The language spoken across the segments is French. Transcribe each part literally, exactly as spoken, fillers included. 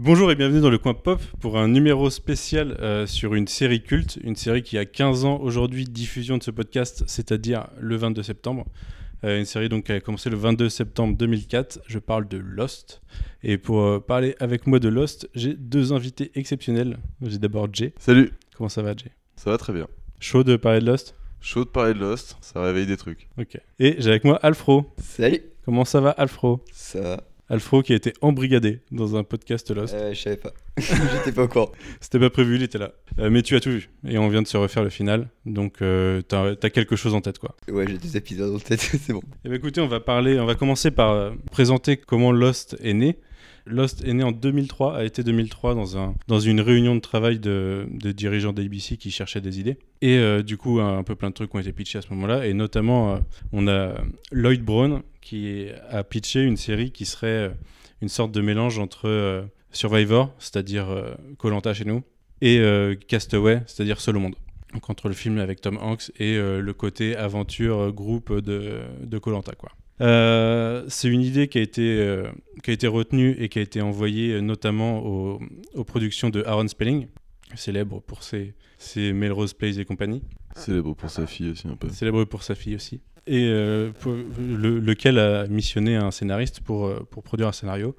Bonjour et bienvenue dans le coin pop pour un numéro spécial euh, sur une série culte, une série qui a quinze ans aujourd'hui de diffusion de ce podcast, c'est-à-dire le vingt-deux septembre. Euh, une série donc qui a commencé le vingt-deux septembre deux mille quatre, je parle de Lost. Et pour euh, parler avec moi de Lost, j'ai deux invités exceptionnels. J'ai d'abord Jay. Salut. Comment ça va, Jay? Ça va très bien. Chaud de parler de Lost? Chaud de parler de Lost, ça réveille des trucs. Ok. Et j'ai avec moi Alfro. Salut. Comment ça va, Alfro? Ça va. Alfro qui a été embrigadé dans un podcast Lost. Euh, je savais pas. J'étais pas au courant. C'était pas prévu, il était là. Euh, mais tu as tout vu. Et on vient de se refaire le final. Donc euh, t'as, t'as quelque chose en tête, quoi. Ouais, j'ai des épisodes en tête, c'est bon. Eh bien, écoutez, on va parler, on va commencer par euh, présenter comment Lost est né. Lost est né en deux mille trois, a été deux mille trois dans, un, dans une réunion de travail de, de dirigeants d'A B C qui cherchaient des idées. Et euh, du coup, un, un peu plein de trucs ont été pitchés à ce moment-là. Et notamment, euh, on a Lloyd Braun qui a pitché une série qui serait euh, une sorte de mélange entre euh, Survivor, c'est-à-dire Koh-Lanta chez nous, et euh, Castaway, c'est-à-dire Seul au monde. Donc entre le film avec Tom Hanks et euh, le côté aventure euh, groupe de, de Koh-Lanta, quoi. Euh, c'est une idée qui a été, euh, qui a été retenue et qui a été envoyée euh, notamment aux, aux productions de Aaron Spelling, célèbre pour ses, ses Melrose Place et compagnie. Célèbre pour sa fille aussi un peu. Célèbre pour sa fille aussi. Et euh, pour, le, lequel a missionné un scénariste pour, pour produire un scénario.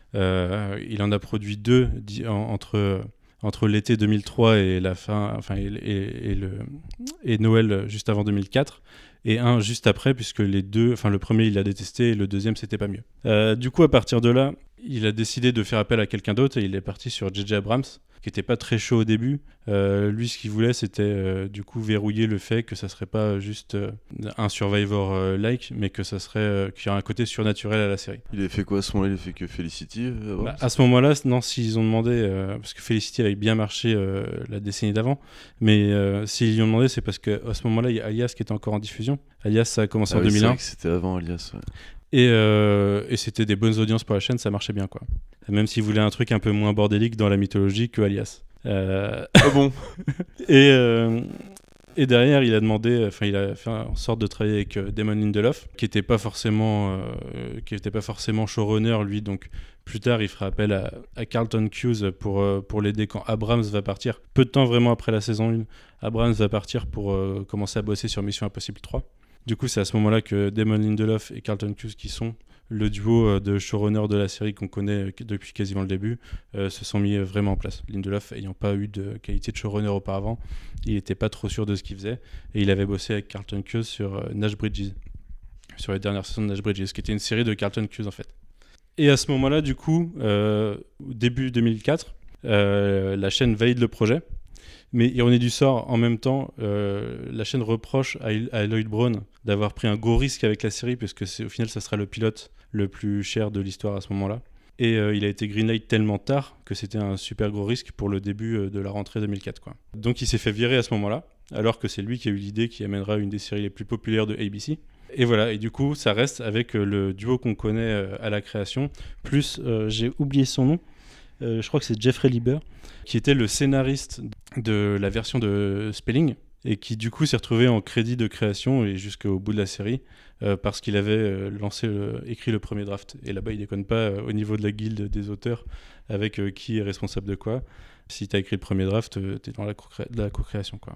Euh, il en a produit deux di- en, entre, entre l'été deux mille trois et, la fin, enfin, et, et, et, le, et Noël juste avant deux mille quatre. Et un juste après, puisque les deux, enfin le premier il l'a détesté et le deuxième c'était pas mieux. Euh, du coup, à partir de là, il a décidé de faire appel à quelqu'un d'autre et il est parti sur J J Abrams, qui était pas très chaud au début. Euh, lui, ce qu'il voulait, c'était euh, du coup verrouiller le fait que ça serait pas juste euh, un Survivor-like, mais que ça serait euh, qu'il y aurait un côté surnaturel à la série. Il a fait quoi à ce moment-là? Il a fait que Felicity euh, Bah, à ce moment-là, non, s'ils ont demandé, euh, parce que Felicity avait bien marché euh, la décennie d'avant, mais euh, s'ils lui ont demandé, c'est parce qu'à ce moment-là, il y a Alias qui était encore en diffusion. Alias, ça a commencé ah en oui, deux mille un. C'est vrai que c'était avant Alias, ouais. Et, euh, et c'était des bonnes audiences pour la chaîne, ça marchait bien, quoi. Même s'ils voulaient un truc un peu moins bordélique dans la mythologie que Alias. Euh... Ah bon? et, euh, et derrière, il a demandé, enfin, il a fait en sorte de travailler avec euh, Damon Lindelof, qui n'était pas forcément, euh, qui était pas forcément showrunner, lui. Donc, plus tard, il fera appel à, à Carlton Cuse pour, euh, pour l'aider quand Abrams va partir. Peu de temps vraiment après la saison un, Abrams va partir pour euh, commencer à bosser sur Mission Impossible trois. Du coup, c'est à ce moment-là que Damon Lindelof et Carlton Cuse, qui sont le duo de showrunners de la série qu'on connaît depuis quasiment le début, euh, se sont mis vraiment en place. Lindelof ayant pas eu de qualité de showrunner auparavant, il n'était pas trop sûr de ce qu'il faisait et il avait bossé avec Carlton Cuse sur euh, Nash Bridges, sur les dernières saisons de Nash Bridges, qui était une série de Carlton Cuse en fait. Et à ce moment-là, du coup, euh, début deux mille quatre, euh, la chaîne valide le projet. Mais ironie du sort, en même temps, euh, la chaîne reproche à, à Lloyd Braun d'avoir pris un gros risque avec la série, puisque c'est, au final, ça sera le pilote le plus cher de l'histoire à ce moment-là. Et euh, il a été greenlight tellement tard que c'était un super gros risque pour le début euh, de la rentrée deux mille quatre, quoi. Donc il s'est fait virer à ce moment-là, alors que c'est lui qui a eu l'idée qui amènera une des séries les plus populaires de A B C. Et voilà, et du coup, ça reste avec euh, le duo qu'on connaît euh, à la création, plus, euh, j'ai oublié son nom, euh, je crois que c'est Jeffrey Lieber, qui était le scénariste de la version de Spelling, et qui du coup s'est retrouvé en crédit de création et jusqu'au bout de la série, euh, parce qu'il avait euh, lancé le, écrit le premier draft. Et là-bas, il déconne pas euh, au niveau de la guilde des auteurs avec euh, qui est responsable de quoi. Si tu as écrit le premier draft, euh, tu es dans la, co-cré- la co-création, quoi.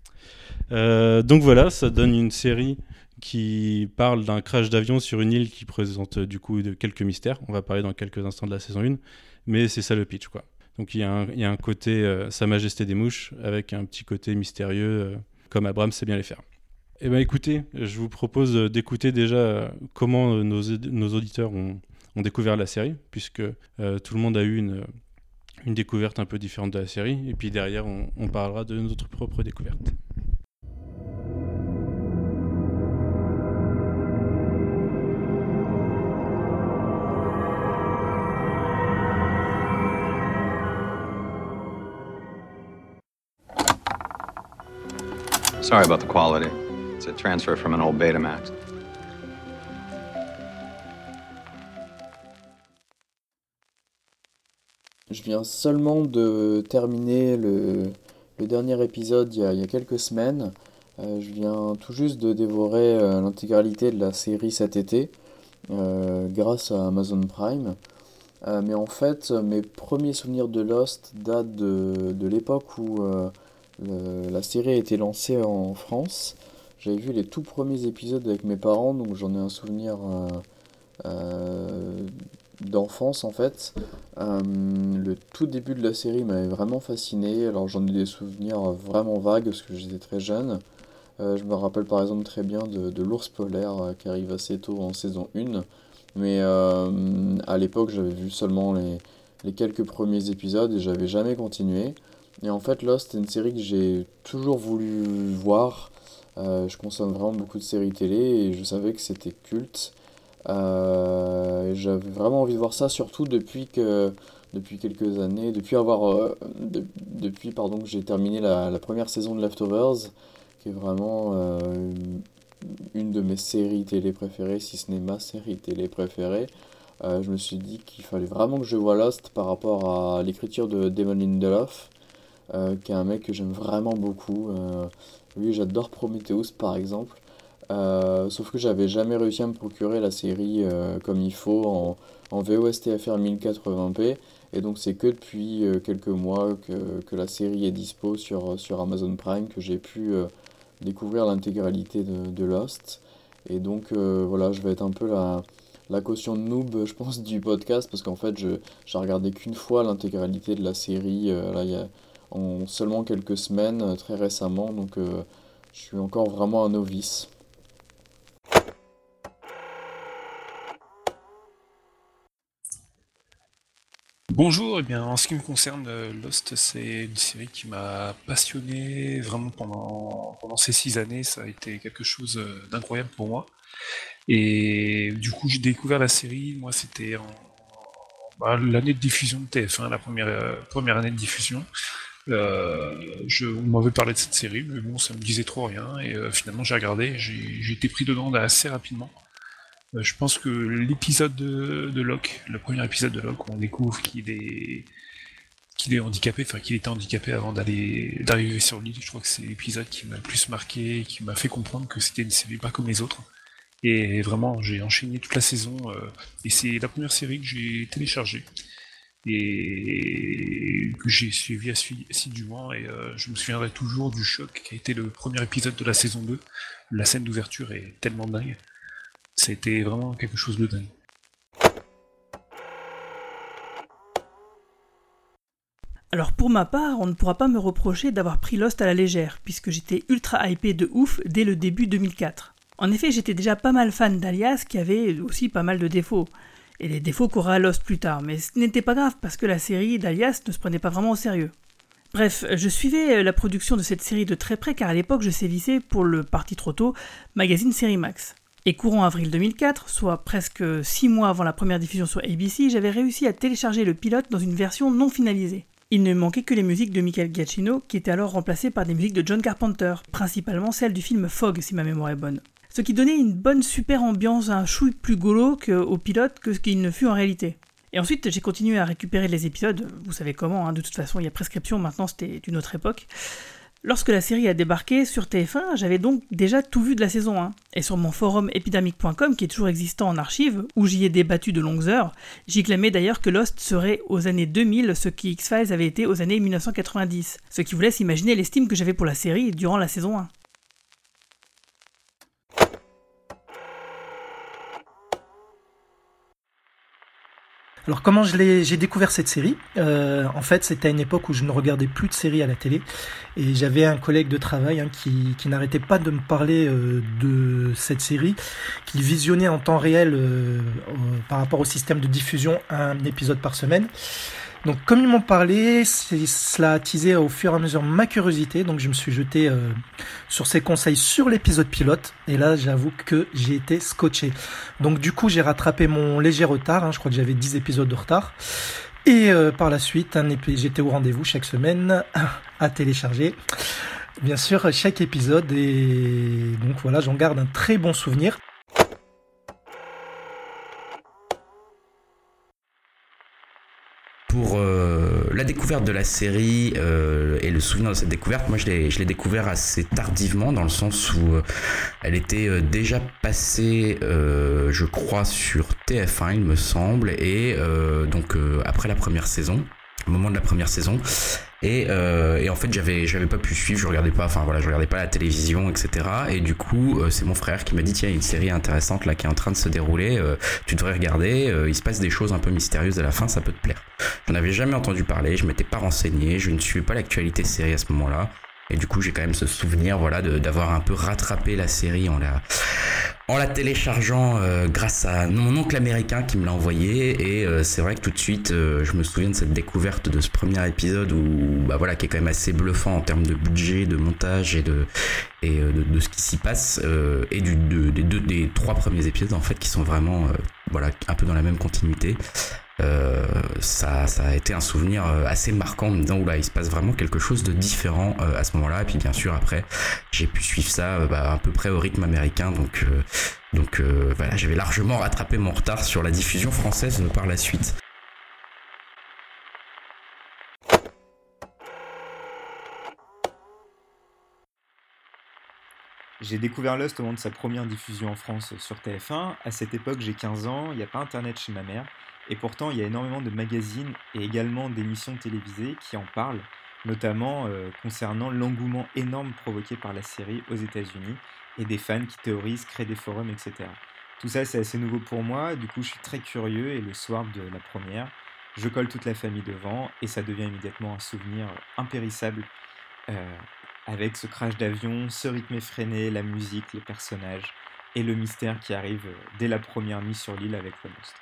Euh, donc voilà, ça donne une série qui parle d'un crash d'avion sur une île qui présente euh, du coup de quelques mystères. On va parler dans quelques instants de la saison un, mais c'est ça le pitch, quoi. Donc il y a un, il y a un côté euh, Sa Majesté des Mouches avec un petit côté mystérieux euh, comme Abrams sait bien les faire. Eh bien écoutez, je vous propose d'écouter déjà euh, comment euh, nos, nos auditeurs ont, ont découvert la série, puisque euh, tout le monde a eu une, une découverte un peu différente de la série, et puis derrière on, on parlera de notre propre découverte. Sorry about the quality. It's a transfer from an old Betamax. Je viens seulement de terminer le, le dernier épisode il y a, il y a quelques semaines. Euh, je viens tout juste de dévorer euh, l'intégralité de la série cet été, euh, grâce à Amazon Prime. Euh, mais en fait, mes premiers souvenirs de Lost datent de, de l'époque où euh, le- la série a été lancée en France. J'avais vu les tout premiers épisodes avec mes parents, donc j'en ai un souvenir euh, euh, d'enfance en fait. Euh, le tout début de la série m'avait vraiment fasciné, alors j'en ai des souvenirs vraiment vagues parce que j'étais très jeune. Euh, je me rappelle par exemple très bien de, de l'ours polaire euh, qui arrive assez tôt en saison un. Mais euh, à l'époque, j'avais vu seulement les, les quelques premiers épisodes et j'avais jamais continué. Et en fait, Lost, c'est une série que j'ai toujours voulu voir. Euh, je consomme vraiment beaucoup de séries télé et je savais que c'était culte. Euh, et j'avais vraiment envie de voir ça, surtout depuis que, depuis quelques années, depuis avoir, euh, de- depuis pardon que j'ai terminé la, la première saison de Leftovers, qui est vraiment euh, une de mes séries télé préférées, si ce n'est ma série télé préférée. Euh, je me suis dit qu'il fallait vraiment que je voie Lost par rapport à l'écriture de Damon Lindelof, euh, qui est un mec que j'aime vraiment beaucoup. Euh, lui, j'adore Prometheus par exemple. Euh, sauf que j'avais jamais réussi à me procurer la série euh, comme il faut en, en V O S T F R mille quatre-vingts p. Et donc c'est que depuis euh, quelques mois que, que la série est dispo sur, sur Amazon Prime que j'ai pu euh, découvrir l'intégralité de, de Lost. Et donc euh, voilà, je vais être un peu la, la caution noob, je pense, du podcast, parce qu'en fait, je j'ai regardé qu'une fois l'intégralité de la série, euh, là, il y a en seulement quelques semaines, euh, très récemment, donc euh, je suis encore vraiment un novice. Bonjour, eh bien, en ce qui me concerne, euh, Lost, c'est une série qui m'a passionné vraiment pendant, pendant ces six années. Ça a été quelque chose euh, d'incroyable pour moi. Et du coup, j'ai découvert la série. Moi, c'était en bah, l'année de diffusion de T F un, la première, euh, première année de diffusion. Euh, je, on m'avait parlé de cette série, mais bon, ça me disait trop rien. Et euh, finalement, j'ai regardé. J'ai j'ai été pris dedans assez rapidement. Euh, je pense que l'épisode de, de Locke, le premier épisode de Locke, on découvre qu'il est qu'il est handicapé, enfin qu'il était handicapé avant d'aller d'arriver sur l'île. Je crois que c'est l'épisode qui m'a le plus marqué, qui m'a fait comprendre que c'était une série pas comme les autres. Et vraiment, j'ai enchaîné toute la saison, euh, et c'est la première série que j'ai téléchargée et que j'ai suivi assi- assidûment. Et euh, je me souviendrai toujours du choc qui a été le premier épisode de la saison deux. La scène d'ouverture est tellement dingue. Ça a été vraiment quelque chose de dingue. Alors pour ma part, on ne pourra pas me reprocher d'avoir pris Lost à la légère, puisque j'étais ultra hypé de ouf dès le début deux mille quatre. En effet, j'étais déjà pas mal fan d'Alias, qui avait aussi pas mal de défauts. Et les défauts qu'aura Lost plus tard, mais ce n'était pas grave, parce que la série d'Alias ne se prenait pas vraiment au sérieux. Bref, je suivais la production de cette série de très près, car à l'époque je sévissais pour le Parti trop tôt, magazine Série Max. Et courant avril deux mille quatre, soit presque six mois avant la première diffusion sur A B C, j'avais réussi à télécharger le pilote dans une version non finalisée. Il ne manquait que les musiques de Michael Giacchino, qui étaient alors remplacées par des musiques de John Carpenter, principalement celles du film Fog, si ma mémoire est bonne. Ce qui donnait une bonne super ambiance, un chouille plus golo au pilote que ce qu'il ne fut en réalité. Et ensuite, j'ai continué à récupérer les épisodes, vous savez comment, hein, de toute façon il y a prescription, maintenant c'était d'une autre époque. Lorsque la série a débarqué sur T F un, j'avais donc déjà tout vu de la saison un. Et sur mon forum epidamic point com, qui est toujours existant en archive, où j'y ai débattu de longues heures, j'y clamais d'ailleurs que Lost serait aux années deux mille ce qui X-Files avait été aux années mille neuf cent quatre-vingt-dix. Ce qui vous laisse imaginer l'estime que j'avais pour la série durant la saison un. Alors comment je l'ai, j'ai découvert cette série euh, En fait, c'était à une époque où je ne regardais plus de séries à la télé et j'avais un collègue de travail hein, qui, qui n'arrêtait pas de me parler euh, de cette série qu'il visionnait en temps réel euh, euh, par rapport au système de diffusion, un épisode par semaine. Donc comme ils m'ont parlé, c'est, cela a attisé au fur et à mesure ma curiosité, donc je me suis jeté euh, sur ces conseils sur l'épisode pilote, et là j'avoue que j'ai été scotché. Donc du coup j'ai rattrapé mon léger retard, hein, je crois que j'avais dix épisodes de retard, et euh, par la suite un épi- j'étais au rendez-vous chaque semaine à télécharger, bien sûr chaque épisode, et donc voilà, j'en garde un très bon souvenir. Pour euh, la découverte découverte de la série euh, et le souvenir de cette découverte, moi je l'ai, je l'ai découvert assez tardivement dans le sens où euh, elle était euh, déjà passée, euh, je crois, sur T F un, il me semble, et euh, donc euh, après la première saison, au moment de la première saison. Et, euh, et en fait j'avais j'avais pas pu suivre, je regardais pas, enfin voilà, je regardais pas la télévision, et cetera. Et du coup euh, c'est mon frère qui m'a dit tiens, il y a une série intéressante là qui est en train de se dérouler, euh, tu devrais regarder, euh, il se passe des choses un peu mystérieuses à la fin, ça peut te plaire. J'en avais jamais entendu parler, je m'étais pas renseigné, je ne suivais pas l'actualité série à ce moment-là. Et du coup j'ai quand même ce souvenir voilà de, d'avoir un peu rattrapé la série en la en la téléchargeant euh, grâce à mon oncle américain qui me l'a envoyé. Et euh, c'est vrai que tout de suite euh, je me souviens de cette découverte de ce premier épisode où bah voilà, qui est quand même assez bluffant en termes de budget, de montage et de et euh, de, de ce qui s'y passe, euh, et du de, des deux des trois premiers épisodes en fait qui sont vraiment euh, voilà un peu dans la même continuité. Euh, ça, ça a été un souvenir assez marquant en me disant oula, il se passe vraiment quelque chose de différent euh, à ce moment-là. Et puis bien sûr après j'ai pu suivre ça euh, bah, à peu près au rythme américain, donc euh, donc euh, voilà, j'avais largement rattrapé mon retard sur la diffusion française euh, par la suite. J'ai découvert Lost au moment de sa première diffusion en France sur T F un. À cette époque, j'ai quinze ans, il n'y a pas internet chez ma mère, et pourtant il y a énormément de magazines et également d'émissions télévisées qui en parlent, notamment euh, concernant l'engouement énorme provoqué par la série aux États-Unis et des fans qui théorisent, créent des forums, et cetera. Tout ça, c'est assez nouveau pour moi, du coup je suis très curieux, et le soir de la première, je colle toute la famille devant et ça devient immédiatement un souvenir impérissable. Euh, avec ce crash d'avion, ce rythme effréné, la musique, les personnages et le mystère qui arrive dès la première nuit sur l'île avec le monstre.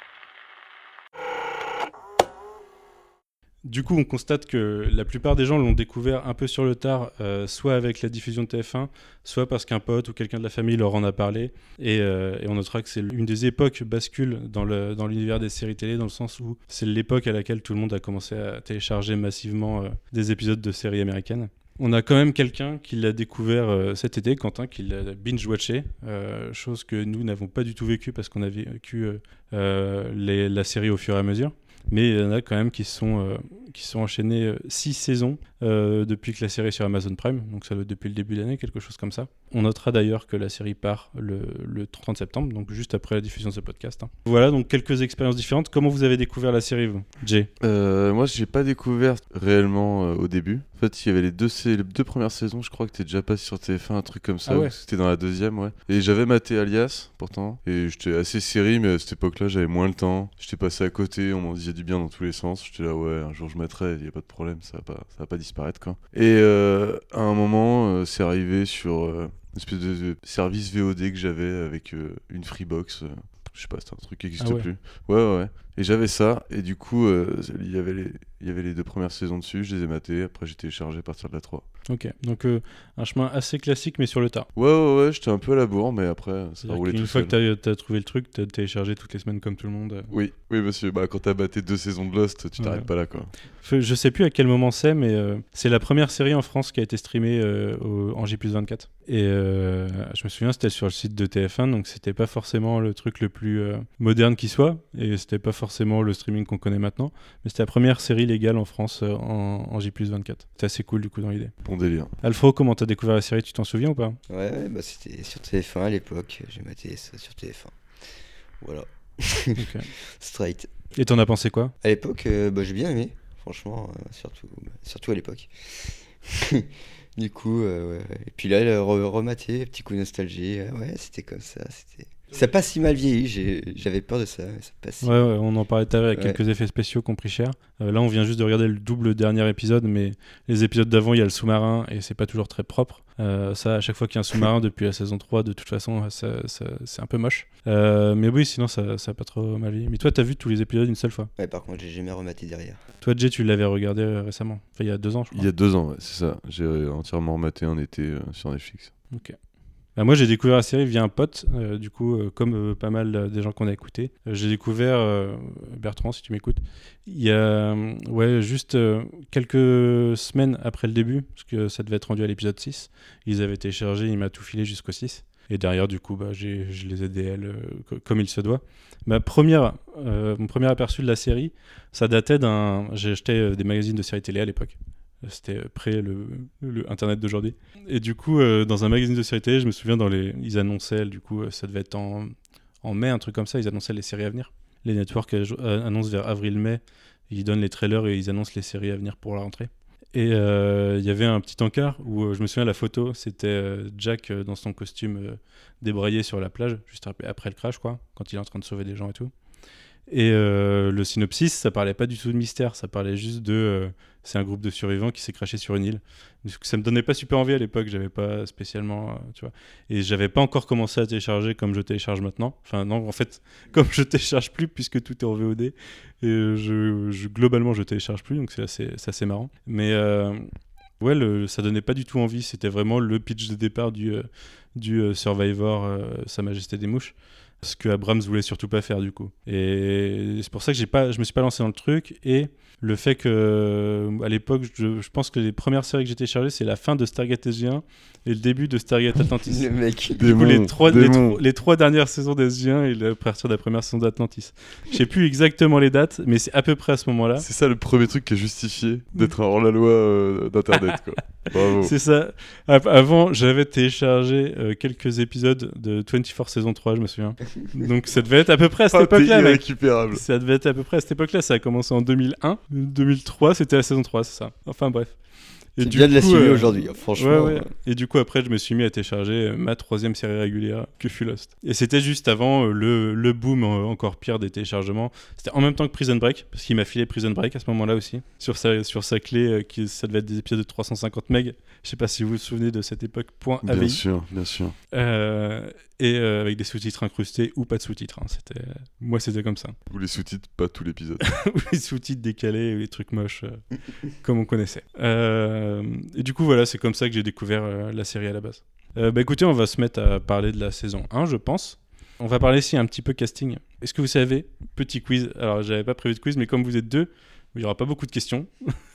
Du coup, on constate que la plupart des gens l'ont découvert un peu sur le tard, euh, soit avec la diffusion de T F un, soit parce qu'un pote ou quelqu'un de la famille leur en a parlé. Et, euh, et on notera que c'est une des époques bascule dans, le, dans l'univers des séries télé, dans le sens où c'est l'époque à laquelle tout le monde a commencé à télécharger massivement euh, des épisodes de séries américaines. On a quand même quelqu'un qui l'a découvert euh, cet été, Quentin, qui l'a binge-watché, euh, chose que nous n'avons pas du tout vécu parce qu'on a vécu euh, euh, les, la série au fur et à mesure. Mais il y en a quand même qui sont, euh, qui sont enchaînés euh, six saisons euh, depuis que la série est sur Amazon Prime, donc ça doit être depuis le début de l'année, quelque chose comme ça. On notera d'ailleurs que la série part le, le trente septembre, donc juste après la diffusion de ce podcast. Hein. Voilà, donc quelques expériences différentes. Comment vous avez découvert la série, vous, Jay ? euh, Moi, je n'ai pas découvert réellement euh, au début. En fait, il y avait les deux, les deux premières saisons, je crois que t'es déjà passé sur T F un, un truc comme ça. Ah ouais. C'était dans la deuxième, ouais. Et j'avais maté Alias, pourtant. Et j'étais assez série, mais à cette époque-là, j'avais moins le temps. J'étais passé à côté, on m'en disait du bien dans tous les sens. J'étais là, ouais, un jour je mettrai, il n'y a pas de problème, ça va pas, ça va pas disparaître, quoi. Et euh, à un moment, euh, c'est arrivé sur euh, une espèce de, de service V O D que j'avais avec euh, une Freebox. Euh, je sais pas, c'était un truc qui n'existe Ah ouais. plus. Ouais, ouais, ouais. Et j'avais ça, et du coup, euh, il y avait les... il y avait les deux premières saisons dessus, je les ai matées, après j'ai téléchargé à partir de la trois. Ok, donc euh, un chemin assez classique mais sur le tard. Ouais, ouais, ouais, j'étais un peu à la bourre, mais après, ça a roulé tout Une fois seul. que t'as, t'as trouvé le truc, t'as téléchargé toutes les semaines comme tout le monde. Oui, oui, monsieur, bah, quand t'as batté deux saisons de Lost, tu t'arrêtes Ouais. pas là, quoi. Je sais plus à quel moment c'est, mais euh, c'est la première série en France qui a été streamée euh, au, en J plus vingt-quatre. Et euh, je me souviens, c'était sur le site de T F un, donc c'était pas forcément le truc le plus euh, moderne qui soit, et c'était pas forcément le streaming qu'on connaît maintenant, mais c'était la première série légale en France euh, en, en J plus vingt-quatre. C'était assez cool du coup dans l'idée. Bon délire. Alfro, comment t'as découvert la série, tu t'en souviens ou pas ? Ouais, ouais, bah c'était sur T F un à l'époque, j'ai maté ça sur T F un. Voilà. Ok. Straight. Et t'en as pensé quoi ? À l'époque, euh, bah, j'ai bien aimé, franchement, euh, surtout, surtout à l'époque. Du coup, euh, ouais, ouais. Et puis là, le re- rematé, petit coup de nostalgie, euh, ouais, c'était comme ça, c'était... Ça passe si mal vieilli, j'ai... j'avais peur de ça, mais ça passe si Ouais, ouais, on en parlait tout à l'heure, avec Ouais. quelques effets spéciaux qui ont pris cher. Euh, là, on vient juste de regarder le double dernier épisode, mais les épisodes d'avant, il y a le sous-marin et c'est pas toujours très propre. Euh, ça, à chaque fois qu'il y a un sous-marin depuis la saison trois, de toute façon, ça, ça, c'est un peu moche. Euh, mais oui, sinon, ça, ça a pas trop mal vieilli. Mais toi, t'as vu tous les épisodes une seule fois ? Ouais, par contre, j'ai jamais rematé derrière. Toi, Jay, tu l'avais regardé euh, récemment. Enfin, il y a deux ans, je crois. Il y a deux ans, ouais, c'est ça. J'ai euh, entièrement maté un été euh, sur Netflix. Ok. Bah, moi, j'ai découvert la série via un pote, euh, du coup, euh, comme euh, pas mal euh, des gens qu'on a écoutés. Euh, j'ai découvert, euh, Bertrand, si tu m'écoutes, il y a euh, ouais, juste euh, quelques semaines après le début, parce que ça devait être rendu à l'épisode six. Ils avaient téléchargé, il m'a tout filé jusqu'au six. Et derrière, du coup, bah, j'ai, je les ai D L euh, co- comme il se doit. Ma première, euh, mon premier aperçu de la série, ça datait d'un... J'ai acheté euh, des magazines de séries télé à l'époque. C'était euh, près le, le Internet d'aujourd'hui. Et du coup, euh, dans un magazine de séries télé, je me souviens, dans les... ils annonçaient, du coup, euh, ça devait être en... en mai, un truc comme ça, ils annonçaient les séries à venir. Les networks euh, annoncent vers avril-mai, ils donnent les trailers et ils annoncent les séries à venir pour la rentrée. Et il euh, y avait un petit encart où euh, je me souviens, la photo, c'était euh, Jack euh, dans son costume euh, débraillé sur la plage, juste après, après le crash, quoi, quand il est en train de sauver des gens et tout. Et euh, le synopsis, ça parlait pas du tout de mystère, ça parlait juste de... Euh, c'est un groupe de survivants qui s'est craché sur une île. Donc, ça me donnait pas super envie à l'époque, j'avais pas spécialement... Euh, tu vois. Et j'avais pas encore commencé à télécharger comme je télécharge maintenant. Enfin non, en fait, comme je télécharge plus puisque tout est en V O D, et je, je, globalement je télécharge plus, donc c'est assez, c'est assez marrant. Mais... Euh, ouais, le, ça donnait pas du tout envie, c'était vraiment le pitch de départ du, euh, du euh, Survivor, euh, Sa Majesté des Mouches. Ce que Abrams voulait surtout pas faire du coup. Et c'est pour ça que j'ai pas, je me suis pas lancé dans le truc. Et le fait que, à l'époque, je, je pense que les premières séries que j'ai téléchargées, c'est la fin de Stargate S G un et le début de Stargate Atlantis. Le mec. Du Démon, coup, les trois, les, démon. tro- les trois dernières saisons d'S G un et la partir de la première saison d'Atlantis. Je sais plus exactement les dates, mais c'est à peu près à ce moment-là. C'est ça le premier truc qui est justifié d'être un hors-la-loi euh, d'Internet, quoi. Bravo. C'est ça. Av- Avant, j'avais téléchargé euh, quelques épisodes de vingt-quatre saison trois, je me souviens. Donc ça devait être à peu près à cette Ah, t'es époque-là, mec. irrécupérable. Ça devait être à peu près à cette époque-là. Ça a commencé en deux mille un. deux mille trois, c'était la saison trois, c'est ça. Enfin bref. Et C'est du bien de coup, l'assumer euh, aujourd'hui, hein, franchement. ouais, ouais. Et du coup, après, je me suis mis à télécharger euh, ma troisième série régulière, que fut Lost. Et c'était juste avant euh, le, le boom euh, encore pire des téléchargements. C'était en même temps que Prison Break, parce qu'il m'a filé Prison Break à ce moment-là aussi, sur sa, sur sa clé, euh, qui, ça devait être des épisodes de trois cent cinquante mégas. Je sais pas si vous vous souvenez de cette époque, point Bien A V I. sûr, bien sûr. Euh, et euh, avec des sous-titres incrustés ou pas de sous-titres. Hein. C'était... Moi, c'était comme ça. Ou les sous-titres, pas tout l'épisode. Ou les sous-titres décalés, ou les trucs moches, euh, comme on connaissait. Euh, et du coup, voilà, c'est comme ça que j'ai découvert euh, la série à la base. Euh, bah écoutez, on va se mettre à parler de la saison un, je pense. On va parler ici un petit peu casting. Est-ce que vous savez, petit quiz, alors j'avais pas prévu de quiz, mais comme vous êtes deux, il n'y aura pas beaucoup de questions.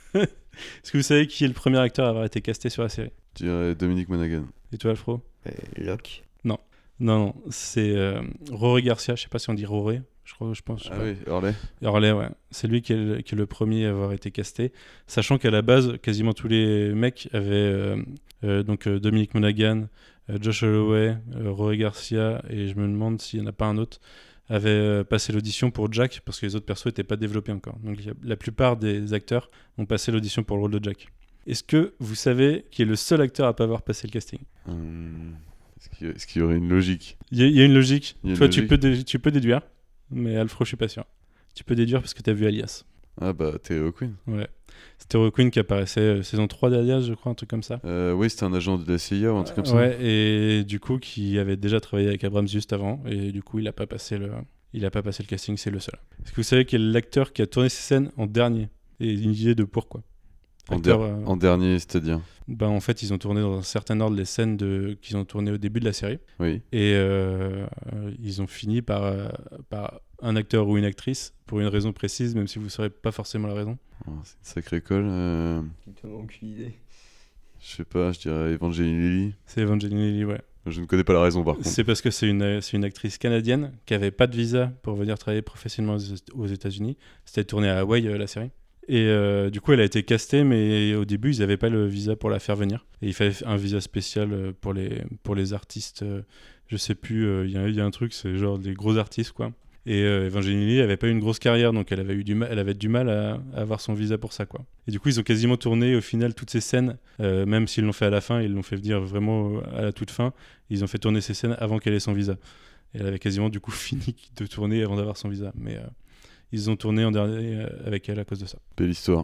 Est-ce que vous savez qui est le premier acteur à avoir été casté sur la série ? Je dirais Dominique Monaghan. Et toi, Alfro ? Euh, Locke. Non, non, c'est euh, Rory Garcia, je sais pas si on dit Rory, je crois, je pense. Je sais Ah pas. oui, Hurley. Hurley, ouais. C'est lui qui est, le, qui est le premier à avoir été casté, sachant qu'à la base, quasiment tous les mecs avaient euh, euh, donc euh, Dominique Monaghan, euh, Josh Holloway, euh, Rory Garcia, et je me demande s'il n'y en a pas un autre, avaient euh, passé l'audition pour Jack, parce que les autres persos n'étaient pas développés encore. Donc y a, la plupart des acteurs ont passé l'audition pour le rôle de Jack. Est-ce que vous savez qui est le seul acteur à pas avoir passé le casting ? Hum, Est-ce qu'il y, a- est-ce qu'il y aurait une logique ? Il y, a- il y a une logique. Il y a une Toi, tu logique. peux, dé- tu peux déduire, mais Alfro, je suis pas sûr. Tu peux déduire parce que tu as vu Alias. Ah bah, Terry O'Quinn. Ouais. C'était O'Quinn qui apparaissait euh, saison trois d'Alias, je crois, un truc comme ça. Euh, oui, c'était un agent de la C I A ou un truc comme ça. Ouais, et du coup, qui avait déjà travaillé avec Abrams juste avant, et du coup, il a pas passé le, il a pas passé le casting, c'est le seul. Est-ce que vous savez quel est l'acteur qui a tourné ces scènes en dernier ? Et une idée de pourquoi ? En, Acteur, der- euh, en dernier, c'est-à-dire ben, en fait, ils ont tourné dans un certain ordre les scènes de... qu'ils ont tournées au début de la série. Oui. Et euh, euh, ils ont fini par, euh, par un acteur ou une actrice, pour une raison précise, même si vous ne saurez pas forcément la raison. Oh, c'est une sacrée colle. Euh... Exactement, aucune idée. Je sais pas, je dirais Evangeline Lilly. C'est Evangeline Lilly, ouais. Je ne connais pas la raison par contre. C'est parce que c'est une, c'est une actrice canadienne qui n'avait pas de visa pour venir travailler professionnellement aux, aux États-Unis. C'était tourné à Hawaï, euh, la série. Et euh, du coup, elle a été castée, mais au début, ils n'avaient pas le visa pour la faire venir. Et il fallait un visa spécial euh, pour les, pour les artistes. Euh, je sais plus, il euh, y, y a un truc, c'est genre des gros artistes, quoi. Et euh, Evangeline Lilly n'avait pas eu une grosse carrière, donc elle avait, eu du mal, elle avait du mal à, à avoir son visa pour ça, quoi. Et du coup, ils ont quasiment tourné, au final, toutes ces scènes, euh, même s'ils l'ont fait à la fin, ils l'ont fait venir vraiment à la toute fin. Ils ont fait tourner ces scènes avant qu'elle ait son visa. Et elle avait quasiment, du coup, fini de tourner avant d'avoir son visa. Mais... Euh, ils ont tourné en dernier avec elle à cause de ça. Belle histoire.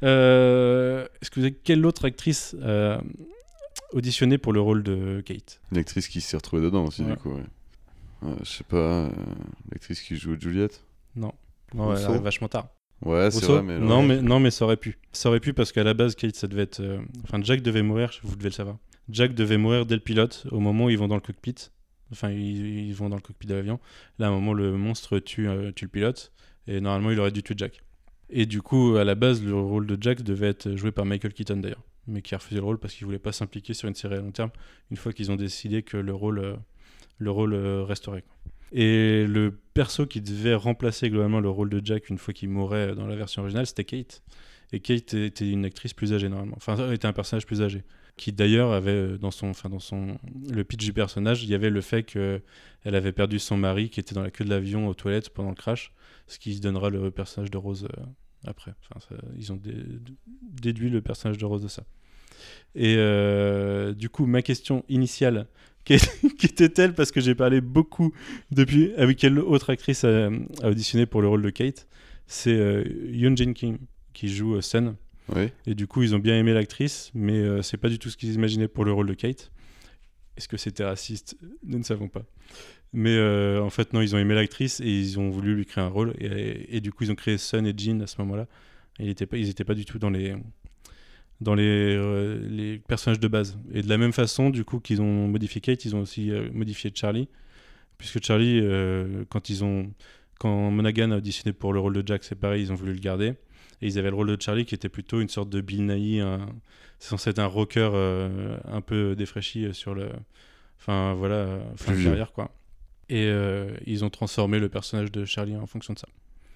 Euh, est-ce que vous avez quelle autre actrice euh, auditionnée pour le rôle de Kate ? Une actrice qui s'est retrouvée dedans aussi, Ouais. du coup. Ouais. Euh, je sais pas, euh, l'actrice qui joue Juliette. Non, non, elle Rousseau. arrive vachement tard. Ouais, c'est Rousseau vrai, mais. non, mais non, mais ça aurait pu. Ça aurait pu parce qu'à la base, Kate, ça devait être. euh, Enfin, Jack devait mourir. Vous devez le savoir. Jack devait mourir dès le pilote, au moment où ils vont dans le cockpit. Enfin, ils, ils vont dans le cockpit de l'avion. Là, à un moment, le monstre tue, euh, tue le pilote. Et normalement, il aurait dû tuer Jack. Et du coup, à la base, le rôle de Jack devait être joué par Michael Keaton d'ailleurs, mais qui a refusé le rôle parce qu'il voulait pas s'impliquer sur une série à long terme. Une fois qu'ils ont décidé que le rôle, euh, le rôle euh, resterait. Quoi. Et le perso qui devait remplacer globalement le rôle de Jack une fois qu'il mourrait dans la version originale, c'était Kate. Et Kate était une actrice plus âgée normalement. Enfin, était un personnage plus âgé. Qui d'ailleurs avait dans son, enfin dans son, le pitch du personnage, il y avait le fait qu'elle avait perdu son mari qui était dans la queue de l'avion aux toilettes pendant le crash, ce qui se donnera le personnage de Rose euh, après. Enfin, ça, ils ont dé- déduit le personnage de Rose de ça. Et euh, du coup, ma question initiale, qui était-elle, parce que j'ai parlé beaucoup depuis, avec quelle autre actrice a, a auditionné pour le rôle de Kate, c'est euh, Yoon Jin Kim qui joue euh, Sun. Oui. Et du coup, ils ont bien aimé l'actrice, mais euh, c'est pas du tout ce qu'ils imaginaient pour le rôle de Kate. Est-ce que c'était raciste ? Nous ne savons pas. Mais euh, en fait, non, ils ont aimé l'actrice et ils ont voulu lui créer un rôle. Et, et, et du coup, ils ont créé Sun et Jin à ce moment-là. Et ils n'étaient pas, ils étaient pas du tout dans les, dans les, euh, les personnages de base. Et de la même façon, du coup, qu'ils ont modifié Kate, ils ont aussi euh, modifié Charlie. Puisque Charlie, euh, quand, ils ont, quand Monaghan a auditionné pour le rôle de Jack, c'est pareil, ils ont voulu le garder. Et ils avaient le rôle de Charlie qui était plutôt une sorte de Bill Nighy, un... c'est censé être un rocker euh, un peu défraîchi sur le, enfin voilà, euh, fin de carrière quoi. Et euh, ils ont transformé le personnage de Charlie en fonction de ça.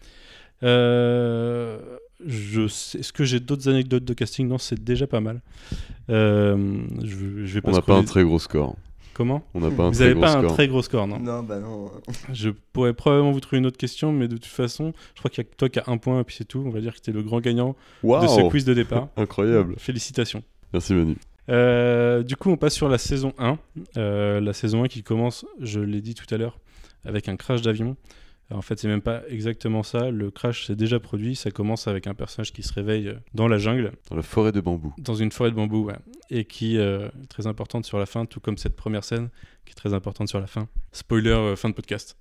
Euh... Je sais... Est-ce que j'ai d'autres anecdotes de casting ? Non, c'est déjà pas mal. Euh... Je... Je vais pas. On n'a pas un très gros score. Comment ? On n'a pas un Vous très n'avez gros pas score. un très gros score, non ? Non, bah non. Je pourrais probablement vous trouver une autre question, mais de toute façon, je crois qu'il y a que toi qui as un point, et puis c'est tout. On va dire que tu es le grand gagnant wow. de ce quiz de départ. Incroyable. Félicitations. Merci Manu. Euh, du coup, on passe sur la saison un. Euh, la saison un qui commence, je l'ai dit tout à l'heure, avec un crash d'avion. En fait, c'est même pas exactement ça. Le crash s'est déjà produit. Ça commence avec un personnage qui se réveille dans la jungle. Dans la forêt de bambou. Dans une forêt de bambou, ouais. Et qui euh, est très importante sur la fin, tout comme cette première scène qui est très importante sur la fin. Spoiler, euh, fin de podcast.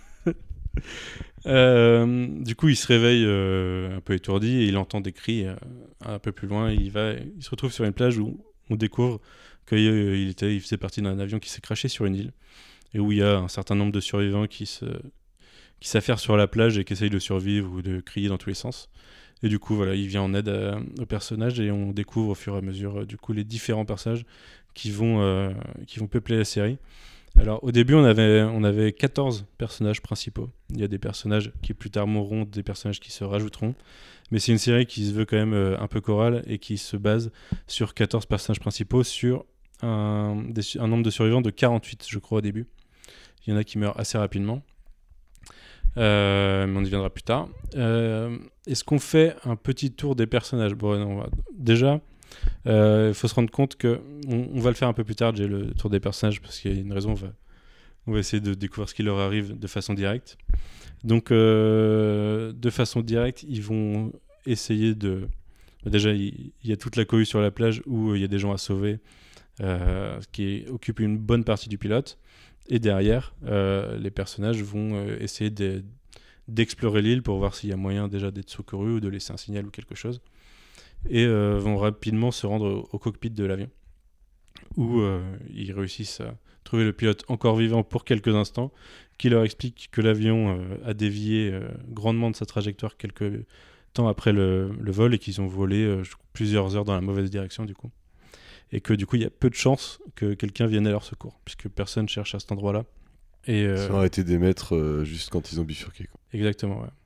euh, du coup, il se réveille euh, un peu étourdi et il entend des cris euh, un peu plus loin. Il, va, il se retrouve sur une plage où on découvre qu'il euh, il était, il faisait partie d'un avion qui s'est crashé sur une île et où il y a un certain nombre de survivants qui se... qui s'affairent sur la plage et qui essayent de survivre ou de crier dans tous les sens. Et du coup, voilà, il vient en aide à, au personnage et on découvre au fur et à mesure, euh, du coup, les différents personnages qui vont, euh, qui vont peupler la série. Alors, au début, on avait, on avait quatorze personnages principaux. Il y a des personnages qui plus tard mourront, des personnages qui se rajouteront. Mais c'est une série qui se veut quand même euh, un peu chorale et qui se base sur quatorze personnages principaux sur un, des, un nombre de survivants de quarante-huit, je crois, au début. Il y en a qui meurent assez rapidement. Euh, mais on y viendra plus tard. Euh, est-ce qu'on fait un petit tour des personnages ? Bon, non, on va... Déjà, il euh, faut se rendre compte que on, on va le faire un peu plus tard, j'ai le tour des personnages, parce qu'il y a une raison, on va, on va essayer de découvrir ce qui leur arrive de façon directe. Donc, euh, de façon directe, ils vont essayer de... Déjà, il, il y a toute la cohue sur la plage où il y a des gens à sauver, euh, ce qui occupe une bonne partie du pilote. Et derrière, euh, les personnages vont euh, essayer de, d'explorer l'île pour voir s'il y a moyen déjà d'être secouru ou de laisser un signal ou quelque chose. Et euh, vont rapidement se rendre au, au cockpit de l'avion, où euh, ils réussissent à trouver le pilote encore vivant pour quelques instants, qui leur explique que l'avion euh, a dévié euh, grandement de sa trajectoire quelques temps après le, le vol et qu'ils ont volé euh, plusieurs heures dans la mauvaise direction du coup. Et que du coup il y a peu de chances que quelqu'un vienne à leur secours, puisque personne cherche à cet endroit-là. Et, euh... Ils ont arrêté d'émettre euh, juste quand ils ont bifurqué. Quoi. Exactement, ouais.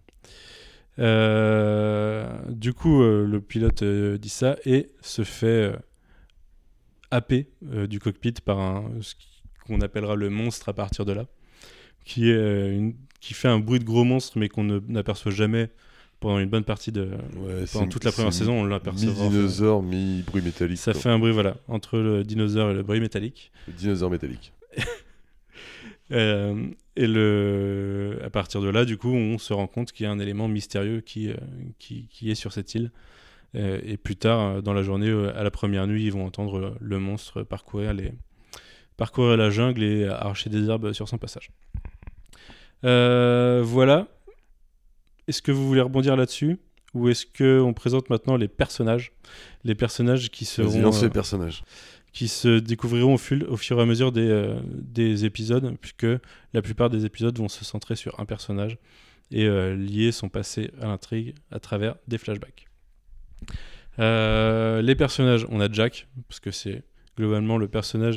Euh... Du coup, euh, le pilote euh, dit ça et se fait euh, happer euh, du cockpit par un, ce qu'on appellera le monstre à partir de là, qui, est, euh, une... qui fait un bruit de gros monstre, mais qu'on ne, n'aperçoit jamais pendant une bonne partie de ouais, pendant toute la première saison, on l'apercevra. Mi-dinosaure, enfin, mi-bruit métallique. Ça quoi. fait un bruit, voilà, entre le dinosaure et le bruit métallique. Le dinosaure métallique. euh, et le... à partir de là, du coup, on se rend compte qu'il y a un élément mystérieux qui, euh, qui, qui est sur cette île. Euh, et plus tard, dans la journée, euh, à la première nuit, ils vont entendre le monstre parcourir, les... parcourir la jungle et arracher des herbes sur son passage. Euh, voilà. Est-ce que vous voulez rebondir là-dessus ? Ou est-ce qu'on présente maintenant les personnages ? Les personnages qui seront... Vas-y, lance euh, les personnages. Qui se découvriront au, ful, au fur et à mesure des, euh, des épisodes, puisque la plupart des épisodes vont se centrer sur un personnage et euh, lier son passé à l'intrigue à travers des flashbacks. Euh, les personnages, on a Jack, parce que c'est globalement le personnage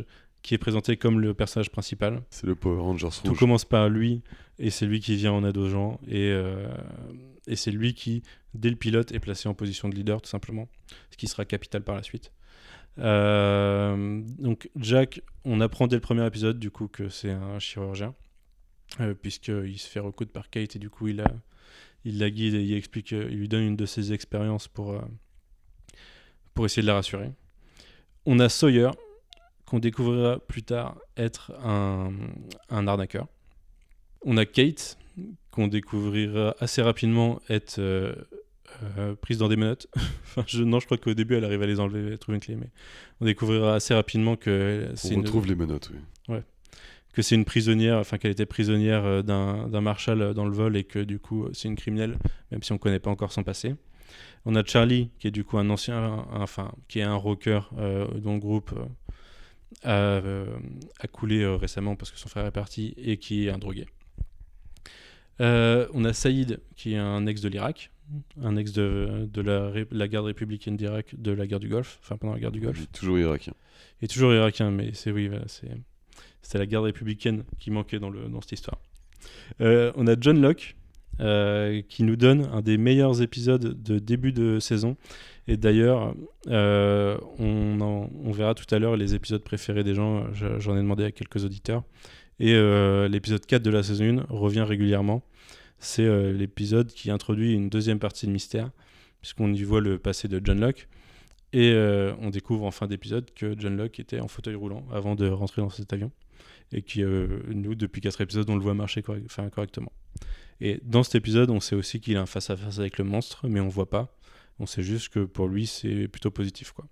qui est présenté comme le personnage principal. C'est le Power Rangers rouge. Tout commence par lui, et c'est lui qui vient en aide aux gens, et, euh, et c'est lui qui, dès le pilote, est placé en position de leader, tout simplement, ce qui sera capital par la suite. Euh, donc Jack, on apprend dès le premier épisode, du coup, que c'est un chirurgien, euh, puisqu'il se fait recoudre par Kate, et du coup, il, a, il la guide, et il, explique, il lui donne une de ses expériences pour, euh, pour essayer de la rassurer. On a Sawyer, qu'on découvrira plus tard être un, un arnaqueur. On a Kate, qu'on découvrira assez rapidement être euh, euh, prise dans des menottes. enfin, je, non, je crois qu'au début, elle arrive à les enlever, à trouver une clé, mais on découvrira assez rapidement que c'est On une... retrouve les menottes, oui. Ouais. Que c'est une prisonnière, enfin qu'elle était prisonnière d'un, d'un marshal dans le vol et que du coup, c'est une criminelle, même si on ne connaît pas encore son passé. On a Charlie, qui est du coup un ancien, un, enfin, qui est un rocker euh, dont le groupe... Euh, A, euh, a coulé euh, récemment parce que son frère est parti et qui est un drogué. Euh, on a Saïd qui est un ex de l'Irak, un ex de, de la, la garde républicaine d'Irak de la guerre du Golfe, enfin pendant la guerre du Golfe. Il est toujours irakien. Il est toujours irakien, mais c'est oui, voilà, c'est, c'était la garde républicaine qui manquait dans, le, dans cette histoire. Euh, on a John Locke euh, qui nous donne un des meilleurs épisodes de début de saison. Et d'ailleurs, euh, on, en, on verra tout à l'heure les épisodes préférés des gens. Je, j'en ai demandé à quelques auditeurs. Et euh, l'épisode quatre de la saison un revient régulièrement. C'est euh, l'épisode qui introduit une deuxième partie de mystère, puisqu'on y voit le passé de John Locke. Et euh, on découvre en fin d'épisode que John Locke était en fauteuil roulant avant de rentrer dans cet avion. Et que euh, nous, depuis quatre épisodes, on le voit marcher correct, enfin, correctement. Et dans cet épisode, on sait aussi qu'il a un face-à-face avec le monstre, mais on ne voit pas. On sait juste que pour lui, c'est plutôt positif, quoi.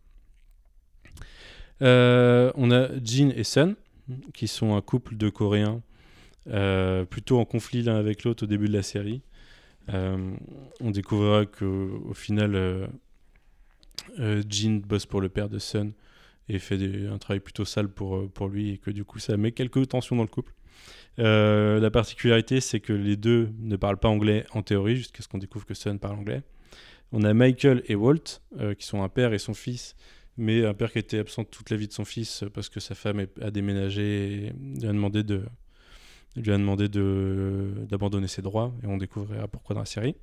Euh, on a Jin et Sun, qui sont un couple de Coréens, euh, plutôt en conflit l'un avec l'autre au début de la série. Euh, on découvrira qu'au final, euh, euh, Jin bosse pour le père de Sun et fait des, un travail plutôt sale pour, pour lui, et que du coup, ça met quelques tensions dans le couple. Euh, la particularité, c'est que les deux ne parlent pas anglais en théorie, jusqu'à ce qu'on découvre que Sun parle anglais. On a Michael et Walt, euh, qui sont un père et son fils, mais un père qui était absent toute la vie de son fils parce que sa femme a déménagé et lui a demandé, de, lui a demandé de, d'abandonner ses droits, et on découvrira pourquoi dans la série.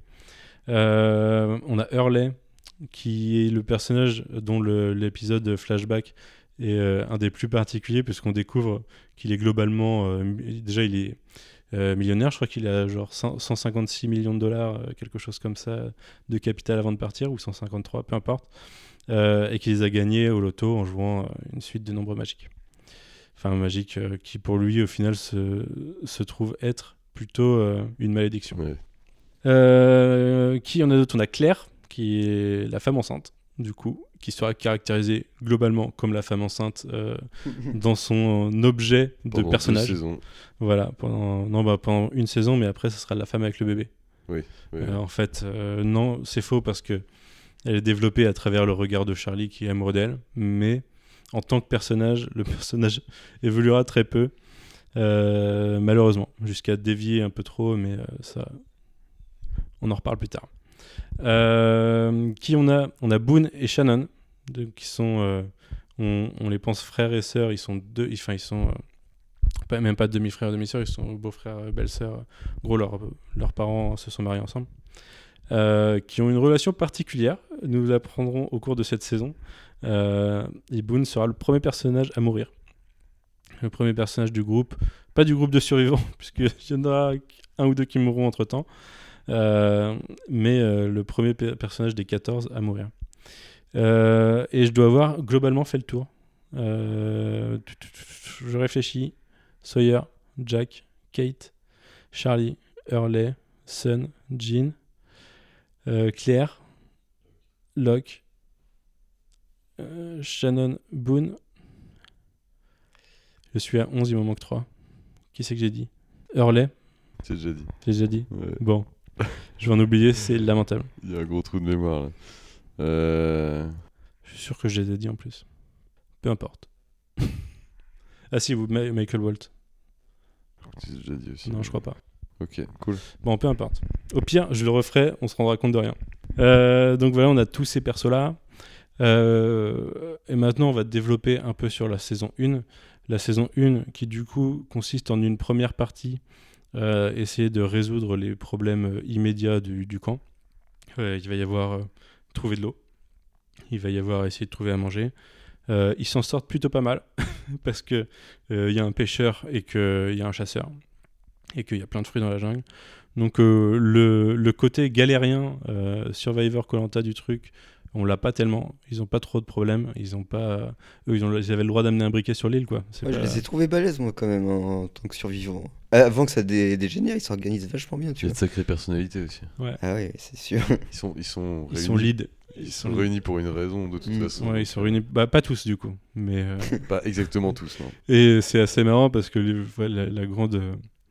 Euh, on a Hurley, qui est le personnage dont le, l'épisode Flashback est euh, un des plus particuliers, puisqu'on découvre qu'il est globalement... Euh, déjà, il est... Euh, millionnaire, je crois qu'il a genre cent cinquante-six millions de dollars, euh, quelque chose comme ça, de capital avant de partir, ou cent cinquante-trois, peu importe, euh, et qu'il les a gagnés au loto en jouant euh, une suite de nombres magiques. Enfin, magique euh, qui pour lui, au final, se, se trouve être plutôt euh, une malédiction. Ouais. Euh, qui en a d'autres ? On a Claire, qui est la femme enceinte, du coup, qui sera caractérisée globalement comme la femme enceinte euh, dans son euh, objet de pendant personnage. Deux saisons. Voilà, pendant, non, bah, pendant une saison, mais après, ce sera la femme avec le bébé. Oui. oui. Euh, en fait, euh, non, c'est faux parce que elle est développée à travers le regard de Charlie qui est amoureux d'elle, mais en tant que personnage, le personnage évoluera très peu, euh, malheureusement, jusqu'à dévier un peu trop, mais euh, ça, on en reparle plus tard. Euh, qui on a ? On a Boone et Shannon, de, qui sont, euh, on, on les pense frères et sœurs. Ils sont deux, enfin ils sont euh, pas, même pas demi-frères et demi-sœurs, ils sont beaux-frères et belles-sœurs. En gros, leurs leurs parents se sont mariés ensemble. Euh, qui ont une relation particulière. Nous l'apprendrons au cours de cette saison. Euh, et Boone sera le premier personnage à mourir. Le premier personnage du groupe, pas du groupe de survivants, puisqu'il y en aura un ou deux qui mourront entre-temps. Euh, mais euh, le premier pe- personnage des quatorze à mourir. Euh, et je dois avoir globalement fait le tour. Euh, je réfléchis. Sawyer, Jack, Kate, Charlie, Hurley, Sun, Jean, euh, Claire, Locke, euh, Shannon, Boone. Je suis à onze, il me manque trois. Qui c'est que j'ai dit ? Hurley. C'est déjà dit. J'ai déjà dit Ouais. Bon. Je vais en oublier, c'est lamentable. Il y a un gros trou de mémoire là. Euh... Je suis sûr que je les ai dit en plus. Peu importe. Ah si, vous, Ma- Michael Walt. Tu l'as déjà dit aussi. Non, je crois pas. Ok, cool. Bon, peu importe. Au pire, je le referai, on se rendra compte de rien. Euh, donc voilà, on a tous ces persos-là. Euh, et maintenant, on va développer un peu sur la saison un. la saison un qui du coup consiste en une première partie, euh, essayer de résoudre les problèmes euh, immédiats du, du camp. Euh, il va y avoir euh, trouver de l'eau, il va y avoir essayer de trouver à manger. Euh, ils s'en sortent plutôt pas mal parce que il euh, y a un pêcheur et qu'il y a un chasseur et qu'il y a plein de fruits dans la jungle. Donc euh, le, le côté galérien, euh, Survivor Koh-Lanta du truc, on l'a pas tellement. Ils ont pas trop de problèmes. Ils ont pas, eux ils, ont, ils avaient le droit d'amener un briquet sur l'île quoi. Ouais, pas... Je les ai trouvés balèzes moi quand même en, en tant que survivants. Euh, avant que ça dé- dégénère, ils s'organisent vachement bien. Tu Il y a vois. de sacrées personnalités aussi. Ouais. Ah ouais, c'est sûr. Ils sont, ils sont Ils réunis. sont lead. Ils, Ils sont sont réunis pour une raison de toute Mmh. façon. Ouais, ils sont réunis. Bah pas tous du coup, mais. Euh... Pas exactement tous, non. Et c'est assez marrant parce que les, ouais, la, la grande,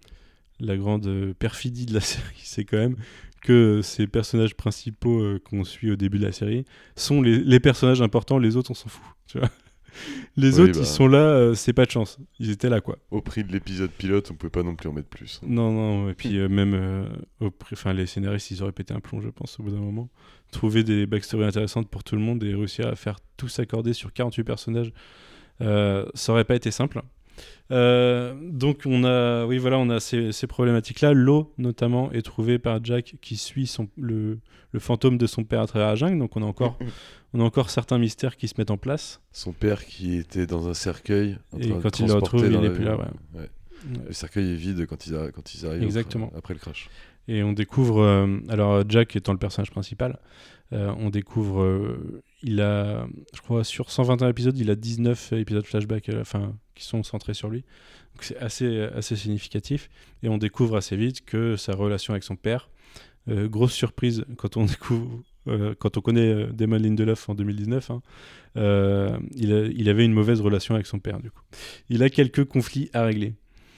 la grande perfidie de la série, c'est quand même que ces personnages principaux euh, qu'on suit au début de la série sont les, les personnages importants, les autres on s'en fout, tu vois. Les Oui, autres bah. ils sont là, euh, c'est pas de chance, ils étaient là quoi. Au prix de l'épisode pilote, on pouvait pas non plus en mettre plus. Non, non, et puis euh, même euh, au prix, enfin les scénaristes ils auraient pété un plomb je pense au bout d'un moment. Trouver des backstories intéressantes pour tout le monde et réussir à faire tout s'accorder sur quarante-huit personnages, euh, ça aurait pas été simple. Euh, donc on a, oui voilà, on a ces, ces problématiques-là. L'eau notamment est trouvée par Jack qui suit son, le, le fantôme de son père à travers la jungle. Donc on a encore, on a encore certains mystères qui se mettent en place. Son père qui était dans un cercueil. En Et train de quand il le retrouve, transporter il dans est la- plus là. Ouais. Ouais. Ouais. Le cercueil est vide quand ils, arri- quand ils arrivent. au Exactement. cra- après le crash. Et on découvre, euh, alors Jack étant le personnage principal, euh, on découvre, euh, il a, je crois, sur cent vingt et un épisodes, il a dix-neuf épisodes flashback à la fin qui sont centrés sur lui. Donc c'est assez, assez significatif. Et on découvre assez vite que sa relation avec son père, euh, grosse surprise quand on découvre, euh, quand on connaît euh, Damon Lindelof en deux mille dix-neuf, hein, euh, il, a- il avait une mauvaise relation avec son père du coup. Il a quelques conflits à régler.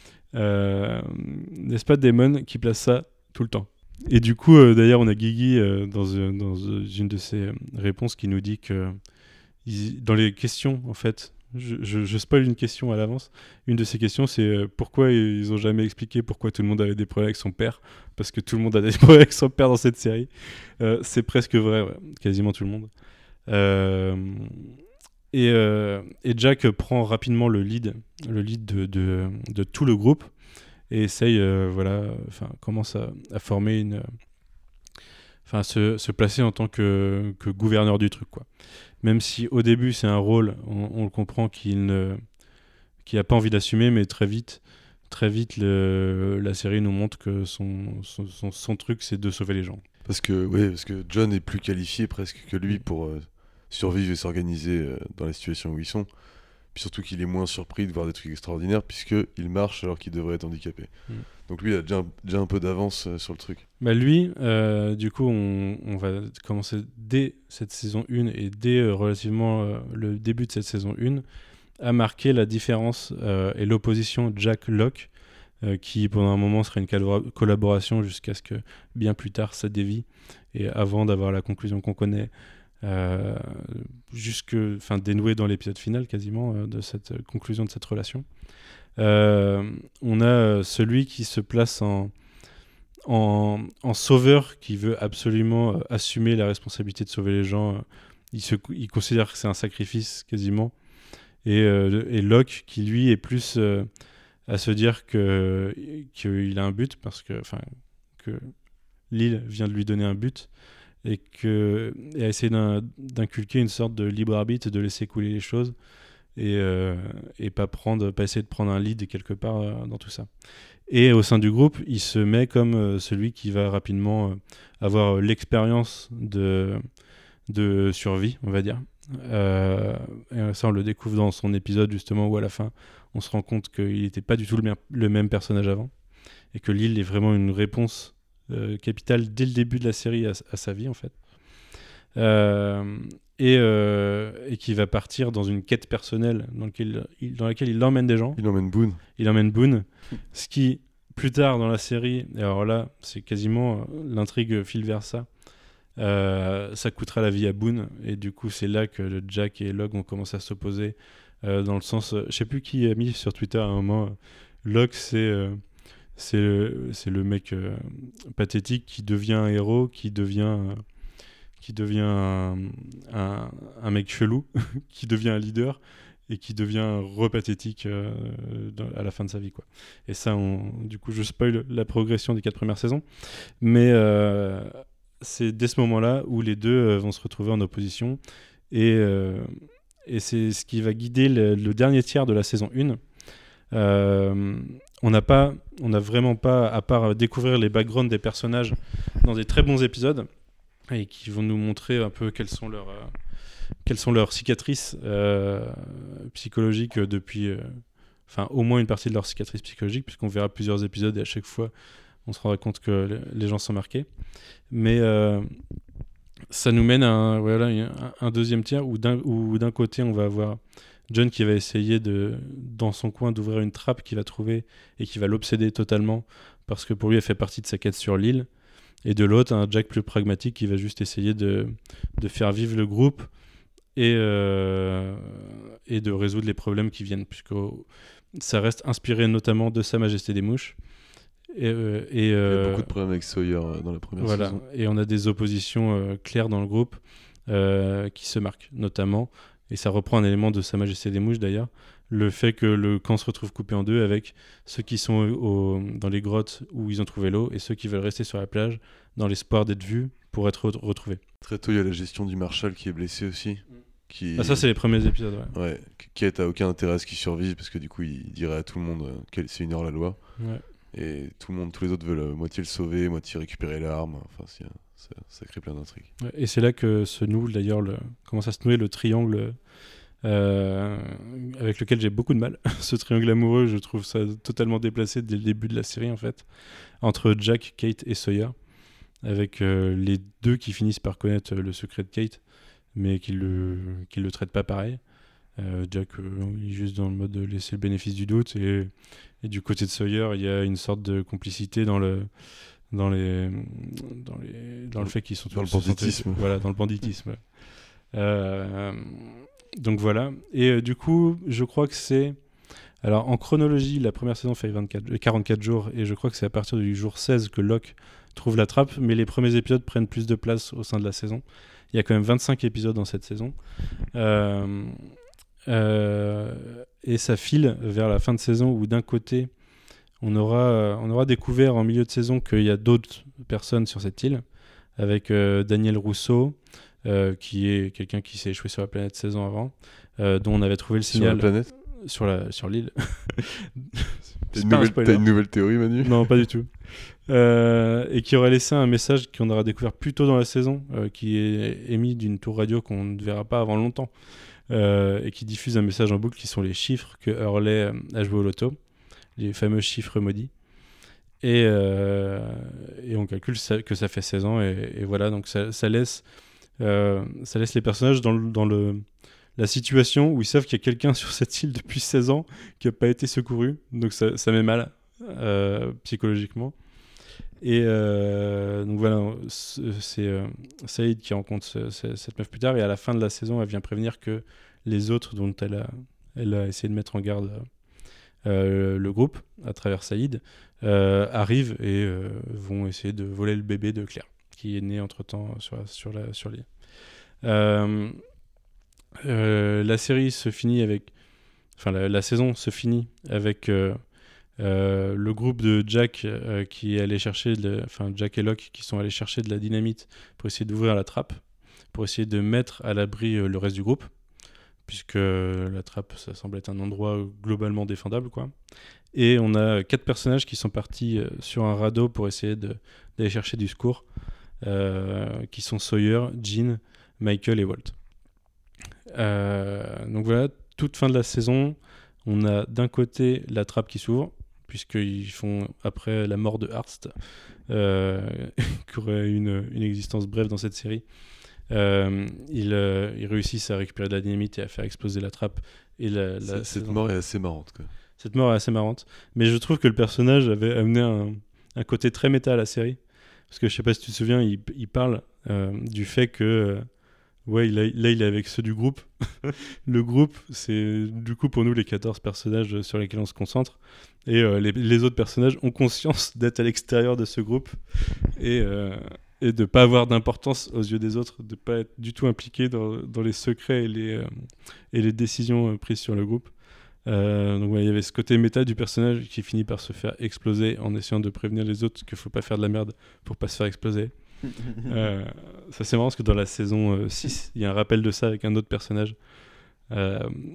Euh, n'est-ce pas Damon qui place ça tout le temps. Et du coup, euh, d'ailleurs, on a Guigui euh, dans, euh, dans euh, une de ses euh, réponses qui nous dit que ils- dans les questions, en fait, je, je, je spoil une question à l'avance. Une de ces questions, c'est euh, pourquoi ils ont jamais expliqué pourquoi tout le monde avait des problèmes avec son père, parce que tout le monde a des problèmes avec son père dans cette série. Euh, c'est presque vrai, ouais, quasiment tout le monde. Euh, et, euh, et Jack prend rapidement le lead, le lead de, de, de tout le groupe. Et essaye, euh, voilà, enfin, commence à, à former une, enfin, à se, se placer en tant que, que gouverneur du truc, quoi. Même si au début c'est un rôle, on, on le comprend qu'il ne, qu'il a pas envie d'assumer, mais très vite, très vite, le, la série nous montre que son, son, son, son truc c'est de sauver les gens. Parce que, ouais, parce que John est plus qualifié presque que lui pour euh, survivre et s'organiser euh, dans la situation où ils sont. Puis surtout qu'il est moins surpris de voir des trucs extraordinaires puisqu'il marche alors qu'il devrait être handicapé. Mm. Donc lui il a déjà un, déjà un peu d'avance euh, sur le truc. Bah lui, euh, du coup, on, on va commencer dès cette saison un et dès euh, relativement euh, le début de cette saison un à marquer la différence euh, et l'opposition Jack-Locke euh, qui pendant un moment sera une calora- collaboration jusqu'à ce que bien plus tard ça dévie et avant d'avoir la conclusion qu'on connaît. Euh, jusque, enfin dénoué dans l'épisode final quasiment euh, de cette euh, conclusion de cette relation. Euh, on a euh, celui qui se place en, en, en sauveur, qui veut absolument euh, assumer la responsabilité de sauver les gens. Euh, il, se, il considère que c'est un sacrifice quasiment. Et, euh, et Locke qui lui est plus euh, à se dire que qu'il a un but parce que, enfin, que l'île vient de lui donner un but. Et, que, et à essayer d'un, d'inculquer une sorte de libre arbitre, de laisser couler les choses et, euh, et pas, prendre, pas essayer de prendre un lead quelque part euh, dans tout ça. Et au sein du groupe, il se met comme euh, celui qui va rapidement euh, avoir l'expérience de, de survie, on va dire. Euh, et ça, on le découvre dans son épisode justement où à la fin, on se rend compte qu'il n'était pas du tout le même, le même personnage avant et que l'île est vraiment une réponse Euh, capitale dès le début de la série à, à sa vie en fait euh, et, euh, et qui va partir dans une quête personnelle dans, lequel, il, dans laquelle il emmène des gens il emmène Boone il emmène Boone ce qui plus tard dans la série et alors là c'est quasiment l'intrigue file vers ça euh, ça coûtera la vie à Boone et du coup c'est là que le Jack et Locke ont commencé à s'opposer euh, dans le sens euh, je sais plus qui a mis sur Twitter à un moment euh, Locke c'est euh, C'est le, c'est le mec euh, pathétique qui devient un héros, qui devient, euh, qui devient un, un, un mec chelou, qui devient un leader. et qui devient repathétique euh, dans- à la fin de sa vie, quoi. Et ça, on- du coup, je spoil la progression des quatre premières saisons, mais euh, c'est dès ce moment-là où les deux euh, vont se retrouver en opposition, et, euh, et c'est ce qui va guider le, le dernier tiers de la saison un. Euh, on n'a pas, on n'a vraiment pas, à part découvrir les backgrounds des personnages dans des très bons épisodes, et qui vont nous montrer un peu quelles sont leurs, euh, quelles sont leurs cicatrices euh, psychologiques depuis, euh, enfin au moins une partie de leurs cicatrices psychologiques, puisqu'on verra plusieurs épisodes et à chaque fois on se rendra compte que le- les gens sont marqués. Mais euh, ça nous mène à un, voilà, un, un deuxième tiers où d'un, où d'un côté on va avoir John qui va essayer de, dans son coin d'ouvrir une trappe qu'il va trouver et qui va l'obséder totalement parce que pour lui elle fait partie de sa quête sur l'île. Et de l'autre, un Jack plus pragmatique qui va juste essayer de, de faire vivre le groupe et, euh, et de résoudre les problèmes qui viennent, puisque ça reste inspiré notamment de Sa Majesté des Mouches. Et, euh, et, Il y a euh, beaucoup de problèmes avec Sawyer euh, dans la première voilà. saison. Et on a des oppositions euh, claires dans le groupe euh, qui se marquent, notamment, et ça reprend un élément de Sa Majesté des Mouches d'ailleurs, le fait que le camp se retrouve coupé en deux avec ceux qui sont au- dans les grottes où ils ont trouvé l'eau et ceux qui veulent rester sur la plage dans l'espoir d'être vus pour être re- retrouvés. Très tôt, il y a la gestion du Marshal qui est blessé aussi. Qui... Ah, ça, c'est les premiers épisodes, ouais. Ouais, qui a aucun intérêt à ce qu'il survive parce que du coup, il dirait à tout le monde euh, que c'est une hors-la-loi. Ouais. Et tout le monde, tous les autres veulent euh, moitié le sauver, moitié récupérer l'arme. Enfin, c'est, ça, ça crée plein d'intrigues. Ouais, et c'est là que se noue d'ailleurs, le, commence à se nouer le triangle euh, avec lequel j'ai beaucoup de mal. Ce triangle amoureux, je trouve ça totalement déplacé dès le début de la série en fait, entre Jack, Kate et Sawyer, avec euh, les deux qui finissent par connaître le secret de Kate, mais qui le, qui le traitent pas pareil. Euh, Jack, euh, il est juste dans le mode de laisser le bénéfice du doute, et, et du côté de Sawyer, il y a une sorte de complicité dans le dans les dans les dans le fait qu'ils sont Dans le tous- se sentent- banditisme. voilà, dans le banditisme. Ouais. Euh, donc voilà. Et euh, du coup, je crois que c'est alors en chronologie, la première saison fait vingt-quatre, euh, quarante-quatre jours, et je crois que c'est à partir du jour seize que Locke trouve la trappe, mais les premiers épisodes prennent plus de place au sein de la saison. Il y a quand même vingt-cinq épisodes dans cette saison. Euh, euh, et ça file vers la fin de saison où d'un côté, on aura, euh, on aura découvert en milieu de saison qu'il y a d'autres personnes sur cette île, avec euh, Daniel Rousseau, euh, qui est quelqu'un qui s'est échoué sur la planète seize ans avant, euh, dont on avait trouvé le Sur signal... la planète Sur, la, sur l'île. T'as C'est une, pas un nouvelle, spoiler. t'as une nouvelle théorie, Manu? Non, pas du tout. Euh, et qui aurait laissé un message qu'on aura découvert plus tôt dans la saison, euh, qui est émis d'une tour radio qu'on ne verra pas avant longtemps, euh, et qui diffuse un message en boucle qui sont les chiffres que Hurley euh, a joué au loto, les fameux chiffres maudits. Et, euh, et on calcule ça- que ça fait seize ans, et, et voilà, donc ça, ça, laisse, euh, ça laisse les personnages dans, le, dans le, la situation où ils savent qu'il y a quelqu'un sur cette île depuis seize ans qui n'a pas été secouru, donc ça, ça met mal euh, psychologiquement. Et euh, donc voilà, c'est c'est, euh, Saïd qui rencontre ce- ce- cette meuf plus tard, et à la fin de la saison, elle vient prévenir que les autres dont elle a, elle a essayé de mettre en garde euh, le groupe à travers Saïd euh, arrivent et euh, vont essayer de voler le bébé de Claire, qui est né entre-temps sur, la- sur, la, sur l'île. Euh, euh, la série se finit avec... Enfin, la, la saison se finit avec... euh, Euh, le groupe de Jack euh, qui est allé chercher, de, enfin Jack et Locke qui sont allés chercher de la dynamite pour essayer d'ouvrir la trappe, pour essayer de mettre à l'abri euh, le reste du groupe, puisque euh, la trappe, ça semble être un endroit globalement défendable, quoi. Et on a quatre personnages qui sont partis euh, sur un radeau pour essayer de, d'aller chercher du secours, euh, qui sont Sawyer, Jean, Michael et Walt. Euh, donc voilà, toute fin de la saison, on a d'un côté la trappe qui s'ouvre, puisqu'ils font, après la mort de Hearst, euh, qui aurait une, une existence brève dans cette série, euh, ils, euh, ils réussissent à récupérer de la dynamite et à faire exploser la trappe. Et la, la Cette- Cette saison- mort est assez marrante, quoi. Cette mort est assez marrante. Mais je trouve que le personnage avait amené un, un côté très méta à la série. Parce que je sais pas si tu te souviens, il, il parle euh, du fait que... euh, ouais, il a- là, il est avec ceux du groupe. Le groupe, c'est du coup pour nous les quatorze personnages sur lesquels on se concentre. Et euh, les, les autres personnages ont conscience d'être à l'extérieur de ce groupe. Et, euh, et de pas avoir d'importance aux yeux des autres, de pas être du tout impliqué dans, dans les secrets et les, euh, et les décisions euh, prises sur le groupe. Euh, donc ouais, il y avait ce côté méta du personnage qui finit par se faire exploser en essayant de prévenir les autres qu'il faut pas faire de la merde pour pas se faire exploser. euh, ça c'est marrant parce que dans la saison euh, six, il y a un rappel de ça avec un autre personnage. Euh,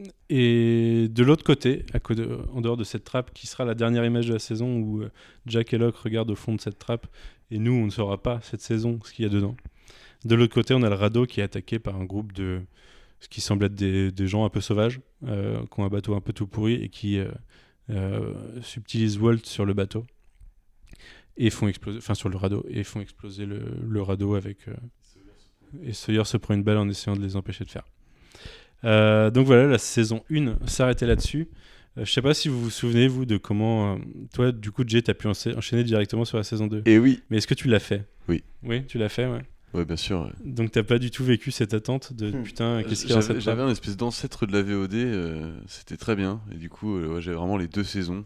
et de l'autre côté, à côté, en dehors de cette trappe, qui sera la dernière image de la saison où euh, Jack et Locke regardent au fond de cette trappe, et nous, on ne saura pas cette saison ce qu'il y a dedans. De l'autre côté, on a le radeau qui est attaqué par un groupe de ce qui semble être des, des gens un peu sauvages, euh, qui ont un bateau un peu tout pourri et qui euh, euh, subtilisent Walt sur le bateau et font exploser, enfin sur le radeau et font exploser le, le radeau avec. Euh, et Sawyer se prend une balle en essayant de les empêcher de faire. Euh, donc voilà, la saison un s'arrêtait là-dessus. Euh, je sais pas si vous vous souvenez, vous, de comment... Euh, toi, du coup, Jay, t'as pu encha- enchaîner directement sur la saison deux. Et oui. Mais est-ce que tu l'as fait ? Oui. Oui, tu l'as fait, ouais. Ouais, bien sûr. Ouais. Donc t'as pas du tout vécu cette attente de Hmm. putain, qu'est-ce qu'il y a dans J'avais, cette j'avais trappe ? un espèce d'ancêtre de la V O D, euh, c'était très bien. Et du coup, euh, ouais, j'avais vraiment les deux saisons.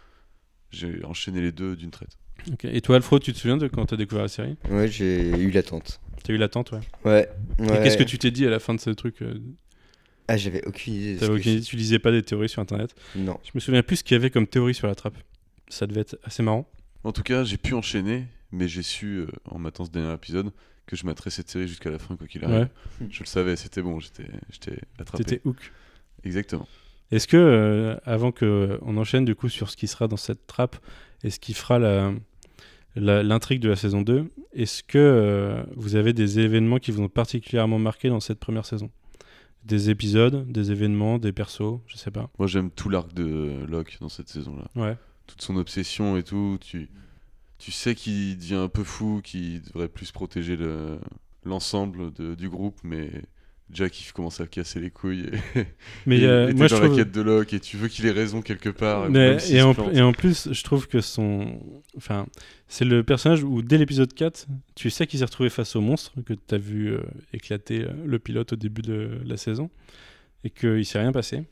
J'ai enchaîné les deux d'une traite. Ok. Et toi, Alfred, tu te souviens de quand t'as découvert la série ? Ouais, j'ai eu l'attente. T'as eu l'attente, ouais. Ouais. Et ouais. qu'est-ce que tu t'es dit à la fin de ce truc euh, Ah, j'avais aucune idée. de ce T'avais que aucune idée, tu lisais pas des théories sur internet ? Non. Je me souviens plus ce qu'il y avait comme théorie sur la trappe. Ça devait être assez marrant. En tout cas, j'ai pu enchaîner, mais j'ai su, euh, en matant ce dernier épisode, que je mettrais cette série jusqu'à la fin, quoi qu'il arrive. Ouais. Je le savais, c'était bon, j'étais, j'étais attrapé. T'étais hook. Exactement. Est-ce que, euh, avant qu'on enchaîne du coup sur ce qui sera dans cette trappe et ce qui fera la, la- l'intrigue de la saison deux, est-ce que euh, vous avez des événements qui vous ont particulièrement marqué dans cette première saison ? Des épisodes, des événements, des persos, je sais pas. Moi, j'aime tout l'arc de Locke dans cette saison-là. Ouais. Toute son obsession et tout. Tu, tu sais qu'il devient un peu fou, qu'il devrait plus protéger le, l'ensemble de, du groupe, mais Jack, il commence à casser les couilles. Et, Mais et, euh, et t'es moi, je dans trouve... la quête de Locke et tu veux qu'il ait raison quelque part. Mais- même s'il et, se en, plante. et en plus, je trouve que son... Enfin, c'est le personnage où, dès l'épisode quatre, tu sais qu'il s'est retrouvé face au monstre, que tu as vu euh, éclater euh, le pilote au début de la saison, et qu'il s'est rien passé.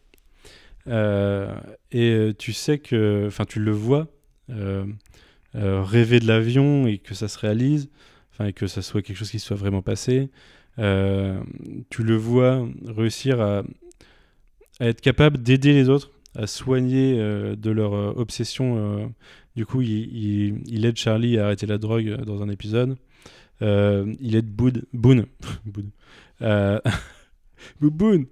Euh, et euh, tu sais que... Enfin, tu le vois euh, euh, rêver de l'avion et que ça se réalise, enfin, et que ça soit quelque chose qui soit vraiment passé. Euh, tu le vois réussir à, à être capable d'aider les autres, à soigner euh, de leur euh, obsession. euh. Du coup, il, il, il aide Charlie à arrêter la drogue euh, dans un épisode. Euh, il aide Boone. Boone. Boone. Euh... Boone.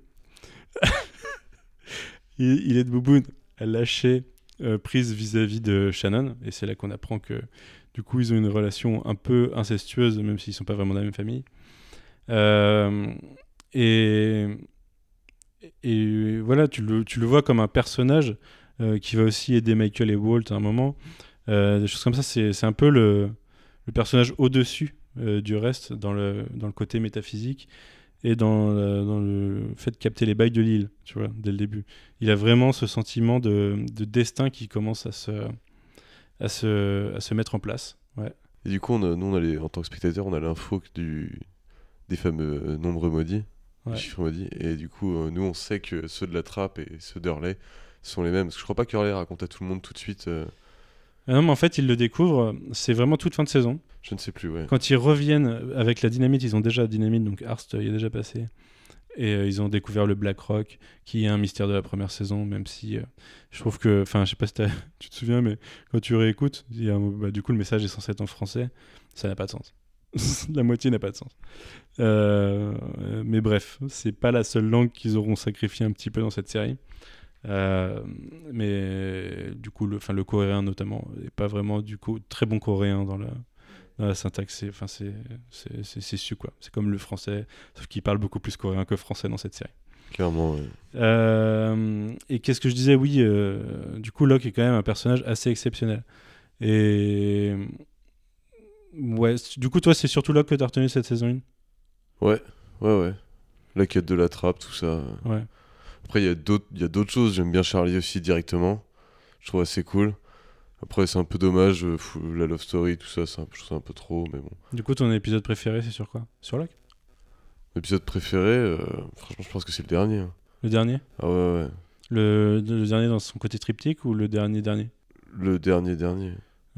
il, il aide Boone à lâcher euh, prise vis-à-vis de Shannon. Et c'est là qu'on apprend que du coup, ils ont une relation un peu incestueuse, même s'ils sont pas vraiment de la même famille. Euh, et, et voilà, tu le, tu le vois comme un personnage euh, qui va aussi aider Michael et Walt à un moment. Euh, des choses comme ça, c'est, c'est un peu le, le personnage au-dessus euh, du reste dans le, dans le côté métaphysique et dans le, dans le fait de capter les bails de l'île, tu vois, dès le début. Il a vraiment ce sentiment de, de destin qui commence à se, à se, à se mettre en place. Ouais. Et du coup, on a, nous, on a les, en tant que spectateur, on a l'info du, des fameux euh, nombres maudits, Ouais. les chiffres maudits. Et du coup, euh, nous, on sait que ceux de la trappe et ceux d'Hurley sont les mêmes. Parce que je crois pas qu'Hurley raconte à tout le monde tout de suite. euh, Ah non, mais en fait, ils le découvrent, c'est vraiment toute fin de saison. Je ne sais plus, ouais. Quand ils reviennent avec la dynamite, ils ont déjà la dynamite, donc Arst y est déjà passé. Et euh, ils ont découvert le Black Rock, qui est un mystère de la première saison, même si euh, je trouve que, enfin, je sais pas si t'as- tu te souviens, mais quand tu réécoutes, il y a un- bah, du coup, le message est censé être en français, ça n'a pas de sens. La moitié n'a pas de sens. Euh, euh, mais bref, c'est pas la seule langue qu'ils auront sacrifié un petit peu dans cette série. Euh, mais du coup, le, enfin, le coréen notamment, est pas vraiment du coup très bon coréen dans la, dans la syntaxe. C'est, enfin, c'est, c'est, c'est, c'est su quoi. C'est comme le français, sauf qu'il parle beaucoup plus coréen que français dans cette série. Clairement, ouais. Euh, et qu'est-ce que je disais ? Oui, euh, du coup, Locke est quand même un personnage assez exceptionnel. Et ouais, c- du coup, toi, c'est surtout Locke que t'as retenu cette saison un ? Ouais, ouais, ouais. La quête de la trappe, tout ça. Ouais. Après, il y a d'autres, il y a d'autres choses. J'aime bien Charlie aussi directement. Je trouve assez cool. Après, c'est un peu dommage. euh, fou- La love story, tout ça, c'est un, je trouve ça un peu trop, mais bon. Du coup, ton épisode préféré, c'est sur quoi ? Sur Locke ? L'épisode préféré, euh, franchement, je pense que c'est le dernier. hein. Le dernier ? Ah ouais, ouais. Le, le dernier dans son côté triptyque ou le dernier dernier ? Le dernier, dernier. Ouais.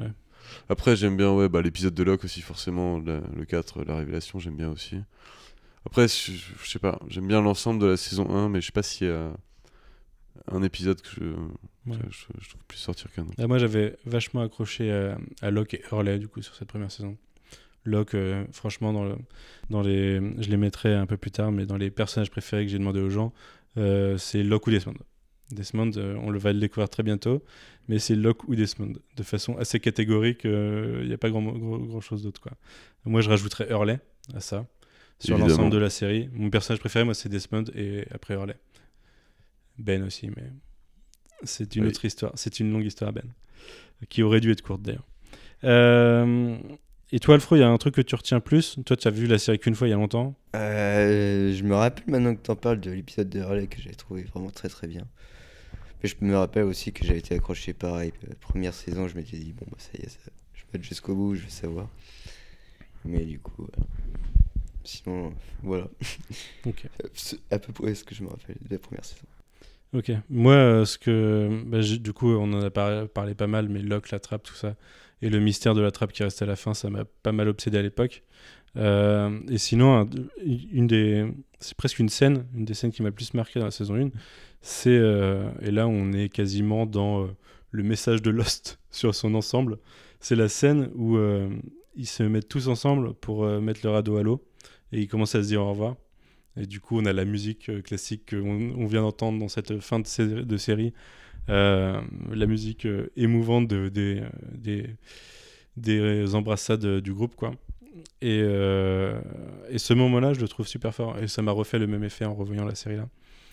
Après, j'aime bien ouais, bah, l'épisode de Locke aussi, forcément, la- le quatre, la révélation, j'aime bien aussi. Après, je, je sais pas, j'aime bien l'ensemble de la saison un, mais je sais pas s'il y a un épisode que je, Ouais. que je, je trouve plus sortir qu'un autre. Ah, moi, j'avais vachement accroché à, à Locke et Hurley, du coup, sur cette première saison. Locke, euh, franchement, dans, le, dans les, je les mettrai un peu plus tard, mais dans les personnages préférés que j'ai demandé aux gens, euh, c'est Locke ou Desmond. Desmond, euh, on le va le découvrir très bientôt, mais c'est Locke ou Desmond, de façon assez catégorique. Il n'y a pas grand, gros- grand chose d'autre, quoi. Moi, je rajouterais Hurley à ça, sur Évidemment. l'ensemble de la série. Mon personnage préféré, moi, c'est Desmond, et après Hurley. Ben aussi, mais c'est une Oui. autre histoire. C'est une longue histoire, Ben, qui aurait dû être courte d'ailleurs. Euh, et toi, Alfro, il y a un truc que tu retiens plus. Toi, tu as vu la série qu'une fois il y a longtemps. Euh, je me rappelle maintenant que t'en parles de l'épisode de Hurley que j'avais trouvé vraiment très très bien. Mais je me rappelle aussi que j'avais été accroché pareil. Euh, Première saison, je m'étais dit, bon, bah ça y est, ça, je vais être jusqu'au bout, je vais savoir. Mais du coup, euh, sinon, euh, voilà. Ok. C'est à peu près ce que je me rappelle de la première saison. Ok. Moi, euh, ce que, bah, j'ai- du coup, on en a par- parlé pas mal, mais Locke, la trappe, tout ça, et le mystère de la trappe qui reste à la fin, ça m'a pas mal obsédé à l'époque. Euh, et sinon, un- une des, c'est presque une scène, une des scènes qui m'a le plus marqué dans la saison un, c'est, euh, et là, on est quasiment dans euh, le message de Lost sur son ensemble. C'est la scène où euh, ils se mettent tous ensemble pour euh, mettre le radeau à l'eau et ils commencent à se dire au revoir. Et du coup, on a la musique euh, classique qu'on on vient d'entendre dans cette fin de, sé- de série, euh, la musique euh, émouvante de- des, euh, des, des embrassades euh, du groupe, quoi. Et, euh, et ce moment-là, je le trouve super fort. Et ça m'a refait le même effet en revoyant la série là.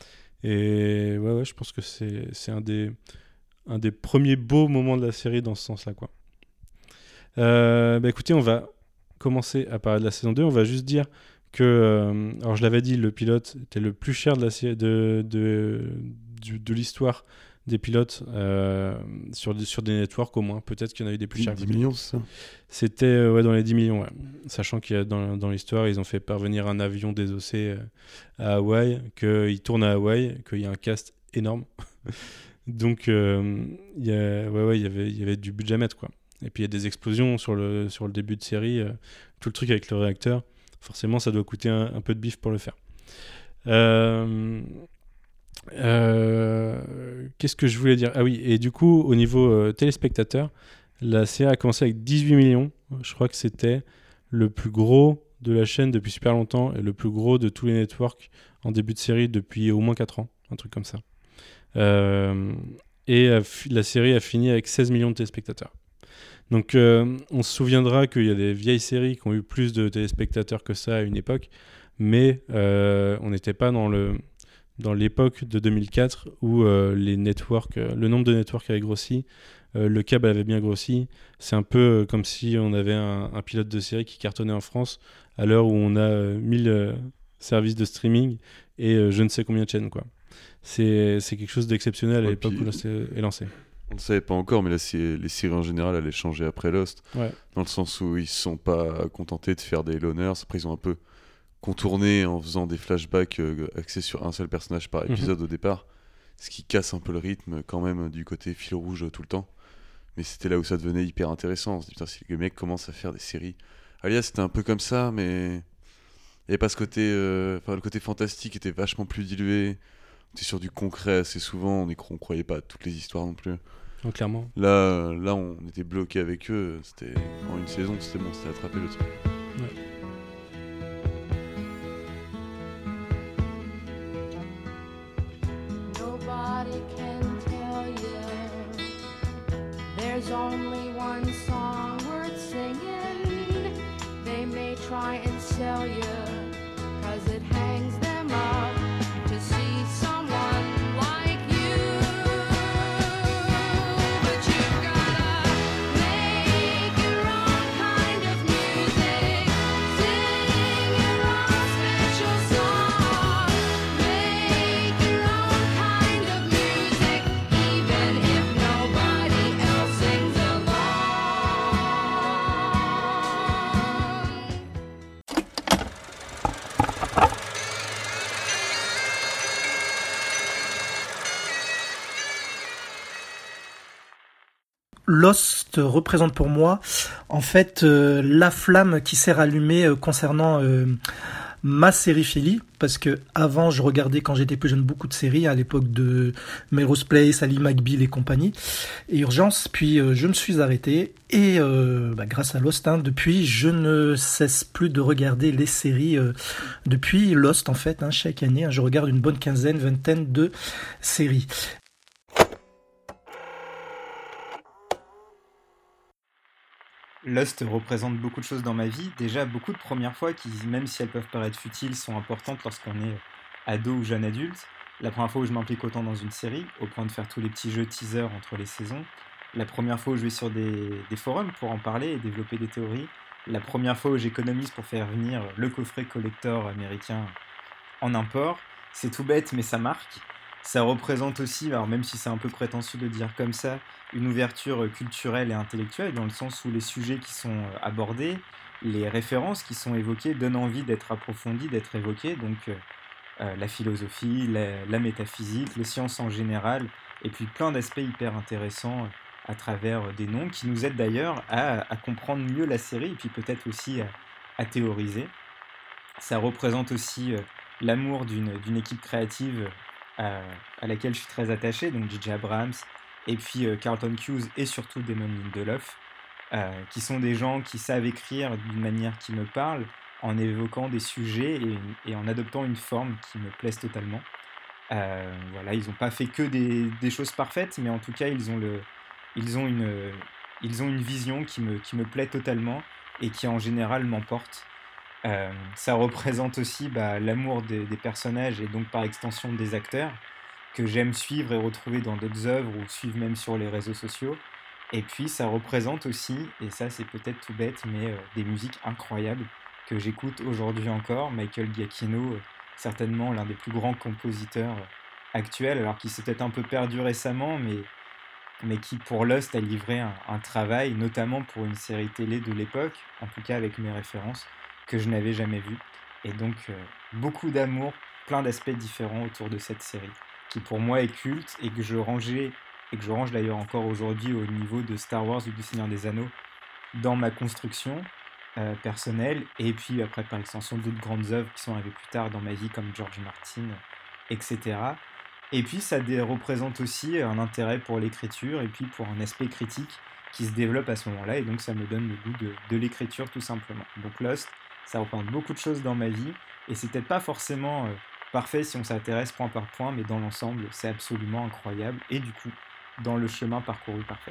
Et ouais, ouais, je pense que c'est, c'est un, des, un des premiers beaux moments de la série dans ce sens-là, quoi. Euh, bah écoutez, on va commencer à parler de la saison deux. On va juste dire que, euh, alors je l'avais dit, le pilote était le plus cher de, la série, de, de, du- de l'histoire des pilotes euh, sur, des- sur des networks au moins. Peut-être qu'il y en a eu des plus chers. que dix d'autres. millions, c'est ça? C'était euh, ouais, dans les dix millions, ouais. Sachant qu'il y a dans, dans l'histoire, ils ont fait parvenir un avion désossé euh, à Hawaï, qu'il tourne à Hawaï, qu'il y a un cast énorme. Donc, euh, il y a- ouais, ouais, il y avait- il y avait du budget à mettre, quoi. Et puis, il y a des explosions sur le, sur le début de série. euh, tout le truc avec le réacteur. Forcément, ça doit coûter un, un peu de bif pour le faire. Euh, euh, Qu'est-ce que je voulais dire? Ah oui, et du coup, au niveau euh, téléspectateur, la série a commencé avec dix-huit millions. Je crois que c'était le plus gros de la chaîne depuis super longtemps et le plus gros de tous les networks en début de série depuis au moins quatre ans, un truc comme ça. Euh, et a fi- la série a fini avec seize millions de téléspectateurs. Donc euh, on se souviendra qu'il y a des vieilles séries qui ont eu plus de téléspectateurs que ça à une époque, mais euh, on n'était pas dans le dans l'époque de deux mille quatre où euh, les networks, euh, le nombre de networks avait grossi, euh, le câble avait bien grossi. C'est un peu euh, comme si on avait un, un pilote de série qui cartonnait en France à l'heure où on a euh, mille euh, services de streaming et euh, je ne sais combien de chaînes, quoi. C'est, c'est quelque chose d'exceptionnel à Ouais, l'époque puis- où Lost est est lancé. On ne savait pas encore, mais la sé- les séries en général allaient changer après Lost. Ouais. Dans le sens où ils ne se sont pas contentés de faire des loners. Après, ils ont un peu contourné en faisant des flashbacks euh, axés sur un seul personnage par Mhm. épisode au départ. Ce qui casse un peu le rythme quand même du côté fil rouge tout le temps. Mais c'était là où ça devenait hyper intéressant. On se dit, putain, si les mecs commencent à faire des séries. Alias, c'était un peu comme ça, mais il n'y avait pas ce côté. euh, Enfin, le côté fantastique était vachement plus dilué. On était sur du concret assez souvent. On ne croyait pas à toutes les histoires non plus. Donc, clairement. Là, euh, là, on était bloqué avec eux. C'était en une saison, c'était bon, c'était attrapé le truc. Ouais. Nobody can tell you there's only one song worth singing. They may try and sell you, cause it hangs them up to see someone like you. But you've gotta make your own kind of music, sing your own special song, make your own kind of music, even if nobody else sings along. Lost représente pour moi, en fait, euh, la flamme qui s'est rallumée euh, concernant euh, ma sériphilie, parce que avant, je regardais quand j'étais plus jeune beaucoup de séries à l'époque de Melrose Place, Ali McBeal et compagnie, et Urgence. Puis euh, je me suis arrêté et euh, bah, grâce à Lost, hein, depuis, je ne cesse plus de regarder les séries. Euh, depuis Lost, en fait, hein, chaque année, hein, je regarde une bonne quinzaine, vingtaine de séries. Lost représente beaucoup de choses dans ma vie. Déjà, beaucoup de premières fois qui, même si elles peuvent paraître futiles, sont importantes lorsqu'on est ado ou jeune adulte. La première fois où je m'implique autant dans une série, au point de faire tous les petits jeux teaser entre les saisons. La première fois où je vais sur des, des forums pour en parler et développer des théories. La première fois où j'économise pour faire venir le coffret collector américain en import. C'est tout bête, mais ça marque. Ça représente aussi, alors même si c'est un peu prétentieux de dire comme ça, une ouverture culturelle et intellectuelle, dans le sens où les sujets qui sont abordés, les références qui sont évoquées donnent envie d'être approfondies, d'être évoquées, donc euh, la philosophie, la, la métaphysique, les sciences en général, et puis plein d'aspects hyper intéressants à travers des noms qui nous aident d'ailleurs à, à comprendre mieux la série, et puis peut-être aussi à, à théoriser. Ça représente aussi euh, l'amour d'une, d'une équipe créative à, à laquelle je suis très attaché, donc J J Abrams, et puis euh, Carlton Cuse et surtout Damon Lindelof, euh, qui sont des gens qui savent écrire d'une manière qui me parle, en évoquant des sujets et, et en adoptant une forme qui me plaise totalement. Euh, voilà, ils n'ont pas fait que des, des choses parfaites, mais en tout cas, ils ont, le, ils ont, une, ils ont une vision qui me, qui me plaît totalement et qui en général m'emporte. Euh, ça représente aussi bah, l'amour des, des personnages et donc par extension des acteurs que j'aime suivre et retrouver dans d'autres œuvres ou suivre même sur les réseaux sociaux. Et puis ça représente aussi, et ça c'est peut-être tout bête, mais euh, des musiques incroyables que j'écoute aujourd'hui encore. Michael Giacchino, euh, certainement l'un des plus grands compositeurs euh, actuels, alors qu'il s'est peut-être un peu perdu récemment, mais, mais qui pour Lost a livré un, un travail, notamment pour une série télé de l'époque, en tout cas avec mes références, que je n'avais jamais vu. Et donc, euh, beaucoup d'amour, plein d'aspects différents autour de cette série, qui pour moi est culte et que je rangeais, et que je range d'ailleurs encore aujourd'hui au niveau de Star Wars ou du Seigneur des Anneaux, dans ma construction euh, personnelle, et puis après par extension d'autres grandes œuvres qui sont arrivées plus tard dans ma vie, comme George Martin, et cetera. Et puis ça dé- représente aussi un intérêt pour l'écriture, et puis pour un aspect critique qui se développe à ce moment-là, et donc ça me donne le goût de, de l'écriture tout simplement. Donc Lost, ça représente beaucoup de choses dans ma vie, et c'est peut-être pas forcément euh, parfait si on s'intéresse point par point, mais dans l'ensemble, c'est absolument incroyable, et du coup, dans le chemin parcouru parfait.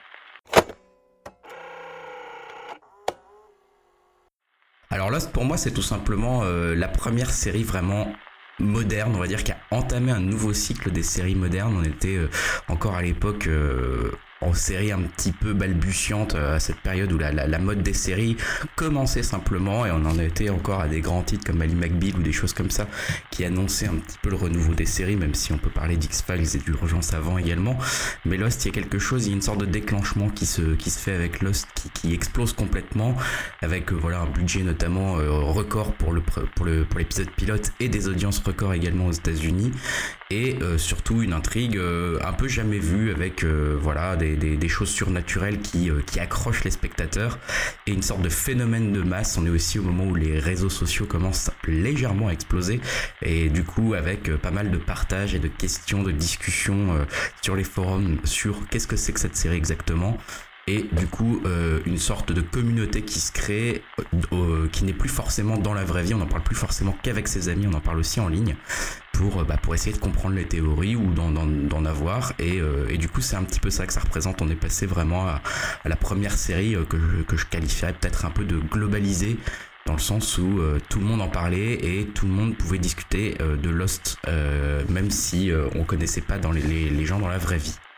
Alors Lost, pour moi, c'est tout simplement euh, la première série vraiment moderne, on va dire, qui a entamé un nouveau cycle des séries modernes. On était euh, encore à l'époque euh, en série un petit peu balbutiante euh, à cette période où la, la, la mode des séries commençait simplement, et on en était encore à des grands titres comme Ali McBeal ou des choses comme ça qui annonçaient un petit peu le renouveau des séries, même si on peut parler d'X-Files et d'Urgence avant également. Mais Lost, il y a quelque chose, il y a une sorte de déclenchement qui se, qui se fait avec Lost, qui, qui explose complètement, avec euh, voilà, un budget notamment euh, record pour, le, pour, le, pour l'épisode pilote, et des audiences records également aux États-Unis, et euh, surtout une intrigue euh, un peu jamais vue, avec euh, voilà, des, des, des choses surnaturelles qui, euh, qui accrochent les spectateurs, et une sorte de phénomène de masse. On est aussi au moment où les réseaux sociaux commencent légèrement à exploser, et du coup avec euh, pas mal de partages et de questions, de discussions euh, sur les forums sur qu'est-ce que c'est que cette série exactement. Et du coup, euh, une sorte de communauté qui se crée, euh, qui n'est plus forcément dans la vraie vie, on n'en parle plus forcément qu'avec ses amis, on en parle aussi en ligne, pour, bah, pour essayer de comprendre les théories ou d'en, d'en, d'en avoir. Et, euh, et du coup, c'est un petit peu ça que ça représente. On est passé vraiment à, à la première série euh, que, je, que je qualifierais peut-être un peu de globalisée, dans le sens où euh, tout le monde en parlait et tout le monde pouvait discuter euh, de Lost, euh, même si euh, on connaissait pas dans les, les, les gens dans la vraie vie.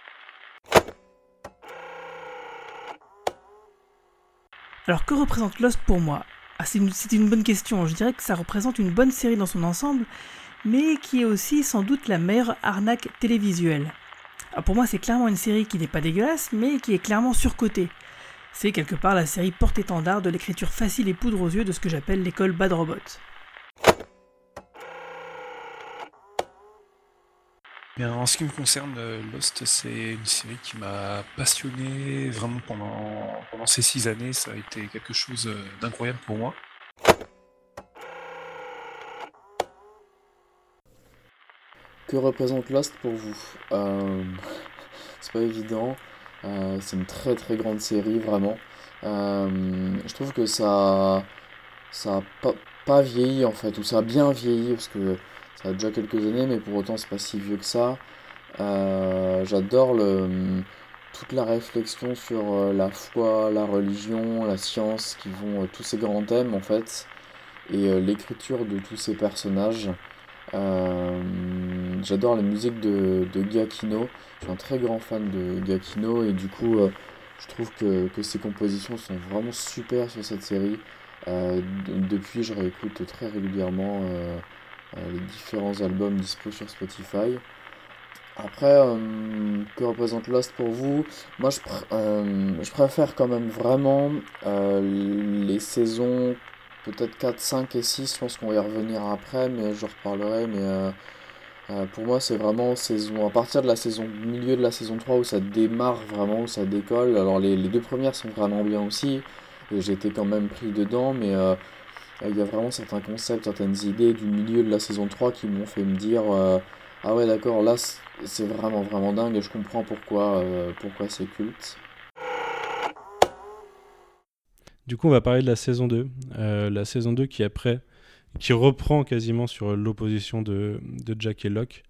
Alors que représente Lost pour moi ? Ah, c'est, une, c'est une bonne question. Je dirais que ça représente une bonne série dans son ensemble, mais qui est aussi sans doute la meilleure arnaque télévisuelle. Alors pour moi, c'est clairement une série qui n'est pas dégueulasse, mais qui est clairement surcotée. C'est quelque part la série porte-étendard de l'écriture facile et poudre aux yeux de ce que j'appelle l'école Bad Robot. Bien, en ce qui me concerne, euh, Lost, c'est une série qui m'a passionné vraiment pendant, pendant ces six années. Ça a été quelque chose euh, d'incroyable pour moi. Que représente Lost pour vous? Euh, C'est pas évident. Euh, c'est une très très grande série, vraiment. Euh, je trouve que ça, ça a pas, pas vieilli en fait, ou ça a bien vieilli parce que ça a déjà quelques années, mais pour autant c'est pas si vieux que ça. Euh, j'adore le, toute la réflexion sur euh, la foi, la religion, la science, qui vont euh, tous ces grands thèmes en fait, et euh, l'écriture de tous ces personnages. Euh, j'adore la musique de, de Giacchino. Je suis un très grand fan de Giacchino et du coup, euh, je trouve que, que ses compositions sont vraiment super sur cette série. Euh, de- depuis, je réécoute très régulièrement euh, euh, les différents albums dispo sur Spotify. Après, euh, que représente Lost pour vous? Moi, je, pr- euh, je préfère quand même vraiment euh, les saisons peut-être quatre, cinq et six. Je pense qu'on va y revenir après, mais je reparlerai. Mais euh, euh, pour moi, c'est vraiment saison, à partir de la saison, milieu de la saison trois où ça démarre vraiment, où ça décolle. Alors, les, les deux premières sont vraiment bien aussi, et j'ai été quand même pris dedans, mais euh, il y a vraiment certains concepts, certaines idées du milieu de la saison trois qui m'ont fait me dire euh, ah ouais, d'accord, là c- c'est vraiment vraiment dingue et je comprends pourquoi, euh, pourquoi c'est culte. Du coup, on va parler de la saison deux. Euh, la saison deux qui, après, qui reprend quasiment sur l'opposition de, de Jack et Locke,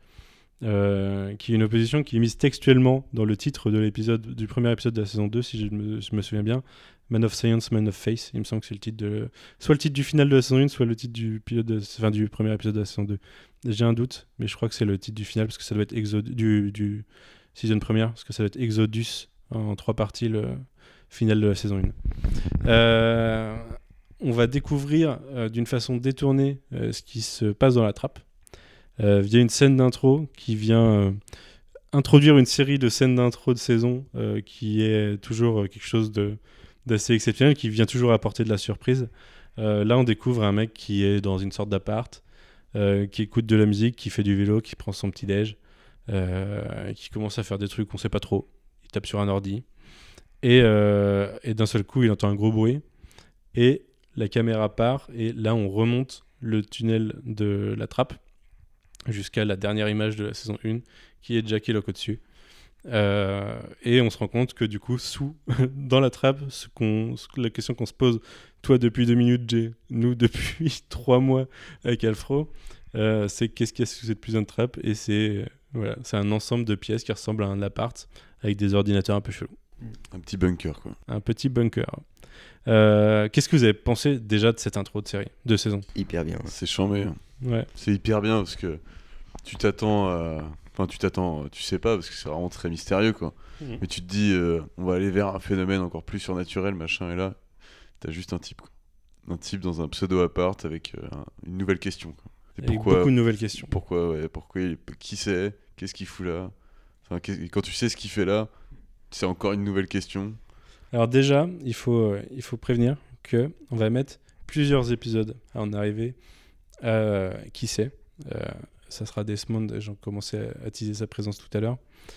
euh, qui est une opposition qui est mise textuellement dans le titre de l'épisode, du premier épisode de la saison deux, si je me, je me souviens bien. Man of Science, Man of Faith. Il me semble que c'est le titre de... soit le titre du final de la saison un, soit le titre du, pilote de... enfin, du premier épisode de la saison deux. J'ai un doute, mais je crois que c'est le titre du final, parce que ça doit être Exod... du, du season première, parce que ça doit être Exodus en trois parties, le final de la saison un. Euh, on va découvrir euh, d'une façon détournée euh, ce qui se passe dans la trappe euh, via une scène d'intro qui vient euh, introduire une série de scènes d'intro de saison euh, qui est toujours euh, quelque chose de, d'assez exceptionnel, qui vient toujours apporter de la surprise. Euh, là, on découvre un mec qui est dans une sorte d'appart, euh, qui écoute de la musique, qui fait du vélo, qui prend son petit-déj, euh, qui commence à faire des trucs qu'on sait pas trop. Il tape sur un ordi. Et, euh, et d'un seul coup, il entend un gros bruit. Et la caméra part. Et là, on remonte le tunnel de la trappe jusqu'à la dernière image de la saison un, qui est Jack et Locke au-dessus. Euh, et on se rend compte que du coup, sous, dans la trappe, ce qu'on, ce- la question qu'on se pose, toi depuis deux minutes, Jay, nous depuis trois mois avec Alfro, euh, c'est qu'est-ce qu'il y a sous cette putain de trappe. Et c'est, euh, voilà, c'est un ensemble de pièces qui ressemble à un appart avec des ordinateurs un peu chelous. Un petit bunker, quoi. Un petit bunker. Euh, qu'est-ce que vous avez pensé déjà de cette intro de série, de saison? Hyper bien. C'est chambé. hein. Ouais. C'est hyper bien parce que tu t'attends à... Enfin, tu t'attends, tu sais pas parce que c'est vraiment très mystérieux, quoi. Mhm. Mais tu te dis, euh, on va aller vers un phénomène encore plus surnaturel, machin, et là, t'as juste un type, quoi. Un type dans un pseudo-appart avec euh, un- une nouvelle question, quoi. Et Avec beaucoup de nouvelles questions. Pourquoi, ouais, pourquoi il- qui c'est? Qu'est-ce qu'il fout là? Enfin, qu'est- quand tu sais ce qu'il fait là, c'est encore une nouvelle question. Alors déjà, il faut, euh, il faut prévenir que on va mettre plusieurs épisodes à en arriver. Euh, qui sait euh, Ça sera Desmond, j'en commençais à, à teaser sa présence tout à l'heure.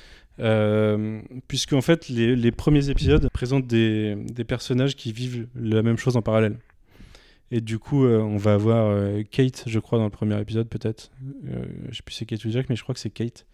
Euh, puisque en fait, les, les premiers épisodes présentent des, des personnages qui vivent la même chose en parallèle. Et du coup, euh, on va avoir euh, Kate, je crois, dans le premier épisode, peut-être. Euh, je sais plus si c'est Kate ou Jack, mais je crois que c'est Kate.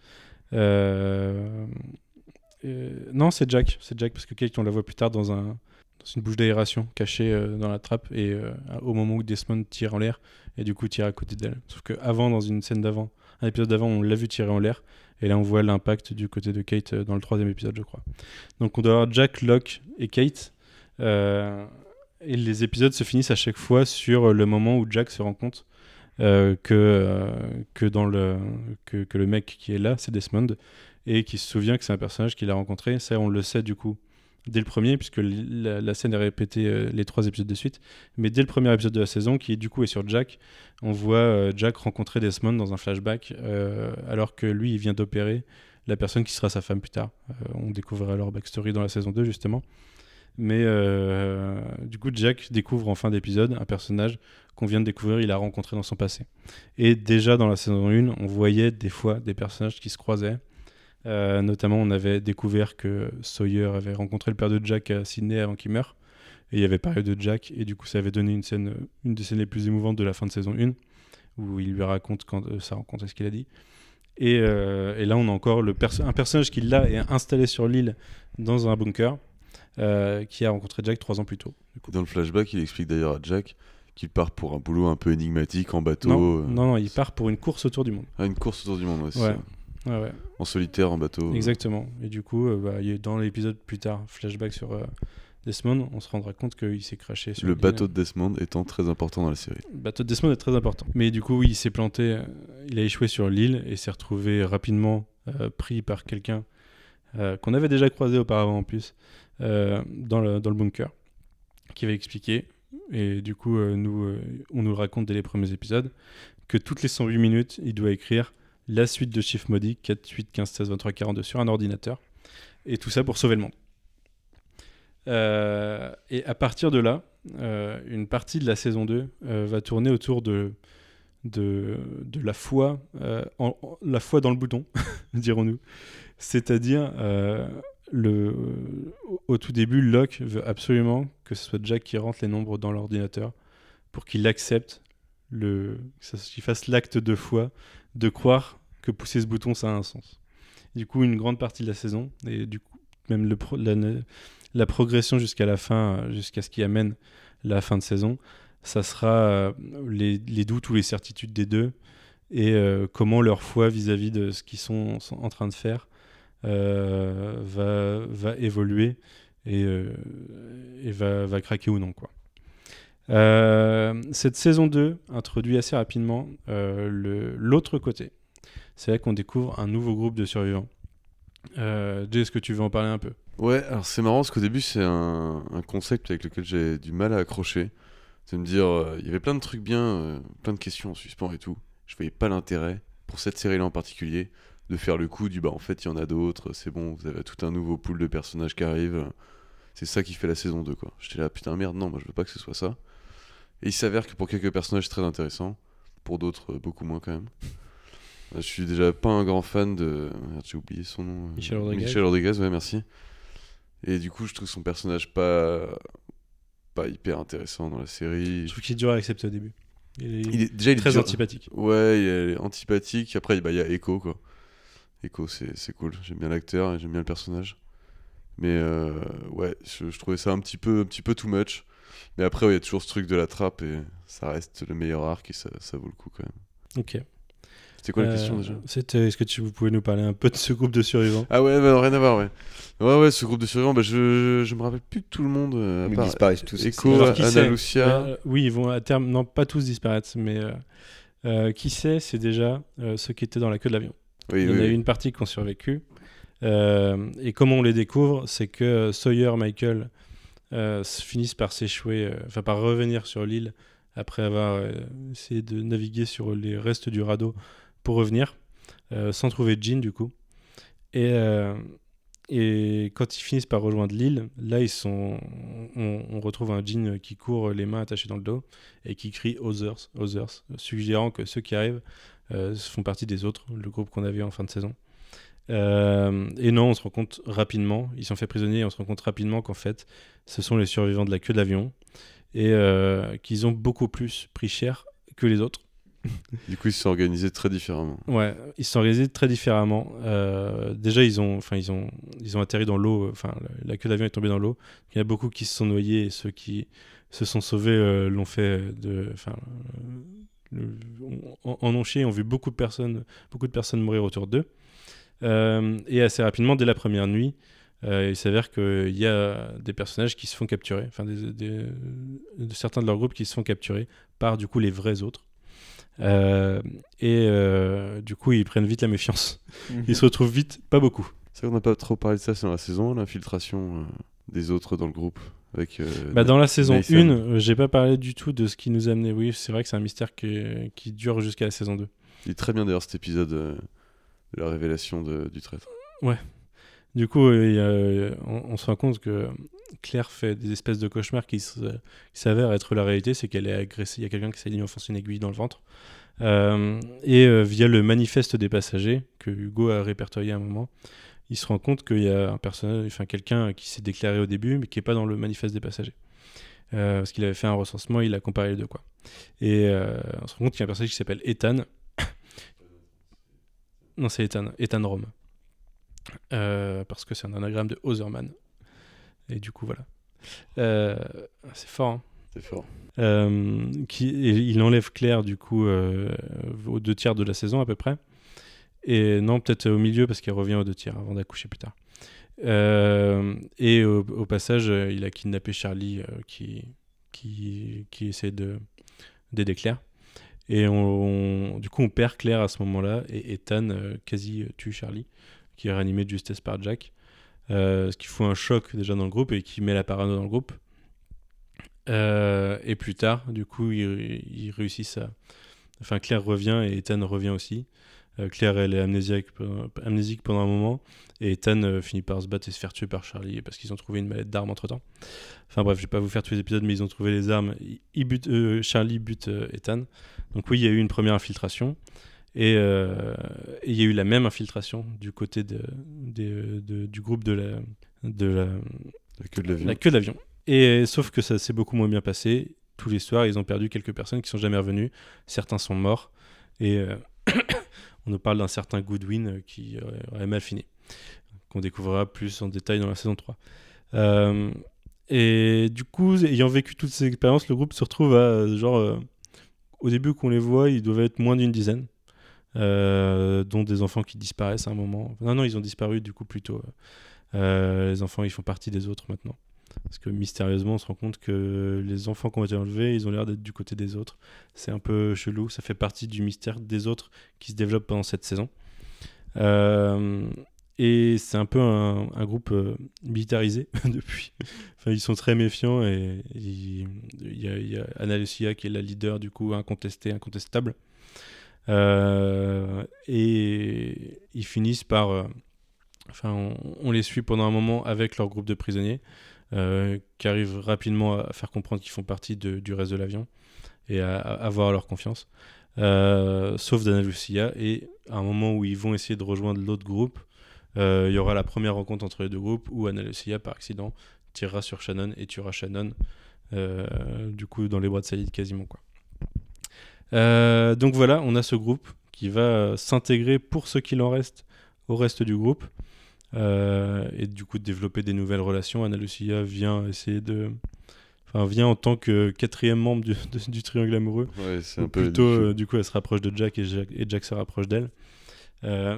Euh, euh, non, c'est Jack. C'est Jack, parce que Kate, on la voit plus tard dans, un, dans une bouche d'aération cachée euh, dans la trappe, et euh, au moment où Desmond tire en l'air, et du coup tire à côté d'elle. Sauf qu'avant, dans une scène d'avant, un épisode d'avant, on l'a vu tirer en l'air, et là, on voit l'impact du côté de Kate euh, dans le troisième épisode, je crois. Donc, on doit avoir Jack, Locke et Kate. Euh, et les épisodes se finissent à chaque fois sur le moment où Jack se rend compte euh, que, euh, que, dans le, que, que le mec qui est là, c'est Desmond, et qui se souvient que c'est un personnage qu'il a rencontré. Ça, on le sait du coup dès le premier, puisque la, la scène est répétée euh, les trois épisodes de suite. Mais dès le premier épisode de la saison, qui du coup est sur Jack, on voit euh, Jack rencontrer Desmond dans un flashback, euh, alors que lui, il vient d'opérer la personne qui sera sa femme plus tard. Euh, on découvrira leur backstory dans la saison deux, justement. Mais euh, du coup, Jack découvre en fin d'épisode un personnage qu'on vient de découvrir, il a rencontré dans son passé. Et déjà dans la saison un, on voyait des fois des personnages qui se croisaient. Euh, notamment, on avait découvert que Sawyer avait rencontré le père de Jack à Sydney avant qu'il meure. Et il avait parlé de Jack, et du coup, ça avait donné une scène, une des scènes les plus émouvantes de la fin de saison un, où il lui raconte quand, euh, sa rencontre et ce qu'il a dit. Et, euh, et là, on a encore le perso- un personnage qui, là, est installé sur l'île dans un bunker, euh, qui a rencontré Jack trois ans plus tôt. Dans le flashback, il explique d'ailleurs à Jack qu'il part pour un boulot un peu énigmatique en bateau. Non, euh, non, non, il part pour une course autour du monde. Ah, une course autour du monde, ouais, c'est Ouais. ça. Ouais, ouais. En solitaire, en bateau. Exactement. Et du coup, euh, bah, il y a- dans l'épisode plus tard, flashback sur euh, Desmond, on se rendra compte qu'il s'est craché sur Le l'île. bateau de Desmond étant très important dans la série. Le bateau de Desmond est très important. Mais du coup, oui, il s'est planté, euh, il a échoué sur l'île et s'est retrouvé rapidement euh, pris par quelqu'un euh, qu'on avait déjà croisé auparavant en plus, euh, dans, le, dans le bunker, qui va expliquer, et du coup, euh, nous, euh, on nous le raconte dès les premiers épisodes, que toutes les cent huit minutes, il doit écrire la suite de chiffres modiques quatre, huit, quinze, seize, vingt-trois, quarante-deux sur un ordinateur, et tout ça pour sauver le monde. Euh, et à partir de là, euh, une partie de la saison deux euh, va tourner autour de, de, de la foi, euh, en, en- la foi dans le bouton, dirons-nous. C'est-à-dire, euh, le, au, au tout début, Locke veut absolument que ce soit Jack qui rentre les nombres dans l'ordinateur pour qu'il accepte, le, que ça- qu'il fasse l'acte de foi de croire que pousser ce bouton, ça a un sens. Du coup, une grande partie de la saison, et du coup, même le pro- la, la progression jusqu'à la fin, euh, jusqu'à ce qui amène la fin de saison, ça sera euh, les, les doutes ou les certitudes des deux et euh, comment leur foi vis-à-vis de ce qu'ils sont, sont en train de faire euh, va, va évoluer et, euh, et va, va craquer ou non, quoi. Euh, cette saison deux introduit assez rapidement euh, le, l'autre côté. C'est là qu'on découvre un nouveau groupe de survivants. Euh, Jay, est-ce que tu veux en parler un peu ? Ouais, alors c'est marrant parce qu'au début, c'est un, un concept avec lequel j'ai du mal à accrocher. C'est de me dire, euh, il y avait plein de trucs bien, euh, plein de questions en suspens et tout. Je voyais pas l'intérêt, pour cette série-là en particulier, de faire le coup du bah en fait, il y en a d'autres, c'est bon, vous avez tout un nouveau pool de personnages qui arrivent. C'est ça qui fait la saison deux, quoi. J'étais là, putain, merde, non, moi je veux pas que ce soit ça. Et il s'avère que pour quelques personnages, c'est très intéressant. Pour d'autres, euh, beaucoup moins quand même. Euh, Je suis déjà pas un grand fan de. Merde, j'ai oublié son nom. euh, Michel Rodriguez. Michel Rodriguez, ouais, merci. Et du coup, je trouve son personnage pas. pas hyper intéressant dans la série. Je trouve qu'il est dur à accepter au début. Il est, Il est déjà il est très dur. antipathique. Ouais, il est antipathique. Après, bah, il y a Echo, quoi. Echo, c'est c'est cool. J'aime bien l'acteur et j'aime bien le personnage. Mais euh, ouais, je, je trouvais ça un petit peu, un petit peu too much. Mais après, ouais, il y a toujours ce truc de la trappe et ça reste le meilleur arc et ça, ça vaut le coup quand même. Ok. C'était quoi la Euh, question déjà? C'était, est-ce que tu vous pouvez nous parler un peu de ce groupe de survivants? Ah ouais, bah, non, rien à voir, ouais. Ouais, ouais, ce groupe de survivants, bah, je, je me rappelle plus de tout le monde. euh, à Ils part disparaissent tous. Echo, Alors, qui Anna sait Lucia. Euh, Oui, ils vont à terme, non, pas tous disparaître, mais euh, euh, qui sait, c'est déjà euh, ceux qui étaient dans la queue de l'avion. Oui, Il y en oui, a oui. une partie qui ont survécu. Euh, et comment on les découvre, c'est que euh, Sawyer, Michael euh, s- finissent par s'échouer, euh, enfin par revenir sur l'île après avoir euh, essayé de naviguer sur les restes du radeau pour revenir, euh, sans trouver Jean du coup. Et, euh, et quand ils finissent par rejoindre l'île, là ils sont, on, on retrouve un Jean qui court les mains attachées dans le dos et qui crie Others, Others, suggérant que ceux qui arrivent euh, font partie des autres, le groupe qu'on avait en fin de saison. Euh, et non, on se rend compte rapidement, ils sont fait prisonniers et on se rend compte rapidement qu'en fait, ce sont les survivants de la queue de l'avion et euh, qu'ils ont beaucoup plus pris cher que les autres. Du coup, ils se sont organisés très différemment. Ouais, ils se sont organisés très différemment. Euh, déjà, ils ont, enfin, ils ont, ils ont atterri dans l'eau. Enfin, la queue d'avion est tombée dans l'eau. Il y en a beaucoup qui se sont noyés et ceux qui se sont sauvés euh, l'ont fait de, enfin, euh, le- en, en ont chié. On vu beaucoup de personnes, beaucoup de personnes mourir autour d'eux. Euh, et assez rapidement, dès la première nuit, euh, il s'avère qu'il y a des personnages qui se font capturer, enfin, des, des- de certains de leur groupe qui se font capturer par du coup les vrais autres. Euh, et euh, du coup, ils prennent vite la méfiance. Ils se retrouvent vite, pas beaucoup. C'est vrai qu'on n'a pas trop parlé de ça dans la saison, l'infiltration euh, des autres dans le groupe. Avec, euh, Bah, dans la saison Nathan. un, euh, j'ai pas parlé du tout de ce qui nous a amené. Oui, c'est vrai que c'est un mystère qui, qui dure jusqu'à la saison deux. Il est très bien d'ailleurs cet épisode euh, de la révélation de- du traître. Ouais. Du coup, euh, il y a- on, on se rend compte que Claire fait des espèces de cauchemars qui, se- qui s'avèrent être la réalité, c'est qu'elle est agressée, il y a quelqu'un qui s'est enfoncé une aiguille dans le ventre. Euh, et euh, via le manifeste des passagers, que Hugo a répertorié à un moment, il se rend compte qu'il y a un personnage, enfin quelqu'un qui s'est déclaré au début, mais qui n'est pas dans le manifeste des passagers. Euh, parce qu'il avait fait un recensement, il a comparé les deux, quoi. Et euh, on se rend compte qu'il y a un personnage qui s'appelle Ethan. Non, c'est Ethan, Ethan Rome. Euh, parce que c'est un anagramme de Otherman. Et du coup, voilà. Euh, c'est fort, hein. C'est fort. Euh, qui, et il enlève Claire, du coup, euh, aux deux tiers de la saison, à peu près. Et non, peut-être au milieu, parce qu'elle revient aux deux tiers, avant d'accoucher plus tard. Euh, et au, au passage, euh, il a kidnappé Charlie, euh, qui, qui, qui essaie de, d'aider Claire. Et on, on- du coup, on perd Claire à ce moment-là, et Ethan euh, quasi euh, tue Charlie, qui est réanimé de justesse par Jack. Euh, ce qui fout un choc déjà dans le groupe et qui met la parano dans le groupe. Euh, et plus tard, du coup, ils, ils réussissent à. Enfin, Claire revient et Ethan revient aussi. Euh, Claire, elle est amnésiaque, pendant- amnésique pendant un moment, et Ethan euh, finit par se battre et se faire tuer par Charlie parce qu'ils ont trouvé une mallette d'armes entre temps. Enfin bref, je vais pas vous faire tous les épisodes, mais ils ont trouvé les armes. Ils- ils butent, euh, Charlie bute euh, Ethan. Donc oui, il y a eu une première infiltration. Et euh, et il y a eu la même infiltration du côté de, des- de- du groupe de la, de la, La queue de l'avion. la queue de l'avion. Et sauf que ça s'est beaucoup moins bien passé. Tous les soirs, ils ont perdu quelques personnes qui sont jamais revenues. Certains sont morts. Et euh, on nous parle d'un certain Goodwin euh, qui aurait, aurait mal fini, qu'on découvrira plus en détail dans la saison trois. Euh, et du coup, ayant vécu toutes ces expériences, le groupe se retrouve à euh, genre... euh, au début qu'on les voit, ils doivent être moins d'une dizaine. Euh, dont des enfants qui disparaissent à un moment. Non, non, ils ont disparu du coup plutôt. Euh, les enfants, ils font partie des autres maintenant. Parce que mystérieusement, on se rend compte que les enfants qui ont été enlevés, ils ont l'air d'être du côté des autres. C'est un peu chelou, ça fait partie du mystère des autres qui se développe pendant cette saison. Euh, et c'est un peu un, un groupe euh, militarisé depuis. Enfin, ils sont très méfiants et il il y, a- il y a Ana Lucia qui est la leader du coup incontestée, incontestable. Euh, et ils finissent par... euh, enfin, on, on les suit pendant un moment avec leur groupe de prisonniers euh, qui arrivent rapidement à faire comprendre qu'ils font partie de- du reste de l'avion et à, à avoir leur confiance. Euh, sauf Dana Lucia. Et à un moment où ils vont essayer de rejoindre l'autre groupe, euh, il y aura la première rencontre entre les deux groupes où Ana Lucia, par accident, tirera sur Shannon et tuera Shannon, euh, du coup, dans les bras de Salid quasiment, quoi. Euh, donc voilà, on a ce groupe qui va euh, s'intégrer pour ce qu'il en reste au reste du groupe euh, et du coup développer des nouvelles relations. Ana Lucia vient essayer de, enfin vient en tant que quatrième membre du, de- du triangle amoureux. Ouais, c'est Ou un peu plutôt ridicule. euh, du coup elle se rapproche de Jack et Jack, et Jack se rapproche d'elle. Euh,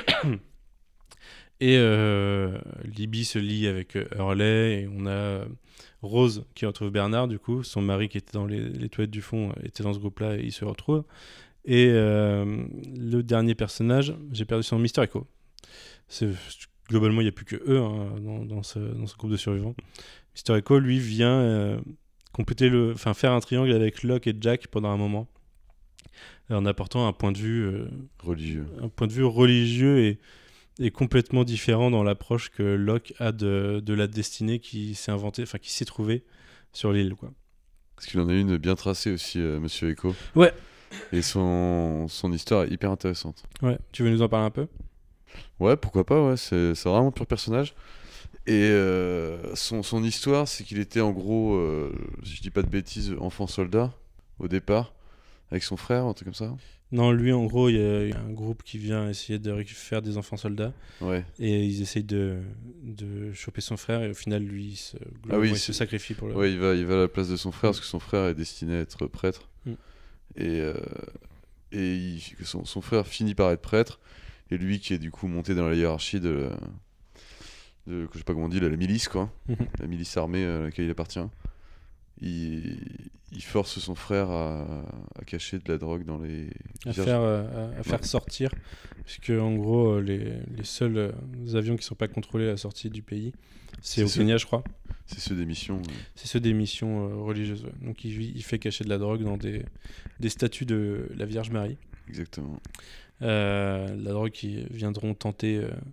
Et euh, Libby se lie avec euh, Hurley et on a euh, Rose qui retrouve Bernard, du coup, son mari qui était dans les, les toilettes du fond euh, était dans ce groupe-là et il se retrouve. Et euh, le dernier personnage, j'ai perdu son nom, Mister Echo. C'est, globalement, il n'y a plus que eux hein, dans, dans, ce, dans ce groupe de survivants. Mister Echo, lui, vient euh, compléter le, enfin, faire un triangle avec Locke et Jack pendant un moment, en apportant un point de vue euh, religieux, un point de vue religieux et est complètement différent dans l'approche que Locke a de, de la destinée qui s'est inventée, enfin qui s'est trouvée sur l'île, quoi. Parce qu'il en a une bien tracée aussi, euh, Monsieur Echo. Ouais. Et son, son histoire est hyper intéressante. Ouais, tu veux nous en parler un peu ? Ouais, pourquoi pas, ouais, c'est, c'est vraiment un pur personnage. Et euh, son, son histoire, c'est qu'il était en gros, euh, si je dis pas de bêtises, enfant soldat au départ, avec son frère, un truc comme ça. Non, lui, en gros, il y, a il y a un groupe qui vient essayer de faire des enfants soldats. Ouais. Et ils essayent de, de choper son frère. Et au final, lui, il se, Ah oui, il c'est- se sacrifie pour le. Ouais, il va, il va à la place de son frère parce que son frère est destiné à être prêtre. Mm. Et, euh, et il- son, son frère finit par être prêtre. Et lui, qui est du coup monté dans la hiérarchie de, de je sais pas comment on dit, la, la milice, quoi. Mhm. La milice armée à laquelle il appartient. Il, il force son frère à, à cacher de la drogue dans les. à vierges- faire, euh, à, à faire Ouais. sortir, puisque en gros euh, les, les seuls euh, avions qui sont pas contrôlés à la sortie du pays, c'est au C'est Kenya, ceux- je crois. C'est ceux des missions. ouais. C'est ceux des missions euh, religieuses. ouais. Donc il, il fait cacher de la drogue dans des, des statues de la Vierge Marie. Exactement. Euh, la drogue qui viendront tenter, euh,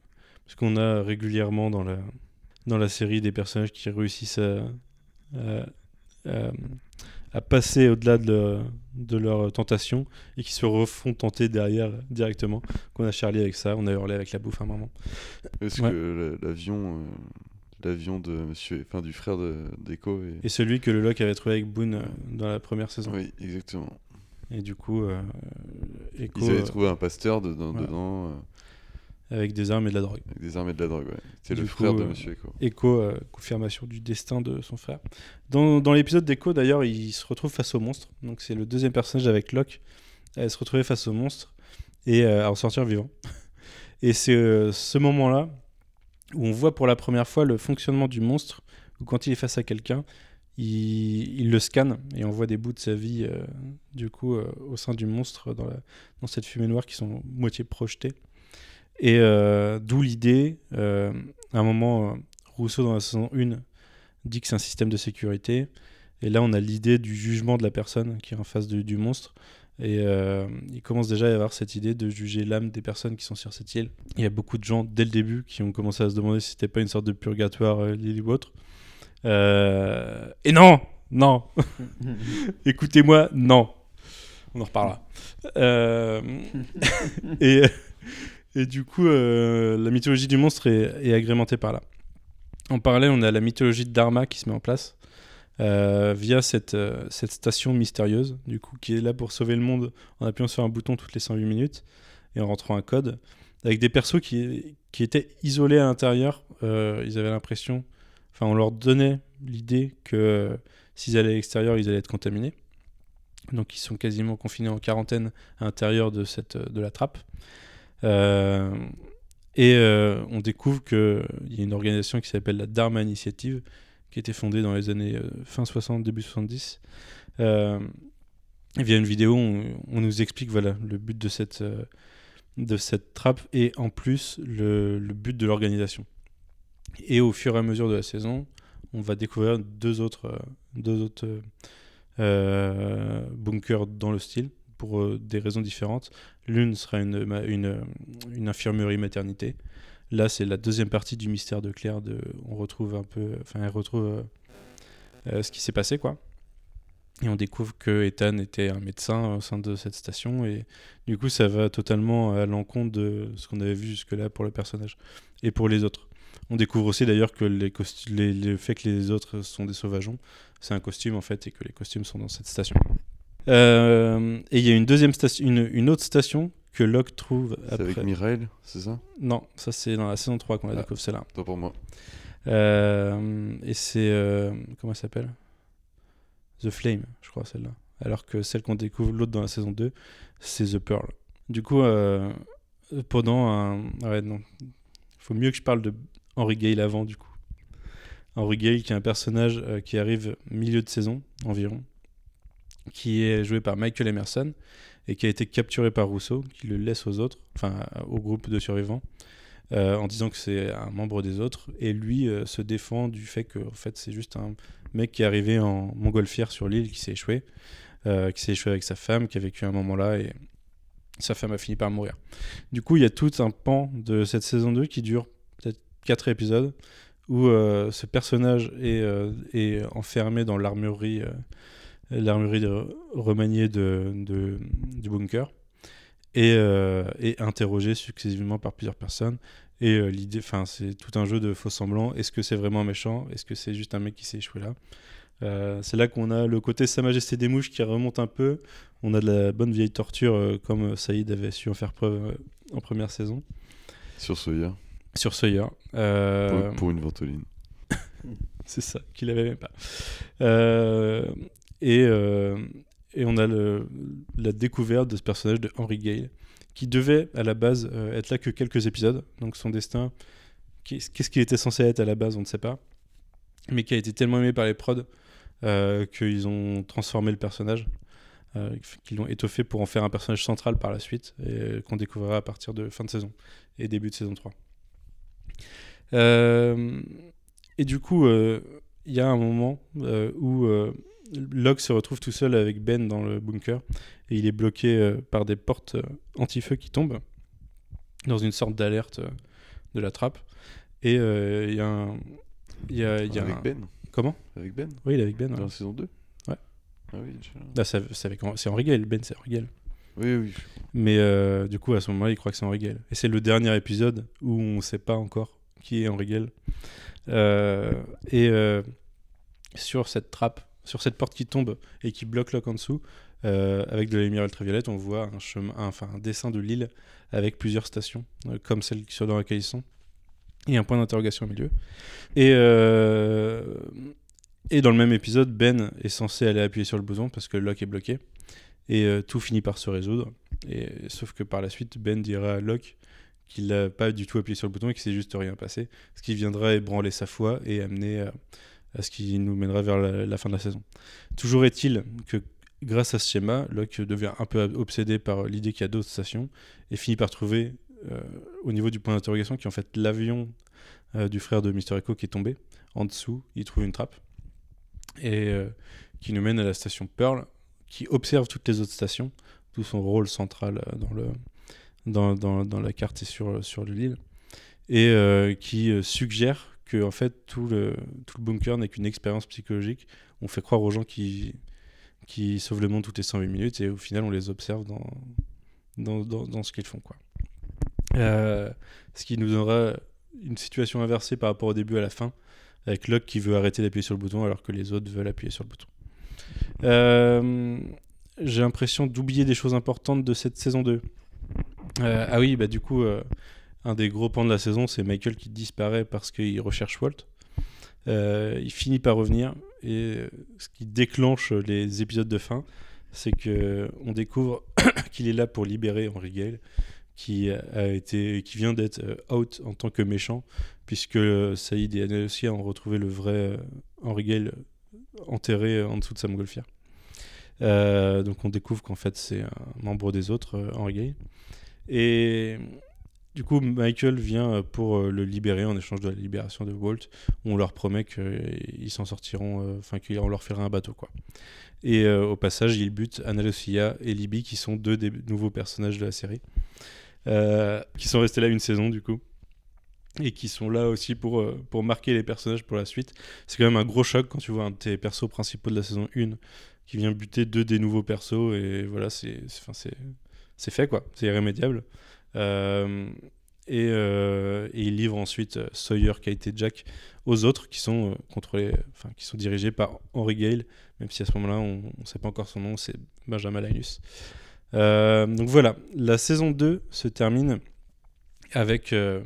Parce qu'on a régulièrement dans la, dans la série des personnages qui réussissent à, à, à, à passer au-delà de, leur- de leur tentation et qui se refont tenter derrière directement. Qu'on a Charlie avec ça, on a hurlé avec la bouffe à un moment. Est-ce Ouais. que la- l'avion, euh, l'avion de monsieur, enfin du frère de- d'Echo est... Et celui que le Locke avait trouvé avec Boone euh, dans la première saison. Oui, exactement. Et du coup, euh, Echo, Ils avaient euh, trouvé un pasteur dedans, voilà. dedans euh, avec des armes et de la drogue. avec des armes et de la drogue. Ouais. C'est le Du frère coup, de euh, monsieur Echo. Echo, euh, confirmation du destin de son frère. Dans, dans l'épisode d'Echo, d'ailleurs, il se retrouve face au monstre. Donc c'est le deuxième personnage avec Locke à se retrouver face au monstre et euh, à en sortir vivant. Et c'est euh, ce moment-là où on voit pour la première fois le fonctionnement du monstre, où quand il est face à quelqu'un, il, il le scanne et on voit des bouts de sa vie euh, du coup euh, au sein du monstre dans, la- dans cette fumée noire qui sont moitié projetées. Et euh, d'où l'idée, euh, à un moment, euh, Rousseau dans la saison un dit que c'est un système de sécurité. Et là, on a l'idée du jugement de la personne qui est en face de- du monstre. Et euh, il commence déjà à y avoir cette idée de juger l'âme des personnes qui sont sur cette île. Il y a beaucoup de gens, dès le début, qui ont commencé à se demander si c'était pas une sorte de purgatoire, euh, l'île ou autre. Euh, Et non Non Écoutez-moi, non On en reparlera. Euh, et, et du coup, euh, la mythologie du monstre est, est agrémentée par là. En parallèle, on a la mythologie de Dharma qui se met en place euh, via cette, euh, cette station mystérieuse, du coup, qui est là pour sauver le monde en appuyant sur un bouton toutes les cent huit minutes et en rentrant un code, avec des persos qui, qui étaient isolés à l'intérieur. Euh, ils avaient l'impression, enfin, on leur donnait l'idée que euh, s'ils allaient à l'extérieur, ils allaient être contaminés. Donc, ils sont quasiment confinés en quarantaine à l'intérieur de, cette, de la trappe. Euh, et euh, on découvre qu'il y a une organisation qui s'appelle la Dharma Initiative, qui a été fondée dans les années euh, fin soixante, début soixante-dix. Euh, et via une vidéo, on, on nous explique voilà, le but de cette, euh, de cette trappe et en plus le, le but de l'organisation. Et au fur et à mesure de la saison, on va découvrir deux autres, euh, deux autres euh, euh, bunkers dans le style pour euh, des raisons différentes. L'une sera une, ma- une, une infirmerie maternité. Là, c'est la deuxième partie du mystère de Claire. De, on retrouve un peu, enfin, elle retrouve euh, euh, ce qui s'est passé, quoi. Et on découvre que Ethan était un médecin au sein de cette station. Et du coup, ça va totalement à l'encontre de ce qu'on avait vu jusque-là pour le personnage et pour les autres. On découvre aussi d'ailleurs que les costu- les, le fait que les autres sont des sauvageons, c'est un costume en fait, et que les costumes sont dans cette station. Euh, et il y a une deuxième station, une, une autre station que Locke trouve C'est après. avec Mireille, c'est ça? Non, ça c'est dans la saison trois qu'on la Ah. découvre, celle-là. Tant pour moi. Euh, et c'est. euh, comment elle s'appelle? The Flame, je crois, celle-là. Alors que celle qu'on découvre, l'autre dans la saison deux, c'est The Pearl. Du coup, euh, pendant un. ah ouais, non. Il faut mieux que je parle de Henry Gale avant, du coup. Henry Gale, qui est un personnage euh, qui arrive milieu de saison, environ, qui est joué par Michael Emerson et qui a été capturé par Rousseau, qui le laisse aux autres, enfin au groupe de survivants, euh, en disant que c'est un membre des autres, et lui euh, se défend du fait que en fait, c'est juste un mec qui est arrivé en montgolfière sur l'île, qui s'est échoué, euh, qui s'est échoué avec sa femme, qui a vécu un moment là, et sa femme a fini par mourir. Du coup, il y a tout un pan de cette saison deux qui dure peut-être quatre épisodes, où euh, ce personnage est, euh, est enfermé dans l'armurerie, euh, l'armurerie de- remaniée de, de- du bunker, et euh, est interrogé successivement par plusieurs personnes. Et euh, l'idée, enfin, c'est tout un jeu de faux semblants. Est-ce que c'est vraiment un méchant? Est-ce que c'est juste un mec qui s'est échoué là? Euh, c'est là qu'on a le côté Sa Majesté des Mouches qui remonte un peu. On a de la bonne vieille torture, euh, comme Saïd avait su en faire preuve euh, en première saison. Sur Sawyer. Sur Sawyer. Euh, Pour, pour une ventoline. C'est ça, qu'il avait même pas. Euh, et, euh, et on a le, la découverte de ce personnage de Henry Gale, qui devait à la base euh, être là que quelques épisodes. Donc son destin, qu'est- qu'est-ce qu'il était censé être à la base, on ne sait pas. Mais qui a été tellement aimé par les prods euh, qu'ils ont transformé le personnage, euh, qu'ils l'ont étoffé pour en faire un personnage central par la suite, et euh, qu'on découvrira à partir de fin de saison et début de saison trois. Euh, et du coup, euh, il y a un moment euh, où euh, Locke se retrouve tout seul avec Ben dans le bunker, et il est bloqué euh, par des portes euh, anti-feu qui tombent, dans une sorte d'alerte euh, de la trappe. Et euh, il y a un... il Y a, il y a Avec un- Ben. Comment Avec Ben. Oui, il est avec Ben. Dans ouais. la saison deux. Ouais. Ah oui, je- Là, c'est c'est avec- c'est Henri Gale. Ben, c'est Henri Gale. oui, oui. Mais euh, du coup, à ce moment-là, il croit que c'est Henri Gale. Et c'est le dernier épisode où on ne sait pas encore qui est Henri Gale. Euh, et euh, sur cette trappe, sur cette porte qui tombe et qui bloque Locke en dessous, euh, avec de la lumière ultraviolette, on voit un, chemin, un, enfin, un dessin de l'île avec plusieurs stations, euh, comme celle sur dans laquelle ils sont, et un point d'interrogation au milieu. Et, euh, et dans le même épisode, Ben est censé aller appuyer sur le bouton parce que Locke est bloqué. Et euh, tout finit par se résoudre. Et, sauf que par la suite, Ben dira à Locke qu'il n'a pas du tout appuyé sur le bouton et qu'il s'est juste rien passé. Ce qui viendra ébranler sa foi et amener à, à ce qui nous mènera vers la, la fin de la saison. Toujours est-il que grâce à ce schéma, Locke devient un peu obsédé par l'idée qu'il y a d'autres stations et finit par trouver, euh, au niveau du point d'interrogation, qui est en fait l'avion euh, du frère de Mister Eko qui est tombé. En dessous, il trouve une trappe et euh, qui nous mène à la station Pearl, qui observe toutes les autres stations, d'où son rôle central euh, dans, le, dans, dans, dans la carte et sur, sur l'île, et euh, qui euh, suggère que en fait, tout, le, tout le bunker n'est qu'une expérience psychologique. On fait croire aux gens qui, qui sauvent le monde toutes les cent huit minutes, et au final, on les observe dans, dans, dans, dans ce qu'ils font, quoi. Euh, ce qui nous donnera une situation inversée par rapport au début à la fin, avec Locke qui veut arrêter d'appuyer sur le bouton alors que les autres veulent appuyer sur le bouton. Euh, j'ai l'impression d'oublier des choses importantes de cette saison deux. Euh, ah oui, bah du coup, euh, un des gros pans de la saison, c'est Michael qui disparaît parce qu'il recherche Walt. Euh, il finit par revenir, et ce qui déclenche les épisodes de fin, c'est que on découvre qu'il est là pour libérer Henry Gale, qui a été, qui vient d'être out en tant que méchant, puisque Saïd et Anna ont retrouvé le vrai Henry Gale enterré en dessous de sa montgolfière. Euh, donc on découvre qu'en fait c'est un membre des autres, euh, Henry Gale. Et du coup Michael vient pour euh, le libérer en échange de la libération de Walt. On leur promet qu'ils s'en sortiront, enfin euh, qu'on leur fera un bateau, quoi. Et euh, au passage il bute Ana Lucia et Libby, qui sont deux des nouveaux personnages de la série, euh, qui sont restés là une saison du coup, et qui sont là aussi pour, euh, pour marquer les personnages pour la suite. C'est quand même un gros choc quand tu vois un de tes persos principaux de la saison un qui vient buter deux des nouveaux persos, et voilà, c'est, c'est, c'est, c'est fait, quoi, c'est irrémédiable. Euh, et, euh, et il livre ensuite euh, Sawyer, Kate et Jack aux autres, qui sont euh, contrôlés, enfin qui sont dirigés par Henry Gale, même si à ce moment-là on ne sait pas encore son nom, c'est Benjamin Linus. Euh, donc voilà, la saison deux se termine avec euh,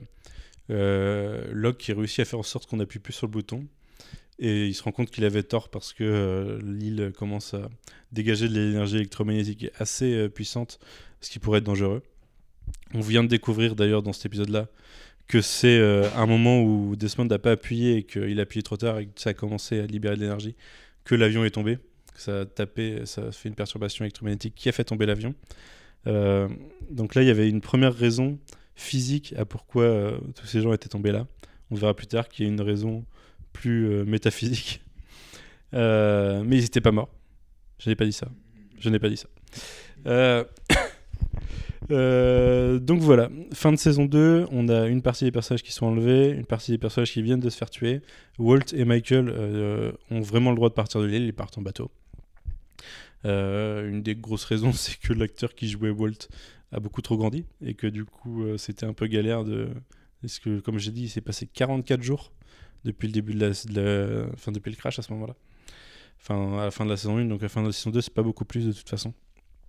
euh, Locke qui réussit à faire en sorte qu'on appuie plus sur le bouton, et il se rend compte qu'il avait tort parce que euh, l'île commence à dégager de l'énergie électromagnétique assez euh, puissante, ce qui pourrait être dangereux. On vient de découvrir d'ailleurs dans cet épisode-là que c'est euh, un moment où Desmond n'a pas appuyé et qu'il a appuyé trop tard et que ça a commencé à libérer de l'énergie, que l'avion est tombé, que ça a tapé, ça a fait une perturbation électromagnétique qui a fait tomber l'avion. Euh, donc là, il y avait une première raison physique à pourquoi euh, tous ces gens étaient tombés là. On verra plus tard qu'il y a une raison plus euh, métaphysique. Euh, mais ils n'étaient pas morts. Je n'ai pas dit ça. Je n'ai pas dit ça. Euh... Euh, donc voilà, fin de saison deux, on a une partie des personnages qui sont enlevés, une partie des personnages qui viennent de se faire tuer. Walt et Michael euh, ont vraiment le droit de partir de l'île, ils partent en bateau. Euh, une des grosses raisons, c'est que l'acteur qui jouait Walt a beaucoup trop grandi, et que du coup euh, c'était un peu galère de... Parce que comme j'ai dit, il s'est passé quarante-quatre jours depuis le début de la... De la... Enfin depuis le crash à ce moment-là. Enfin à la fin de la saison un, donc à la fin de la saison deux, c'est pas beaucoup plus de toute façon.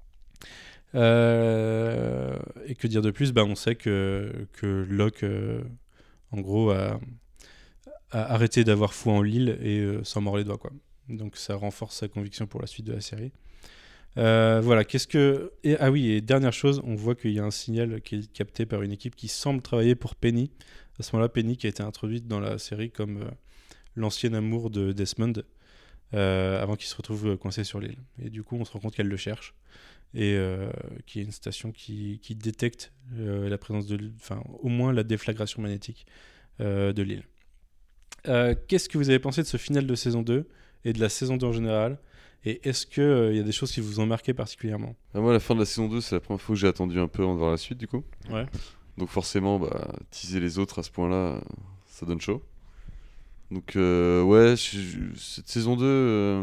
Euh, et que dire de plus, bah, on sait que, que Locke euh, en gros a, a arrêté d'avoir foi en l'île et euh, s'en mord les doigts, quoi. Donc ça renforce sa conviction pour la suite de la série. Euh, voilà, qu'est-ce que... Et, ah oui, et dernière chose, on voit qu'il y a un signal qui est capté par une équipe qui semble travailler pour Penny. À ce moment-là, Penny qui a été introduite dans la série comme euh, l'ancien amour de Desmond, euh, avant qu'il se retrouve coincé sur l'île. Et du coup, on se rend compte qu'elle le cherche, et euh, qui est une station qui, qui détecte euh, la présence de, enfin au moins la déflagration magnétique euh, de l'île. Euh, qu'est-ce que vous avez pensé de ce final de saison deux et de la saison deux en général, et est-ce qu'il euh, y a des choses qui vous ont marqué particulièrement? Ah, moi, la fin de la saison deux, c'est la première fois que j'ai attendu un peu avant de voir la suite, du coup. Ouais. Donc forcément, bah, teaser les autres à ce point-là, euh, ça donne chaud. Donc euh, ouais, je- je- cette saison deux, euh,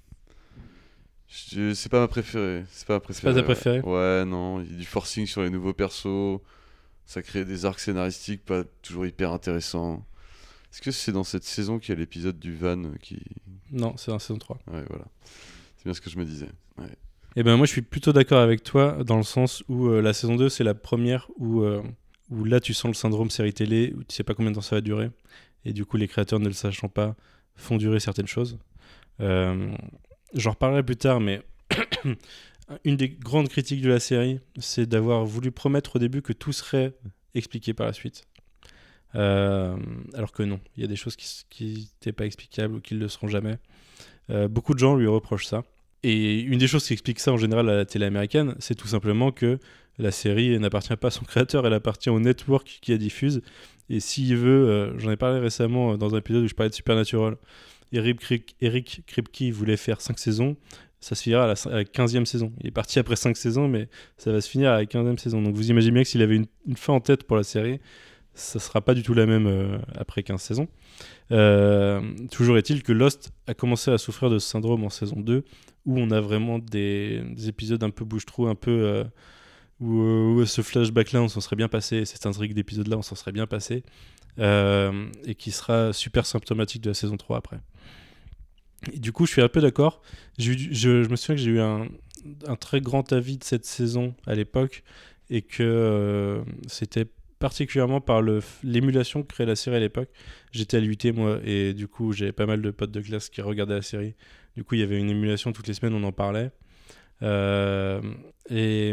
je- c'est pas ma préférée. C'est pas ma C'est pas préférée. ta ouais. préférée Ouais, non, il y a du forcing sur les nouveaux persos. Ça crée des arcs scénaristiques pas toujours hyper intéressants. Est-ce que c'est dans cette saison qu'il y a l'épisode du van euh, qui... Non, c'est dans la saison trois. Ouais, voilà. C'est bien ce que je me disais. Ouais. Et ben moi je suis plutôt d'accord avec toi dans le sens où euh, la saison deux c'est la première où, euh, où là tu sens le syndrome série télé, où tu sais pas combien de temps ça va durer. Et du coup les créateurs ne le sachant pas font durer certaines choses. Euh, J'en reparlerai plus tard, mais une des grandes critiques de la série, c'est d'avoir voulu promettre au début que tout serait expliqué par la suite. Euh, alors que non, il y a des choses qui n'étaient pas explicables ou qui ne le seront jamais. Euh, beaucoup de gens lui reprochent ça. Et une des choses qui explique ça en général à la télé américaine, c'est tout simplement que la série n'appartient pas à son créateur, elle appartient au network qui la diffuse. Et s'il veut, euh, j'en ai parlé récemment dans un épisode où je parlais de Supernatural, Eric, Krip- Eric Kripke voulait faire cinq saisons, ça se finira à la, cin- à la quinzième saison. Il est parti après cinq saisons, mais ça va se finir à la quinzième saison. Donc vous imaginez bien que s'il avait une, une fin en tête pour la série, ça ne sera pas du tout la même euh, après quinze saisons. Euh, toujours est-il que Lost a commencé à souffrir de ce syndrome en saison deux, où on a vraiment des, des épisodes un peu bouche-trou, un peu euh, où, euh, où ce flashback-là, on s'en serait bien passé, cette intrigue d'épisode-là, on s'en serait bien passé, euh, et qui sera super symptomatique de la saison trois après. Et du coup, je suis un peu d'accord. J'ai eu- je, je me souviens que j'ai eu un, un très grand avis de cette saison à l'époque, et que euh, c'était particulièrement par le, l'émulation que créait la série à l'époque. J'étais à l'U T moi, et du coup j'avais pas mal de potes de classe qui regardaient la série. Du coup il y avait une émulation toutes les semaines, on en parlait. Euh, et,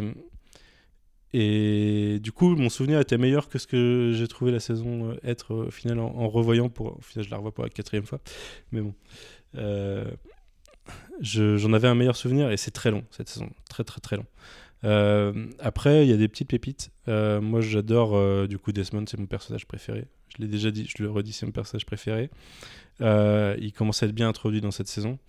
et du coup mon souvenir était meilleur que ce que j'ai trouvé la saison euh, être euh, au final en, en revoyant. Pour, au final je la revois pour la quatrième fois. Mais bon. Euh, je- j'en avais un meilleur souvenir et c'est très long cette saison. Très très très long. Euh, après, il y a des petites pépites. Euh, moi, j'adore euh, du coup Desmond, c'est mon personnage préféré. Je l'ai déjà dit, je le redis, c'est mon personnage préféré. Euh, il commence à être bien introduit dans cette saison.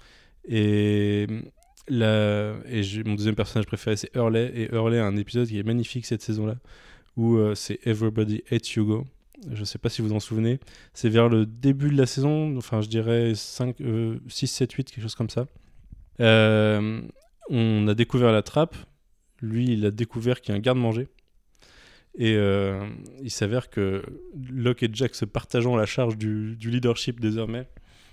Et, la... et j'ai- mon deuxième personnage préféré, c'est Hurley. Et Hurley a un épisode qui est magnifique cette saison-là, où euh, c'est Everybody Hates Hugo. Je sais pas si vous vous en souvenez. C'est vers le début de la saison, enfin, je dirais cinq, euh, six, sept, huit, quelque chose comme ça. Euh, on a découvert la trappe. Lui, il a découvert qu'il y a un garde-manger. Et euh, il s'avère que Locke et Jack, se partageant la charge du, du leadership désormais,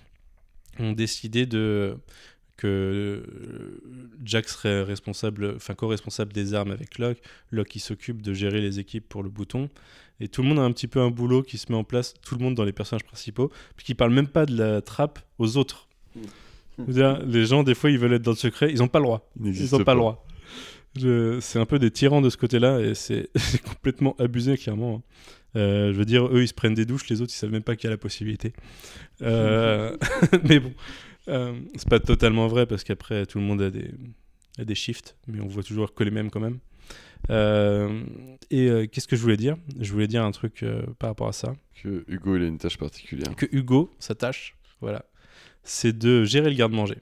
ont décidé de, que Jack serait responsable, enfin co-responsable des armes avec Locke. Locke qui s'occupe de gérer les équipes pour le bouton. Et tout le monde a un petit peu un boulot qui se met en place, tout le monde dans les personnages principaux, puis qui parle même pas de la trappe aux autres. Je veux dire, les gens, des fois, ils veulent être dans le secret, ils n'ont pas le droit. Il Ils n'existe n'ont pas, pas. le droit. Je- c'est un peu des tyrans de ce côté-là et c'est c'est complètement abusé, clairement. Euh, je veux dire, eux, ils se prennent des douches, les autres, ils savent même pas qu'il y a la possibilité. Euh, mais bon, euh, c'est pas totalement vrai parce qu'après, tout le monde a des, a des shifts, mais on voit toujours que les mêmes quand même. Euh, et euh, qu'est-ce que je voulais dire? Je voulais dire un truc euh, par rapport à ça. Que Hugo, il a une tâche particulière. Que Hugo, sa tâche, voilà, c'est de gérer le garde-manger.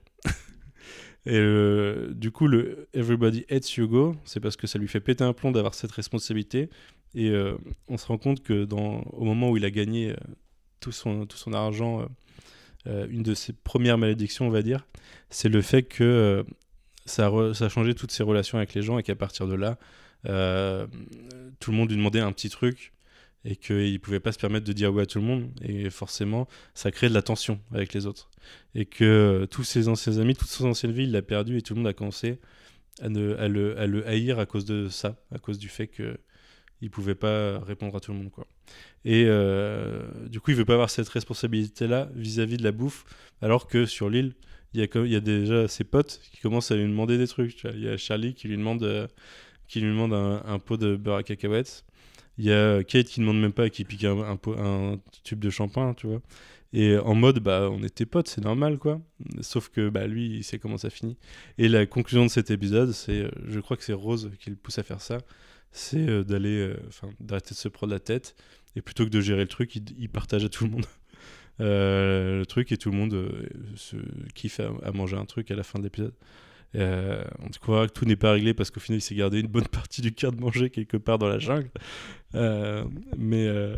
Et euh, du coup, le Everybody Hates Hugo, c'est parce que ça lui fait péter un plomb d'avoir cette responsabilité. Et euh, on se rend compte que dans, au moment où il a gagné euh, tout, son, tout son argent, euh, euh, une de ses premières malédictions, on va dire, c'est le fait que euh, ça, a re- ça a changé toutes ses relations avec les gens et qu'à partir de là, euh, tout le monde lui demandait un petit truc et qu'il ne pouvait pas se permettre de dire oui à tout le monde. Et forcément, ça crée de la tension avec les autres. Et que euh, tous ses anciens amis, toute son ancienne vie, il l'a perdu et tout le monde a commencé à, ne, à, le, à le haïr à cause de ça, à cause du fait qu'il ne pouvait pas répondre à tout le monde, quoi. Et euh, du coup, il ne veut pas avoir cette responsabilité-là vis-à-vis de la bouffe, alors que sur l'île, il y a, comme- il y a déjà ses potes qui commencent à lui demander des trucs. Tu vois. Il y a Charlie qui lui demande, euh, qui lui demande un, un pot de beurre à cacahuètes. Il y a Kate qui ne demande même pas et qui pique un, un, pot- un tube de shampoing, tu vois. Et en mode, bah, on était potes, c'est normal, quoi. Sauf que bah, lui, il sait comment ça finit. Et la conclusion de cet épisode, c'est, euh, je crois que c'est Rose qui le pousse à faire ça, c'est euh, d'aller, euh, enfin, d'arrêter de se prendre la tête. Et plutôt que de gérer le truc, il, il partage à tout le monde euh, le truc et tout le monde euh, se kiffe à, à manger un truc à la fin de l'épisode. Euh, on découvrira que tout n'est pas réglé parce qu'au final il s'est gardé une bonne partie du garde-manger quelque part dans la jungle. Euh, mais euh,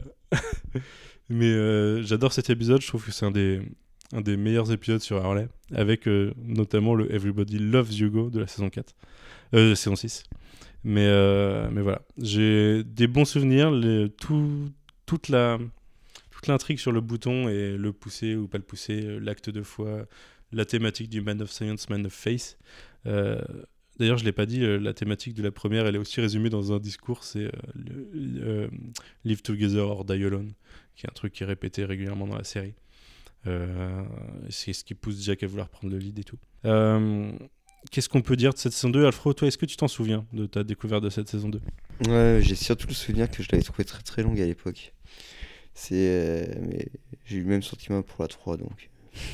mais euh, j'adore cet épisode, je trouve que c'est un des, un des meilleurs épisodes sur Harley, avec euh, notamment le Everybody Loves Hugo de la saison quatre, euh, saison six. Mais, euh, mais voilà, j'ai des bons souvenirs, les, tout, toute la... toute l'intrigue sur le bouton et le pousser ou pas le pousser, l'acte de foi, la thématique du Man of Science, Man of Faith. Euh, d'ailleurs, je ne l'ai pas dit, la thématique de la première, elle est aussi résumée dans un discours, c'est euh, le, euh, Live Together or Die Alone, qui est un truc qui est répété régulièrement dans la série. Euh, c'est ce qui pousse Jack à vouloir prendre le lead et tout. Euh, qu'est-ce qu'on peut dire de cette saison deux? Alfred, toi, est-ce que tu t'en souviens de ta découverte de cette saison deux? Ouais, j'ai surtout le souvenir que je l'avais trouvé très très longue à l'époque. C'est, euh, mais j'ai eu le même sentiment pour la trois, donc.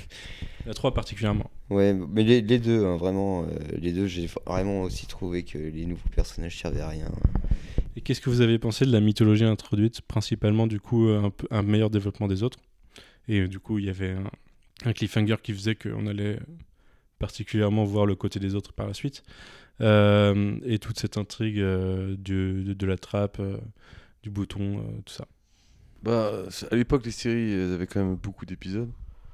La trois particulièrement. Ouais, mais les, les deux, hein, vraiment, euh, les deux, j'ai vraiment aussi trouvé que les nouveaux personnages servaient à rien. Et qu'est-ce que vous avez pensé de la mythologie introduite, principalement du coup un, peu- un meilleur développement des autres? Et euh, du coup, il y avait un, un cliffhanger qui faisait qu'on allait particulièrement voir le côté des autres par la suite. Euh, et toute cette intrigue euh, du- de, de la trappe, euh, du bouton, euh, tout ça. Bah, à l'époque, les séries, elles avaient quand même beaucoup d'épisodes.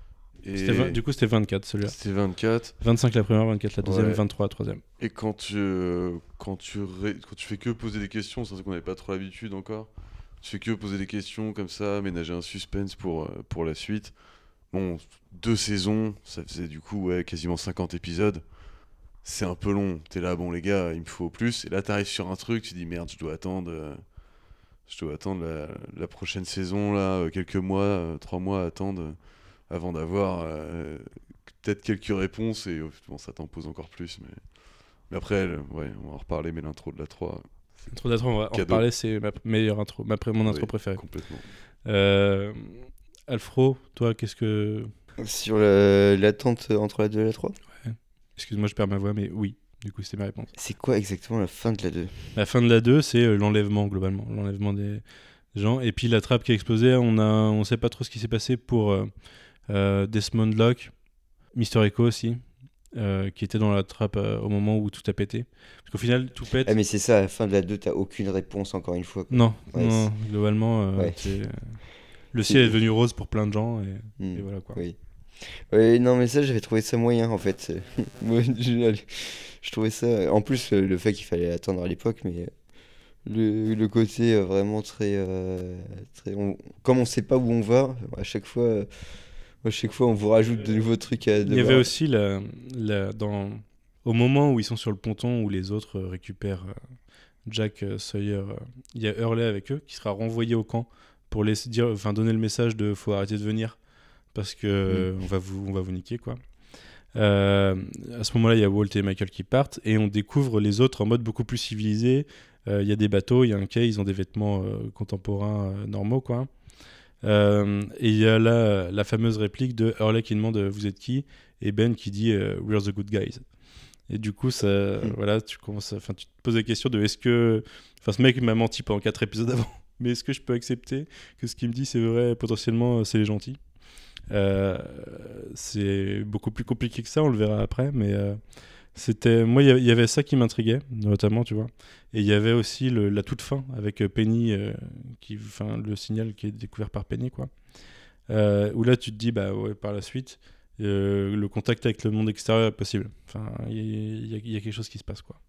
Et C'était vingt du coup, c'était vingt-quatre celui-là. C'était vingt-quatre. vingt-cinq la première, vingt-quatre la deuxième, Ouais. vingt-trois la troisième. Et quand tu, euh, quand, tu ré- quand tu fais que poser des questions, c'est vrai qu'on n'avait pas trop l'habitude encore. Tu fais que poser des questions comme ça, ménager un suspense pour, euh, pour la suite. Bon, deux saisons, ça faisait du coup ouais, quasiment cinquante épisodes. C'est un peu long. T'es là, bon les gars, il me faut plus. Et là, t'arrives sur un truc, tu dis merde, je dois attendre. euh, je dois attendre la, la prochaine saison, là, euh, quelques mois, euh, trois mois à attendre euh, avant d'avoir euh, peut-être quelques réponses. Et euh, bon, ça t'en pose encore plus. Mais, mais après, le- ouais, on va en reparler, mais l'intro de la trois. c'est L'intro d'intro, on va en cadeau. reparler, c'est ma meilleure intro, ma pré- mon intro Oui, préférée. Complètement. Euh, Alfro, toi, qu'est-ce que... Sur le- l'attente entre la deux et la trois, Excuse-moi, je perds ma voix, mais oui, du coup, c'était ma réponse. c'est quoi exactement la fin de la deux? La fin de la deux, c'est euh, l'enlèvement, globalement. L'enlèvement des gens. Et puis la trappe qui a explosé, on a, on sait pas trop ce qui s'est passé pour euh, euh, Desmond Locke, Mister Echo aussi, euh, qui était dans la trappe euh, au moment où tout a pété. Parce qu'au final, tout pète. Ah, mais c'est ça, à la fin de la deux, t'as aucune réponse, encore une fois, quoi. Non, Ouais, non, globalement, euh, Ouais. c'est, euh, le C'est- ciel est devenu rose pour plein de gens. Et, Hmm, et voilà quoi. Oui. Ouais, non, mais ça, j'avais trouvé ça moyen, en fait. Moi, je, je trouvais ça. En plus, le, le fait qu'il fallait attendre à l'époque, mais le, le côté euh, vraiment très. euh, très on- comme on sait pas où on va, à chaque fois, euh, à chaque fois on vous rajoute de nouveaux trucs à Il y devoir- avait aussi la, la- dans, au moment où ils sont sur le ponton où les autres euh, récupèrent euh, Jack euh, Sawyer, euh, il y a Hurley avec eux qui sera renvoyé au camp pour laisser dire, enfin donner le message de faut arrêter de venir parce que euh, on va vous, on va vous niquer quoi. Euh, à ce moment-là, il y a Walt et Michael qui partent et on découvre les autres en mode beaucoup plus civilisé. Euh, Il y a des bateaux, il y a un quai, ils ont des vêtements euh, contemporains euh, normaux quoi. Euh, et il y a là la fameuse réplique de Hurley qui demande euh, vous êtes qui, et Ben qui dit euh, we're the good guys. Et du coup ça Mm. voilà, tu commences enfin tu te poses la question de est-ce que enfin ce mec m'a menti pendant quatre épisodes avant, mais est-ce que je peux accepter que ce qu'il me dit c'est vrai, potentiellement euh, c'est les gentils. Euh, c'est beaucoup plus compliqué que ça, on le verra après, mais euh, c'était moi il y a- il y avait ça qui m'intriguait notamment, tu vois. Et il y avait aussi le- la toute fin avec euh, Penny euh, qui enfin le signal qui est découvert par Penny quoi. Euh, où là tu te dis bah ouais, par la suite euh, le contact avec le monde extérieur est possible, enfin il y, a- il y a- il y a quelque chose qui se passe quoi.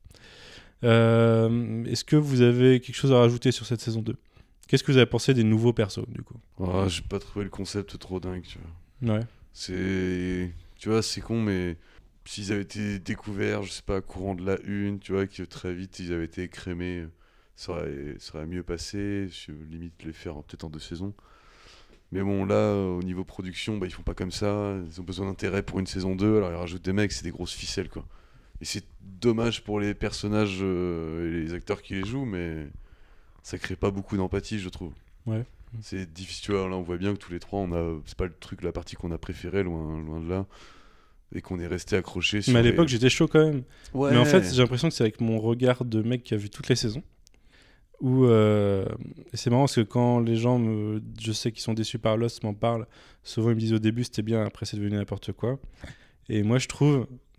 Euh, est-ce que vous avez quelque chose à rajouter sur cette saison deux? Qu'est-ce que vous avez pensé des nouveaux persos du coup? Ah, j'ai pas trouvé le concept trop dingue, tu vois. Ouais. C'est. Tu vois, c'est con, mais s'ils avaient été découverts, je sais pas, courant de la une, tu vois, que très vite ils avaient été écrémés, ça aurait, ça aurait mieux passé. Je limite les faire en- peut-être en deux saisons. Mais bon, là, euh, au niveau production, bah, ils font pas comme ça. Ils ont besoin d'intérêt pour une saison deux, alors ils rajoutent des mecs, c'est des grosses ficelles, quoi. Et c'est dommage pour les personnages euh, et les acteurs qui les jouent, mais ça crée pas beaucoup d'empathie, je trouve. Ouais. C'est difficile, tu vois, là on voit bien que tous les trois, on a, c'est pas le truc, la partie qu'on a préférée, loin, loin de là, et qu'on est resté accroché sur Mais à les- l'époque, j'étais chaud quand même. Ouais. Mais en fait, j'ai l'impression que c'est avec mon regard de mec qui a vu toutes les saisons. Où, euh, et c'est marrant parce que quand les gens, me, je sais qu'ils sont déçus par Lost, m'en parlent, souvent ils me disent au début c'était bien, après c'est devenu n'importe quoi. Et moi je trouve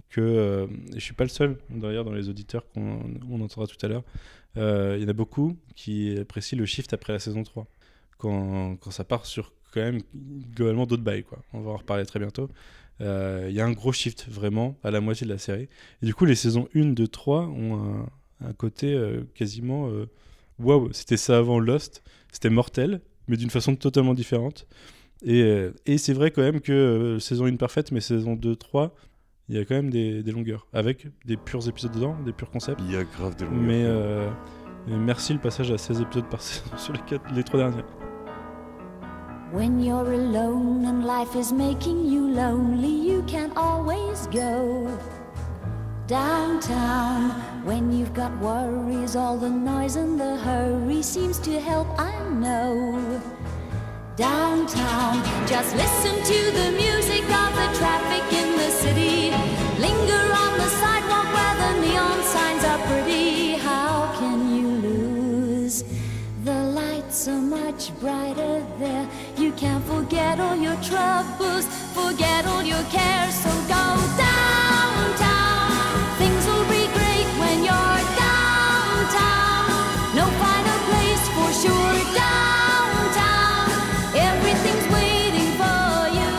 que, euh, et je suis pas le seul d'ailleurs dans les auditeurs qu'on on entendra tout à l'heure, euh, il y en a beaucoup qui apprécient le shift après la saison trois, quand, quand ça part sur quand même globalement d'autres bails, quoi. On va en reparler très bientôt. Il euh, y a un gros shift vraiment à la moitié de la série. Et du coup, les saisons un, deux, trois ont un, un côté euh, quasiment euh, waouh, c'était ça avant Lost, c'était mortel, mais d'une façon totalement différente. Et, euh, et c'est vrai quand même que euh, saison un parfaite, mais saison deux, trois, il y a quand même des, des longueurs, avec des purs épisodes dedans, des purs concepts. Il y a grave des longueurs. Mais, euh, mais merci le passage à seize épisodes par saison sur les, quatre, les trois dernières. When you're alone and life is making you lonely, you can always go downtown. When you've got worries, all the noise and the hurry seems to help, I know. Downtown, just listen to the music of the traffic in the city. Linger on the sidewalk where the neon signs are pretty. How can you lose? The lights are much brighter there. You can forget all your troubles, forget all your cares. So go downtown. Things will be great when you're downtown. No finer place for sure. Downtown, everything's waiting for you.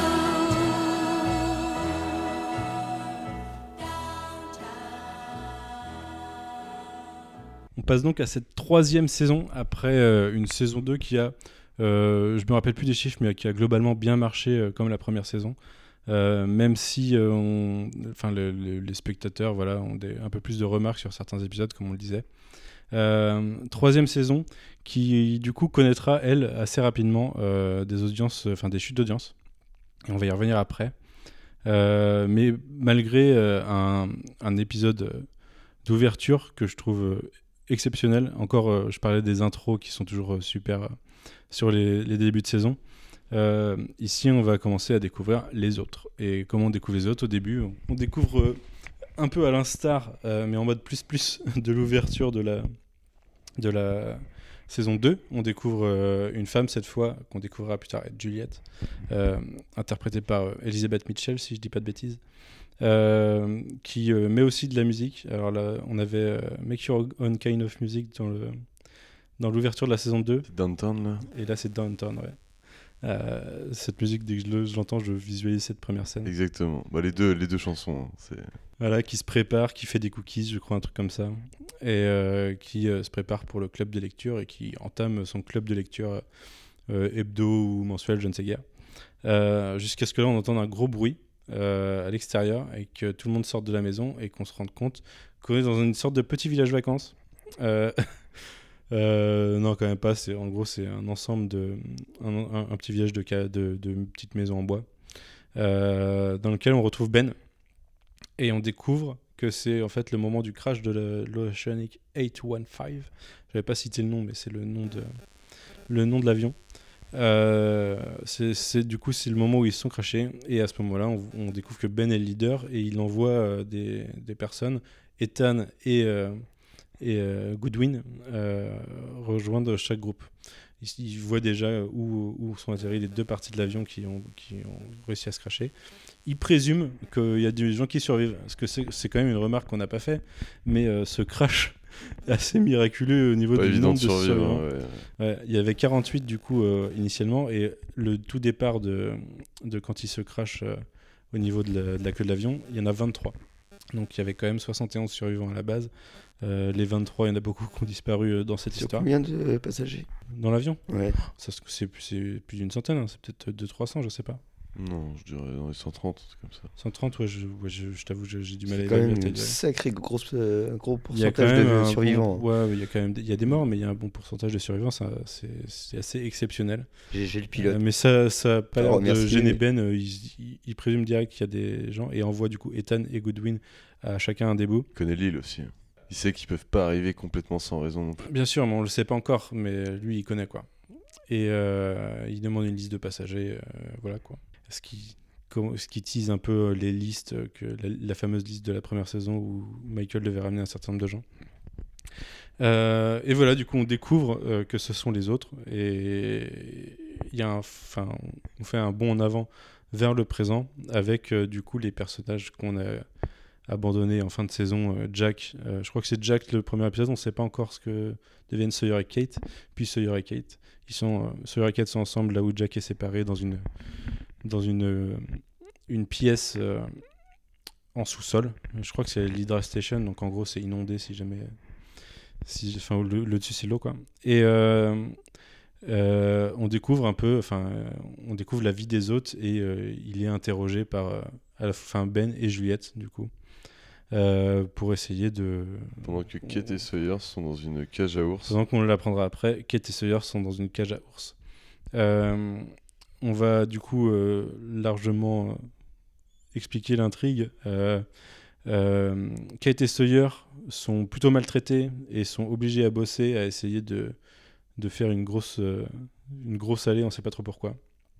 On passe donc à cette troisième saison après euh, une saison deux qui a, euh, je me rappelle plus des chiffres, mais qui a globalement bien marché euh, comme la première saison. Euh, même si euh, on, enfin, le, le, les spectateurs voilà, ont des, un peu plus de remarques sur certains épisodes, comme on le disait. Euh, troisième saison qui du coup connaîtra, elle, assez rapidement euh, des audiences, enfin des chutes d'audience. Et on va y revenir après. Euh, mais malgré euh, un, un épisode d'ouverture que je trouve euh, exceptionnel. Encore, euh, je parlais des intros qui sont toujours euh, super euh, sur les, les débuts de saison. Euh, ici, on va commencer à découvrir les autres. Et comment on découvre les autres? Au début, on, on découvre euh, un peu à l'instar, euh, mais en mode plus plus de l'ouverture de la, de la saison deux. On découvre euh, une femme cette fois, qu'on découvrira plus tard, Juliette, euh, interprétée par euh, Elizabeth Mitchell, si je dis pas de bêtises. Euh, qui euh, met aussi de la musique. Alors là, on avait euh, Make Your Own Kind of Music dans, le, dans l'ouverture de la saison deux. C'est Downtown, là. Et là, c'est Downtown, ouais. Euh, cette musique, dès que je, le, je l'entends, je visualise cette première scène. Exactement. Bah, les, deux, les deux chansons, hein, c'est... Voilà, qui se prépare, qui fait des cookies, je crois, un truc comme ça. Et euh, qui euh, se prépare pour le club de lecture et qui entame son club de lecture euh, hebdo ou mensuel, je ne sais guère. Euh, jusqu'à ce que là, on entende un gros bruit Euh, à l'extérieur et que tout le monde sorte de la maison et qu'on se rende compte qu'on est dans une sorte de petit village vacances. Euh, euh, non, quand même pas. C'est, en gros, c'est un ensemble de. Un, un, un petit village de, de, de petites maisons en bois euh, dans lequel on retrouve Ben et on découvre que c'est en fait le moment du crash de la, l'Oceanic huit cent quinze. Je n'avais pas cité le nom, mais c'est le nom de, le nom de l'avion. Euh, c'est, c'est, du coup c'est le moment où ils se sont crashés et à ce moment là on, on découvre que Ben est le leader et il envoie euh, des, des personnes, Ethan et, euh, et euh, Goodwin euh, rejoindre chaque groupe. Il, il voit déjà où, où sont atterris les deux parties de l'avion qui ont, qui ont réussi à se crasher. Il présume qu'il y a des gens qui survivent, parce que c'est, c'est quand même une remarque qu'on n'a pas fait, mais euh, ce crash assez miraculeux au niveau pas du nombre de survivre, survivants. hein, ouais. Ouais, il y avait quarante-huit du coup euh, initialement et le tout départ de, de quand il se crash euh, au niveau de la, de la queue de l'avion, il y en a vingt-trois. Donc il y avait quand même soixante et onze survivants à la base. Euh, les vingt-trois, il y en a beaucoup qui ont disparu euh, dans cette Sur histoire. combien de passagers? Dans l'avion? Ouais. Ça, c'est, c'est plus d'une centaine, hein. C'est peut-être deux cents trois cents, je sais pas. Non, je dirais dans les cent trente, c'est comme ça. cent trente, ouais, je, ouais, je, je t'avoue, j'ai, j'ai du mal à C'est quand évaluer. même la une taille. sacrée grosse, euh, gros Il y a quand pourcentage même de un survivants. Bon, ouais, il y a quand même des, il y a des morts, mais il y a un bon pourcentage de survivants. Ça, c'est, c'est assez exceptionnel. J'ai, j'ai le pilote. Euh, mais ça, ça a pas Alors, l'air de merci, gêner mais- Ben. euh, Il, il, il présume direct qu'il y a des gens et envoie du coup Ethan et Goodwin à chacun un des bouts. Il connaît l'île aussi. Il sait qu'ils peuvent pas arriver complètement sans raison non plus. Bien sûr, mais on le sait pas encore, mais lui, il connaît quoi. Et euh, il demande une liste de passagers, euh, voilà quoi. Ce qui, comment- ce qui tease un peu les listes, que la, la fameuse liste de la première saison où Michael devait ramener un certain nombre de gens. Euh, et voilà, du coup, on découvre euh, que ce sont les autres. Et il y a un, enfin, on fait un bond en avant vers le présent avec euh, du coup les personnages qu'on a abandonné en fin de saison euh, Jack. Euh, je crois que c'est Jack le premier épisode, on ne sait pas encore ce que deviennent Sawyer et Kate. Puis Sawyer et Kate. Ils sont, euh, Sawyer et Kate sont ensemble là où Jack est séparé dans une, dans une, euh, une pièce euh, en sous-sol. Je crois que c'est l'Hydra Station, donc en gros c'est inondé si jamais... Si, enfin, le, le dessus c'est l'eau quoi. Et... Euh, Euh, on découvre un peu, enfin, euh, on découvre la vie des autres et euh, il est interrogé par euh, à la fin Ben et Juliette du coup euh, pour essayer de. Pendant que Kate et Sawyer sont dans une cage à ours. Pendant qu'on l'apprendra après, Kate et Sawyer sont dans une cage à ours. Euh, on va du coup euh, largement euh, expliquer l'intrigue. Euh, euh, Kate et Sawyer sont plutôt maltraités et sont obligés à bosser, à essayer de de faire une grosse, euh, une grosse allée, on ne sait pas trop pourquoi.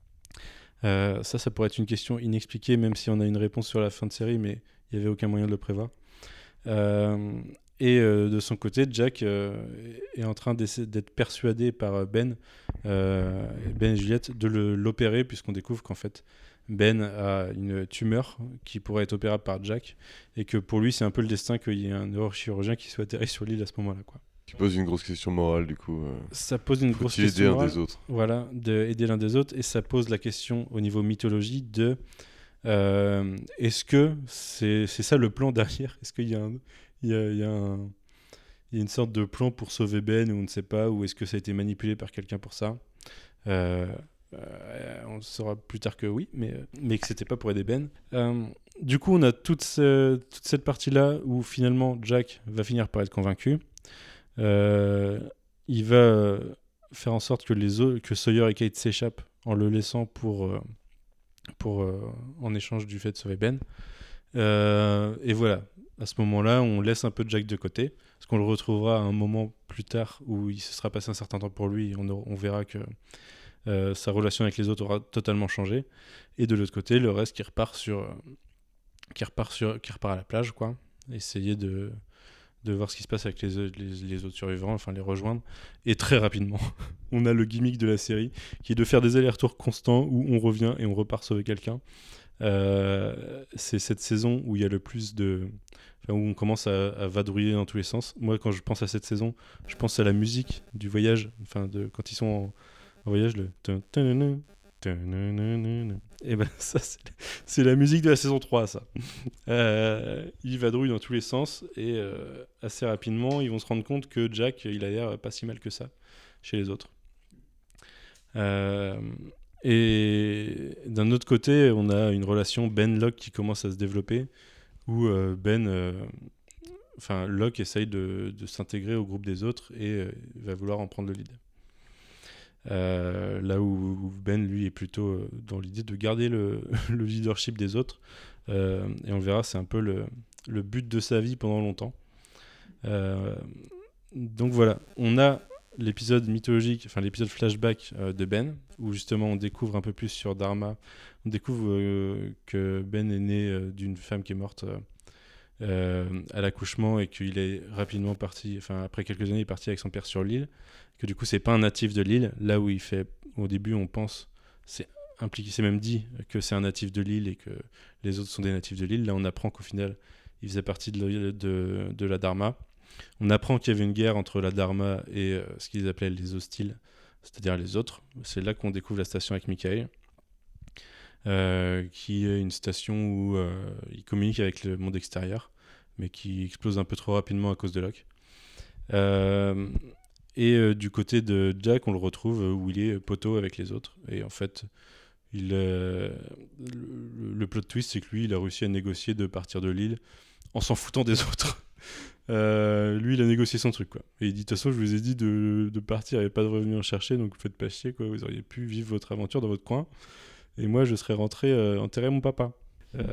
Euh, ça, ça pourrait être une question inexpliquée, même si on a une réponse sur la fin de série, mais il n'y avait aucun moyen de le prévoir. Euh, et euh, de son côté, Jack euh, est en train d'être persuadé par Ben, euh, Ben et Juliette, de le, l'opérer, puisqu'on découvre qu'en fait, Ben a une tumeur qui pourrait être opérable par Jack, et que pour lui, c'est un peu le destin qu'il y ait un neurochirurgien qui soit atterri sur l'île à ce moment-là, quoi. Qui pose une grosse question morale du coup. Euh, ça pose une grosse faut-il question aider morale, un des autres. Voilà, d'aider l'un des autres, et ça pose la question au niveau mythologie de euh, est-ce que c'est c'est ça le plan derrière? Est-ce qu'il y a un, il y a, il y a un, il y a une sorte de plan pour sauver Ben ou on ne sait pas, ou est-ce que ça a été manipulé par quelqu'un pour ça? euh, euh, On saura plus tard que oui, mais mais que c'était pas pour aider Ben. Euh, du coup, on a toute, ce, toute cette partie-là où finalement Jack va finir par être convaincu. Euh, il va euh, faire en sorte que, les autres, que Sawyer et Kate s'échappent en le laissant pour, euh, pour, euh, en échange du fait de sauver Ben. Euh, et voilà, à ce moment-là, on laisse un peu Jack de côté, parce qu'on le retrouvera à un moment plus tard où il se sera passé un certain temps pour lui, et on, aura, on verra que euh, sa relation avec les autres aura totalement changé. Et de l'autre côté, le reste qui repart, sur, euh, qui repart, sur, qui repart à la plage, quoi. Essayer de... de voir ce qui se passe avec les, les, les autres survivants, enfin les rejoindre. Et très rapidement, on a le gimmick de la série, qui est de faire des allers-retours constants, où on revient et on repart sauver quelqu'un. Euh, c'est cette saison où il y a le plus de... Enfin, où on commence à, à vadrouiller dans tous les sens. Moi, quand je pense à cette saison, je pense à la musique du voyage, enfin, de, quand ils sont en, en voyage, le... Et ben ça, c'est, c'est la musique de la saison trois, ça. Euh, il vadrouille dans tous les sens et euh, assez rapidement, ils vont se rendre compte que Jack, il a l'air pas si mal que ça chez les autres. Euh, et d'un autre côté, on a une relation Ben-Locke qui commence à se développer, où euh, Ben, euh, enfin Locke essaye de, de s'intégrer au groupe des autres et euh, va vouloir en prendre le lead. Euh, là où Ben lui est plutôt euh, dans l'idée de garder le, le leadership des autres, euh, et on verra, c'est un peu le, le but de sa vie pendant longtemps. Euh, donc voilà, on a l'épisode mythologique, enfin l'épisode flashback euh, de Ben, où justement on découvre un peu plus sur Dharma. On découvre euh, que Ben est né euh, d'une femme qui est morte euh, euh, à l'accouchement, et qu'il est rapidement parti, enfin après quelques années, il est parti avec son père sur l'île, que du coup c'est pas un natif de l'île, là où il fait, au début on pense, c'est impliqué, c'est même dit que c'est un natif de l'île et que les autres sont des natifs de l'île. Là on apprend qu'au final il faisait partie de, de, de la Dharma. On apprend qu'il y avait une guerre entre la Dharma et euh, ce qu'ils appelaient les hostiles, c'est-à-dire les autres. C'est là qu'on découvre la station avec Michael, euh, qui est une station où euh, il communique avec le monde extérieur, mais qui explose un peu trop rapidement à cause de Locke. Euh, et euh, du côté de Jack, on le retrouve euh, où il est poteau avec les autres. Et en fait, il, euh, le, le plot twist, c'est que lui, il a réussi à négocier de partir de l'île en s'en foutant des autres. Euh, lui, il a négocié son truc, quoi. Et il dit, de toute façon, je vous ai dit de, de partir et pas de revenir en chercher, donc vous faites pas chier, quoi. Vous auriez pu vivre votre aventure dans votre coin. Et moi, je serais rentré euh, enterrer mon papa. Euh...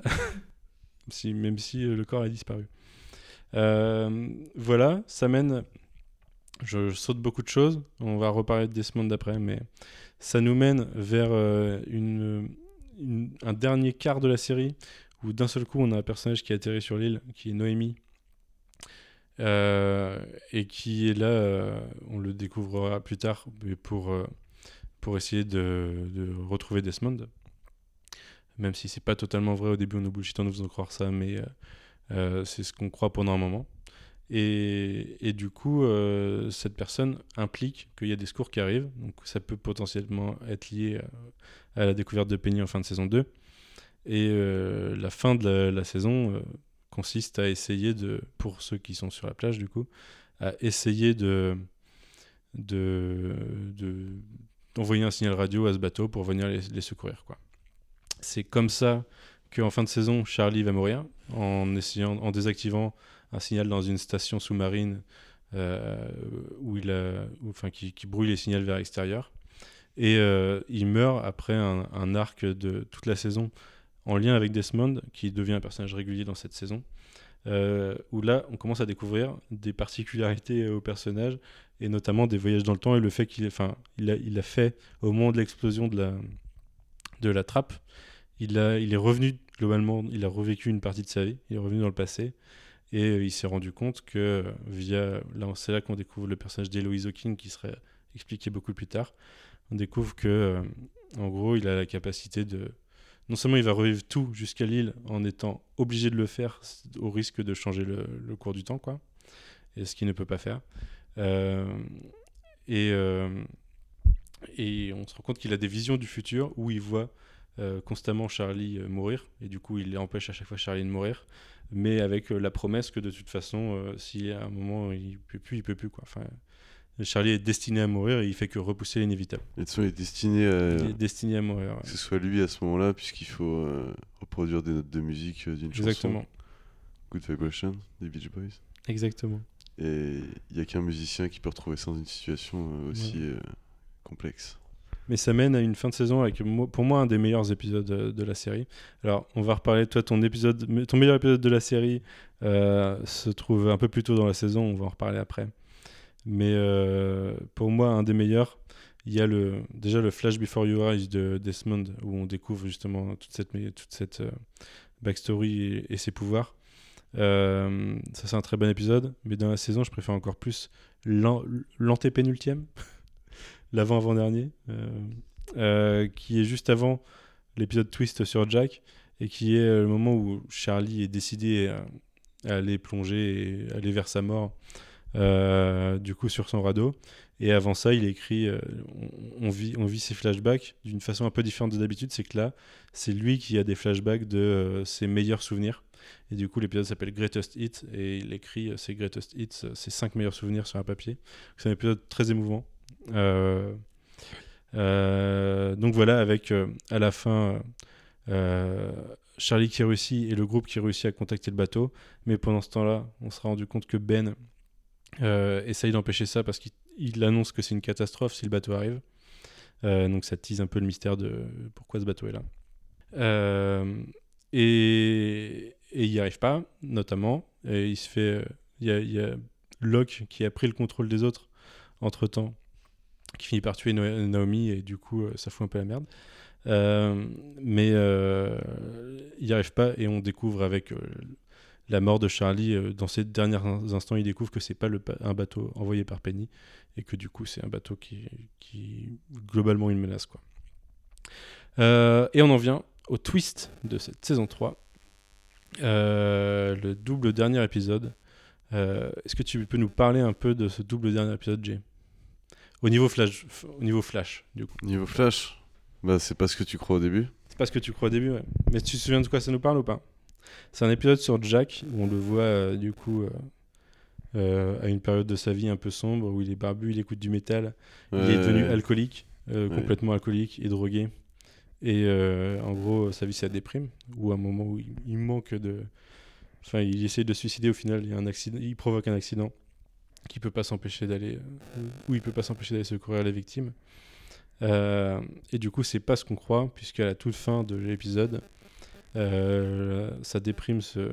si, même si euh, le corps a disparu. Euh, voilà, ça mène... Je, je saute beaucoup de choses. On va reparler de Desmond d'après, mais ça nous mène vers euh, une, une, un dernier quart de la série où d'un seul coup, on a un personnage qui atterrit sur l'île, qui est Noémie. Euh, et qui est là, euh, on le découvrira plus tard, mais pour, euh, pour essayer de, de retrouver Desmond. Même si c'est pas totalement vrai au début, on nous bullshit en nous faisant croire ça, mais, euh, Euh, c'est ce qu'on croit pendant un moment. Et, et du coup, euh, cette personne implique qu'il y a des secours qui arrivent. Donc ça peut potentiellement être lié à, à la découverte de Penny en fin de saison deux. Et euh, la fin de la, la saison euh, consiste à essayer de, pour ceux qui sont sur la plage du coup, à essayer de, de, de d'envoyer un signal radio à ce bateau pour venir les, les secourir, quoi. C'est comme ça qu'en fin de saison, Charlie va mourir en essayant, en désactivant un signal dans une station sous-marine euh, où il a, où, enfin, qui, qui brouille les signaux vers l'extérieur. Et euh, il meurt après un, un arc de toute la saison en lien avec Desmond, qui devient un personnage régulier dans cette saison, euh, où là, on commence à découvrir des particularités au personnage, et notamment des voyages dans le temps, et le fait qu'il enfin, il a, il a fait, au moment de l'explosion de la, de la trappe, il, a, il est revenu, globalement, il a revécu une partie de sa vie, il est revenu dans le passé, et euh, il s'est rendu compte que, euh, via, là, c'est là qu'on découvre le personnage d'Eloise Hawking, qui serait expliqué beaucoup plus tard. On découvre que, euh, en gros, il a la capacité de... Non seulement il va revivre tout jusqu'à l'île en étant obligé de le faire au risque de changer le, le cours du temps, quoi, et ce qu'il ne peut pas faire. Euh, et, euh, et on se rend compte qu'il a des visions du futur où il voit euh, constamment Charlie euh, mourir, et du coup il empêche à chaque fois Charlie de mourir, mais avec euh, la promesse que de toute façon, euh, si à un moment il peut plus, il peut plus, quoi. Enfin, Charlie est destiné à mourir et il fait que repousser l'inévitable. Et de toute façon, il est destiné à, il est destiné à mourir, ouais. Que ce soit lui à ce moment-là, puisqu'il faut euh, reproduire des notes de musique euh, d'une Exactement. chanson. Good Vibration, des Beach Boys. Exactement. Et il n'y a qu'un musicien qui peut retrouver ça dans une situation euh, aussi Ouais. euh, complexe. Mais ça mène à une fin de saison avec, mo- pour moi, un des meilleurs épisodes de, de la série. Alors, on va reparler. Toi, ton épisode, me- ton meilleur épisode de la série euh, se trouve un peu plus tôt dans la saison. On va en reparler après. Mais euh, pour moi, un des meilleurs, il y a le, déjà le Flash Before Your Eyes de Desmond, où on découvre justement toute cette, mé- toute cette euh, backstory et, et ses pouvoirs. Euh, ça, c'est un très bon épisode. Mais dans la saison, je préfère encore plus l'an- l'antépénultième, l'avant-avant-dernier, euh, euh, qui est juste avant l'épisode twist sur Jack, et qui est le moment où Charlie est décidé à, à aller plonger et aller vers sa mort. Euh, du coup sur son radeau, et avant ça il écrit euh, on, on, vit, on vit ses flashbacks d'une façon un peu différente de d'habitude. C'est que là c'est lui qui a des flashbacks de euh, ses meilleurs souvenirs, et du coup l'épisode s'appelle Greatest Hits, et il écrit euh, ses Greatest Hits, euh, ses cinq meilleurs souvenirs sur un papier. C'est un épisode très émouvant. euh, euh, donc voilà, avec euh, à la fin euh, Charlie qui réussit et le groupe qui réussit à contacter le bateau, mais pendant ce temps-là on se sera rendu compte que Ben Euh, essaye d'empêcher ça parce qu'il il annonce que c'est une catastrophe si le bateau arrive. Euh, donc ça tease un peu le mystère de pourquoi ce bateau est là. Euh, et, et il n'y arrive pas, notamment. Et il se fait, il y a, il y a Locke qui a pris le contrôle des autres entre temps, qui finit par tuer No- Naomi, et du coup ça fout un peu la merde. Euh, mais euh, il n'y arrive pas, et on découvre avec euh, la mort de Charlie, euh, dans ces derniers instants, il découvre que c'est pas le pa- un bateau envoyé par Penny, et que du coup c'est un bateau qui, qui globalement une menace, quoi. Euh, et on en vient au twist de cette saison trois, euh, le double dernier épisode. Euh, est-ce que tu peux nous parler un peu de ce double dernier épisode, Jay, au niveau flash, f- au niveau flash du coup? Niveau Flash, bah, c'est pas ce que tu crois au début. C'est pas ce que tu crois au début, ouais. Mais tu te souviens de quoi ça nous parle ou pas? C'est un épisode sur Jack, où on le voit euh, du coup euh, euh, à une période de sa vie un peu sombre, où il est barbu, il écoute du métal, il est Ouais. devenu alcoolique, euh, Ouais. complètement alcoolique et drogué. Et euh, en gros, sa vie, ça déprime, ou à un moment où il, il manque de... Enfin, il essaie de se suicider, au final, il, y a un accident, il provoque un accident qui peut pas s'empêcher d'aller... euh, où il peut pas s'empêcher d'aller secourir les victimes. Euh, et du coup, c'est pas ce qu'on croit, puisqu'à la toute fin de l'épisode, euh, sa déprime se,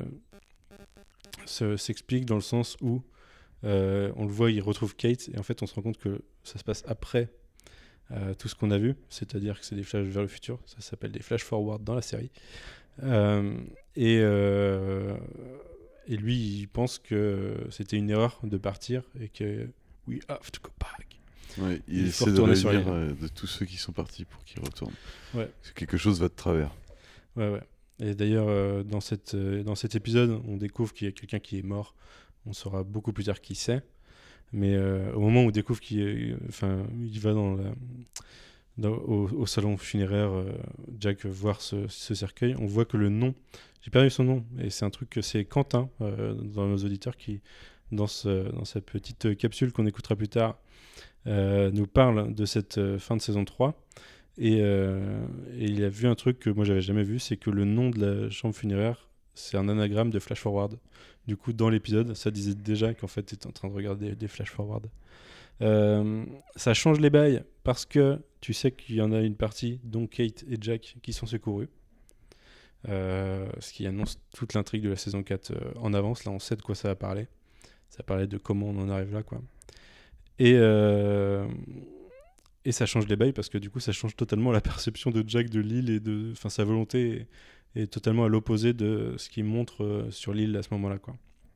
se- s'explique dans le sens où euh, on le voit, il retrouve Kate, et en fait on se rend compte que ça se passe après euh, tout ce qu'on a vu, c'est-à-dire que c'est des flashs vers le futur, ça s'appelle des flash forward dans la série. Euh, et, euh, et lui il pense que c'était une erreur de partir, et que we have to go back. Ouais, il, Il faut essaie de retourner sur réunir l'île. euh, de tous ceux qui sont partis pour qu'ils retournent. Ouais. Parce que quelque chose va de travers. Ouais, ouais. Et d'ailleurs, euh, dans, cette, euh, dans cet épisode, on découvre qu'il y a quelqu'un qui est mort. On saura beaucoup plus tard qui c'est. Mais euh, au moment où on découvre qu'il est, enfin, il va dans la, dans- au, au salon funéraire, euh, Jack voir ce, ce cercueil, on voit que le nom, j'ai perdu son nom, et c'est un truc que c'est Quentin, euh, dans nos auditeurs, qui, dans, ce- dans sa petite capsule qu'on écoutera plus tard, euh, nous parle de cette euh, fin de saison trois. Et, euh, et il a vu un truc que moi j'avais jamais vu, c'est que le nom de la chambre funéraire, c'est un anagramme de flash forward. Du coup, dans l'épisode, ça disait déjà qu'en fait, tu étais en train de regarder des flash forward. Euh, ça change les bails parce que tu sais qu'il y en a une partie, dont Kate et Jack, qui sont secourus. Euh, ce qui annonce toute l'intrigue de la saison quatre euh, en avance. Là, on sait de quoi ça va parler. Ça parlait de comment on en arrive là, quoi. Et, euh, et ça change les bails parce que du coup, ça change totalement la perception de Jack de l'île et de, enfin, sa volonté est, est totalement à l'opposé de ce qu'il montre euh, sur l'île à ce moment-là, quoi.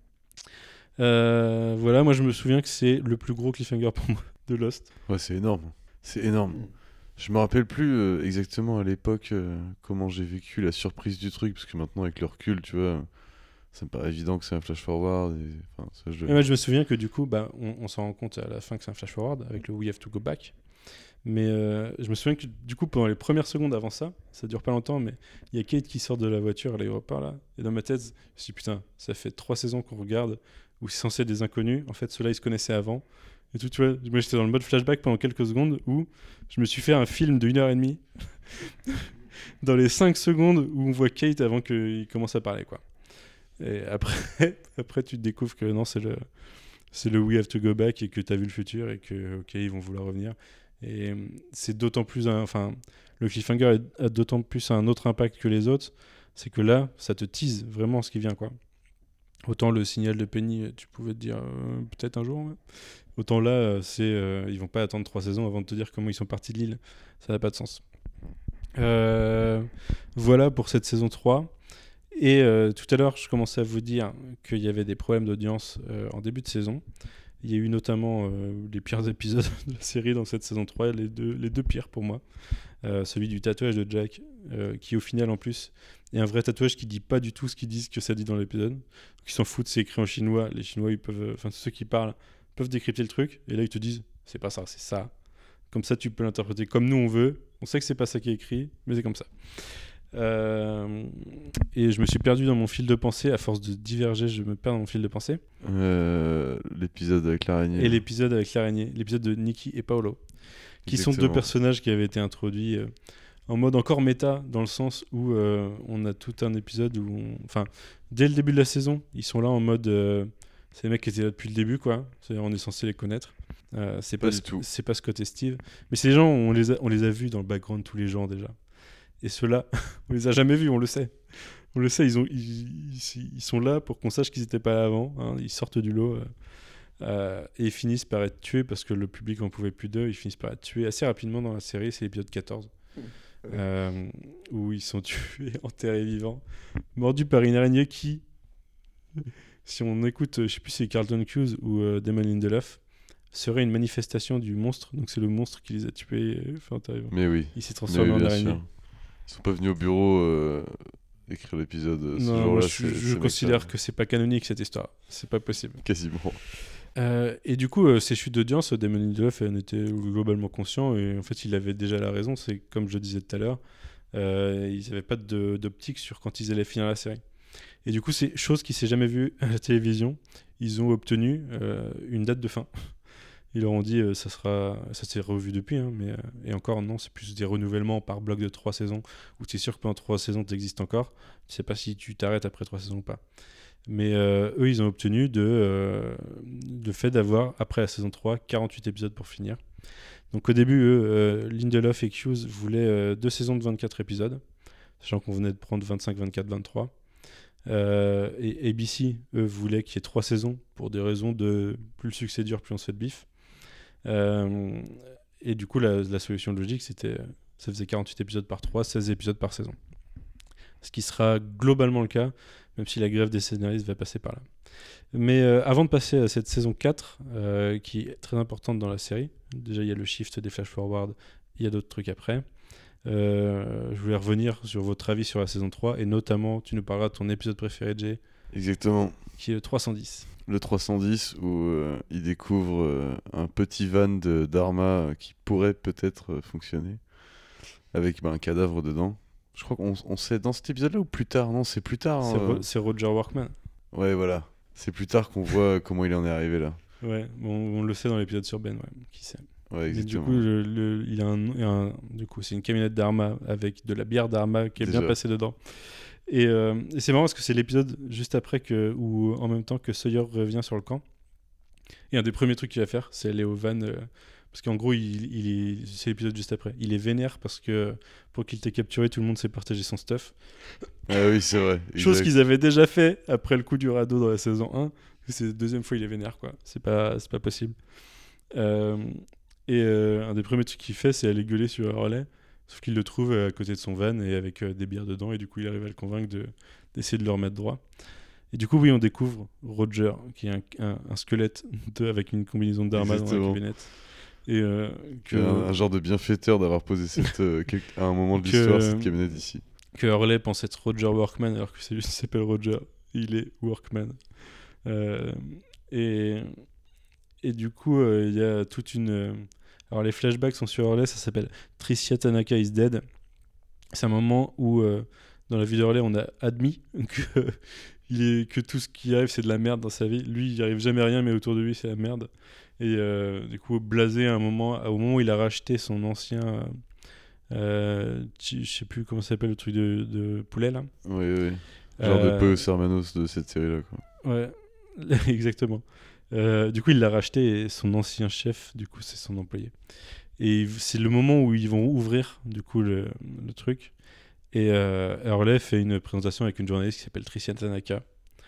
Euh, voilà, moi je me souviens que c'est le plus gros cliffhanger pour moi de Lost. Ouais, c'est énorme. C'est énorme. Je me rappelle plus euh, exactement à l'époque euh, comment j'ai vécu la surprise du truc, parce que maintenant, avec le recul, tu vois, ça me paraît évident que c'est un flash forward. Et, enfin, ça, je... Et moi je me souviens que du coup, bah, on, on s'en rend compte à la fin que c'est un flash forward avec le We Have to Go Back. Mais euh, je me souviens que du coup, pendant les premières secondes avant ça, ça dure pas longtemps, mais il y a Kate qui sort de la voiture à l'aéroport là, et dans ma tête, je me suis dit putain, ça fait trois saisons qu'on regarde où c'est censé être des inconnus. En fait, ceux-là ils se connaissaient avant. Et tout, tu vois, moi j'étais dans le mode flashback pendant quelques secondes où je me suis fait un film de une heure et demie dans les cinq secondes où on voit Kate avant qu'il commence à parler, quoi. Et après, après tu te découvres que non, c'est le, c'est le We Have to Go Back et que tu as vu le futur et que, ok, ils vont vouloir revenir. Et euh, c'est d'autant plus, un- enfin, le cliffhanger a d'autant plus un autre impact que les autres, c'est que là, ça te tease vraiment ce qui vient, quoi. Autant le signal de Penny, tu pouvais te dire euh, peut-être un jour, ouais. Autant là, euh, c'est, euh, ils vont pas attendre trois saisons avant de te dire comment ils sont partis de l'île. Ça n'a pas de sens. Euh, voilà pour cette saison trois. Et euh, tout à l'heure, je commençais à vous dire qu'il y avait des problèmes d'audience euh, en début de saison. Il y a eu notamment euh, les pires épisodes de la série dans cette saison trois, les deux, les deux pires pour moi. Euh, celui du tatouage de Jack, euh, qui au final en plus est un vrai tatouage qui dit pas du tout ce qu'ils disent que ça dit dans l'épisode. Donc ils s'en foutent, c'est écrit en chinois. Les Chinois, ils peuvent, enfin ceux qui parlent, peuvent décrypter le truc. Et là, ils te disent, c'est pas ça, c'est ça. Comme ça, tu peux l'interpréter comme nous on veut. On sait que c'est pas ça qui est écrit, mais c'est comme ça. Euh, et je me suis perdu dans mon fil de pensée. À force de diverger, je me perds dans mon fil de pensée. Euh, l'épisode avec l'araignée. Et l'épisode avec l'araignée, l'épisode de Nikki et Paolo, qui sont deux Exactement. personnages qui avaient été introduits euh, en mode encore méta, dans le sens où euh, on a tout un épisode où, on- enfin, dès le début de la saison, ils sont là en mode, euh, c'est les mecs qui étaient là depuis le début, quoi. C'est-à-dire, on est censé les connaître. Euh, c'est Pas pas, du Sc- tout. c'est pas Scott et Steve, mais c'est les gens, on les a, on les a vus dans le background tous les jours déjà. Et ceux-là, on les a jamais vus, on le sait. On le sait, ils, ont, ils, ils- ils sont là pour qu'on sache qu'ils n'étaient pas là avant. Hein. Ils sortent du lot euh, euh, et ils finissent par être tués parce que le public en pouvait plus d'eux. Ils finissent par être tués assez rapidement dans la série. C'est l'épisode quatorze. Euh, où ils sont tués, enterrés vivants, mordus par une araignée qui, si on écoute, euh, je sais plus si c'est Carlton Cuse ou euh, Damon Lindelof, serait une manifestation du monstre. Donc c'est le monstre qui les a tués. euh, Enfin, t'arrives. Mais oui. Il s'est Mais transformé oui, en bien araignée. sûr. Ils sont pas venus au bureau euh, écrire l'épisode euh, ce Non, jour-là. moi, je, c'est- je ces considère mecs-là. que c'est pas canonique cette histoire. C'est pas possible. Quasiment. Euh, et du coup, euh, ces chutes d'audience, Damon Lindelof en était globalement conscient et en fait, il avait déjà la raison. C'est comme je disais tout à l'heure, euh, ils n'avaient pas de- d'optique sur quand ils allaient finir la série. Et du coup, c'est chose qui s'est jamais vue à la télévision. Ils ont obtenu euh, une date de fin. Ils leur ont dit, euh, ça sera, ça s'est revu depuis, hein, mais euh, et encore non, c'est plus des renouvellements par bloc de trois saisons où tu es sûr que pendant trois saisons tu existes encore. Tu sais pas si tu t'arrêtes après trois saisons ou pas. Mais euh, eux, ils ont obtenu de, euh, le fait d'avoir, après la saison trois, quarante-huit épisodes pour finir. Donc au début, eux, euh, Lindelof et Hughes voulaient euh, deux saisons de vingt-quatre épisodes, sachant qu'on venait de prendre vingt-cinq, vingt-quatre, vingt-trois. Euh, et A B C, eux, voulaient qu'il y ait trois saisons pour des raisons de plus le succès dure, plus on se fait de bif. Euh, et du coup, la, la solution logique, c'était ça faisait quarante-huit épisodes par trois, seize épisodes par saison. Ce qui sera globalement le cas, même si la grève des scénaristes va passer par là. Mais euh, avant de passer à cette saison quatre, euh, qui est très importante dans la série, déjà il y a le shift des flash-forward, il y a d'autres trucs après. Euh, je voulais revenir sur votre avis sur la saison trois, et notamment, tu nous parleras de ton épisode préféré, Jay, Exactement. qui est le trois cent dix. Le trois cent dix où euh, il découvre euh, un petit van de Dharma euh, qui pourrait peut-être euh, fonctionner avec bah, un cadavre dedans. Je crois qu'on on sait dans cet épisode-là ou plus tard. Non, c'est plus tard. C'est, euh, Ro- c'est Roger Workman. Ouais, voilà. C'est plus tard qu'on voit comment il en est arrivé là. Ouais, bon, on le sait dans l'épisode sur Ben, ouais, qui sait. Ouais, Et du exactement. coup, le- le- il a un, un- du coup, c'est une camionnette d'Arma avec de la bière d'Arma qui est bien Déjà. passée dedans. Et, euh, et c'est marrant parce que c'est l'épisode juste après que, ou en même temps que Sawyer revient sur le camp. Et un des premiers trucs qu'il va faire, c'est aller au van. euh, parce qu'en gros, il, il est, c'est l'épisode juste après. Il est vénère parce que pour qu'il t'ait capturé, tout le monde s'est partagé son stuff. Ah oui, c'est vrai. Chose exact. qu'ils avaient déjà fait après le coup du radeau dans la saison un. C'est la deuxième fois il est vénère, quoi. C'est pas, c'est pas possible. Euh, et euh, un des premiers trucs qu'il fait, c'est aller gueuler sur Hurley. Sauf qu'il le trouve à côté de son van et avec euh, des bières dedans. Et du coup, il arrive à le convaincre de, d'essayer de le remettre droit. Et du coup, oui, on découvre Roger, qui est un, un, un squelette de, avec une combinaison d'Arma dans la Exactement. camionnette. Et euh, que, Un, un genre de bienfaiteur d'avoir posé cette, euh, quel- à un moment de Que- l'histoire cette camionnette ici. que Hurley pense être Roger Workman alors que c'est juste il s'appelle Roger, il est Workman. Euh, et, et du coup, euh, il y a toute une. euh, Alors, les flashbacks sont sur Hurley, ça s'appelle Tricia Tanaka is dead. C'est un moment où, euh, dans la vie d'Hurley, on a admis que, il est, que tout ce qui arrive, c'est de la merde dans sa vie. Lui, il n'y arrive jamais rien, mais autour de lui, c'est la merde. Et euh, du coup, blasé à un moment, au moment où il a racheté son ancien. Euh, tu- je sais plus comment ça s'appelle le truc de, de poulet là. Oui, oui. Genre Euh, de Poeus Hermanos de cette série-là, quoi. Ouais, exactement. Euh, du coup, il l'a racheté et son ancien chef, du coup, c'est son employé. Et il- c'est le moment où ils vont ouvrir, du coup, le, le truc. Et euh, Hurley fait une présentation avec une journaliste qui s'appelle Tricia Tanaka.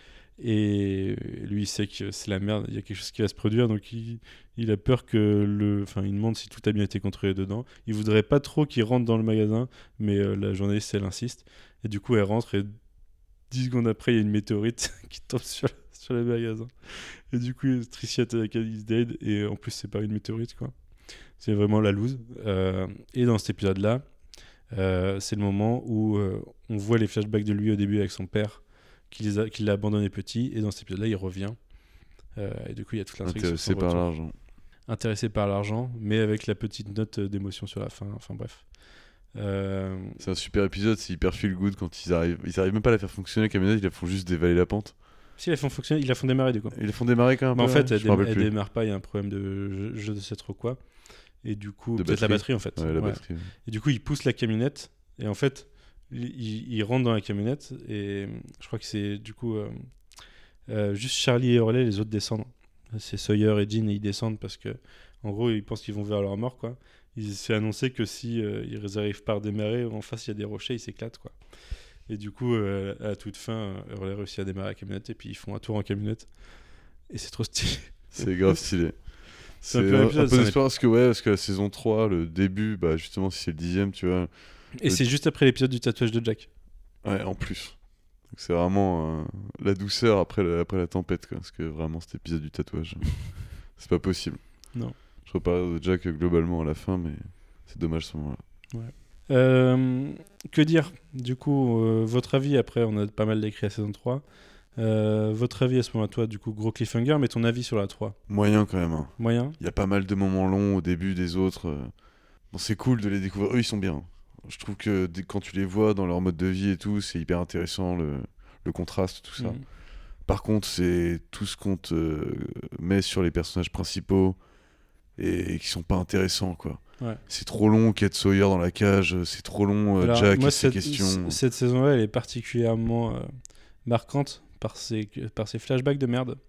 Et lui, il sait que c'est la merde, il y a quelque chose qui va se produire, donc il, il a peur que le. Enfin, il demande si tout a bien été contrôlé dedans. Il voudrait pas trop qu'il rentre dans le magasin, mais euh, la journaliste, elle insiste. Et du coup, elle rentre et dix secondes après, il y a une météorite qui tombe sur, sur le magasin. Et du coup, Tricia Tanaka is dead, et en plus, c'est pas une météorite, quoi. C'est vraiment la loose. Euh, et dans cet épisode-là, euh, c'est le moment où euh, on voit les flashbacks de lui au début avec son père, qui, les a, qui l'a abandonné petit, et dans cet épisode-là, il revient. Euh, et du coup, il y a toute l'intrigue sur Intéressé son par retour. l'argent. Intéressé par l'argent, mais avec la petite note euh, d'émotion sur la fin. Enfin bref. Euh, C'est un super épisode, c'est hyper feel good quand ils arrivent. Ils arrivent même pas à la faire fonctionner, la camionnette, ils la font juste dévaler la pente. Si, ils la font fonctionner, ils la font démarrer du coup. Ils la font démarrer quand même. Mais en fait, elle, je dé- me rappelle elle plus. démarre pas, il y a un problème de je, je ne sais trop quoi. Et du coup, De peut-être la batterie. batterie en fait. Ouais, la Ouais. batterie, ouais. Et du coup, il pousse la camionnette. Et en fait, il, il- il rentre dans la camionnette. Et je crois que c'est du coup euh, euh, juste Charlie et Hurley, les autres descendent. C'est Sawyer et Jean, et ils descendent parce que, en gros, ils pensent qu'ils vont vers leur mort, quoi. Il s'est annoncé que si euh, ils n'arrivent pas à redémarrer, en face il y a des rochers, ils s'éclatent, quoi. Et du coup, euh, à toute fin, euh, Hurley réussit à démarrer la camionnette et puis ils font un tour en camionnette. Et c'est trop stylé. C'est grave stylé. C'est C'est un peu un, l'épisode, un peu ça d'espoir parce que, ouais, parce que la saison trois, le début, bah justement, si c'est le dixième, tu vois. Et le- c'est juste après l'épisode du tatouage de Jack. Ouais, en plus. Donc c'est vraiment euh, la douceur après la, après la tempête, quoi. Parce que vraiment, cet épisode du tatouage, c'est pas possible. Non. Je reparle de Jack globalement à la fin, mais c'est dommage ce moment-là. Ouais. Euh, que dire Du coup, euh, votre avis, après, on a pas mal décrit la saison trois. Euh, votre avis à ce moment-là, toi, du coup, gros cliffhanger, mais ton avis sur la trois Moyen quand même. Hein. Moyen Il y a pas mal de moments longs au début des autres. euh. Bon, c'est cool de les découvrir. Eux, ils sont bien. Je trouve que dès- quand tu les vois dans leur mode de vie et tout, c'est hyper intéressant, le, le contraste, tout ça. Mhm. Par contre, c'est tout ce qu'on te euh, met sur les personnages principaux et, et qui sont pas intéressants, quoi. Ouais. C'est trop long Kate Sawyer dans la cage, c'est trop long euh, Alors, Jack moi, et ses cette, questions. c- cette saison-là, elle est particulièrement euh, marquante par ses, par ses flashbacks de merde.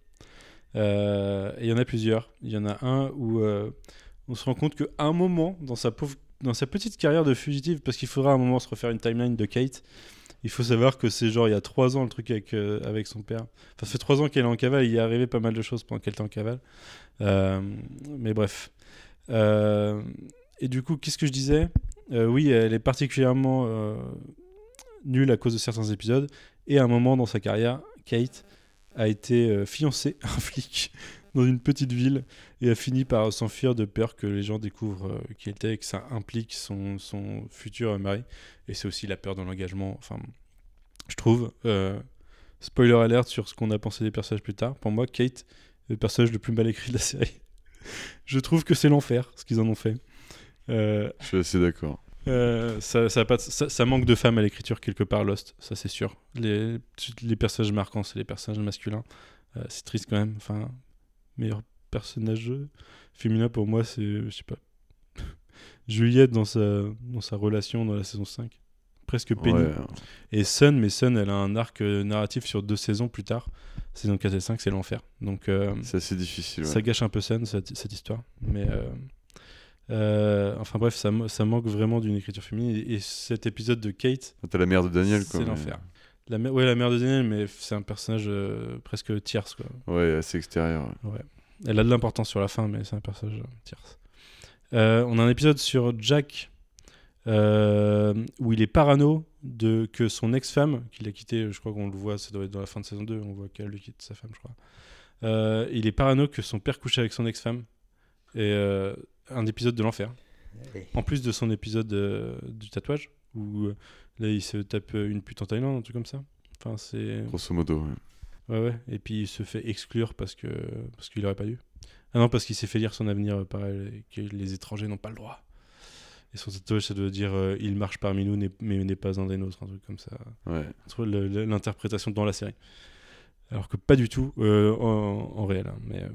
Euh, et il y en a plusieurs. Il y en a un où euh, on se rend compte qu'à un moment, dans sa, pauvre, dans sa petite carrière de fugitive, parce qu'il faudra à un moment se refaire une timeline de Kate, il faut savoir que c'est genre il y a trois ans le truc avec, euh, avec son père. Enfin, ça fait trois ans qu'elle est en cavale, il y est arrivé pas mal de choses pendant qu'elle était en cavale. Euh, mais bref. Euh, et du coup, qu'est-ce que je disais Euh, Oui, elle est particulièrement euh, nulle à cause de certains épisodes. Et à un moment dans sa carrière, Kate a été euh, fiancée à un flic dans une petite ville et a fini par s'enfuir de peur que les gens découvrent euh, qui il était et que ça implique son, son futur mari. Et c'est aussi la peur de l'engagement. Enfin, je trouve. Euh, spoiler alert sur ce qu'on a pensé des personnages plus tard. Pour moi, Kate est le personnage le plus mal écrit de la série. Je trouve que c'est l'enfer ce qu'ils en ont fait. Euh, Je suis assez d'accord. Euh, ça, ça, a pas de- ça, ça manque de femmes à l'écriture quelque part, Lost, ça c'est sûr. Les, les personnages marquants, c'est les personnages masculins. Euh, c'est triste quand même. Enfin, meilleur personnage féminin pour moi, c'est, je sais pas, Juliette dans sa, dans sa relation dans la saison cinq. Presque pénible. Ouais. Et Sun, mais Sun, elle a un arc euh, narratif sur deux saisons plus tard. Saison quatre et cinq, c'est l'enfer. Donc, euh, C'est assez difficile. ça Ouais. gâche un peu Sun, cette, cette histoire. Mais. Euh, euh, enfin bref, ça, mo- ça manque vraiment d'une écriture féminine. Et, et cet épisode de Kate, T'as la mère de Daniel, quoi. c'est mais- l'enfer. La mère, ouais, la mère de Daniel, mais c'est un personnage euh, presque tierce, quoi. Ouais, assez extérieur. ouais. Ouais. Elle a de l'importance sur la fin, mais c'est un personnage euh, tierce. Euh, on a un épisode sur Jack euh, où il est parano de que son ex-femme, qu'il a quitté, je crois qu'on le voit, ça doit être dans la fin de saison deux, on voit qu'elle lui quitte sa femme, je crois. Euh, il est parano que son père couche avec son ex-femme. Et euh, un épisode de l'enfer. En plus de son épisode euh, du tatouage, où euh, là il se tape euh, une pute en Thaïlande, un truc comme ça. Enfin, c'est. Grosso modo, ouais. Ouais, ouais. Et puis il se fait exclure parce que parce qu'il aurait pas dû. Ah non, parce qu'il s'est fait lire son avenir euh, par elle et que les étrangers n'ont pas le droit. Et son tatouage, ça doit dire euh, il marche parmi nous, n'est- mais n'est pas un des nôtres, un truc comme ça. Ouais. Entre le- le- l'interprétation dans la série. Alors que pas du tout euh, en, en réel. hein, mais, euh,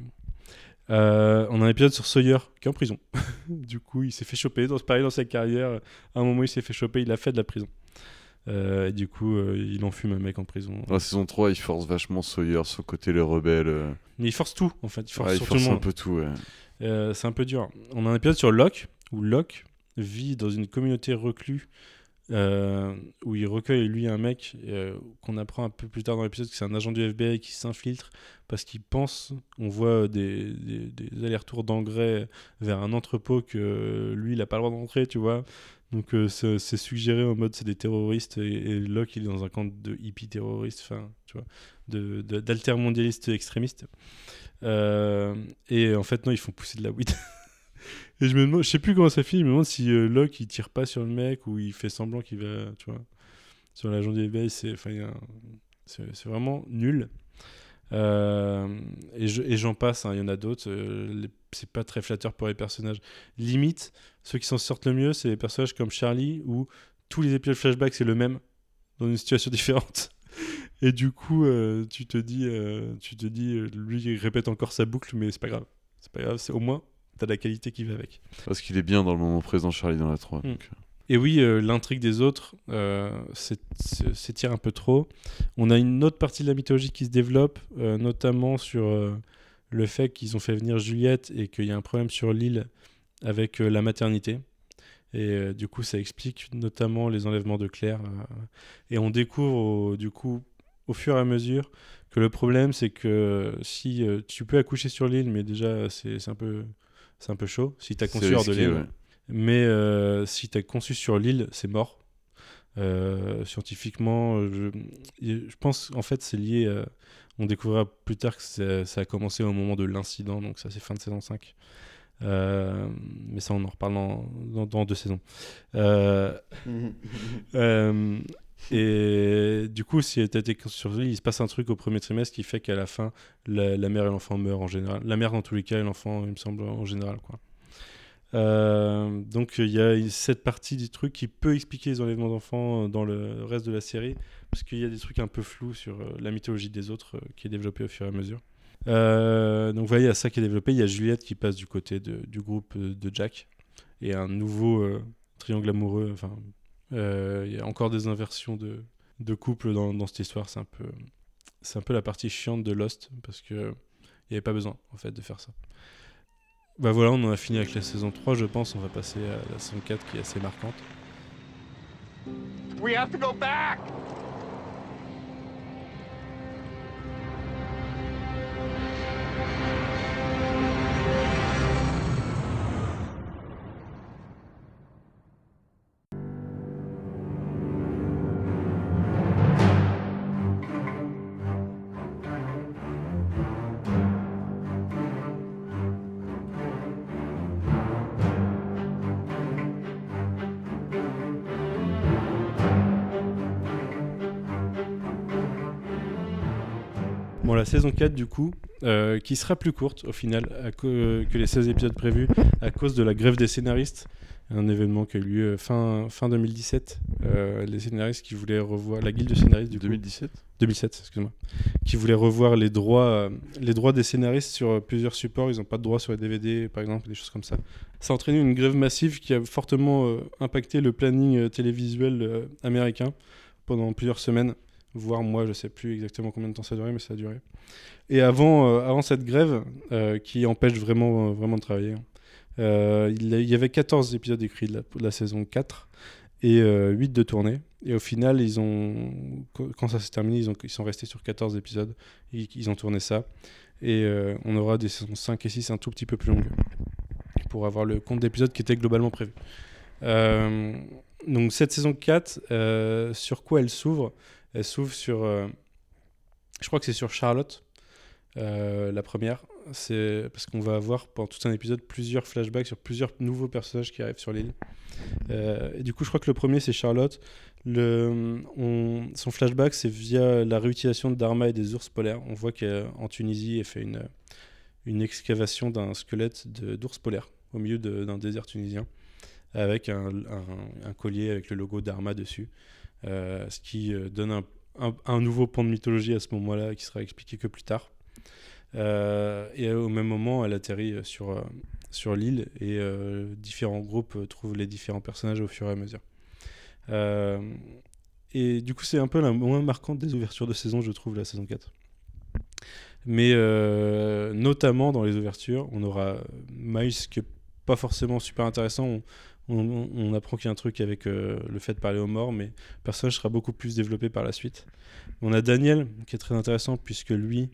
euh, on a un épisode sur Sawyer qui est en prison. Du coup, il s'est fait choper. Dans, pareil, dans sa carrière, à un moment, il s'est fait choper. Il a fait de la prison. Euh, et du coup, euh, il enfume un mec en prison. Dans la saison trois, il force vachement Sawyer, son côté le rebelle. euh. Mais il force tout, en fait. Il force, Ouais, il sur force tout le un monde. peu tout, ouais. Euh, c'est un peu dur. On a un épisode sur Locke, où Locke vit dans une communauté reclus, euh, où il recueille, lui, un mec euh, qu'on apprend un peu plus tard dans l'épisode que c'est un agent du F B I qui s'infiltre parce qu'il pense, on voit des, des, des allers-retours d'engrais vers un entrepôt que lui, il n'a pas le droit d'entrer, tu vois. Donc euh, c'est c'est suggéré en mode c'est des terroristes et, et Locke, il est dans un camp de hippies terroristes, enfin, tu vois, de, de, d'altermondialistes extrémistes. Euh, et en fait, non, ils font pousser de la weed. Et je me demande, je sais plus comment ça finit, je me demande si euh, Locke il tire pas sur le mec ou il fait semblant qu'il va, tu vois, sur l'agent du F B I, c'est, enfin, il y a un- c'est, c'est vraiment nul. Euh, et, je- et j'en passe, hein, il y en a d'autres. euh, les- c'est pas très flatteur pour les personnages. Limite, ceux qui s'en sortent le mieux, c'est les personnages comme Charlie où tous les épisodes flashback c'est le même dans une situation différente. Et du coup, euh, tu te dis, euh, tu te dis, euh, lui il répète encore sa boucle, mais c'est pas grave. C'est pas grave, c'est au moins t'as la qualité qui va avec. Parce qu'il est bien dans le moment présent, Charlie, dans la trois. Mm. donc, euh. Et oui, euh, l'intrigue des autres euh, s'é- s'é- s'étire un peu trop. On a une autre partie de la mythologie qui se développe, euh, notamment sur euh, le fait qu'ils ont fait venir Juliette et qu'il y a un problème sur l'île avec euh, la maternité. Et euh, du coup, ça explique notamment les enlèvements de Claire. euh, et on découvre, au- du coup, au fur et à mesure, que le problème, c'est que si euh, tu peux accoucher sur l'île, mais déjà, c'est c'est un peu, c'est un peu chaud. Si tu as C'est conçu hors de risqué, l'île. ouais. Mais euh, si tu as conçu sur l'île, c'est mort. Euh, scientifiquement, je, je pense en fait c'est lié. euh, on découvrira plus tard que ça, ça a commencé au moment de l'incident, donc ça c'est fin de saison cinq. Euh, mais ça on en reparle dans, dans, dans deux saisons. Euh, euh, et du coup, si tu as été conçu sur l'île, il se passe un truc au premier trimestre qui fait qu'à la fin, la, la mère et l'enfant meurent en général. La mère dans tous les cas et l'enfant, il me semble, en général, quoi. Euh, donc il y a cette partie du truc qui peut expliquer les enlèvements d'enfants dans le reste de la série, parce qu'il y a des trucs un peu flous sur euh, la mythologie des autres euh, qui est développée au fur et à mesure. Euh, donc voilà, il y a ça qui est développé. Il y a Juliette qui passe du côté de- du groupe euh, de Jack et un nouveau euh, triangle amoureux. Enfin, euh, il y a encore des inversions de, de couple dans, dans cette histoire. C'est un peu, c'est un peu la partie chiante de Lost parce que il n'y avait pas besoin en fait de faire ça. Bah voilà, on en a fini avec la saison trois, je pense. On va passer à la saison quatre qui est assez marquante. We have to go back! Bon, la saison quatre, du coup, euh, qui sera plus courte au final à co- que les seize épisodes prévus à cause de la grève des scénaristes. Un événement qui a eu lieu fin, fin deux mille dix-sept. Euh, les scénaristes qui voulaient revoir. La guilde de scénaristes, du coup. deux mille dix-sept deux mille sept, excuse-moi. Qui voulaient revoir les droits, euh, les droits des scénaristes sur euh, plusieurs supports. Ils n'ont pas de droits sur les D V D, par exemple, des choses comme ça. Ça a entraîné une grève massive qui a fortement euh, impacté le planning euh, télévisuel euh, américain pendant plusieurs semaines. Voire moi, je sais plus exactement combien de temps ça a duré, mais ça a duré. Et avant, euh, avant cette grève, euh, qui empêche vraiment, euh, vraiment de travailler, euh, il, a- il y avait quatorze épisodes écrits de la, de la saison quatre et euh, huit de tournée. Et au final, ils ont, quand ça s'est terminé, ils, ont, ils sont restés sur quatorze épisodes. Ils, ils ont tourné ça. Et euh, on aura des saisons cinq et six un tout petit peu plus longues pour avoir le compte d'épisodes qui était globalement prévu. Euh, donc cette saison quatre, euh, sur quoi elle s'ouvre ? Elle s'ouvre sur... euh, je crois que c'est sur Charlotte, euh, la première. C'est parce qu'on va avoir pendant tout un épisode plusieurs flashbacks sur plusieurs nouveaux personnages qui arrivent sur l'île. Euh, et du coup, je crois que le premier, c'est Charlotte. Le, on- son flashback, c'est via la réutilisation de Dharma et des ours polaires. On voit qu'en Tunisie, elle fait une, une excavation d'un squelette de- d'ours polaire au milieu de- d'un désert tunisien avec un, un- un collier avec le logo Dharma dessus. Euh, ce qui euh, donne un, un- un nouveau pan de mythologie à ce moment-là qui sera expliqué que plus tard. Euh, et au même moment, elle atterrit euh, sur, euh, sur l'île et euh, différents groupes euh, trouvent les différents personnages au fur et à mesure. Euh, et du coup, c'est un peu la moins marquante des ouvertures de saison, je trouve, la saison quatre. Mais euh, notamment dans les ouvertures, on aura Miles qui est pas forcément super intéressant. On, on- on apprend qu'il y a un truc avec euh, le fait de parler aux morts, mais le personnage sera beaucoup plus développé par la suite. On a Daniel qui est très intéressant puisque lui,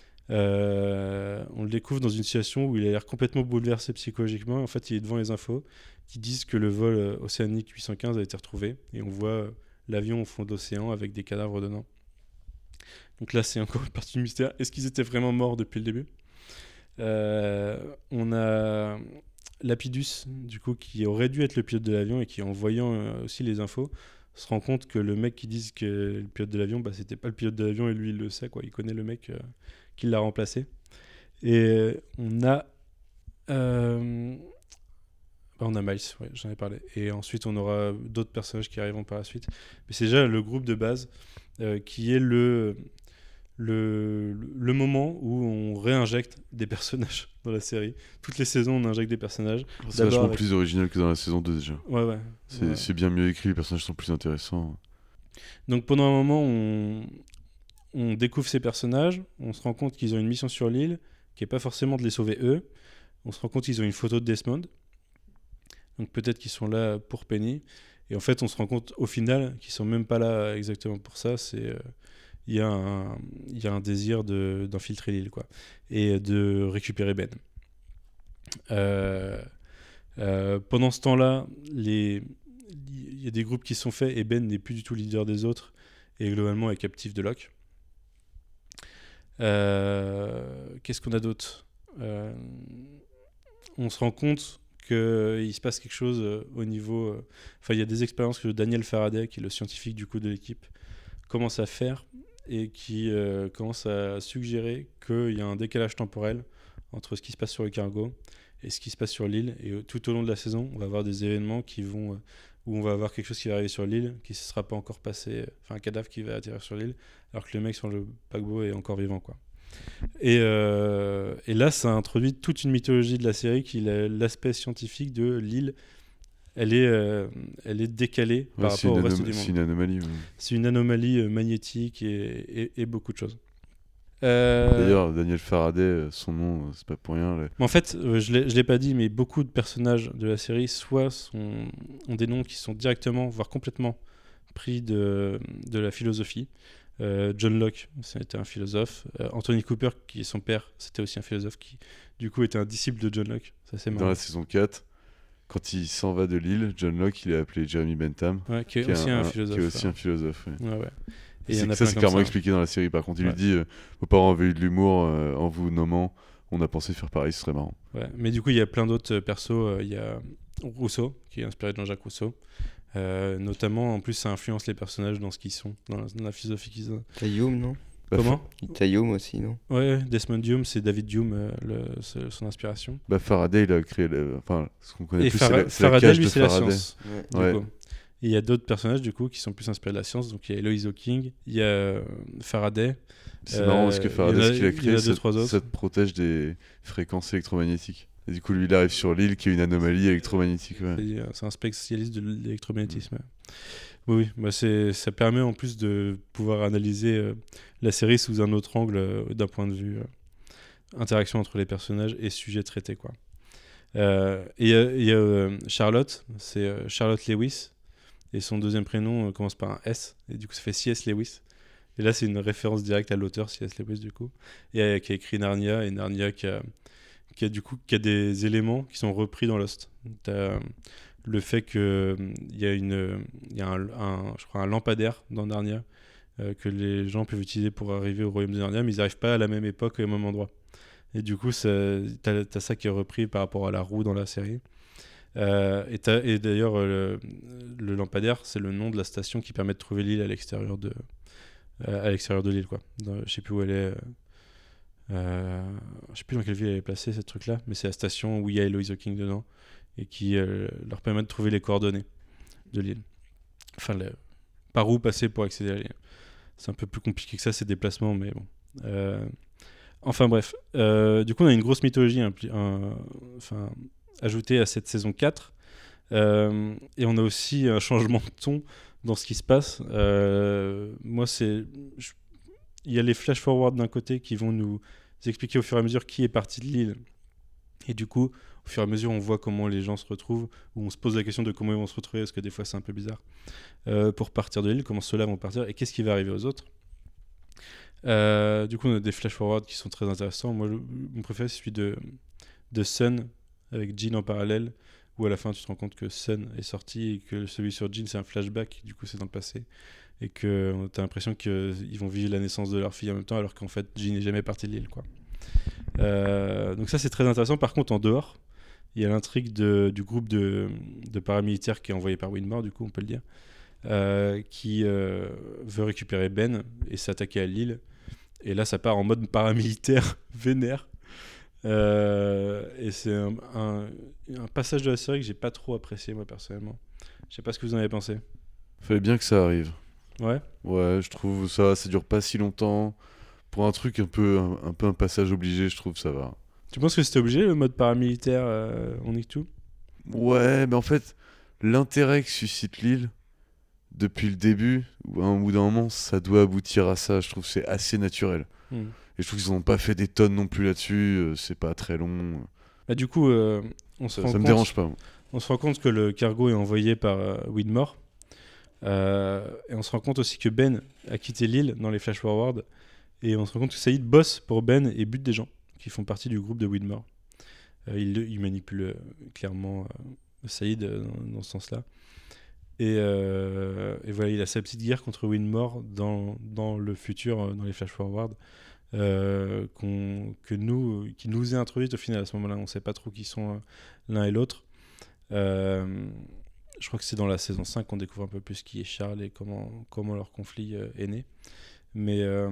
euh, on le découvre dans une situation où il a l'air complètement bouleversé psychologiquement. En fait, il est devant les infos qui disent que le vol euh, océanique huit cent quinze a été retrouvé et on voit euh, l'avion au fond de l'océan avec des cadavres dedans. Donc là, c'est encore une partie du mystère. Est-ce qu'ils étaient vraiment morts depuis le début ? Euh, On a Lapidus, du coup, qui aurait dû être le pilote de l'avion et qui, en voyant euh, aussi les infos, se rend compte que le mec qui dit que le pilote de l'avion, bah, c'était pas le pilote de l'avion et lui, il le sait, quoi. Il connaît le mec euh, qui l'a remplacé. Et euh, on a... euh, bah, on a Miles, ouais, j'en ai parlé. Et ensuite, on aura d'autres personnages qui arriveront par la suite. Mais c'est déjà le groupe de base euh, qui est le, le, le moment où on réinjecte des personnages dans la série. Toutes les saisons, on injecte des personnages. C'est D'abord vachement avec- plus original que dans la saison deux déjà. Ouais, ouais. C'est Ouais. c'est bien mieux écrit, les personnages sont plus intéressants. Donc pendant un moment, on, on découvre ces personnages, on se rend compte qu'ils ont une mission sur l'île, qui n'est pas forcément de les sauver eux. On se rend compte qu'ils ont une photo de Desmond. Donc peut-être qu'ils sont là pour Penny. Et en fait, on se rend compte au final qu'ils sont même pas là exactement pour ça. C'est euh, il y a un il y a un désir de d'infiltrer l'île, quoi, et de récupérer Ben. Euh, euh, pendant ce temps-là, les il y a des groupes qui sont faits et Ben n'est plus du tout leader des autres et globalement est captif de Locke. Euh, Qu'est-ce qu'on a d'autre ? Euh, On se rend compte qu'il se passe quelque chose euh, au niveau... euh, Enfin, il y a des expériences que Daniel Faraday, qui est le scientifique du coup de l'équipe, commence à faire et qui euh, commence à suggérer qu'il y a un décalage temporel entre ce qui se passe sur le cargo et ce qui se passe sur l'île. Et euh, tout au long de la saison, on va avoir des événements qui vont... euh, où on va avoir quelque chose qui va arriver sur l'île, qui ne se sera pas encore passé... Enfin, un cadavre qui va atterrir sur l'île, alors que le mec sur le paquebot est encore vivant, quoi. Et, euh, et là, ça introduit toute une mythologie de la série qui est l'aspect scientifique de l'île. Elle est, euh, elle est décalée Ouais, par c'est rapport au une reste anom- du monde. c'est une anomalie, ouais. C'est une anomalie euh, magnétique et, et- et beaucoup de choses. Euh, D'ailleurs, Daniel Faraday, euh, son nom, euh, c'est pas pour rien. là. Mais en fait, euh, je ne l'ai pas dit, mais beaucoup de personnages de la série soit sont, ont des noms qui sont directement, voire complètement pris de, de la philosophie. Euh, John Locke, c'était un philosophe. Euh, Anthony Cooper, qui est son père, c'était aussi un philosophe qui, du coup, était un disciple de John Locke. Ça, c'est marrant. Dans la saison quatre, quand il s'en va de l'île, John Locke, il est appelé Jeremy Bentham. Ouais, qui est aussi un philosophe, Qui est aussi ouais. un philosophe, ouais. Ouais, ouais. Et il y C'est en a que ça, plein c'est comme clairement ça. expliqué dans la série. Par contre, il Ouais. lui dit euh, vos parents avaient eu de l'humour euh, en vous nommant. On a pensé faire pareil, ce serait marrant. Ouais, mais du coup, il y a plein d'autres euh, persos. euh, Il y a Rousseau, qui est inspiré de Jean-Jacques Rousseau. Euh, notamment, en plus, ça influence les personnages dans ce qu'ils sont, dans la, dans la philosophie qu'ils ont. T'as Hume, non ? Bah, Comment T'as Hume aussi, non? Ouais, Desmond Hume, c'est David Hume, euh, le- c'est son inspiration. Bah, Faraday, il a créé. le- Enfin, ce qu'on connaît Et plus, Fara- c'est la, c'est la Faraday, cage lui, de c'est la Faraday. science. Ouais. du Ouais. coup. Et il y a d'autres personnages du coup qui sont plus inspirés de la science. Donc il y a Eloise Hawking, il y a euh, Faraday. C'est Euh, marrant parce que il y en Faraday, a- ce qu'il a il y en créé, a deux, ça, trois autres. ça te protège des fréquences électromagnétiques. Et du coup, lui, il arrive sur l'île qui est une anomalie électromagnétique. Ouais. C'est c'est un spécialiste de l'électromagnétisme. Oui, oui. Bah c'est, ça permet en plus de pouvoir analyser euh, la série sous un autre angle euh, d'un point de vue euh, interaction entre les personnages et sujets traités, quoi. Euh, et il y a, il y a, euh, Charlotte, c'est euh, Charlotte Lewis, et son deuxième prénom euh, commence par un S, et du coup ça fait C S Lewis. Et là c'est une référence directe à l'auteur C S Lewis du coup, et euh, qui a écrit Narnia, et Narnia qui a, qui a du coup qui a des éléments qui sont repris dans Lost. T'as euh, le fait que il y a une, il y a un, un- je crois un lampadaire dans Narnia euh, que les gens peuvent utiliser pour arriver au royaume de Narnia, mais ils n'arrivent pas à la même époque et au même endroit. Et du coup, ça- t'as, t'as ça qui est repris par rapport à la roue dans la série. Euh, et, t'as- et d'ailleurs, euh, le, le lampadaire, c'est le nom de la station qui permet de trouver l'île à l'extérieur de, euh, à l'extérieur de l'île, quoi. Dans- je sais plus où elle est. Euh, euh, je sais plus dans quelle ville elle est placée, ce truc-là, mais c'est la station où il y a Eloise Hawking dedans et qui euh, leur permet de trouver les coordonnées de l'île. Enfin, le- par où passer pour accéder à l'île. C'est un peu plus compliqué que ça, ces déplacements, mais bon. Euh, Enfin bref, Euh, du coup on a une grosse mythologie impli- un- enfin, ajoutée à cette saison quatre, Euh, et on a aussi un changement de ton dans ce qui se passe. Euh, moi c'est... je- Il y a les flash-forward d'un côté qui vont nous expliquer au fur et à mesure qui est parti de l'île, et du coup au fur et à mesure on voit comment les gens se retrouvent, ou on se pose la question de comment ils vont se retrouver, parce que des fois c'est un peu bizarre, euh, pour partir de l'île, comment ceux-là vont partir, et qu'est-ce qui va arriver aux autres. Euh, du coup, on a des flash-forward qui sont très intéressants. Moi, le- mon préféré, c'est celui de, de Sun, avec Jean en parallèle, où à la fin, tu te rends compte que Sun est sorti et que celui sur Jean, c'est un flashback, du coup, c'est dans le passé. Et que tu as l'impression qu'ils vont vivre la naissance de leur fille en même temps, alors qu'en fait, Jean n'est jamais parti de l'île, quoi. Euh, donc ça, c'est très intéressant. Par contre, en dehors, il y a l'intrigue de- du groupe de, de paramilitaires qui est envoyé par Widmore, du coup, on peut le dire, euh, qui euh, veut récupérer Ben et s'attaquer à l'île. Et là, ça part en mode paramilitaire vénère. Euh, et c'est un, un- un passage de la série que j'ai pas trop apprécié, moi, personnellement. Je sais pas ce que vous en avez pensé. Fallait bien que ça arrive. Ouais. Ouais, je trouve ça, ça dure pas si longtemps. Pour un truc un peu un, un peu un passage obligé, je trouve ça va. Tu penses que c'était obligé, le mode paramilitaire, euh, on nique tout? Ouais, mais en fait, l'intérêt que suscite l'île depuis le début, ou à un bout d'un moment, ça doit aboutir à ça. Je trouve que c'est assez naturel. Hmm. Et je trouve qu'ils n'ont pas fait des tonnes non plus là-dessus. euh, C'est pas très long. Bah, du coup, euh, on se Ça, rend ça me compte- dérange pas. moi. On se rend compte que le cargo est envoyé par euh, Widmore. Euh, et on se rend compte aussi que Ben a quitté l'île dans les flash-forward. Et on se rend compte que Saïd bosse pour Ben et bute des gens qui font partie du groupe de Widmore. Euh, il, il manipule euh, clairement euh, Saïd euh, dans, dans ce sens-là. Et, euh, et voilà, il a sa petite guerre contre Widmore dans, dans le futur, euh, dans les flash-forward. Euh, qu'on, que nous, qui nous est introduite au final à ce moment-là. On ne sait pas trop qui sont euh, l'un et l'autre. Euh, je crois que c'est dans la saison cinq qu'on découvre un peu plus qui est Charles et comment, comment leur conflit euh, est né. Mais euh,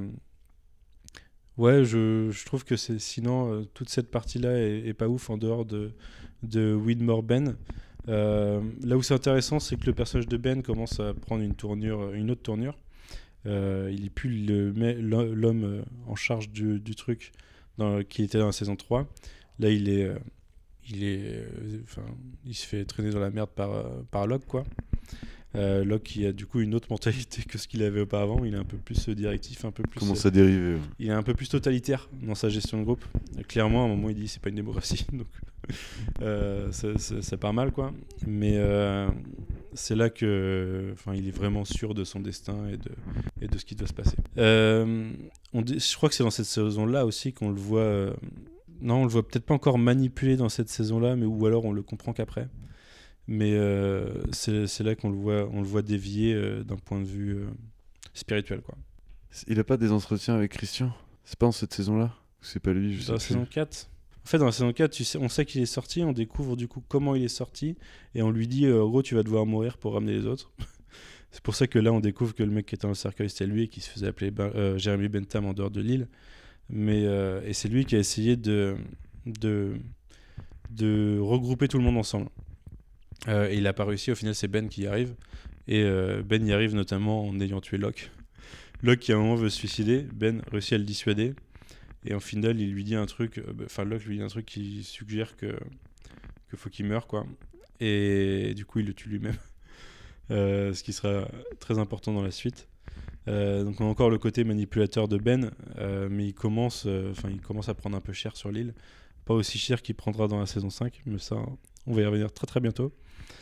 ouais, je, je trouve que c'est, sinon, euh, toute cette partie-là est, est pas ouf en dehors de, de Widmore Ben. Euh, là où c'est intéressant, c'est que le personnage de Ben commence à prendre une tournure, une autre tournure. Euh, il est plus le, mais- l'homme euh, en charge du, du truc dans, qui était dans la saison trois. Là, il est, euh, il est, euh, enfin, il se fait traîner dans la merde par, euh, par Locke, quoi. Euh, Locke qui a du coup une autre mentalité que ce qu'il avait auparavant. Il est un peu plus euh, directif, un peu plus. Commence euh, à dériver. ouais. Il est un peu plus totalitaire dans sa gestion de groupe. Euh, clairement, à un moment, il dit c'est pas une démocratie, donc euh, ça, ça- ça part mal, quoi. Mais euh, c'est là que, enfin, il est vraiment sûr de son destin et de et de ce qui doit se passer. Euh, on dit- je crois que c'est dans cette saison-là aussi qu'on le voit. euh, non, on le voit peut-être pas encore manipulé dans cette saison-là, mais ou alors on le comprend qu'après. Mais euh, c'est c'est là qu'on le voit, on le voit dévier euh, d'un point de vue euh, spirituel, quoi. Il a pas des entretiens avec Christian? C'est pas dans cette saison-là? Ou c'est pas lui, je sais Dans la plus. saison quatre. En fait, dans la saison quatre, tu sais, on sait qu'il est sorti, on découvre du coup comment il est sorti, et on lui dit, euh, en gros, tu vas devoir mourir pour ramener les autres. C'est pour ça que là, on découvre que le mec qui était dans le cercueil, c'était lui et qui se faisait appeler ben, euh, Jeremy Bentham en dehors de l'île. Mais, euh, et c'est lui qui a essayé de, de, de regrouper tout le monde ensemble. Euh, et il n'a pas réussi. Au final, c'est Ben qui y arrive. Et euh, Ben y arrive notamment en ayant tué Locke. Locke, qui à un moment veut se suicider, Ben réussit à le dissuader. Et en final, il lui dit un truc. Enfin, euh, Locke lui dit un truc qui suggère que qu'il faut qu'il meure, quoi. Et du coup, il le tue lui-même. Euh, ce qui sera très important dans la suite. Euh, donc on a encore le côté manipulateur de Ben, euh, mais il commence, enfin euh, il commence à prendre un peu cher sur l'île. Pas aussi cher qu'il prendra dans la saison cinq, mais ça, on va y revenir très très bientôt.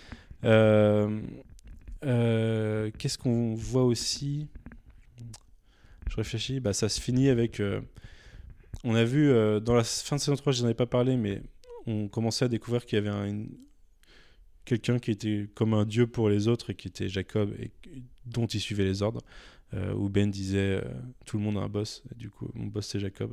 Euh, euh, qu'est-ce qu'on voit aussi ? Je réfléchis. Bah, ça se finit avec... Euh, on a vu, euh, dans la fin de saison trois, je n'en avais pas parlé, mais on commençait à découvrir qu'il y avait un, une, quelqu'un qui était comme un dieu pour les autres et qui était Jacob et dont il suivait les ordres. Euh, où Ben disait euh, tout le monde a un boss, et du coup mon boss c'est Jacob.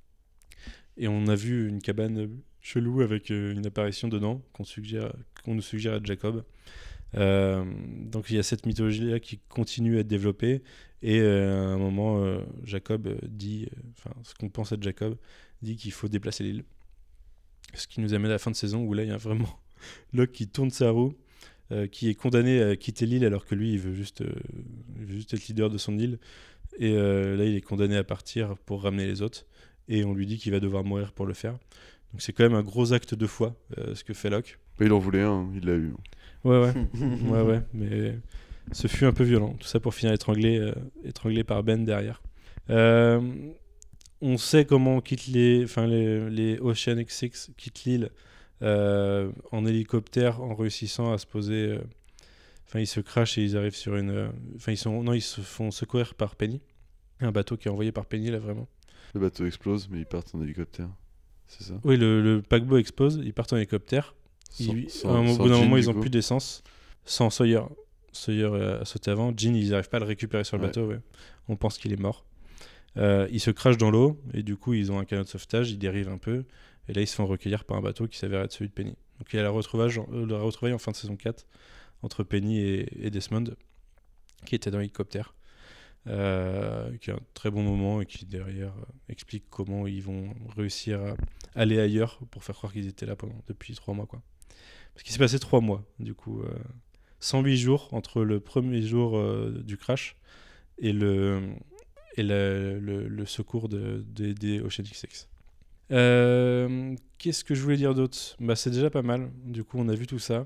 Et on a vu une cabane chelou avec euh, une apparition dedans qu'on, suggère, qu'on nous suggère être Jacob. Euh, donc il y a cette mythologie là qui continue à être développée et euh, à un moment euh, Jacob dit, enfin euh, ce qu'on pense être Jacob dit qu'il faut déplacer l'île. Ce qui nous amène à la fin de saison où là il y a vraiment Locke qui tourne sa roue. Euh, qui est condamné à quitter l'île alors que lui il veut juste, euh, il veut juste être leader de son île et euh, là il est condamné à partir pour ramener les autres et on lui dit qu'il va devoir mourir pour le faire, donc c'est quand même un gros acte de foi euh, ce que fait Locke. Mais il en voulait un, il l'a eu. Ouais ouais, ouais ouais, mais ce fut un peu violent, tout ça pour finir étranglé, euh, étranglé par Ben derrière. Euh, on sait comment on quitte les, enfin les, les Ocean X six quittent l'île. Euh, en hélicoptère en réussissant à se poser, enfin euh, ils se crashent et ils arrivent sur une, enfin euh, ils sont, non ils se font secourir par Penny, un bateau qui est envoyé par Penny là vraiment. Le bateau explose mais ils partent en hélicoptère, c'est ça? Oui, le, le paquebot explose, ils partent en hélicoptère. Sans, ils, sans, à un, sans au bout d'un moment ils ont plus d'essence, sans Sawyer, Sawyer a sauté avant. Jean ils n'arrivent pas à le récupérer sur le ouais. bateau, ouais. On pense qu'il est mort. Euh, ils se crashent dans l'eau et du coup ils ont un canot de sauvetage, ils dérivent un peu. Et là, ils se font recueillir par un bateau qui s'avère être celui de Penny. Donc il y a la retrouvaille, la retrouvaille en fin de saison quatre entre Penny et, et Desmond, qui était dans l'hélicoptère, euh, qui est un très bon moment et qui derrière euh, explique comment ils vont réussir à aller ailleurs pour faire croire qu'ils étaient là pendant, depuis trois mois. Quoi. Parce qu'il s'est passé trois mois, du coup. Euh, cent huit jours entre le premier jour euh, du crash et le, et le, le, le secours de, de, des Ocean X six. Euh, qu'est-ce que je voulais dire d'autre ? Bah, c'est déjà pas mal. Du coup, on a vu tout ça.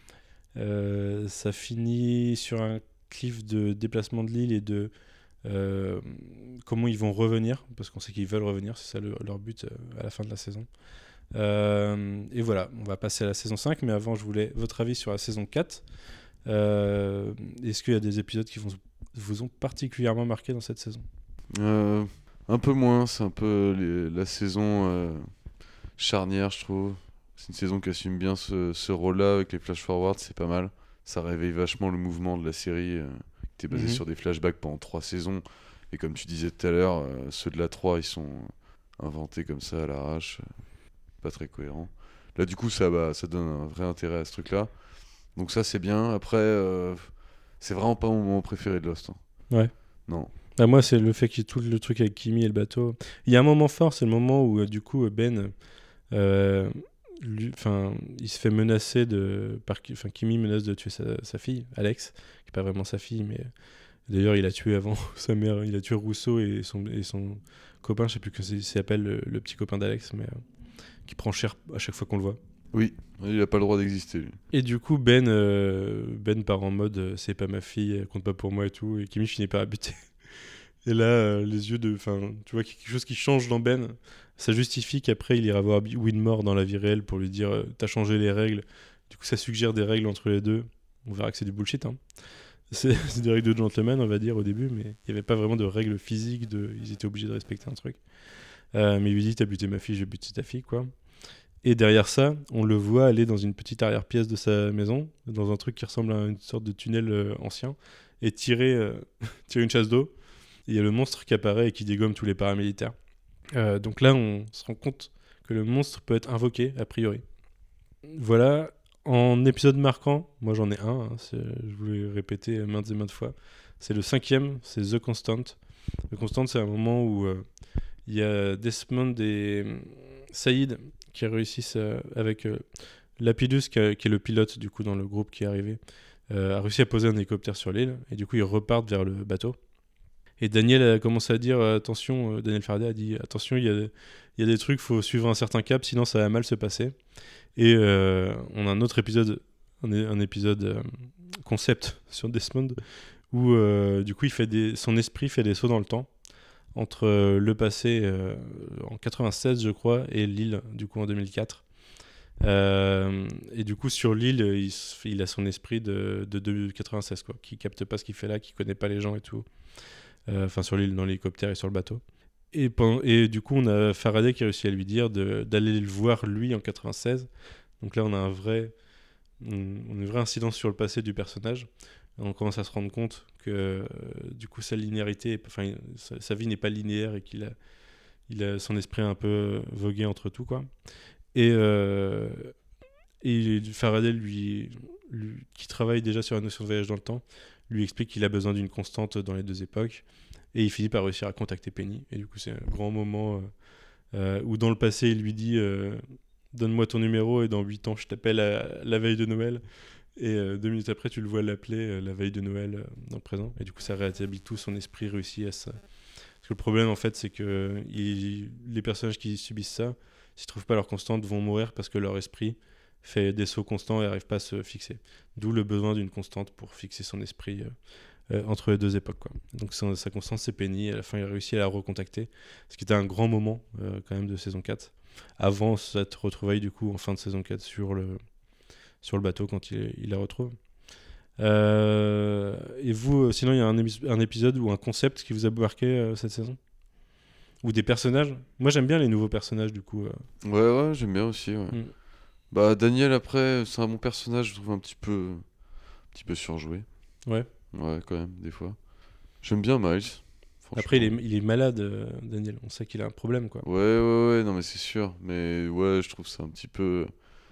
Euh, ça finit sur un cliff de déplacement de l'île et de euh, comment ils vont revenir, parce qu'on sait qu'ils veulent revenir, c'est ça le, leur but euh, à la fin de la saison. Euh, et voilà, on va passer à la saison cinq, mais avant, je voulais votre avis sur la saison quatre. Euh, est-ce qu'il y a des épisodes qui vont, vous ont particulièrement marqué dans cette saison ? euh... Un peu moins, c'est un peu les, la saison euh, charnière, je trouve. C'est une saison qui assume bien ce, ce rôle-là avec les flash-forward, c'est pas mal. Ça réveille vachement le mouvement de la série euh, qui était basé mm-hmm. sur des flashbacks pendant trois saisons. Et comme tu disais tout à l'heure, euh, ceux de la trois, ils sont inventés comme ça à l'arrache. Euh, pas très cohérents. Là, du coup, ça, bah, ça donne un vrai intérêt à ce truc-là. Donc ça, c'est bien. Après, euh, c'est vraiment pas mon moment préféré de Lost. Hein. Ouais. Non. Bah moi, c'est le fait qu'il y ait tout le truc avec Kimi et le bateau. Il y a un moment fort, c'est le moment où, euh, du coup, Ben, euh, lui, il se fait menacer de... Par, enfin, Kimi menace de tuer sa, sa fille, Alex, qui n'est pas vraiment sa fille, mais d'ailleurs, il a tué avant sa mère, il a tué Rousseau et son, et son copain, je sais plus que c'est, s'appelle le, le petit copain d'Alex, mais euh, qui prend cher à chaque fois qu'on le voit. Oui, il n'a pas le droit d'exister, lui. Et du coup, Ben, euh, Ben part en mode euh, c'est pas ma fille, elle compte pas pour moi et tout, et Kimi finit par la buter. Et là, euh, les yeux de... Enfin, tu vois, quelque chose qui change dans Ben. Ça justifie qu'après, il ira voir Widmore dans la vie réelle pour lui dire euh, « T'as changé les règles ». Du coup, ça suggère des règles entre les deux. On verra que c'est du bullshit. Hein. C'est, c'est des règles de gentleman, on va dire, au début, mais il n'y avait pas vraiment de règles physiques. De... Ils étaient obligés de respecter un truc. Euh, mais il lui dit « T'as buté ma fille, je vais buter ta fille, quoi ». Et derrière ça, on le voit aller dans une petite arrière-pièce de sa maison, dans un truc qui ressemble à une sorte de tunnel euh, ancien, et tirer, euh, tirer une chasse d'eau. Il y a le monstre qui apparaît et qui dégomme tous les paramilitaires. Euh, donc là, on se rend compte que le monstre peut être invoqué, a priori. Voilà. en épisode marquant, moi j'en ai un, hein, c'est- je vous l'ai répété maintes et maintes fois. C'est le cinquième, c'est The Constant. The Constant, c'est un moment où euh, il y a Desmond et euh, Saïd qui réussissent euh, avec euh, Lapidus, qui, a- qui est le pilote du coup dans le groupe qui est arrivé, euh, a réussi à poser un hélicoptère sur l'île et du coup ils repartent vers le bateau. Et Daniel a commencé à dire euh, attention, euh, Daniel Faraday a dit attention, il y a, il y a des trucs, faut suivre un certain cap, sinon ça va mal se passer. Et euh, on a un autre épisode, un, é- un épisode euh, concept sur Desmond où euh, du coup il fait des, son esprit fait des sauts dans le temps entre euh, le passé euh, en quatre-vingt-seize je crois et l'île du coup en deux mille quatre. Euh, et du coup sur l'île il, se fait- il a son esprit de, de, de quatre-vingt-seize quoi, qui capte pas ce qu'il fait là, qui connaît pas les gens et tout. Euh, Enfin sur l'île, dans l'hélicoptère et sur le bateau. Et, pendant- et du coup on a Faraday qui a réussi à lui dire de- d'aller le voir lui en quatre-vingt-seize. Donc là on a un vrai, on, on a une vraie incidence sur le passé du personnage. On commence à se rendre compte que euh, du coup sa linéarité, enfin sa, sa vie n'est pas linéaire et qu'il a, il a son esprit un peu vogué entre tout quoi. Et, euh, et Faraday lui, lui, qui travaille déjà sur la notion de voyage dans le temps, lui explique qu'il a besoin d'une constante dans les deux époques. Et il finit par réussir à contacter Penny. Et du coup, c'est un grand moment euh, euh, où dans le passé, il lui dit euh, donne-moi ton numéro et dans huit ans, je t'appelle à la veille de Noël. Et euh, deux minutes après, tu le vois l'appeler euh, la veille de Noël euh, dans le présent. Et du coup, ça rétablit tout son esprit réussi à ça. Parce que le problème, en fait, c'est que il- les personnages qui subissent ça, s'ils trouvent pas leur constante, vont mourir parce que leur esprit fait des sauts constants et n'arrive pas à se fixer. D'où le besoin d'une constante pour fixer son esprit euh, euh, entre les deux époques, quoi. Donc sa, sa constante, c'est Penny. À la fin, il a réussi à la recontacter, ce qui était un grand moment euh, quand même de saison quatre. Avant cette retrouvaille, du coup, en fin de saison quatre sur le, sur le bateau quand il, il la retrouve. Euh, et vous, euh, sinon, il y a un, émis- un épisode ou un concept qui vous a marqué euh, cette saison? Ou des personnages? Moi, j'aime bien les nouveaux personnages, du coup. euh. Ouais, ouais, j'aime bien aussi. Ouais. Mm. Bah, Daniel, après, c'est un bon personnage, je trouve un petit peu, un petit peu surjoué. Ouais. Ouais, quand même, des fois. J'aime bien Miles. Après, il franchement. est, il est malade, euh, Daniel. On sait qu'il a un problème, quoi. Ouais, ouais, ouais, non, mais c'est sûr. Mais ouais, je trouve ça un petit peu.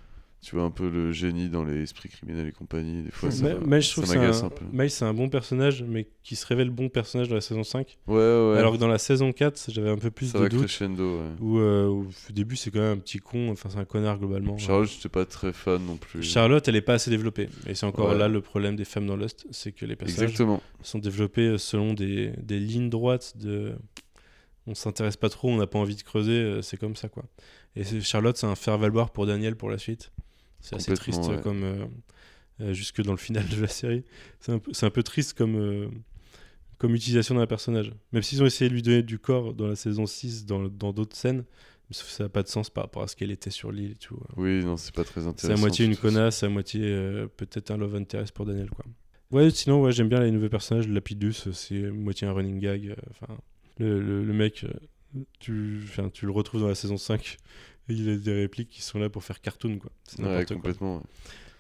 Tu vois, un peu le génie dans les esprits criminels et compagnie. Des fois, ça, Mais, mais je trouve ça que c'est m'agace un, un peu. Miles, c'est un bon personnage, mais qui se révèle bon personnage dans la saison cinq. Ouais, ouais. Alors que dans la saison quatre, j'avais un peu plus Ça de va doutes. crescendo, ouais. Où, euh, où au début, c'est quand même un petit con. Enfin, c'est un connard, globalement. Charlotte, j'étais pas très fan non plus. Charlotte, elle est pas assez développée. Et c'est encore Ouais. là le problème des femmes dans Lost, c'est que les personnages Exactement. sont développés selon des, des lignes droites de... On s'intéresse pas trop, on n'a pas envie de creuser, euh, c'est comme ça, quoi. Et c'est- Charlotte, c'est un faire-valoir pour Daniel pour la suite. C'est assez Complètement, triste ouais. comme... euh, euh, jusque dans le final de la série. C'est un, peu- c'est un peu triste comme, euh, comme utilisation d'un personnage. Même s'ils ont essayé de lui donner du corps dans la saison six, dans dans d'autres scènes, ça n'a pas de sens par rapport à ce qu'elle était sur l'île et tout. Oui, non, c'est pas très C'est à intéressant. moitié de une toute façon. connasse, à moitié euh, peut-être un love interest pour Daniel, quoi. Ouais, sinon, ouais, j'aime bien les nouveaux personnages. Lapidus, euh, c'est moitié un running gag. euh, Enfin, le, le, le mec, euh, tu, enfin, tu le retrouves dans la saison cinq. Et il a des répliques qui sont là pour faire cartoon, quoi. C'est Ouais, n'importe quoi. complètement. ouais.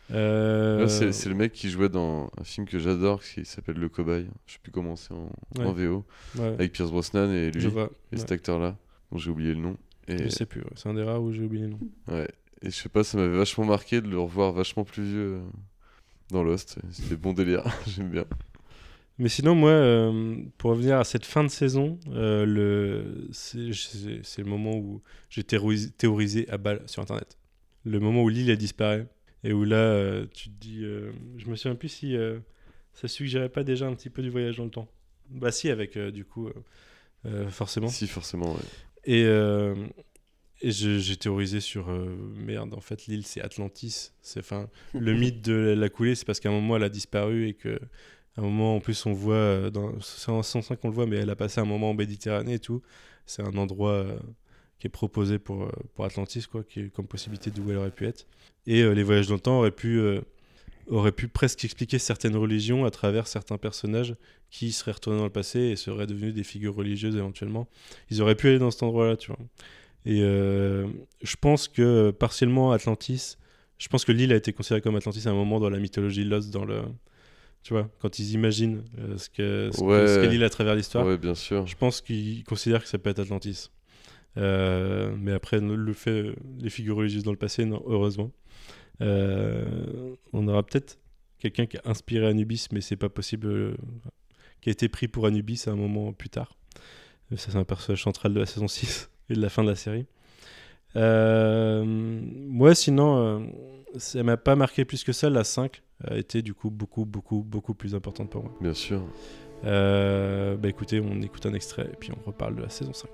Euh, Là, c'est c'est le mec qui jouait dans un film que j'adore qui s'appelle Le Cobaye. Je sais plus comment c'est en, Ouais. en V O. Ouais. Avec Pierce Brosnan et lui. Je vois, Et cet ouais. acteur-là, dont j'ai oublié le nom. Et... Je sais plus, ouais. C'est un des rares où j'ai oublié le nom. Ouais. Et je sais pas, ça m'avait vachement marqué de le revoir vachement plus vieux euh, dans Lost. C'était bon délire, j'aime bien. Mais sinon, moi, euh, pour revenir à cette fin de saison, euh, le... c'est c'est- c'est le moment où j'ai théorisé, théorisé à balle sur Internet. Le moment où l'île a disparu. Et où là, euh, tu te dis... euh, je me souviens plus si euh, ça suggérait pas déjà un petit peu du voyage dans le temps. Bah si, avec euh, du coup, euh, euh, forcément. Si, forcément, ouais. Et, euh, et je- j'ai théorisé sur... euh, merde, en fait, l'île, c'est Atlantis. C'est, enfin, le mythe de la, la coulée, c'est parce qu'à un moment, elle a disparu et que... À un moment, en plus, on voit... euh, Dans, c'est en cent cinq qu'on le voit, mais elle a passé un moment en Méditerranée et tout. C'est un endroit... euh, qui est proposé pour, euh, pour Atlantis, quoi, qui est comme possibilité d'où elle aurait pu être. Et euh, les voyages dans le temps auraient pu, euh, auraient pu presque expliquer certaines religions à travers certains personnages qui seraient retournés dans le passé et seraient devenus des figures religieuses éventuellement. Ils auraient pu aller dans cet endroit-là, tu vois. Et euh, je pense que partiellement Atlantis, je pense que l'île a été considérée comme Atlantis à un moment dans la mythologie Lost, dans le... Tu vois, quand ils imaginent euh, ce, que, ce, que- Ouais. ce qu'est l'île à travers l'histoire, Ouais, bien sûr. je pense qu'ils considèrent que ça peut être Atlantis. Euh, mais après, le fait, les figures religieuses dans le passé, non, heureusement. Euh, on aura peut-être quelqu'un qui a inspiré Anubis, mais c'est pas possible, euh, qui a été pris pour Anubis à un moment plus tard. Euh, Ça, c'est un personnage central de la saison six et de la fin de la série. Euh, moi, sinon, euh, ça m'a pas marqué plus que ça. La cinq a été du coup beaucoup, beaucoup, beaucoup plus importante pour moi. Bien sûr. Euh, bah écoutez, on écoute un extrait et puis on reparle de la saison cinq.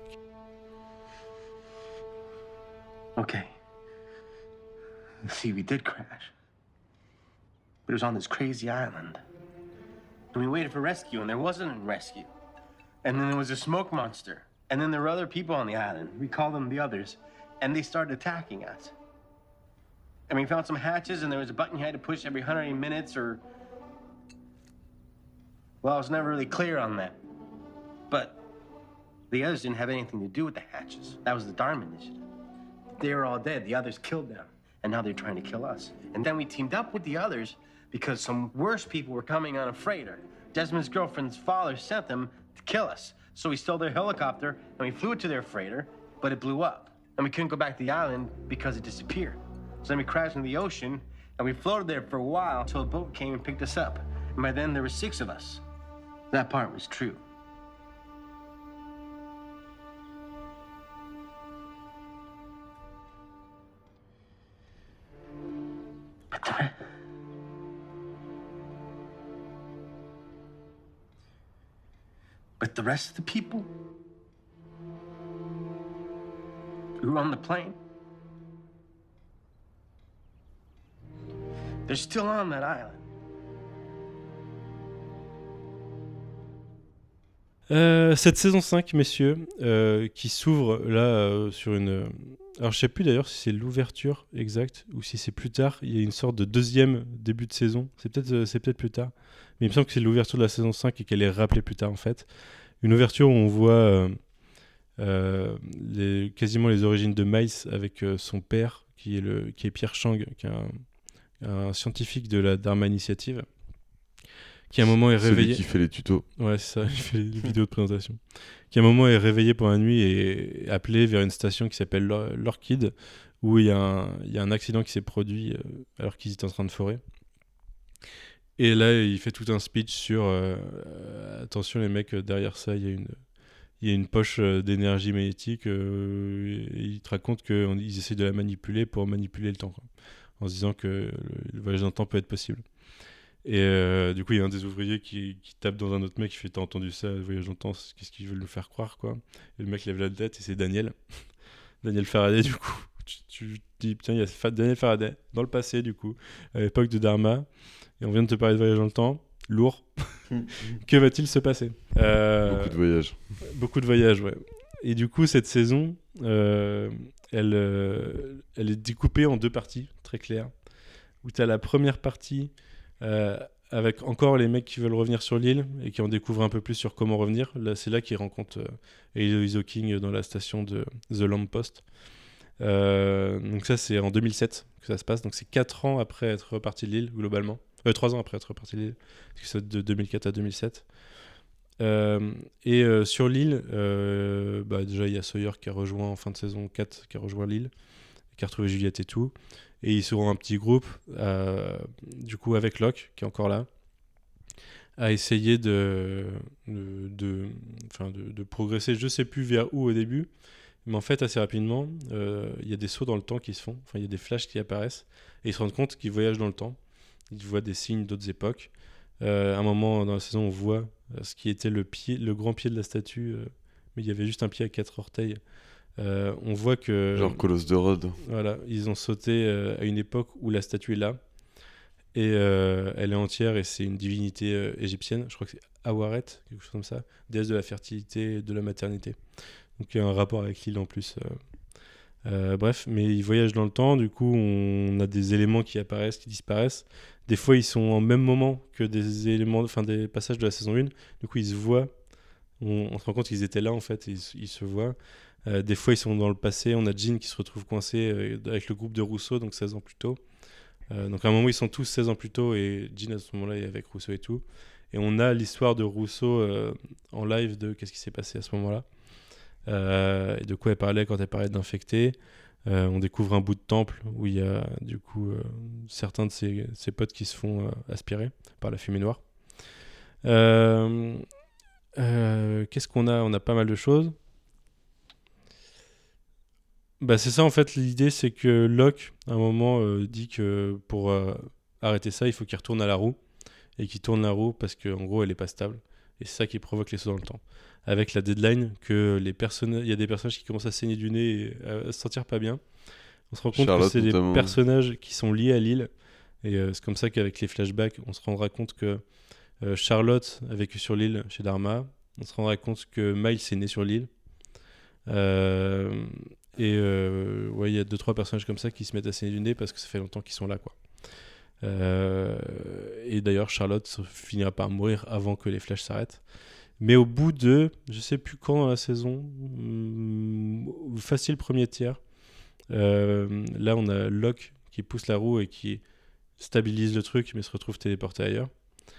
Okay. See, we did crash. But it was on this crazy island. And we waited for rescue, and there wasn't a rescue. And then there was a smoke monster. And then there were other people on the island. We called them the others. And they started attacking us. And we found some hatches, and there was a button you had to push every one hundred minutes, or... Well, I was never really clear on that. But the others didn't have anything to do with the hatches. That was the Dharma Initiative. They were all dead. The others killed them. And now they're trying to kill us. And then we teamed up with the others because some worse people were coming on a freighter. Desmond's girlfriend's father sent them to kill us. So we stole their helicopter and we flew it to their freighter, but it blew up. And we couldn't go back to the island because it disappeared. So then we crashed into the ocean and we floated there for a while until a boat came and picked us up. And by then there were six of us. That part was true. But the, re- but the rest of the people who were on the plane, they're still on that island. Euh, cette saison cinq, messieurs, euh, qui s'ouvre là euh, sur une... Alors je sais plus d'ailleurs si c'est l'ouverture exacte ou si c'est plus tard. Il y a une sorte de deuxième début de saison. C'est peut-être, euh, c'est peut-être plus tard. Mais il me semble que c'est l'ouverture de la saison cinq et qu'elle est rappelée plus tard en fait. Une ouverture où on voit euh, euh, les, quasiment les origines de Miles avec euh, son père qui est, le, qui est Pierre Chang, qui est un, un scientifique de la Dharma Initiative. Qui à un moment est réveillé. Celui qui fait les tutos. Ouais, c'est ça, il fait les vidéos de présentation. Qui à un moment est réveillé pour la nuit et appelé vers une station qui s'appelle l'Or- l'Orchid, où il y, a un, il y a un accident qui s'est produit euh, alors qu'ils étaient en train de forer. Et là, il fait tout un speech sur euh, euh, attention les mecs, derrière ça, il y a une, il y a une poche euh, d'énergie magnétique. Euh, et il te raconte qu'ils essaient de la manipuler pour manipuler le temps, quoi, en se disant que le, le voyage dans le temps peut être possible. Et euh, du coup, il y a un des ouvriers qui, qui tape dans un autre mec qui fait « T'as entendu ça, le voyage dans le temps, qu'est-ce qu'ils veulent nous faire croire, quoi ?» Et le mec lève la tête et c'est Daniel. Daniel Faraday, du coup. Tu, tu te dis « Tiens, il y a Fa- Daniel Faraday, dans le passé, du coup, à l'époque de Dharma. Et on vient de te parler de voyage dans le temps. Lourd. Que va-t-il se passer ?» euh, Beaucoup de voyages. Beaucoup de voyages, ouais. Et du coup, cette saison, euh, elle, euh, elle est découpée en deux parties, très claires. Où tu as la première partie... Euh, avec encore les mecs qui veulent revenir sur l'île et qui en découvrent un peu plus sur comment revenir. Là, c'est là qu'ils rencontrent euh, Eloise King dans la station de The Lamppost. Euh, donc ça, c'est en deux mille sept que ça se passe. Donc c'est quatre ans après être reparti de l'île, globalement. Euh, trois ans après être reparti de l'île, parce que c'est de deux mille quatre à deux mille sept. Euh, et euh, sur l'île, euh, bah, déjà, il y a Sawyer qui a rejoint en fin de saison quatre, qui a rejoint l'île, qui a retrouvé Juliette et tout. Et ils seront un petit groupe, euh, du coup avec Locke, qui est encore là, à essayer de, de, de, enfin de, de progresser, je sais plus vers où au début, mais en fait assez rapidement, euh, il y a des sauts dans le temps qui se font, enfin il y a des flashs qui apparaissent, et ils se rendent compte qu'ils voyagent dans le temps, ils voient des signes d'autres époques. Euh, à un moment dans la saison, on voit ce qui était le, pied, le grand pied de la statue, euh, mais il y avait juste un pied à quatre orteils. Euh, on voit que... Genre Colosse de Rhodes. Voilà, ils ont sauté euh, à une époque où la statue est là, et euh, elle est entière, et c'est une divinité euh, égyptienne, je crois que c'est Awaret, quelque chose comme ça, déesse de la fertilité et de la maternité. Donc il y a un rapport avec l'île en plus. Euh, euh, bref, mais ils voyagent dans le temps, du coup on a des éléments qui apparaissent, qui disparaissent. Des fois ils sont en même moment que des éléments, enfin des passages de la saison un, du coup ils se voient, on, on se rend compte qu'ils étaient là en fait, et ils, ils se voient. Euh, des fois, ils sont dans le passé. On a Jean qui se retrouve coincé euh, avec le groupe de Rousseau, donc seize ans plus tôt. Euh, donc à un moment, ils sont tous seize ans plus tôt, et Jean à ce moment-là est avec Rousseau et tout. Et on a l'histoire de Rousseau euh, en live de qu'est-ce qui s'est passé à ce moment-là. Euh, et de quoi elle parlait quand elle parlait d'infecté. Euh, on découvre un bout de temple où il y a du coup euh, certains de ses, ses potes qui se font euh, aspirer par la fumée noire. Euh, euh, qu'est-ce qu'on a ? On a pas mal de choses. Bah c'est ça en fait, l'idée c'est que Locke à un moment euh, dit que pour euh, arrêter ça il faut qu'il retourne à la roue et qu'il tourne la roue parce qu'en gros elle est pas stable et c'est ça qui provoque les sauts dans le temps. Avec la deadline que les personnes, il y a des personnages qui commencent à saigner du nez et à se sentir pas bien. On se rend compte Charlotte, que c'est des notamment. personnages qui sont liés à l'île et euh, c'est comme ça qu'avec les flashbacks on se rendra compte que euh, Charlotte a vécu sur l'île chez Dharma. On se rendra compte que Miles est né sur l'île. Euh, et euh, ouais, il y a deux trois personnages comme ça qui se mettent à saigner du nez parce que ça fait longtemps qu'ils sont là, quoi. Euh, et d'ailleurs, Charlotte finira par mourir avant que les flashs s'arrêtent. Mais au bout de, je sais plus quand dans la saison, hum, facile premier tiers. Euh, là, on a Locke qui pousse la roue et qui stabilise le truc, mais se retrouve téléporté ailleurs.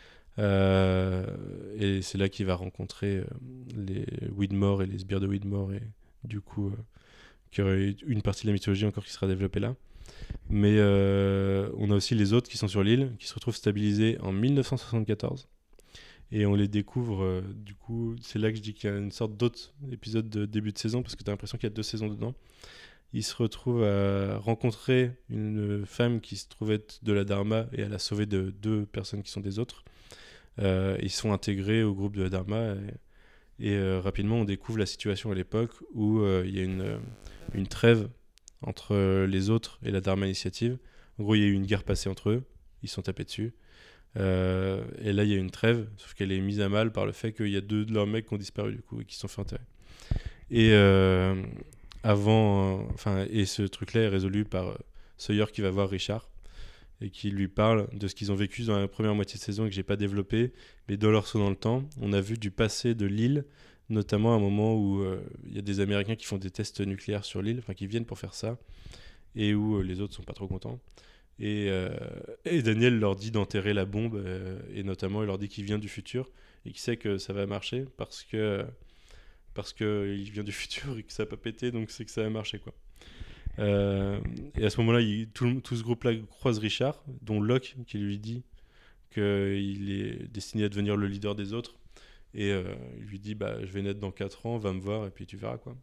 Euh, et c'est là qu'il va rencontrer euh, les Widmore et les sbires de Widmore et du coup euh, qu'il y aurait une partie de la mythologie encore qui sera développée là. Mais euh, on a aussi les autres qui sont sur l'île qui se retrouvent stabilisés en dix-neuf cent soixante-quatorze et on les découvre euh, du coup c'est là que je dis qu'il y a une sorte d'autre épisode de début de saison parce que tu as l'impression qu'il y a deux saisons dedans. Ils se retrouvent à rencontrer une femme qui se trouvait être de la Dharma et elle a sauvé de deux personnes qui sont des autres. Euh, ils sont intégrés au groupe de la Dharma et, et euh, rapidement on découvre la situation à l'époque où euh, il y a une, euh, une trêve entre euh, les autres et la Dharma Initiative. En gros il y a eu une guerre passée entre eux, ils se sont tapés dessus euh, et là il y a une trêve sauf qu'elle est mise à mal par le fait qu'il y a deux de leurs mecs qui ont disparu du coup et qui se sont fait enterrer. Et euh, avant, enfin, euh, et ce truc-là est résolu par euh, Sawyer qui va voir Richard et qui lui parle de ce qu'ils ont vécu dans la première moitié de saison et que j'ai pas développé, mais dans leur saut dans le temps, on a vu du passé de l'île, notamment à un moment où il euh, y a des Américains qui font des tests nucléaires sur l'île, enfin qui viennent pour faire ça, et où euh, les autres sont pas trop contents. Et, euh, et Daniel leur dit d'enterrer la bombe, euh, et notamment il leur dit qu'il vient du futur et qu'il sait que ça va marcher parce que parce que il vient du futur et que ça va pas péter, donc c'est que ça va marcher, quoi. Euh, et à ce moment-là, il, tout, tout ce groupe-là croise Richard, dont Locke qui lui dit qu'il est destiné à devenir le leader des autres. Et euh, il lui dit bah, je vais naître dans quatre ans, va me voir et puis tu verras, quoi.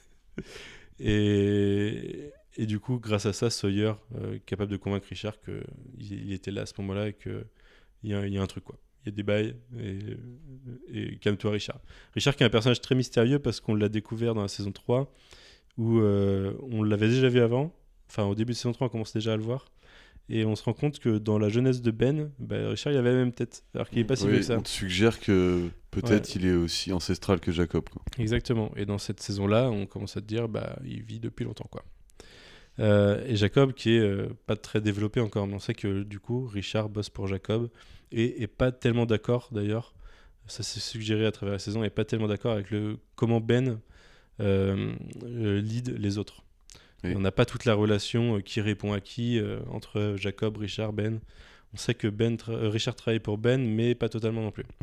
et, et du coup, grâce à ça, Sawyer euh, est capable de convaincre Richard qu'il il était là à ce moment-là et qu'il y, a- il y a un truc, quoi. Il y a des bails et, et calme-toi, Richard. Richard qui est un personnage très mystérieux parce qu'on l'a découvert dans la saison trois où euh, on l'avait déjà vu avant. Enfin, au début de saison trois, on commence déjà à le voir. Et on se rend compte que dans la jeunesse de Ben, bah, Richard il avait la même tête, alors qu'il est pas si vieux Oui, que ça. on te suggère que peut-être Ouais. il est aussi ancestral que Jacob, quoi. Exactement. Et dans cette saison-là, on commence à te dire, bah, il vit depuis longtemps, quoi. Euh, et Jacob, qui est euh, pas très développé encore, mais on sait que du coup, Richard bosse pour Jacob et est pas tellement d'accord, d'ailleurs. Ça s'est suggéré à travers la saison, est pas tellement d'accord avec le comment Ben euh, euh, lead les autres. Oui. Et on n'a pas toute la relation euh, qui répond à qui euh, entre Jacob, Richard, Ben. On sait que Ben tra- euh, Richard travaille pour Ben, mais pas totalement non plus.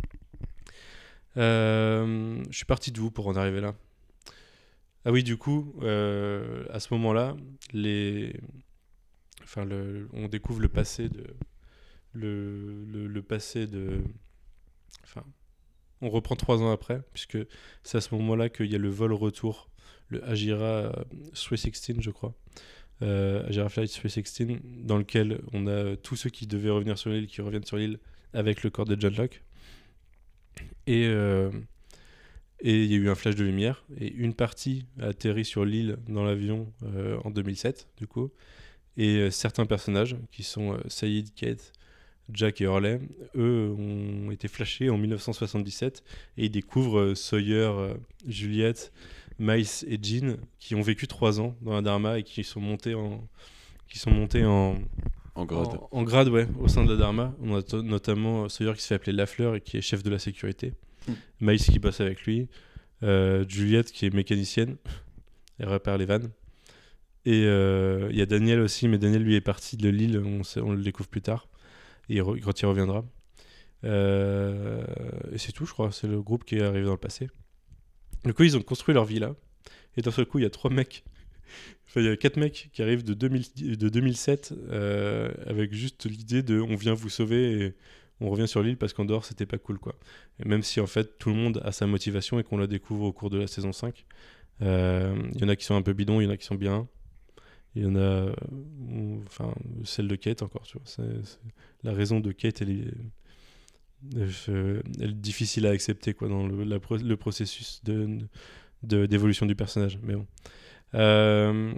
Euh, je suis parti de vous pour en arriver là. Ah oui, du coup, euh, à ce moment-là, les... enfin, le... on découvre le passé de, le, le, le passé de, enfin, on reprend trois ans après, puisque c'est à ce moment-là qu'il y a le vol retour, le Ajira euh, trois cent seize, je crois, euh, Ajira Flight trois cent seize, dans lequel on a tous ceux qui devaient revenir sur l'île qui reviennent sur l'île avec le corps de John Locke. Et euh, et il y a eu un flash de lumière et une partie a atterri sur l'île dans l'avion euh, en deux mille sept, du coup. Et euh, certains personnages qui sont euh, Sayid, Kate, Jack et Hurley, eux ont été flashés en dix-neuf cent soixante-dix-sept et ils découvrent euh, Sawyer, euh, Juliette, Miles et Jean qui ont vécu trois ans dans la Dharma et qui sont montés en qui sont montés en En grade. en, en grade, ouais, au sein de la Dharma. On a to- notamment euh, Sawyer qui se fait appeler Lafleur et qui est chef de la sécurité. Mm. Miles qui bosse avec lui. Euh, Juliette qui est mécanicienne. Elle repère les vannes. Et euh, il y a Daniel aussi, mais Daniel lui est parti de l'île, on, sait- on le découvre plus tard. Et il re- quand il reviendra. Euh, et c'est tout, je crois. C'est le groupe qui est arrivé dans le passé. Du coup, ils ont construit leur vie là. Et d'un seul coup, il y a trois mecs Enfin, il y a quatre mecs qui arrivent de, deux mille, de deux mille sept euh, avec juste l'idée de on vient vous sauver et on revient sur l'île parce qu'en dehors c'était pas cool quoi. Et même si en fait tout le monde a sa motivation et qu'on la découvre au cours de la saison cinq, il euh, y en a qui sont un peu bidons, il y en a qui sont bien. Il y en a, euh, enfin celle de Kate encore, tu vois. C'est, c'est... La raison de Kate, elle est, euh, elle est difficile à accepter quoi dans le, la, le processus de, de, d'évolution du personnage. Mais bon. Euh,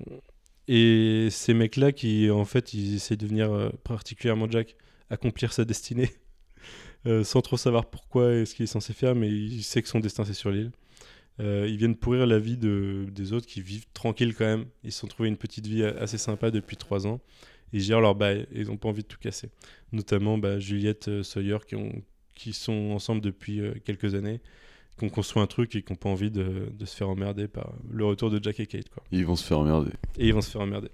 et ces mecs-là qui en fait ils essaient de venir euh, particulièrement Jack accomplir sa destinée euh, sans trop savoir pourquoi et ce qu'il est censé faire, mais il sait que son destin c'est sur l'île. Euh, ils viennent pourrir la vie de, des autres qui vivent tranquilles quand même. Ils se sont trouvés une petite vie assez sympa depuis trois ans. Ils gèrent leur bail et ils n'ont pas envie de tout casser. Notamment bah, Juliette euh, Sawyer qui, ont, qui sont ensemble depuis euh, quelques années, qui ont construit un truc et qui n'ont pas envie de, de se faire emmerder par le retour de Jack et Kate quoi. Ils vont se faire emmerder. Et ils vont se faire emmerder.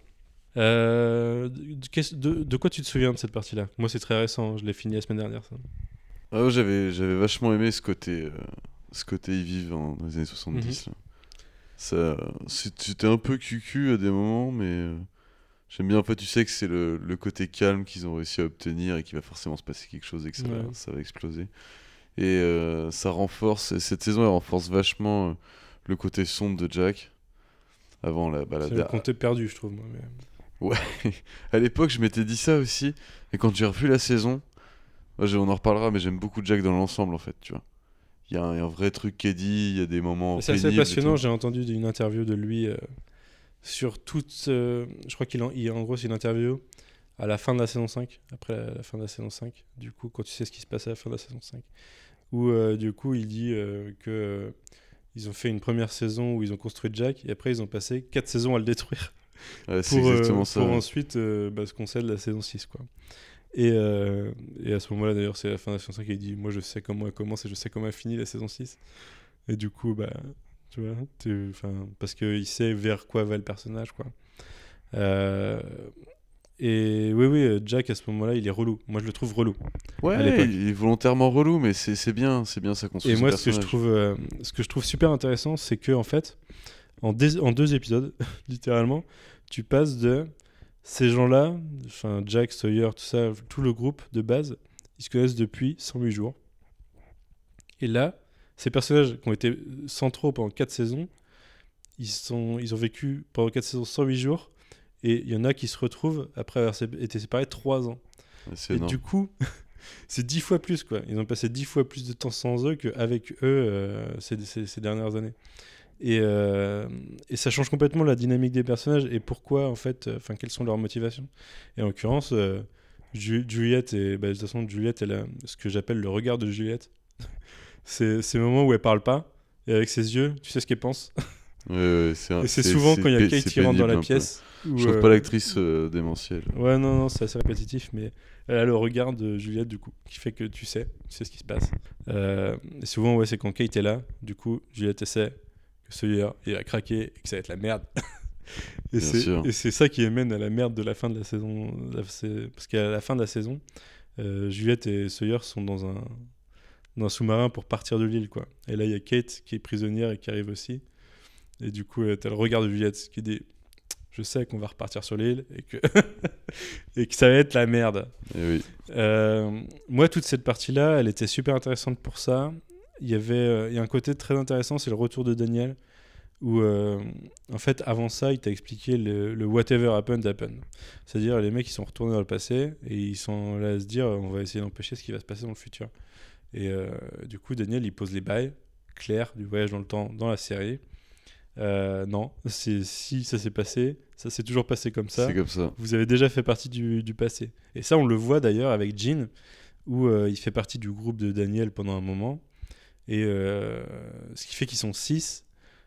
Euh, de, de, de quoi tu te souviens de cette partie-là? Moi c'est très récent, je l'ai fini la semaine dernière ça. Ah ouais, j'avais, j'avais vachement aimé ce côté, euh, ce côté ils vivent en, dans les années soixante-dix. Mm-hmm. Là. Ça, c'était un peu cucu à des moments, mais euh, j'aime bien. En fait, tu sais que c'est le, le côté calme qu'ils ont réussi à obtenir et qu'il va forcément se passer quelque chose et que ça, ouais. va, ça va exploser. Et euh, ça renforce, cette saison elle renforce vachement euh, le côté sombre de Jack. Avant la, bah, la c'est le comté perdu je trouve moi. Mais... Ouais, à l'époque je m'étais dit ça aussi, et quand j'ai revu la saison, ouais, on en reparlera, mais j'aime beaucoup Jack dans l'ensemble en fait, tu vois. Il y, y a un vrai truc qui est dit, il y a des moments c'est pénibles. assez passionnant, j'ai entendu une interview de lui euh, sur toute... Euh, je crois qu'il en, il, en gros c'est une interview à la fin de la saison cinq, après la, la fin de la saison cinq, du coup quand tu sais ce qui se passe à la fin de la saison cinq, où euh, du coup il dit euh, que... Euh, ils ont fait une première saison où ils ont construit Jack, et après ils ont passé quatre saisons à le détruire. Ouais, c'est pour, exactement euh, ça. pour ouais. ensuite euh, bah, se concède la saison six quoi. Et, euh, et à ce moment là d'ailleurs c'est la fin de la saison cinq et il dit moi je sais comment elle commence et je sais comment elle finit la saison six, et du coup bah tu vois parce qu'il sait vers quoi va le personnage quoi. Euh, et oui oui Jack à ce moment là il est relou, moi je le trouve relou. Ouais il est volontairement relou, mais c'est, c'est bien c'est bien ça construit. Et moi ce que je trouve euh, ce que je trouve super intéressant c'est que en fait En, dé- en deux épisodes, littéralement, tu passes de ces gens-là, enfin Jack, Sawyer, tout ça, tout le groupe de base, ils se connaissent depuis cent huit jours. Et là, ces personnages qui ont été centraux pendant quatre saisons, ils, sont, ils ont vécu pendant quatre saisons cent huit jours, et il y en a qui se retrouvent après avoir sé- été séparés trois ans. C'est et énorme. du coup, c'est dix fois plus, quoi. Ils ont passé dix fois plus de temps sans eux qu'avec eux euh, ces, ces, ces dernières années. Et, euh, et ça change complètement la dynamique des personnages et pourquoi en fait, enfin euh, quelles sont leurs motivations. Et en l'occurrence, euh, Ju- Juliette et bah, de toute façon Juliette, elle a ce que j'appelle le regard de Juliette. c'est ces moments où elle parle pas et avec ses yeux, tu sais ce qu'elle pense. Ouais, ouais, c'est un, et c'est, c'est souvent c'est quand il y a pé- Kate c'est qui rentre dans la pénible un peu. pièce. Où, Je trouve euh, pas l'actrice euh, démentielle. Ouais non non c'est assez répétitif, mais elle a le regard de Juliette du coup qui fait que tu sais, tu sais ce qui se passe. Euh, et souvent ouais c'est quand Kate est là, du coup Juliette essaie que celui-là il a craqué et que ça va être la merde. et, c'est, et c'est ça qui amène à la merde de la fin de la saison. La, parce qu'à la fin de la saison, euh, Juliette et Sawyer sont dans un, dans un sous-marin pour partir de l'île, quoi. Et là, il y a Kate qui est prisonnière et qui arrive aussi. Et du coup, t'as le regard de Juliette qui dit « Je sais qu'on va repartir sur l'île et que, et que ça va être la merde. » oui. euh, Moi, toute cette partie-là, elle était super intéressante pour ça. Il y avait euh, il y a un côté très intéressant, c'est le retour de Daniel, où euh, en fait avant ça il t'a expliqué le, le whatever happened happened, c'est-à-dire les mecs ils sont retournés dans le passé et ils sont là à se dire on va essayer d'empêcher ce qui va se passer dans le futur. Et euh, du coup Daniel il pose les bails clairs du voyage dans le temps dans la série. Euh, non, c'est, si ça s'est passé, ça s'est toujours passé comme ça. C'est comme ça. Vous avez déjà fait partie du, du passé. Et ça on le voit d'ailleurs avec Jean, où euh, il fait partie du groupe de Daniel pendant un moment. Et euh, ce qui fait qu'ils sont six.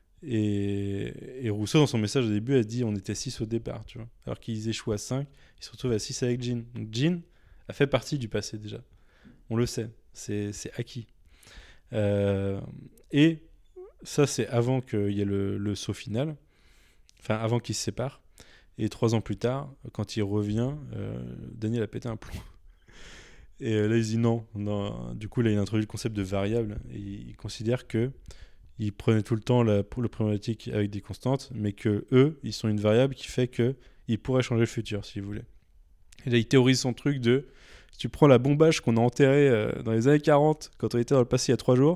Et, et Rousseau, dans son message au début, a dit on était six au départ, tu vois. Alors qu'ils échouent à cinq, ils se retrouvent à six avec Jean. Donc Jean a fait partie du passé déjà. On le sait, c'est, c'est acquis. Euh, et ça, c'est avant qu'il y ait le, le saut final. Enfin, avant qu'ils se séparent. Et trois ans plus tard, quand il revient, euh, Daniel a pété un plomb. Et là, il dit non, non. Du coup, là, il introduit le concept de variable. Et il considère que ils prenaient tout le temps la, le problématique avec des constantes, mais que eux, ils sont une variable qui fait que ils pourraient changer le futur, s'ils voulaient. Et là, il théorise son truc de, si tu prends la bombage qu'on a enterrée euh, dans les années quarante, quand on était dans le passé il y a trois jours,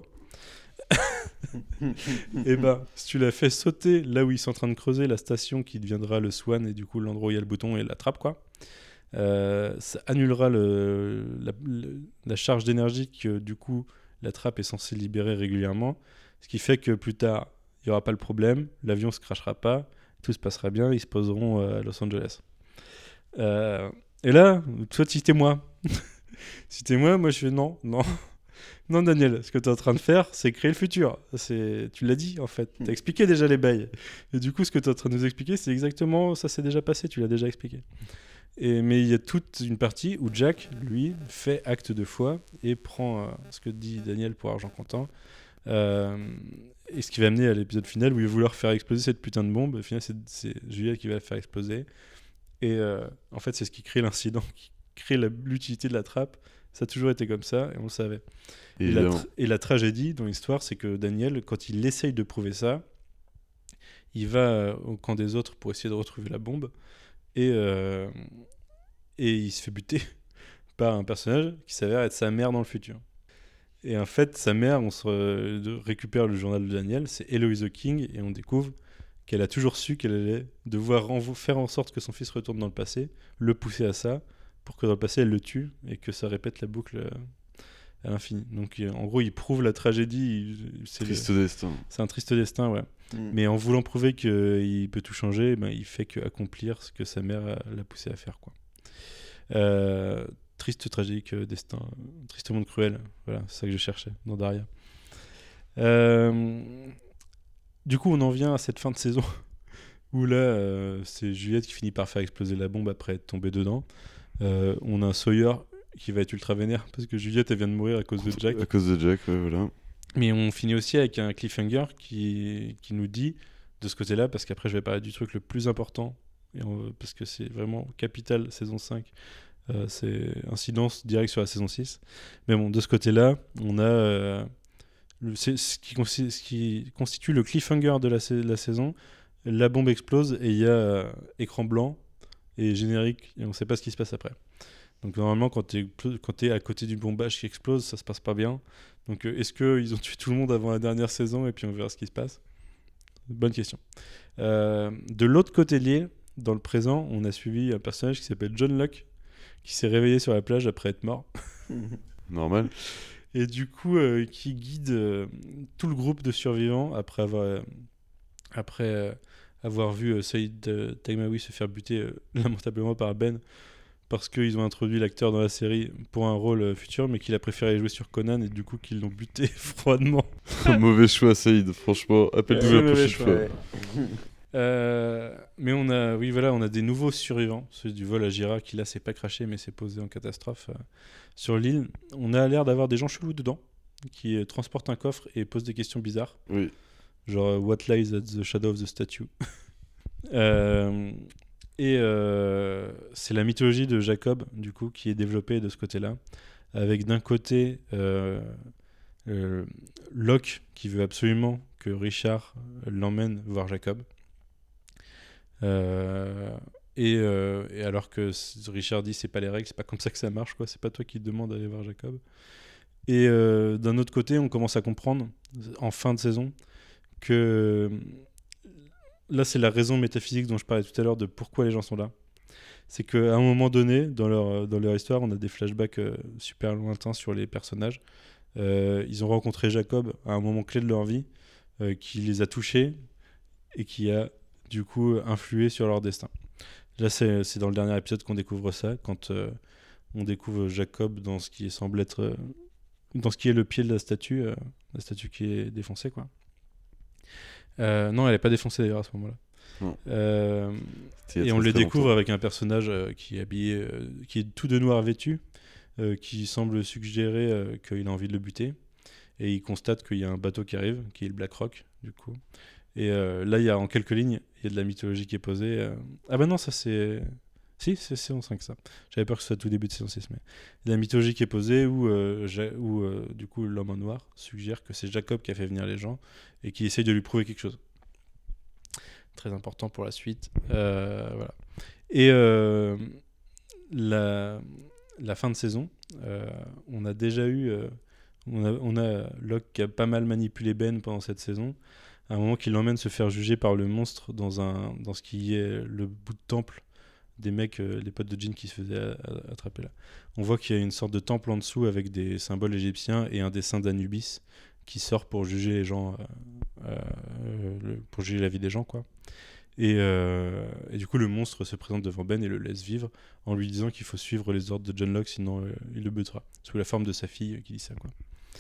et ben, si tu la fais sauter là où ils sont en train de creuser la station qui deviendra le Swan, et du coup l'endroit où il y a le bouton et la trappe, quoi, euh, ça annulera le, la, le- la charge d'énergie que du coup la trappe est censée libérer régulièrement, ce qui fait que plus tard il n'y aura pas le problème, l'avion se crashera pas, tout se passera bien, ils se poseront euh, à Los Angeles. Euh, et là, toi citez-moi. Citez-moi, moi je fais non, non. Non, Daniel, ce que tu es en train de faire, c'est créer le futur. C'est... Tu l'as dit, en fait. Tu as expliqué déjà les bails. Et du coup, ce que tu es en train de nous expliquer, c'est exactement... Ça s'est déjà passé, tu l'as déjà expliqué. Et... Mais il y a toute une partie où Jack, lui, fait acte de foi et prend euh, ce que dit Daniel pour argent comptant. Euh, et ce qui va amener à l'épisode final où il va vouloir faire exploser cette putain de bombe. Au final, c'est, c'est Juliette qui va la faire exploser. Et euh, en fait, c'est ce qui crée l'incident, qui crée la... l'utilité de la trappe. Ça a toujours été comme ça, et on le savait. Et la, tra- et la tragédie dans l'histoire, c'est que Daniel, quand il essaye de prouver ça, il va euh, au camp des autres pour essayer de retrouver la bombe, et, euh, et il se fait buter par un personnage qui s'avère être sa mère dans le futur. Et en fait, sa mère, on se re- de- récupère le journal de Daniel, c'est Eloise King, et on découvre qu'elle a toujours su qu'elle allait devoir renvo- faire en sorte que son fils retourne dans le passé, le pousser à ça, pour que dans le passé elle le tue et que ça répète la boucle euh, à l'infini. Donc euh, en gros, il prouve la tragédie. il- C'est Triste le- destin. C'est un triste destin, ouais. Mm. Mais en voulant prouver qu'il peut tout changer, ben, il fait qu'accomplir ce que sa mère a- l'a poussé à faire, quoi. Euh, triste, tragique euh, destin, euh, triste monde cruel. Voilà, c'est ça que je cherchais dans Daria. Euh, Du coup, on en vient à cette fin de saison où là, euh, c'est Juliette qui finit par faire exploser la bombe après être tombée dedans. Euh, on a un Sawyer qui va être ultra vénère parce que Juliette elle vient de mourir à cause de Jack. À cause de Jack, ouais, voilà. Mais on finit aussi avec un cliffhanger qui, qui nous dit de ce côté-là, parce qu'après je vais parler du truc le plus important, et on- parce que c'est vraiment capital saison cinq, euh, c'est incidence directe sur la saison six. Mais bon, de ce côté-là, on a euh, le- c'est ce qui, consi- ce qui constitue le cliffhanger de la, sa- la saison. La bombe explose et il y a euh, écran blanc et générique, et on sait pas ce qui se passe après. Donc normalement, quand tu es à côté d'une bombage qui explose, ça se passe pas bien. Donc euh, est-ce qu'ils ont tué tout le monde avant la dernière saison et puis on verra ce qui se passe? Bonne question. Euh, de l'autre côté de l'île, dans le présent, on a suivi un personnage qui s'appelle John Locke, qui s'est réveillé sur la plage après être mort. Normal. Et du coup, euh, qui guide euh, tout le groupe de survivants après avoir, euh, après, euh, avoir vu euh, Saïd euh, Taghmaoui se faire buter euh, lamentablement par Ben, parce qu'ils ont introduit l'acteur dans la série pour un rôle euh, futur, mais qu'il a préféré jouer sur Conan, et du coup qu'ils l'ont buté froidement. Mauvais choix, Saïd, franchement. Appelle-nous Ouais, la mauvais prochaine choix, fois. ouais. Euh, mais on a, oui, voilà, on a des nouveaux survivants. Celui du vol à Gira, qui là s'est pas craché, mais s'est posé en catastrophe euh, sur l'île. On a l'air d'avoir des gens chelous dedans, qui euh, transportent un coffre et posent des questions bizarres. Oui. Genre, euh, what lies at the shadow of the statue? Euh, et euh, c'est la mythologie de Jacob, du coup, qui est développée de ce côté-là, avec d'un côté euh, euh, Locke qui veut absolument que Richard l'emmène voir Jacob. Euh, et, euh, et alors que c- Richard dit c'est pas les règles, c'est pas comme ça que ça marche, quoi. C'est pas toi qui te demande d'aller voir Jacob. Et euh, d'un autre côté, on commence à comprendre en fin de saison que là, c'est la raison métaphysique dont je parlais tout à l'heure de pourquoi les gens sont là. C'est qu'à un moment donné, dans leur, dans leur histoire, on a des flashbacks euh, super lointains sur les personnages. Euh, ils ont rencontré Jacob à un moment clé de leur vie euh, qui les a touchés et qui a du coup influé sur leur destin. Là, c'est, c'est dans le dernier épisode qu'on découvre ça, quand euh, on découvre Jacob dans ce qui semble être euh, dans ce qui est le pied de la statue, euh, la statue qui est défoncée, quoi. Euh, non, elle n'est pas défoncée d'ailleurs à ce moment-là. Non. Euh, C'était il y a et on très, le très découvre longtemps. avec un personnage euh, qui est habillé, euh, qui est tout de noir vêtu, euh, qui semble suggérer euh, qu'il a envie de le buter. Et il constate qu'il y a un bateau qui arrive, qui est le Black Rock, du coup. Et euh, là, il y a en quelques lignes, il y a de la mythologie qui est posée. euh. Ah bah non, ça c'est Si, c'est saison cinq ça. J'avais peur que ce soit tout début de saison six. Mais... La mythologie qui est posée où, euh, Ja- où euh, du coup, l'homme en noir suggère que c'est Jacob qui a fait venir les gens et qui essaye de lui prouver quelque chose. Très important pour la suite. Euh, voilà. Et euh, la, la fin de saison, euh, on a déjà eu. euh, on, a, on a Locke qui a pas mal manipulé Ben pendant cette saison. À un moment qu'il l'emmène se faire juger par le monstre dans, un, dans ce qui est le bout de temple des mecs, euh, les potes de Jean qui se faisaient a- a- attraper là. On voit qu'il y a une sorte de temple en dessous avec des symboles égyptiens et un dessin d'Anubis qui sort pour juger les gens, euh, euh, le- pour juger la vie des gens, quoi. Et, euh, et du coup, le monstre se présente devant Ben et le laisse vivre en lui disant qu'il faut suivre les ordres de John Locke, sinon euh, il le butera. Sous la forme de sa fille euh, qui dit ça, quoi.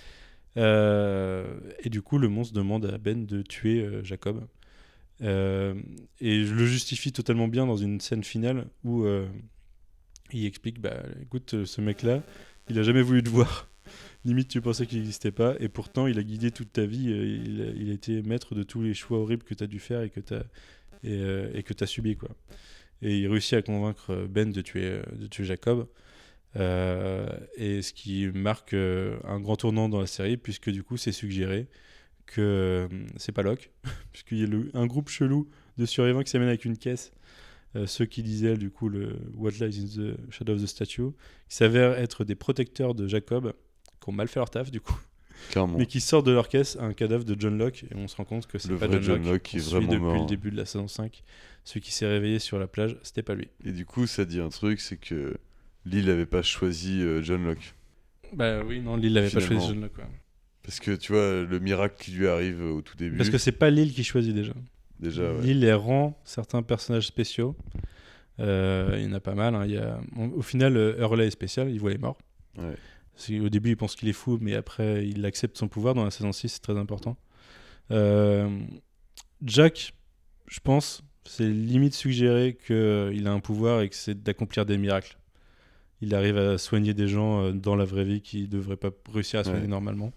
Euh, et du coup, le monstre demande à Ben de tuer euh, Jacob. Euh, et je le justifie totalement bien dans une scène finale où euh, il explique bah écoute, euh, ce mec-là, il a jamais voulu te voir. Limite, tu pensais qu'il n'existait pas, et pourtant, il a guidé toute ta vie. euh, Il a, il a été maître de tous les choix horribles que tu as dû faire et que tu as et, euh, et que tu as subi, quoi. Et il réussit à convaincre Ben de tuer, euh, de tuer Jacob. Euh, et ce qui marque euh, un grand tournant dans la série, puisque du coup, c'est suggéré que euh, c'est pas Locke, puisqu'il y a le- un groupe chelou de survivants qui s'amène avec une caisse. Euh, ceux qui disaient du coup le What Lies in the Shadow of the Statue, qui s'avèrent être des protecteurs de Jacob, qui ont mal fait leur taf du coup, Clairement. mais qui sortent de leur caisse un cadavre de John Locke, et on se rend compte que c'est Le pas vrai John John Locke, Locke qu'on qui est suit vraiment depuis mort. le début de la saison cinq. Celui qui s'est réveillé sur la plage, c'était pas lui. Et du coup, ça dit un truc, c'est que Lil avait pas choisi euh, John Locke. Bah oui, non, Lil avait pas choisi Finalement. John Locke. Ouais. Parce que tu vois, le miracle qui lui arrive au tout début. Parce que c'est pas Lil qui choisit déjà. Déjà, ouais. Lil elle rend certains personnages spéciaux. Euh, il y en a pas mal. Hein. Il y a... Au final, euh, Hurley est spécial, il voit les morts. Ouais. C'est- Au début, il pense qu'il est fou, mais après, il accepte son pouvoir. Dans la saison six, c'est très important. Euh, Jack, je pense, c'est limite suggéré qu'il a un pouvoir et que c'est d'accomplir des miracles. Il arrive à soigner des gens euh, dans la vraie vie qui ne devraient pas réussir à soigner Ouais. normalement.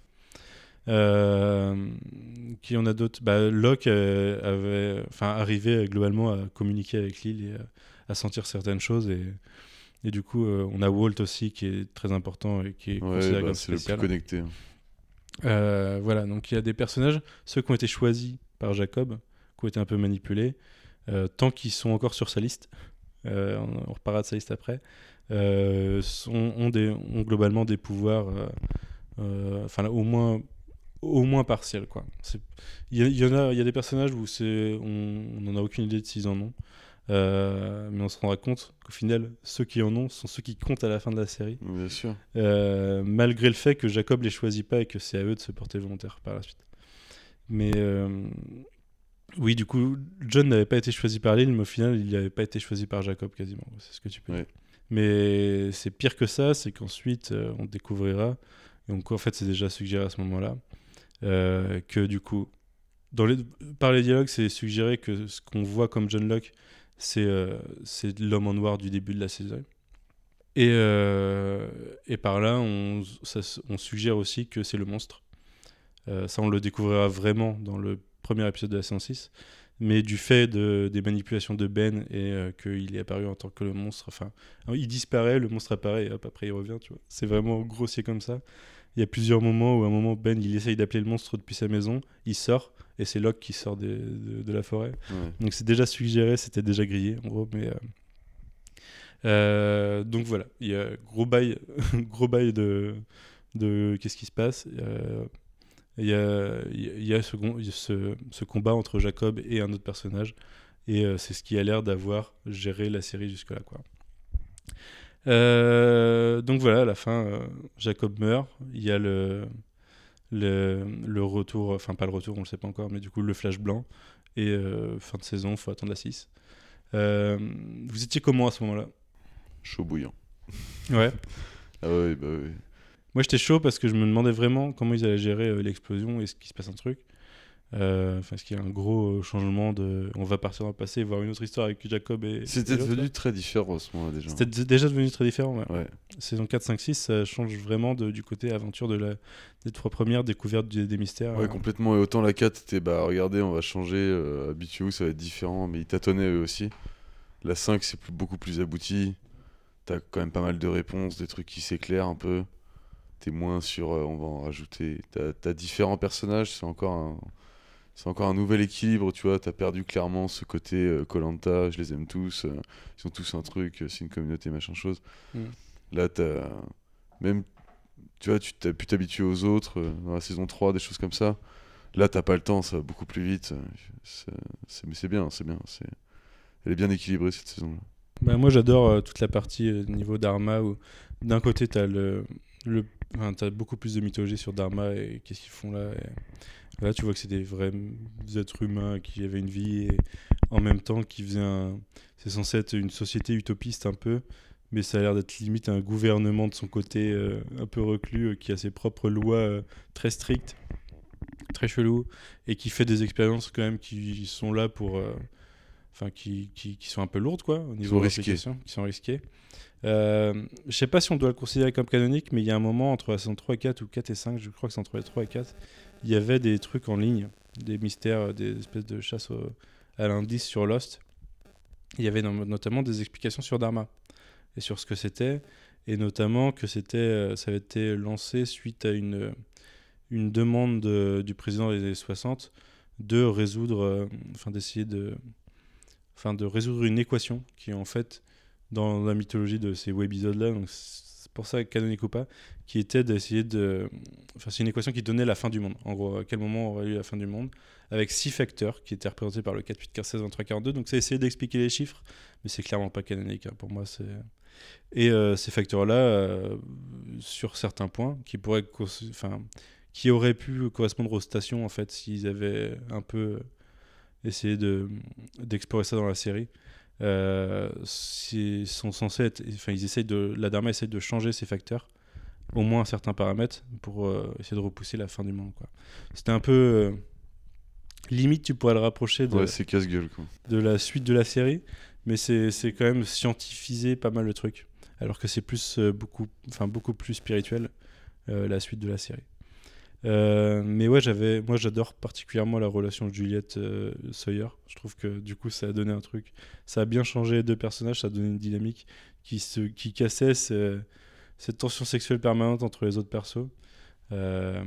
Euh, qui en a d'autres bah, Locke euh, avait, enfin, arrivait euh, globalement à communiquer avec Lil et à, à sentir certaines choses. Et, et du coup, euh, on a Walt aussi qui est très important et qui est Ouais, considéré bah, comme c'est le spécial. plus connecté. hein. Euh, voilà, donc il y a des personnages, ceux qui ont été choisis par Jacob, qui ont été un peu manipulés, euh, tant qu'ils sont encore sur sa liste, euh, on, on reparlera de sa liste après, euh, sont, ont, des, ont globalement des pouvoirs, euh, euh, enfin au moins, au moins partiels, quoi. C'est- Il y, a- il y en a, il y a des personnages où c'est, on n'en a aucune idée de s'ils en ont, euh, mais on se rendra compte qu'au final, ceux qui en ont sont ceux qui comptent à la fin de la série. Bien sûr. Euh, malgré le fait que Jacob les choisit pas et que c'est à eux de se porter volontaire par la suite. Mais euh, oui, du coup, John n'avait pas été choisi par Lil, mais au final, il n'avait pas été choisi par Jacob quasiment. C'est ce que tu peux Ouais. dire. Mais c'est pire que ça, c'est qu'ensuite, euh, on découvrira, et donc en fait, c'est déjà suggéré à ce moment-là, euh, que du coup, dans les, par les dialogues, c'est suggéré que ce qu'on voit comme John Locke, c'est euh, c'est l'homme en noir du début de la saison. Et, euh, et par là, on, ça s- on suggère aussi que c'est le monstre. Euh, ça, on le découvrira vraiment dans le premier épisode de la saison six. Mais du fait de, des manipulations de Ben et euh, qu'il est apparu en tant que le monstre, enfin, il disparaît, le monstre apparaît et hop, après il revient, tu vois. C'est vraiment grossier comme ça. Il y a plusieurs moments où, à un moment, Ben, il essaye d'appeler le monstre depuis sa maison, il sort, et c'est Locke qui sort des- de, de la forêt. Ouais. Donc c'est déjà suggéré, c'était déjà grillé, en gros, mais... euh, euh, donc voilà, il y a gros bail, gros bail de, de qu'est-ce qui se passe. Euh, Il y a, il y a ce, gon- ce, ce combat entre Jacob et un autre personnage, et euh, c'est ce qui a l'air d'avoir géré la série jusque-là, quoi. Euh, donc voilà, à la fin, euh, Jacob meurt. Il y a le, le, le retour, enfin pas le retour, on le sait pas encore, mais du coup le flash blanc. Et euh, fin de saison, faut attendre la six. Euh, vous étiez comment à ce moment-là? Chaud bouillant. Ouais. Ah ouais, bah ouais. Moi j'étais chaud parce que je me demandais vraiment comment ils allaient gérer euh, l'explosion. Est-ce qu'il se passe un truc? Euh, Enfin, est-ce qu'il y a un gros euh, changement de. On va partir dans le passé et voir une autre histoire avec Jacob et. C'était et l'autre, devenu là très différent à ce moment-là déjà. C'était d- déjà devenu très différent, ouais. Ouais. Saison quatre, cinq, six, ça change vraiment de- du côté aventure de la, des trois premières, découverte du- des mystères. Ouais, euh. complètement. Et autant la quatre était, bah regardez, on va changer, euh, habituez-vous, ça va être différent. Mais ils tâtonnaient eux aussi. La cinq, c'est plus, beaucoup plus abouti. T'as quand même pas mal de réponses, des trucs qui s'éclairent un peu. T'es moins sur euh, on va en rajouter. T'as, t'as différents personnages, c'est encore un, c'est encore un nouvel équilibre, tu vois. T'as perdu clairement ce côté Koh-Lanta, je les aime tous, euh, ils ont tous un truc, euh, c'est une communauté, machin chose. Mm. Là, t'as même, tu vois, tu t'as pu t'habituer aux autres euh, dans la saison trois, des choses comme ça. Là, t'as pas le temps, ça va beaucoup plus vite. C'est, c'est, mais c'est bien, c'est bien. C'est... Elle est bien équilibrée cette saison-là. Bah, moi j'adore euh, toute la partie euh, niveau Dharma où d'un côté t'as le, le enfin, t'as beaucoup plus de mythologie sur Dharma et qu'est-ce qu'ils font là. Et là tu vois que c'est des vrais des êtres humains qui avaient une vie et en même temps qui faisaient un, c'est censé être une société utopiste un peu, mais ça a l'air d'être limite un gouvernement de son côté euh, un peu reclus euh, qui a ses propres lois euh, très strictes, très chelou et qui fait des expériences quand même qui sont là pour euh, enfin qui, qui, qui sont un peu lourdes quoi au niveau sont de risquées. l'application, qui sont risquées. Euh, je sais pas si on doit le considérer comme canonique, mais il y a un moment entre la saison trois et quatre ou quatre et cinq, je crois que c'est entre les trois et quatre, il y avait des trucs en ligne, des mystères, des espèces de chasse au, à l'indice sur Lost. Il y avait no- notamment des explications sur Dharma et sur ce que c'était, et notamment que c'était, euh, ça avait été lancé suite à une, une demande de- du président des années soixante de résoudre, euh, enfin d'essayer de, enfin de résoudre une équation qui est en fait dans la mythologie de ces webisodes-là, donc c'est pour ça canonique ou pas, qui était d'essayer de, enfin c'est une équation qui donnait la fin du monde. En gros, à quel moment aurait eu la fin du monde, avec six facteurs qui étaient représentés par le quatre, huit, quinze, seize, vingt-trois, quarante-deux. Donc c'est essayer d'expliquer les chiffres, mais c'est clairement pas canonique. Hein. Pour moi, c'est et euh, ces facteurs-là, euh, sur certains points, qui pourraient, cause- enfin, qui auraient pu correspondre aux stations en fait, s'ils avaient un peu essayé de d'explorer ça dans la série. Euh, c'est- sont censés être, enfin ils essayent de, la Dharma essaye de changer ces facteurs, au moins certains paramètres, pour euh, essayer de repousser la fin du monde quoi. C'était un peu euh, limite tu pourrais le rapprocher de, Ouais, c'est casse-gueule quoi. de la suite de la série, mais c'est, c'est quand même scientifisé pas mal le truc, alors que c'est plus euh, beaucoup, enfin beaucoup plus spirituel euh, la suite de la série. Euh, mais ouais, j'avais, moi j'adore particulièrement la relation de Juliette euh, Sawyer. Je trouve que du coup ça a donné un truc, ça a bien changé les deux personnages, ça a donné une dynamique qui se, qui cassait ce- cette tension sexuelle permanente entre les autres persos. Euh,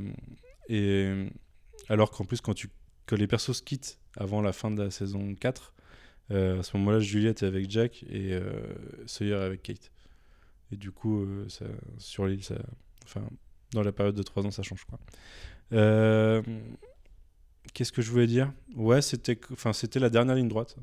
et alors qu'en plus quand tu, quand les persos se quittent avant la fin de la saison quatre, euh, à ce moment-là Juliette est avec Jack et euh, Sawyer est avec Kate. Et du coup euh, ça, sur l'île, ça, enfin dans la période de trois ans, ça change quoi. Euh, Qu'est-ce que je voulais dire ? Ouais, c'était, enfin, c'était la dernière ligne droite.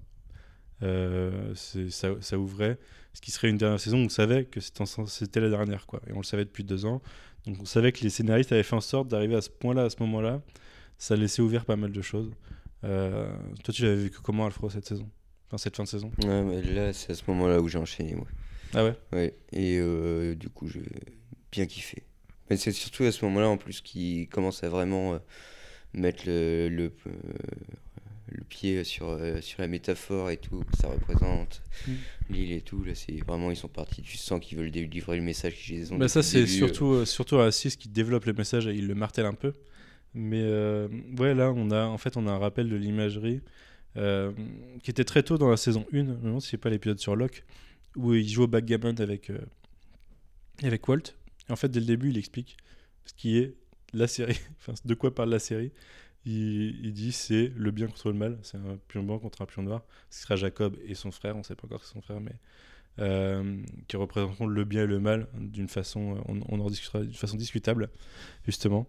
Euh, c'est, ça, ça ouvrait ce qui serait une dernière saison. On savait que c'était, en- c'était la dernière quoi, et on le savait depuis deux ans. Donc on savait que les scénaristes avaient fait en sorte d'arriver à ce point-là, à ce moment-là. Ça laissait ouvert pas mal de choses. Euh, toi, tu l'avais vécu comment, Alfred, cette saison ? Enfin, cette fin de saison ? Ouais, mais là, c'est à ce moment-là où j'ai enchaîné, ouais. Ah ouais ? Ouais, et euh, du coup, j'ai bien kiffé. Mais c'est surtout à ce moment-là, en plus, qu'il commence à vraiment euh, mettre le, le, euh, le pied sur, euh, sur la métaphore et tout, que ça représente, Mm. l'île et tout. Là, c'est vraiment, ils sont partis, tu sens qu'ils veulent délivrer le message qu'ils ont Bah ça depuis c'est le début, euh. surtout euh, surtout à six qui développe le message et il le martèle un peu, mais euh, ouais là on a en fait on a un rappel de l'imagerie euh, qui était très tôt dans la saison un, je me demande si c'est pas l'épisode sur Locke où il joue au backgammon avec euh, avec Walt, et en fait dès le début il explique ce qui est la série, enfin de quoi parle la série. Il, il dit c'est le bien contre le mal, c'est un pion blanc contre un pion noir, ce sera Jacob et son frère, on sait pas encore si c'est son frère, mais euh, qui représenteront le bien et le mal d'une façon, euh, on, on en discutera d'une façon discutable, justement.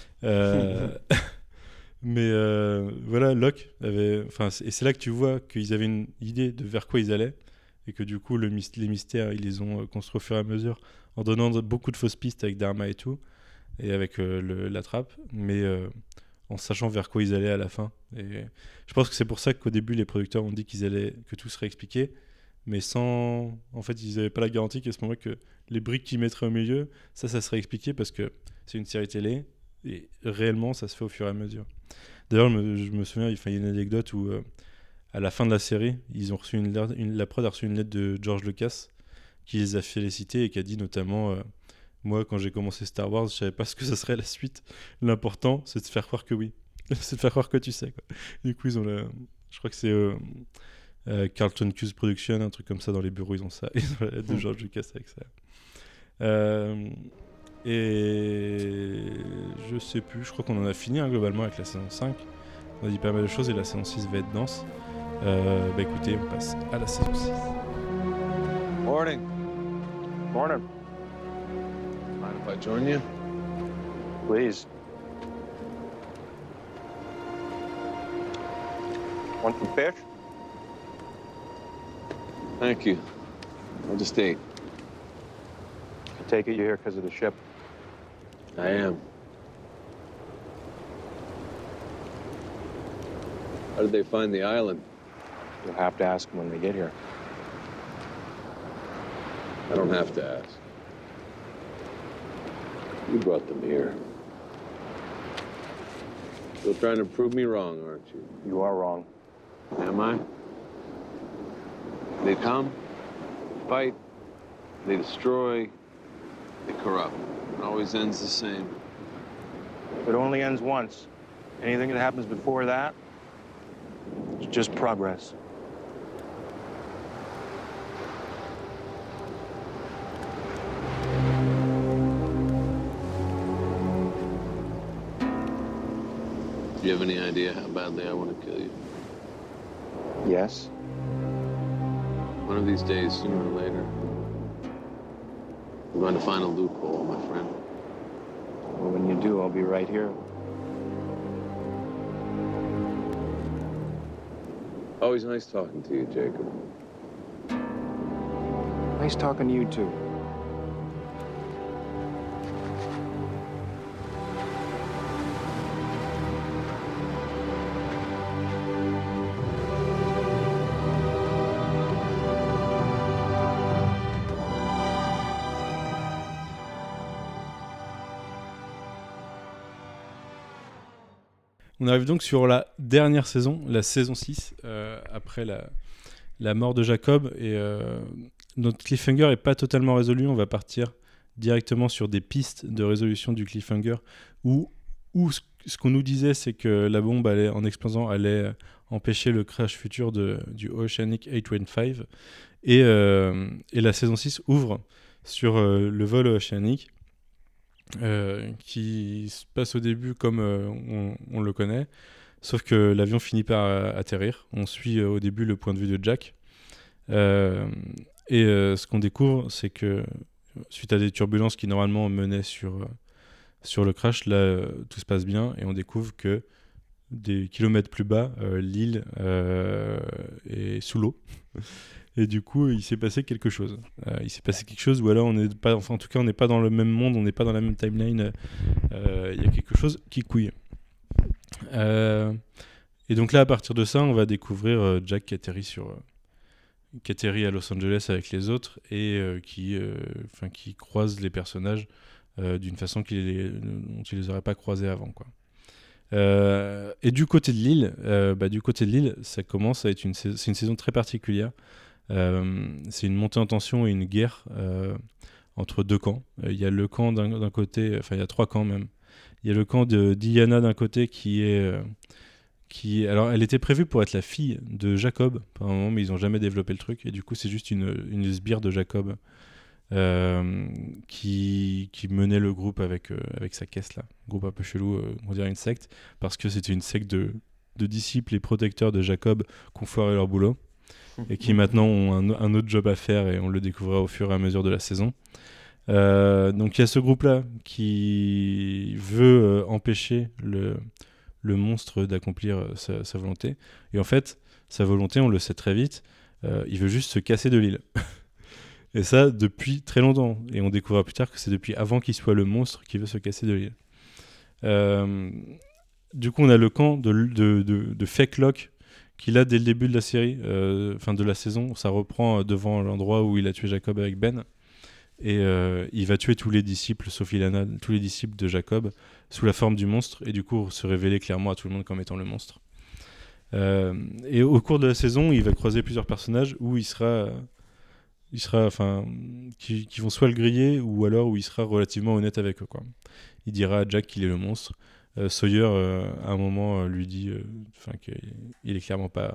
Euh, mais euh, voilà, Locke avait, enfin, c'est- et c'est là que tu vois qu'ils avaient une idée de vers quoi ils allaient, et que du coup, le, mys- les mystères, ils les ont euh, construits au fur et à mesure, en donnant de- beaucoup de fausses pistes avec Dharma et tout, et avec euh, le- la trappe, mais euh, en sachant vers quoi ils allaient à la fin. Et je pense que c'est pour ça qu'au début, les producteurs ont dit qu'ils allaient, que tout serait expliqué, mais sans, en fait ils n'avaient pas la garantie qu'à ce moment-là que les briques qu'ils mettraient au milieu, ça ça serait expliqué parce que c'est une série télé et réellement ça se fait au fur et à mesure. D'ailleurs je me, je me souviens, il y a une anecdote où euh, à la fin de la série ils ont reçu une, lettre- une la prod a reçu une lettre de George Lucas qui les a félicités et qui a dit notamment euh, moi quand j'ai commencé Star Wars je savais pas ce que ça serait la suite, l'important c'est de faire croire que oui c'est de faire croire que tu sais quoi. Du coup ils ont la... je crois que c'est euh, euh, Carlton Cuse Production, un truc comme ça dans les bureaux, ils ont ça. Ils ont la lettre de George Lucas avec ça. Euh, et je sais plus, je crois qu'on en a fini hein, globalement avec la saison cinq. On a dit pas mal de choses et la saison six va être dense. Euh, bah écoutez, on passe à la saison six. Morning. Morning. Mind if I join you? Please. Want some fish? Thank you. I'll just ate. I take it you're here because of the ship. I am. How did they find the island? You'll have to ask them when they get here. I don't have to ask. You brought them here. Still trying to prove me wrong, aren't you? You are wrong. Am I? They come, fight, they destroy, they corrupt. It always ends the same. It only ends once. Anything that happens before that, it's just progress. Do you have any idea how badly I want to kill you? Yes. One of these days, sooner or later, we're going to find a loophole, my friend. Well, when you do, I'll be right here. Always nice talking to you, Jacob. Nice talking to you, too. On arrive donc sur la dernière saison, la saison six, euh, après la, la mort de Jacob. Et euh, notre cliffhanger n'est pas totalement résolu. On va partir directement sur des pistes de résolution du cliffhanger où, où ce, ce qu'on nous disait, c'est que la bombe, allait, en explosant, allait empêcher le crash futur de, du Oceanic huit cent vingt-cinq. Et, euh, et la saison six ouvre sur euh, le vol Oceanic. Euh, qui se passe au début comme euh, on, on le connaît, sauf que l'avion finit par euh, atterrir. On suit euh, au début le point de vue de Jack. Euh, et euh, ce qu'on découvre, c'est que suite à des turbulences qui normalement menaient sur, euh, sur le crash, là, euh, tout se passe bien et on découvre que des kilomètres plus bas, euh, l'île euh, est sous l'eau. Et du coup, il s'est passé quelque chose. Euh, il s'est passé quelque chose, ou alors on n'est pas, enfin en tout cas, on n'est pas dans le même monde, on n'est pas dans la même timeline. Euh, il y a quelque chose qui couille. Euh, et donc là, à partir de ça, on va découvrir euh, Jack qui atterrit sur, euh, qui atterrit à Los Angeles avec les autres et euh, qui, euh, enfin, qui croise les personnages euh, d'une façon qu'il les, dont il les aurait pas croisés avant, quoi. Euh, et du côté de l'île, euh, bah, du côté de l'île, ça commence à être une, c'est une saison très particulière. Euh, c'est une montée en tension et une guerre euh, entre deux camps. Il euh, y a le camp d'un, d'un côté, enfin il y a trois camps même. Il y a le camp de Diana d'un côté qui est, euh, qui, alors elle était prévue pour être la fille de Jacob par un moment, mais ils ont jamais développé le truc et du coup c'est juste une, une sbire de Jacob euh, qui, qui menait le groupe avec, euh, avec sa caisse là, groupe un peu chelou, euh, on dirait une secte, parce que c'était une secte de, de disciples et protecteurs de Jacob qui ont foiré leur boulot et qui maintenant ont un, un autre job à faire et on le découvrira au fur et à mesure de la saison. Euh, donc il y a ce groupe-là qui veut euh, empêcher le, le monstre d'accomplir euh, sa, sa volonté. Et en fait, sa volonté, on le sait très vite, euh, il veut juste se casser de l'île. Et ça, depuis très longtemps. Et on découvrira plus tard que c'est depuis avant qu'il soit le monstre qui veut se casser de l'île. Euh, du coup, on a le camp de, de, de, de Fake Locke qu'il a dès le début de la série, euh, enfin de la saison. Ça reprend devant l'endroit où il a tué Jacob avec Ben. Et euh, il va tuer tous les disciples, sauf Ilana, tous les disciples de Jacob, sous la forme du monstre, et du coup se révéler clairement à tout le monde comme étant le monstre. Euh, et au cours de la saison, il va croiser plusieurs personnages où il sera, il sera, enfin, qui, qui vont soit le griller, ou alors où il sera relativement honnête avec eux, quoi. Il dira à Jack qu'il est le monstre. Euh, Sawyer, euh, à un moment, euh, lui dit, enfin, euh, qu'il est clairement pas,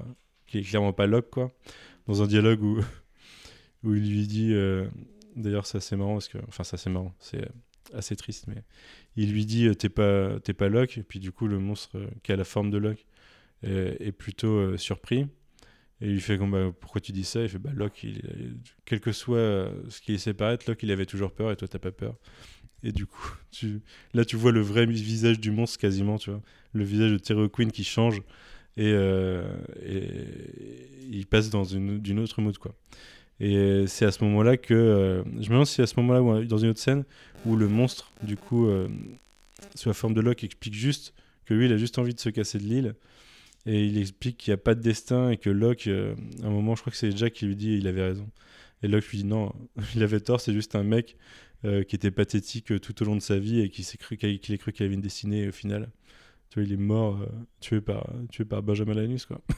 qui est clairement pas Locke, quoi. Dans un dialogue où, où il lui dit... euh, D'ailleurs, c'est assez marrant, parce que... Enfin, c'est assez marrant, c'est assez triste, mais... Il lui dit, euh, t'es pas, t'es pas Locke, et puis du coup, le monstre euh, qui a la forme de Locke est, est plutôt euh, surpris. Et il lui fait comme, bah, pourquoi tu dis ça? Il fait, bah, Locke, il, il- quel que soit euh, ce qui les sépare, Locke, il avait toujours peur, et toi, t'as pas peur. Et du coup, tu... là, tu vois le vrai visage du monstre quasiment, tu vois. Le visage de Terry O'Quinn qui change, et, euh, et il passe dans une, d'une autre mood, quoi. Et c'est à ce moment-là que... euh, je me demande si à ce moment-là, ou dans une autre scène, où le monstre, du coup, euh, sous la forme de Locke, explique juste que lui, il a juste envie de se casser de l'île. Et il explique qu'il n'y a pas de destin et que Locke, euh, à un moment, je crois que c'est Jack qui lui dit il avait raison. Et Locke lui dit non, il avait tort, c'est juste un mec euh, qui était pathétique euh, tout au long de sa vie et qui s'est cru qu'il qu'il ait cru qu'il avait une destinée et au final, tu vois, il est mort euh, tué, par, tué par Benjamin Linus, quoi.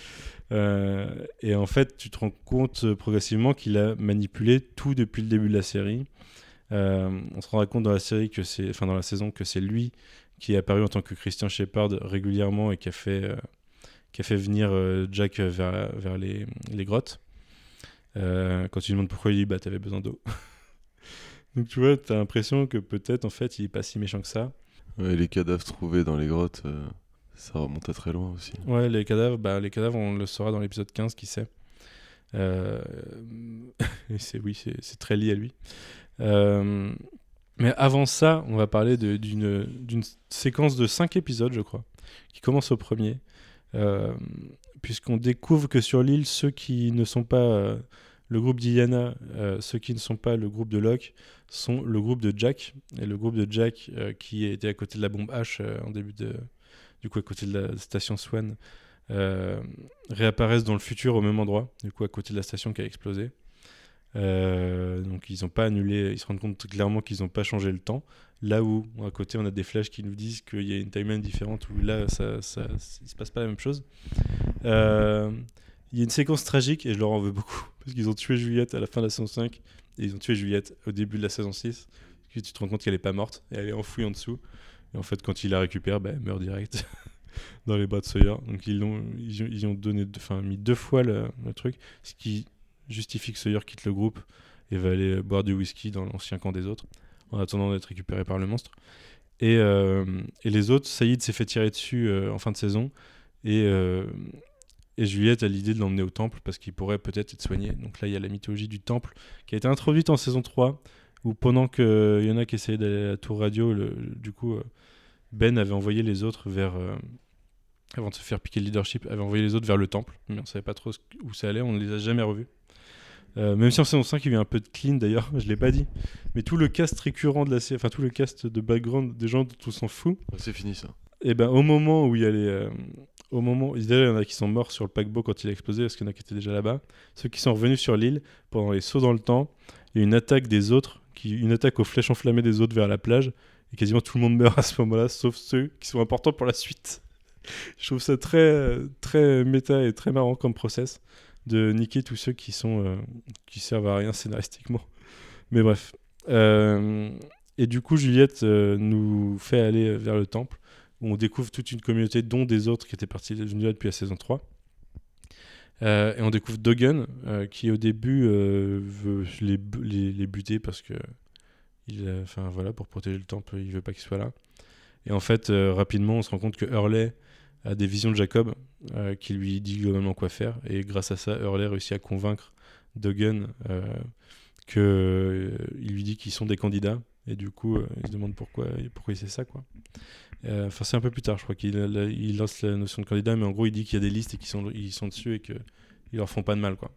Euh, et en fait, tu te rends compte euh, progressivement qu'il a manipulé tout depuis le début de la série. Euh, on se rendra compte dans la série que c'est, enfin dans la saison, que c'est lui qui est apparu en tant que Christian Shepherd régulièrement et qui a fait, euh, qui a fait venir euh, Jack vers, vers les, les grottes. Euh, quand tu lui demandes pourquoi, il dit bah t'avais besoin d'eau. Donc tu vois, t'as l'impression que peut-être en fait il est pas si méchant que ça. Ouais, les cadavres trouvés dans les grottes, euh, ça remonte à très loin aussi. Ouais, les cadavres, bah, les cadavres, on le saura dans l'épisode quinze, qui sait. Euh, et c'est, oui, c'est, c'est très lié à lui. Euh, mais avant ça, on va parler de- d'une, d'une séquence de cinq épisodes, je crois, qui commence au premier. Euh, puisqu'on découvre que sur l'île, ceux qui ne sont pas euh, le groupe d'Iliana, euh, ceux qui ne sont pas le groupe de Locke, sont le groupe de Jack. Et le groupe de Jack, euh, qui était à côté de la bombe H euh, en début de... Du coup, à côté de la station Swan, euh, réapparaissent dans le futur au même endroit, du coup, à côté de la station qui a explosé. Euh, donc, ils n'ont pas annulé, ils se rendent compte clairement qu'ils n'ont pas changé le temps. Là où, à côté, on a des flashs qui nous disent qu'il y a une timeline différente, où là, ça, ça, il se passe pas la même chose. Euh, Il y a une séquence tragique, et je leur en veux beaucoup, parce qu'ils ont tué Juliette à la fin de la saison cinq, et ils ont tué Juliette au début de la saison six. Puis tu te rends compte qu'elle est pas morte, et elle est enfouie en dessous. Et en fait, quand il la récupère, bah, elle meurt direct dans les bras de Sawyer. Donc ils l'ont, ils, ont- ils ont donné, enfin mis deux fois le, le truc, ce qui justifie que Sawyer quitte le groupe et va aller boire du whisky dans l'ancien camp des autres, en attendant d'être récupéré par le monstre. Et, euh, et les autres, Saïd s'est fait tirer dessus euh, en fin de saison, et, euh, et Juliette a l'idée de l'emmener au temple parce qu'il pourrait peut-être être soigné. Donc là, il y a la mythologie du temple qui a été introduite en saison trois, où pendant qu'il y en a qui essayaient d'aller à la tour radio, le, le- du coup, euh, Ben avait envoyé les autres vers... euh, avant de se faire piquer le leadership, avait envoyé les autres vers le temple, mais on savait pas trop ce- où ça allait, on ne les a jamais revus. Euh, même si en saison cinq, il y a eu un peu de clean d'ailleurs, je l'ai pas dit, mais tout le cast récurrent de la série, enfin tout le cast de background des gens dont on s'en fout, C'est fini ça. et ben au moment où il y a les, euh, au moment, déjà il y en a qui sont morts sur le paquebot quand il a explosé, parce qu'il y en a qui étaient déjà là-bas. Ceux qui sont revenus sur l'île pendant les sauts dans le temps, il y a une attaque des autres, qui, une attaque aux flèches enflammées des autres vers la plage, et quasiment tout le monde meurt à ce moment-là, sauf ceux qui sont importants pour la suite. Je trouve ça très, très méta et très marrant comme process de niquer tous ceux qui sont euh, qui servent à rien scénaristiquement. Mais bref. Euh, et du coup, Juliette euh, nous fait aller vers le temple, où on découvre toute une communauté, dont des autres qui étaient partis de là depuis la saison trois. Euh, et on découvre Duggan, euh, qui au début euh, veut les, bu- les, les buter parce que il, a- enfin voilà, pour protéger le temple, il veut pas qu'il soit là. Et en fait, euh, rapidement, on se rend compte que Hurley a des visions de Jacob, euh, qui lui dit globalement quoi faire. Et grâce à ça, Hurley réussit à convaincre Duggan euh, que euh, il lui dit qu'ils sont des candidats. Et du coup, euh, il se demande pourquoi, pourquoi il sait ça, quoi. Euh, Enfin, c'est un peu plus tard, je crois qu'il la- il lance la notion de candidat, mais en gros, il dit qu'il y a des listes et qu'ils sont, ils sont dessus et qu'ils leur font pas de mal, quoi.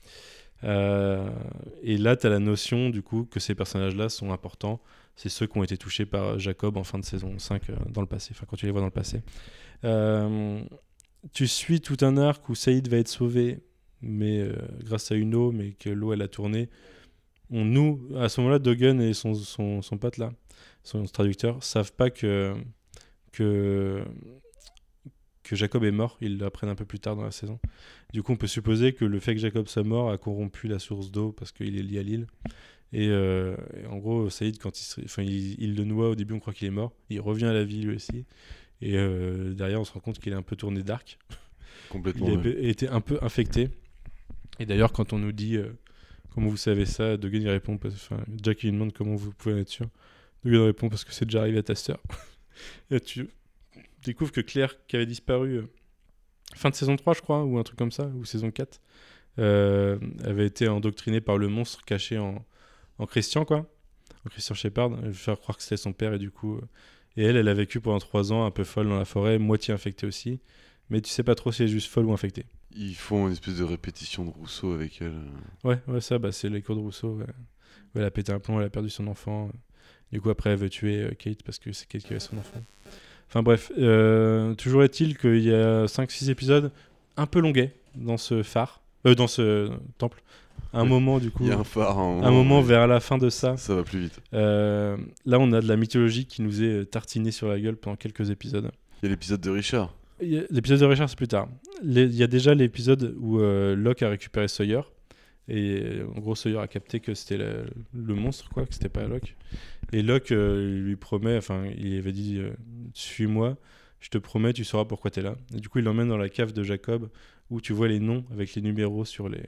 Euh, et là, tu as la notion, du coup, que ces personnages-là sont importants. C'est ceux qui ont été touchés par Jacob en fin de saison cinq euh, dans le passé, enfin, quand tu les vois dans le passé. Euh, Tu suis tout un arc où Saïd va être sauvé, mais euh, grâce à une eau, mais que l'eau, elle a tourné. On, nous, à ce moment-là, Duggan et son, son, son pote là, son traducteur, savent pas que, que, que Jacob est mort. Ils l'apprennent un peu plus tard dans la saison. Du coup, on peut supposer que le fait que Jacob soit mort a corrompu la source d'eau parce qu'il est lié à l'île. Et, euh, et en gros, Saïd, quand il, se- enfin, il, il le noie au début, on croit qu'il est mort. Il revient à la vie lui aussi. Et euh, derrière, on se rend compte qu'il est un peu tourné dark. Complètement, il ouais. avait été un peu infecté. Et d'ailleurs, quand on nous dit euh, comment vous savez ça, Duggan il répond, parce, enfin, Jack il lui demande comment vous pouvez en être sûr. Duggan répond parce que c'est déjà arrivé à ta sœur. Et là, tu découvres que Claire, qui avait disparu euh, fin de saison trois, je crois, ou un truc comme ça, ou saison quatre, euh, avait été endoctrinée par le monstre caché en, en Christian, quoi. En Christian Shepard, elle veut faire croire que c'était son père, et du coup. Euh, et elle, elle a vécu pendant trois ans, un peu folle dans la forêt, moitié infectée aussi. Mais tu sais pas trop si elle est juste folle ou infectée. Ils font une espèce de répétition de Rousseau avec elle. Ouais, ouais, ça, bah, c'est les cours de Rousseau. Ouais. Où elle a pété un plomb, elle a perdu son enfant. Du coup, après, elle veut tuer euh, Kate parce que c'est Kate qui avait son enfant. Enfin bref, euh, toujours est-il qu'il y a cinq six épisodes un peu longuets dans ce phare, euh, dans ce temple. Un Oui. moment, du coup. Il y a un phare, un Un moment, moment oui. vers la fin de ça. Ça va plus vite. Euh, là, on a de la mythologie qui nous est tartinée sur la gueule pendant quelques épisodes. Il y a l'épisode de Richard. Il y a- L'épisode de Richard, c'est plus tard. Les- Il y a déjà l'épisode où euh, Locke a récupéré Sawyer. Et euh, en gros, Sawyer a capté que c'était le, le monstre, quoi, que c'était pas Locke. Et Locke euh, il lui promet, enfin, il avait dit euh, suis-moi, je te promets, tu sauras pourquoi t'es là. Et du coup, il l'emmène dans la cave de Jacob où tu vois les noms avec les numéros sur les,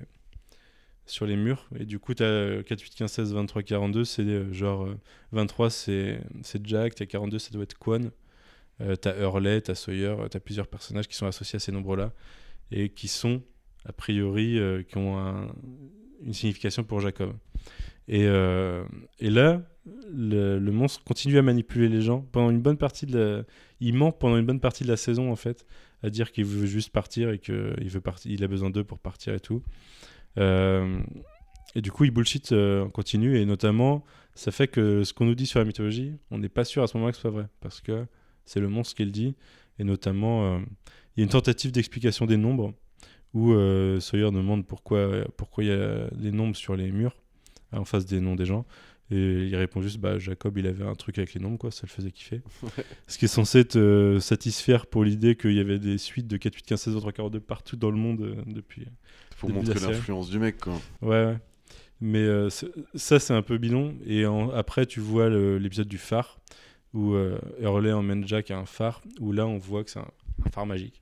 sur les murs. Et du coup, t'as euh, quatre, huit, quinze, seize, vingt-trois, quarante-deux, c'est euh, genre euh, vingt-trois, c'est, c'est Jack, t'as quarante-deux, ça doit être Quan. Euh, t'as Hurley, t'as Sawyer, euh, t'as plusieurs personnages qui sont associés à ces nombres-là et qui sont, a priori, euh, qui ont un- une signification pour Jacob. Et, euh, et là, le, le monstre continue à manipuler les gens pendant une bonne partie de la... Il ment pendant une bonne partie de la saison, en fait, à dire qu'il veut juste partir et qu'il veut partir, il a besoin d'eux pour partir et tout. Euh, et du coup, il bullshit euh, en continu, et notamment, ça fait que ce qu'on nous dit sur la mythologie, on n'est pas sûr à ce moment-là que ce soit vrai, parce que c'est le monstre qui le dit, et notamment, euh, il y a une tentative d'explication des nombres, où euh, Sawyer demande pourquoi pourquoi il y a les nombres sur les murs, en face des noms des gens, et il répond juste, bah, Jacob, il avait un truc avec les nombres, quoi, ça le faisait kiffer. Ouais. Ce qui est censé te euh, satisfaire pour l'idée qu'il y avait des suites de quatre, huit, quinze, seize, vingt-trois, quarante-deux partout dans le monde euh, depuis... Pour début de montrer la série. l'influence du mec, quoi. Ouais, ouais. Mais euh, c'est- ça, c'est un peu bidon. Et en- après, tu vois le- l'épisode du phare, où euh, Hurley emmène Jack à un phare, où là, on voit que c'est un, un phare magique.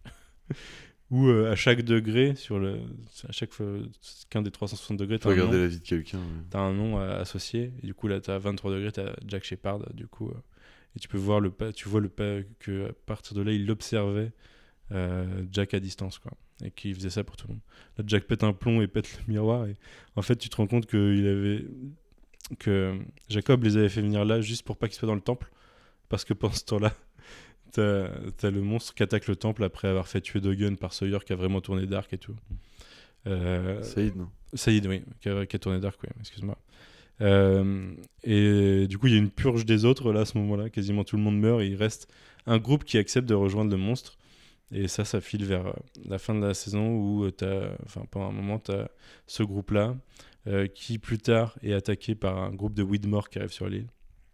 Où euh, à chaque degré, sur le, à chaque fois, qu'un des trois cent soixante degrés, Faut t'as un regarder nom. la vie de quelqu'un, ouais. T'as un nom euh, associé. Et du coup, là, t'as vingt-trois degrés, t'as Jack Shepard, du coup. euh, et tu peux voir le pas, tu vois le pas, que à partir de là, il observait euh, Jack à distance, quoi. Et qu'il faisait ça pour tout le monde. Là, Jack pète un plomb et pète le miroir. Et en fait, tu te rends compte que, il avait... que Jacob les avait fait venir là juste pour pas qu'ils soient dans le temple. Parce que pendant ce temps-là, t'as, t'as le monstre qui attaque le temple après avoir fait tuer Duggan par Sawyer qui a vraiment tourné Dark et tout. Euh, Saïd, non Saïd, oui, qui a, qui a tourné Dark, oui, excuse-moi. Euh, et du coup, il y a une purge des autres là à ce moment-là. Quasiment tout le monde meurt et il reste un groupe qui accepte de rejoindre le monstre. Et ça, ça file vers euh, la fin de la saison où euh, t'as, enfin, pendant un moment, tu as ce groupe-là euh, qui, plus tard, est attaqué par un groupe de Widmore qui arrive sur l'île.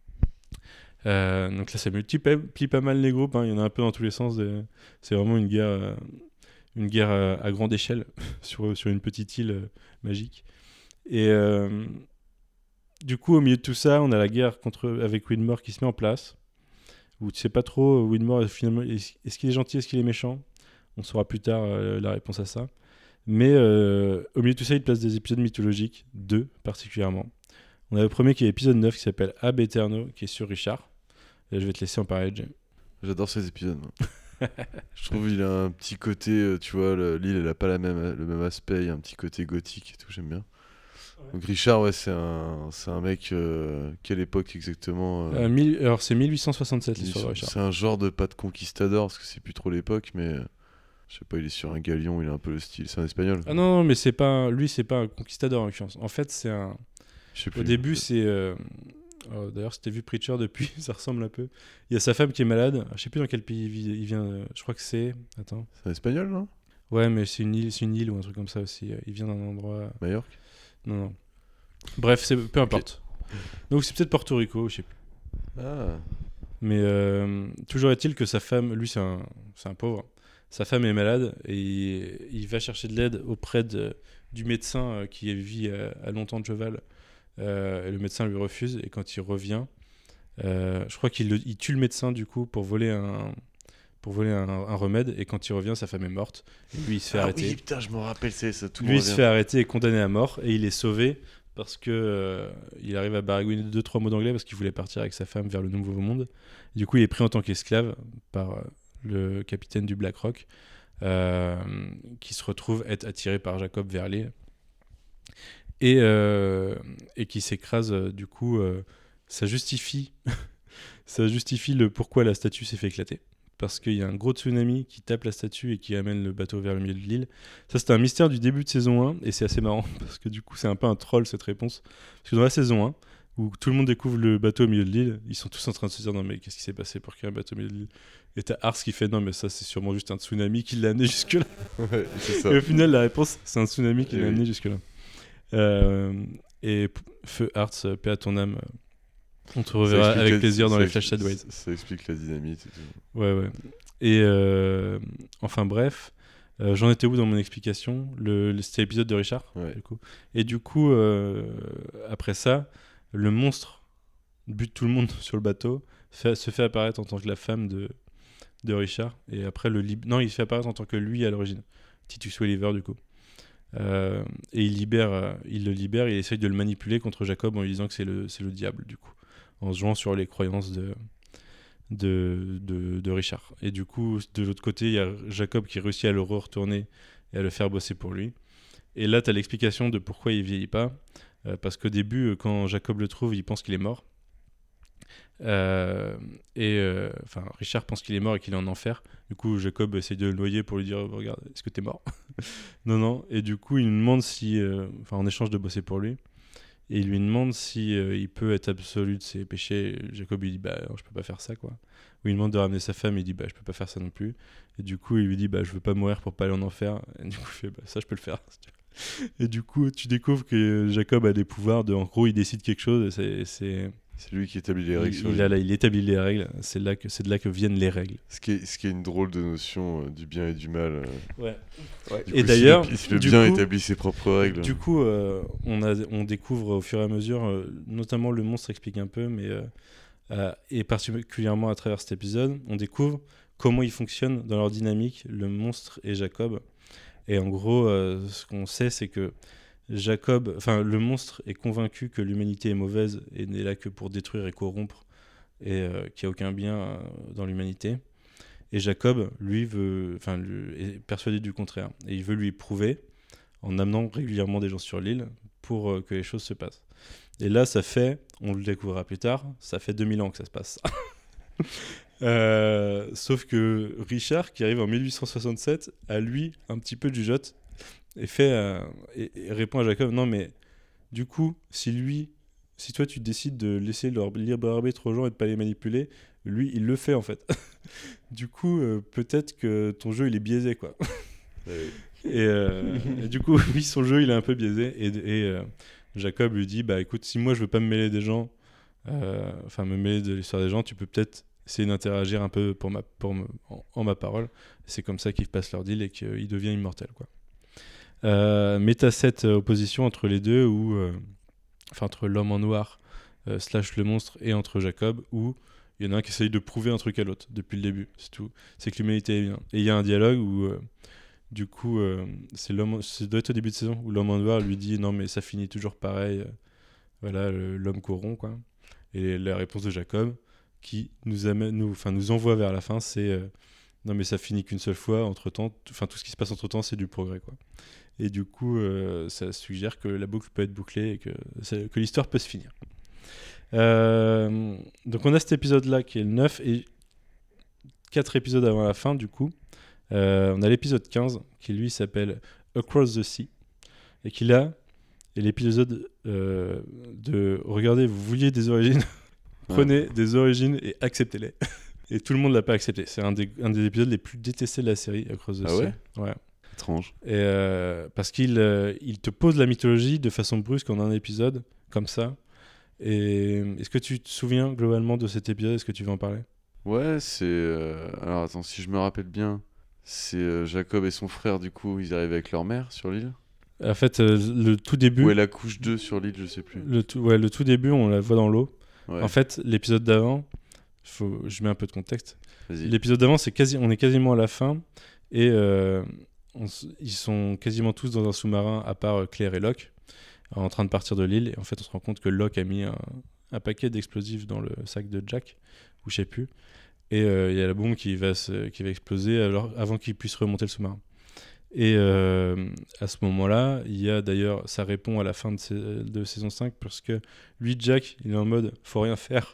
Euh, donc là, ça multiplie pas mal les groupes. Hein. Il y en a un peu dans tous les sens. De... C'est vraiment une guerre, euh, une guerre euh, à grande échelle sur, sur une petite île euh, magique. Et euh, du coup, au milieu de tout ça, on a la guerre contre, avec Widmore qui se met en place. Où tu sais pas trop, Widmore, finalement, est-ce est-ce qu'il est gentil, est-ce qu'il est méchant? On saura plus tard euh, la réponse à ça. Mais euh, au milieu de tout ça, il place des épisodes mythologiques, deux particulièrement. On a le premier qui est l'épisode neuf qui s'appelle Ab Eterno, qui est sur Richard. Et je vais te laisser en parler, Jay. J'adore ces épisodes. moi. Je trouve qu'il a un petit côté, euh, tu vois, le- l'île, elle a pas la même, le même aspect, il y a un petit côté gothique et tout, j'aime bien. Donc Richard, ouais, c'est un, c'est un mec, euh, quelle époque exactement euh, Euh, mille- alors c'est mille huit cent soixante-sept l'histoire de Richard. C'est un genre de pas de conquistador, parce que c'est plus trop l'époque, mais euh, je sais pas, il est sur un galion, il a un peu le style, c'est un espagnol. Ah non, non, mais c'est pas un- lui, c'est pas un conquistador en l'occurrence. En fait, c'est un. Je sais Au plus. début, c'est. euh, oh, D'ailleurs, c'était vu Preacher depuis, ça ressemble un peu. Il y a sa femme qui est malade. Je sais plus dans quel pays il vit- il vient. euh, Je crois que c'est. Attends. C'est un espagnol, non? Ouais, mais c'est une île, c'est une île ou un truc comme ça aussi. Il vient d'un endroit. Majorque? Non, non. Bref, c'est peu importe. Donc c'est peut-être Porto Rico, je sais plus. Ah. Mais euh, toujours est-il que sa femme, lui c'est un, c'est un pauvre, sa femme est malade et il, il va chercher de l'aide auprès de, du médecin euh, qui vit à, à longtemps de cheval. Euh, et le médecin lui refuse et quand il revient, euh, je crois qu'il le- il tue le médecin du coup pour voler un, pour voler un, un remède, et quand il revient, sa femme est morte. Et lui, il se fait Ah arrêter. oui, putain, je me rappelle, c'est ça, tout me Lui, il se revient. fait arrêter et condamné à mort, et il est sauvé parce que euh, il arrive à baragouiner deux trois mots d'anglais parce qu'il voulait partir avec sa femme vers le Nouveau Monde. Du coup, il est pris en tant qu'esclave par euh, le capitaine du Black Rock, euh, qui se retrouve être attiré par Jacob vers l'île et euh, et qui s'écrase. euh, du coup, euh, ça justifie ça justifie le pourquoi la statue s'est fait éclater. Parce qu'il y a un gros tsunami qui tape la statue et qui amène le bateau vers le milieu de l'île. Ça, c'était un mystère du début de saison un, et c'est assez marrant, parce que du coup, c'est un peu un troll, cette réponse. Parce que dans la saison un, où tout le monde découvre le bateau au milieu de l'île, ils sont tous en train de se dire « Non, mais qu'est-ce qui s'est passé pour qu'il y ait un bateau au milieu de l'île ?» Et t'as Ars qui fait « Non, mais ça, c'est sûrement juste un tsunami qui l'a amené jusque-là. » Ouais, c'est ça. Et au final, la réponse, c'est un tsunami qui Et l'a oui. amené jusque-là. Euh, et p- Feu Ars, paix à ton âme. On te Ça reverra explique avec la- plaisir dans ça les ex- Flash Sideways. Ça, ça explique la dynamite et tout. Ouais, ouais. Et euh, enfin bref, euh, j'en étais où dans mon explication le, le- C'était l'épisode de Richard, Ouais. du coup. Et du coup, euh, après ça, le monstre bute tout le monde sur le bateau, fait- se fait apparaître en tant que la femme de, de Richard, et après le lib- non, il se fait apparaître en tant que lui à l'origine, Titus Welliver du coup. Euh, et il libère, euh, il le libère, et il essaye de le manipuler contre Jacob en lui disant que c'est le, c'est le diable du coup, en se jouant sur les croyances de de, de, de Richard. Et du coup, de l'autre côté, il y a Jacob qui réussit à le retourner et à le faire bosser pour lui. Et là, tu as l'explication de pourquoi il vieillit pas. Euh, parce qu'au début, euh, quand Jacob le trouve, il pense qu'il est mort. Euh, et euh, enfin, Richard pense qu'il est mort et qu'il est en enfer. Du coup, Jacob essaie de le noyer pour lui dire « Regarde, est-ce que t'es mort ?» Non, non. Et du coup, il lui demande si... euh, Enfin, en échange de bosser pour lui. Et il lui demande si euh, il peut être absolu de ses péchés. Jacob lui dit bah non, je peux pas faire ça quoi. Ou il demande de ramener sa femme, il dit bah je peux pas faire ça non plus. Et du coup il lui dit bah je veux pas mourir pour pas aller en enfer. Et du coup il fait bah ça je peux le faire. Et du coup tu découvres que Jacob a des pouvoirs de en gros il décide quelque chose et c'est c'est C'est lui qui établit les règles. il, sur il, les- a là, il établit les règles. C'est là que c'est de là que viennent les règles. Ce qui est, ce qui est une drôle de notion euh, du bien et du mal. euh. Ouais. Ouais. Du Et coup, d'ailleurs, si le, si le du bien coup- établit ses propres règles. Du coup, euh, on, a, on découvre au fur et à mesure, euh, notamment le monstre explique un peu, mais euh, euh, et particulièrement à travers cet épisode, on découvre comment ils fonctionnent dans leur dynamique, le monstre et Jacob. Et en gros, euh, ce qu'on sait, c'est que Jacob, enfin le monstre est convaincu que l'humanité est mauvaise et n'est là que pour détruire et corrompre, et euh, qu'il n'y a aucun bien euh, dans l'humanité. Et Jacob, lui, veut, enfin, lui, est persuadé du contraire. Et il veut lui prouver, en amenant régulièrement des gens sur l'île, pour euh, que les choses se passent. Et là, ça fait, on le découvrira plus tard, ça fait deux mille ans que ça se passe. Euh, sauf que Richard, qui arrive en mille huit cent soixante-sept, a lui un petit peu de jugeote, et, fait, euh, et, et répond à Jacob, non mais, du coup, si lui, si toi tu décides de laisser leur libre arbitre aux gens et de pas les manipuler, lui, il le fait en fait. Du coup, euh, peut-être que ton jeu, il est biaisé, quoi. Ouais. Et, euh, et du coup, oui, son jeu, il est un peu biaisé. Et, et euh, Jacob lui dit, bah écoute, si moi, je veux pas me mêler des gens, euh, enfin me mêler de l'histoire des gens, tu peux peut-être essayer d'interagir un peu pour ma, pour me- en, en ma parole. C'est comme ça qu'ils passent leur deal et qu'il devient immortel, quoi. Euh, mais t'as cette euh, opposition entre les deux, où, euh, enfin entre l'homme en noir euh, slash le monstre et entre Jacob, où il y en a un qui essaye de prouver un truc à l'autre depuis le début, c'est tout. C'est que l'humanité est bien. Et il y a un dialogue où, euh, du coup, euh, c'est l'homme, ça doit être au début de saison, où l'homme en noir lui dit non mais ça finit toujours pareil, euh, voilà, le- l'homme corrompt, quoi. Et la réponse de Jacob, qui nous amène, nous, enfin nous envoie vers la fin, c'est euh, non mais ça finit qu'une seule fois. Entre temps, enfin tout ce qui se passe entre temps, c'est du progrès, quoi. Et du coup, euh, ça suggère que la boucle peut être bouclée et que, c'est- que l'histoire peut se finir. Euh, donc on a cet épisode-là qui est le neuf, et quatre épisodes avant la fin, du coup. Euh, on a l'épisode quinze, qui lui s'appelle Across the Sea, et qui là est l'épisode euh, de « Regardez, vous vouliez des origines, prenez des origines et acceptez-les ». Et tout le monde l'a pas accepté. C'est un des, un des épisodes les plus détestés de la série, Across the Ah Sea. ouais Ouais. Étrange. Et euh, parce qu'il euh, il te pose la mythologie de façon brusque en un épisode, comme ça. Et est-ce que tu te souviens globalement de cet épisode? Est-ce que tu veux en parler? Ouais, c'est. euh, Alors attends, si je me rappelle bien, c'est euh, Jacob et son frère, du coup, ils arrivent avec leur mère sur l'île. En fait, euh, le tout début. Ou elle accouche d'eux sur l'île, je sais plus. Le tout, ouais, le tout début, on la voit dans l'eau. Ouais. En fait, l'épisode d'avant, faut, je mets un peu de contexte. Vas-y. L'épisode d'avant, c'est quasi, on est quasiment à la fin et euh, on s- ils sont quasiment tous dans un sous-marin à part euh, Claire et Locke en train de partir de l'île. Et en fait, on se rend compte que Locke a mis un, un paquet d'explosifs dans le sac de Jack, ou je sais plus. Et euh, il y a la bombe qui va, se, qui va exploser alors, avant qu'il puisse remonter le sous-marin. Et euh, à ce moment-là, il y a d'ailleurs, ça répond à la fin de, sa- de saison cinq, parce que lui, Jack, il est en mode faut rien faire.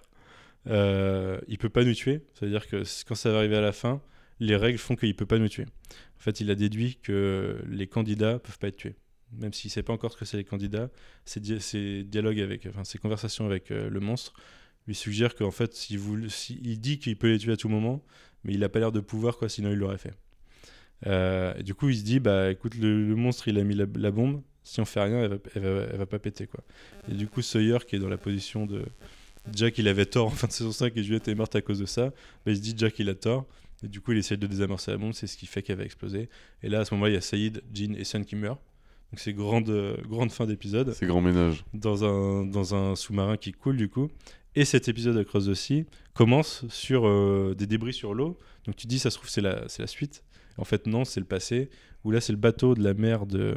Euh, il peut pas nous tuer. C'est-à-dire que c- quand ça va arriver à la fin, les règles font qu'il peut pas nous tuer. En fait, il a déduit que les candidats peuvent pas être tués. Même s'il sait pas encore ce que c'est les candidats, ses, dia- ses dialogues avec, enfin, ses conversations avec euh, le monstre lui suggèrent qu'en fait, s'il voulait- si- il dit qu'il peut les tuer à tout moment, mais il a pas l'air de pouvoir, quoi, sinon il l'aurait fait. Euh, et du coup, il se dit, bah écoute, le, le monstre, il a mis la, la bombe. Si on fait rien, elle va, elle va, elle va pas péter, quoi. Et du coup, Sawyer, qui est dans la position de Jack, il avait tort en fin de saison cinq et Juliette est morte à cause de ça, bah, il se dit Jack, il a tort. Et du coup, il essaie de désamorcer la bombe, c'est ce qui fait qu'elle va exploser. Et là, à ce moment-là, il y a Saïd, Jean et Sun qui meurent. Donc c'est grande, euh, grande fin d'épisode. C'est grand ménage. Dans un, dans un sous-marin qui coule, du coup. Et cet épisode Across the Sea commence sur euh, des débris sur l'eau. Donc tu dis, ça se trouve, c'est la, c'est la suite. En fait, non, c'est le passé. Où là, c'est le bateau de la mère de,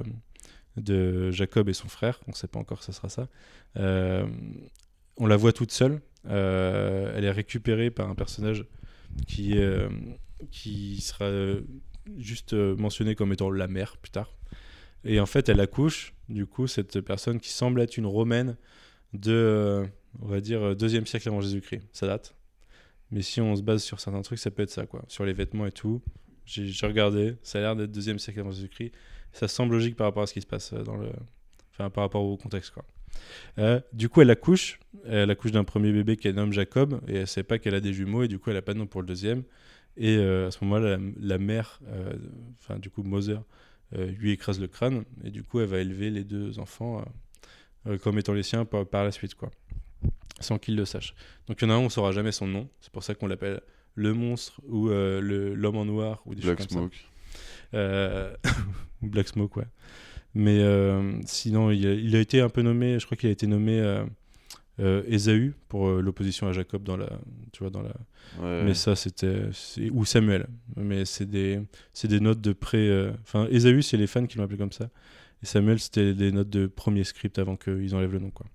de Jacob et son frère. On ne sait pas encore que ça sera ça. Euh, on la voit toute seule. Euh, elle est récupérée par un personnage qui, est, euh, qui sera euh, juste euh, mentionné comme étant la mère plus tard. Et en fait, elle accouche, du coup, cette personne qui semble être une romaine de, euh, on va dire, euh, deuxième siècle avant Jésus-Christ. Ça date. Mais si on se base sur certains trucs, ça peut être ça, quoi. Sur les vêtements et tout. J'ai, j'ai regardé, ça a l'air d'être deuxième siècle avant Jésus-Christ. Ça semble logique par rapport à ce qui se passe euh, dans le... Enfin, par rapport au contexte, quoi. Euh, du coup, elle accouche. Elle accouche d'un premier bébé qu'elle nomme Jacob. Et elle sait pas qu'elle a des jumeaux. Et du coup, elle a pas de nom pour le deuxième. Et euh, à ce moment-là, la, la mère, euh, enfin, du coup, Mother, euh, lui écrase le crâne. Et du coup, elle va élever les deux enfants euh, euh, comme étant les siens par, par la suite, quoi. Sans qu'il le sache. Donc, il y en a un, on saura jamais son nom. C'est pour ça qu'on l'appelle le monstre ou euh, le, l'homme en noir ou des Black choses comme Smoke. ça. Euh, ou Black Smoke, ouais. Mais euh, sinon, il a, il a été un peu nommé, je crois qu'il a été nommé euh, euh, Ésaü pour euh, l'opposition à Jacob dans la, tu vois, dans la. Ouais. Mais ça, c'était c'est, ou Samuel. Mais c'est des, c'est des notes de pré. euh, Enfin, Ésaü, c'est les fans qui l'ont appelé comme ça. Et Samuel, c'était des notes de premier script avant qu'ils enlèvent le nom, quoi.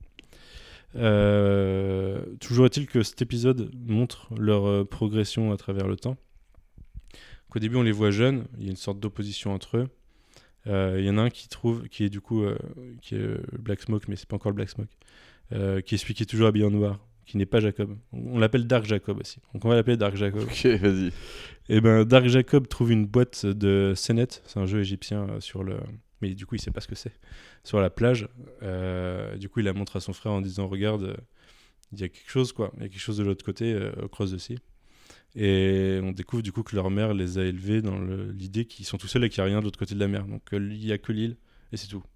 Euh, toujours est-il que cet épisode montre leur euh, progression à travers le temps. Qu'au début, on les voit jeunes, il y a une sorte d'opposition entre eux. Euh, Il y en a un qui trouve, qui est du coup, euh, qui est euh, Black Smoke, mais c'est pas encore le Black Smoke, euh, qui est celui qui est toujours habillé en noir, qui n'est pas Jacob. On, on l'appelle Dark Jacob aussi. Donc on va l'appeler Dark Jacob. Ok, vas-y. Et ben Dark Jacob trouve une boîte de Senet, c'est un jeu égyptien euh, sur le, mais du coup il sait pas ce que c'est, sur la plage. Euh, du coup il la montre à son frère en disant regarde, euh, il y a quelque chose quoi, il y a quelque chose de l'autre côté, euh, across the sea. Et on découvre du coup que leur mère les a élevés dans le- l'idée qu'ils sont tout seuls et qu'il n'y a rien de l'autre côté de la mer. Donc euh, il n'y a que l'île et c'est tout.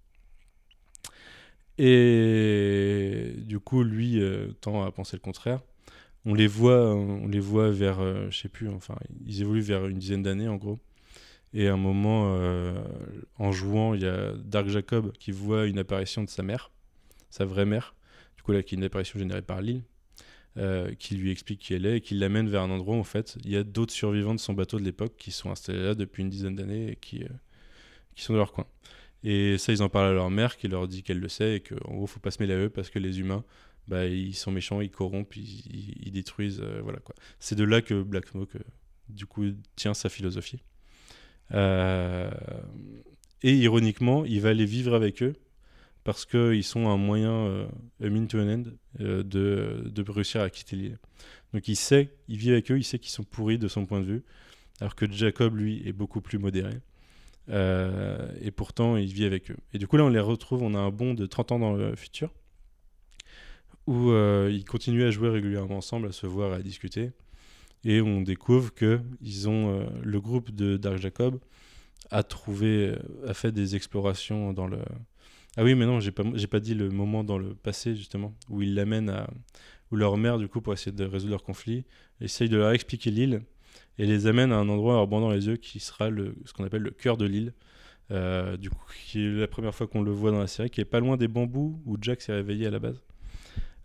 Et du coup, lui euh, tend à penser le contraire. On les voit, on les voit vers, euh, je sais plus, enfin, ils évoluent vers une dizaine d'années en gros. Et à un moment, euh, en jouant, il y a Dark Jacob qui voit une apparition de sa mère, sa vraie mère, du coup là, qui est une apparition générée par l'île. Euh, qui lui explique qui elle est et qui l'amène vers un endroit où en fait il y a d'autres survivants de son bateau de l'époque qui sont installés là depuis une dizaine d'années et qui, euh, qui sont dans leur coin. Et ça, ils en parlent à leur mère qui leur dit qu'elle le sait et qu'en gros, faut pas se mêler à eux parce que les humains, bah, ils sont méchants, ils corrompent, ils, ils- ils détruisent. Euh, voilà, quoi. C'est de là que Black Smoke, euh, du coup, tient sa philosophie. Euh, et ironiquement, il va aller vivre avec eux parce qu'ils sont un moyen, euh, a mean to an end, euh, de, de réussir à quitter l'île. Donc il sait, il vit avec eux, il sait qu'ils sont pourris de son point de vue, alors que Jacob, lui, est beaucoup plus modéré. Euh, et pourtant, il vit avec eux. Et du coup, là, on les retrouve, on a un bond de trente ans dans le futur, où euh, ils continuent à jouer régulièrement ensemble, à se voir et à discuter. Et on découvre que ils ont, euh, le groupe de Dark Jacob a trouvé, euh, a fait des explorations dans le... Ah oui, mais non, j'ai pas, j'ai pas dit le moment dans le passé, justement, où ils l'amènent à... où leur mère, du coup, pour essayer de résoudre leur conflit, essaye de leur expliquer l'île et les amène à un endroit en leur bandant les yeux qui sera le, ce qu'on appelle le cœur de l'île. Euh, du coup, qui est la première fois qu'on le voit dans la série, qui est pas loin des bambous où Jack s'est réveillé à la base.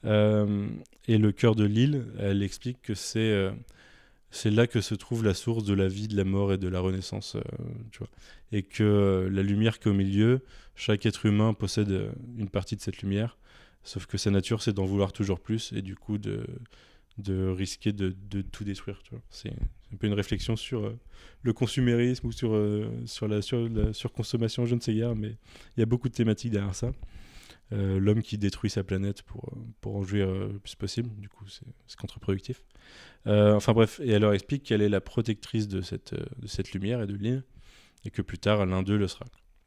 Euh, et le cœur de l'île, elle explique que c'est, euh, c'est là que se trouve la source de la vie, de la mort et de la renaissance. Euh, tu vois. Et que euh, la lumière qui est au milieu, chaque être humain possède euh, une partie de cette lumière, sauf que sa nature, c'est d'en vouloir toujours plus et du coup de, de risquer de, de tout détruire. Tu vois. C'est un peu une réflexion sur euh, le consumérisme ou sur, euh, sur, la, sur la surconsommation, je ne sais guère, mais il y a beaucoup de thématiques derrière ça. Euh, l'homme qui détruit sa planète pour, pour en jouir euh, le plus possible, du coup c'est, c'est contre-productif. Euh, enfin bref, et elle leur explique qu'elle est la protectrice de cette, euh, de cette lumière et de l'île, et que plus tard l'un d'eux le sera.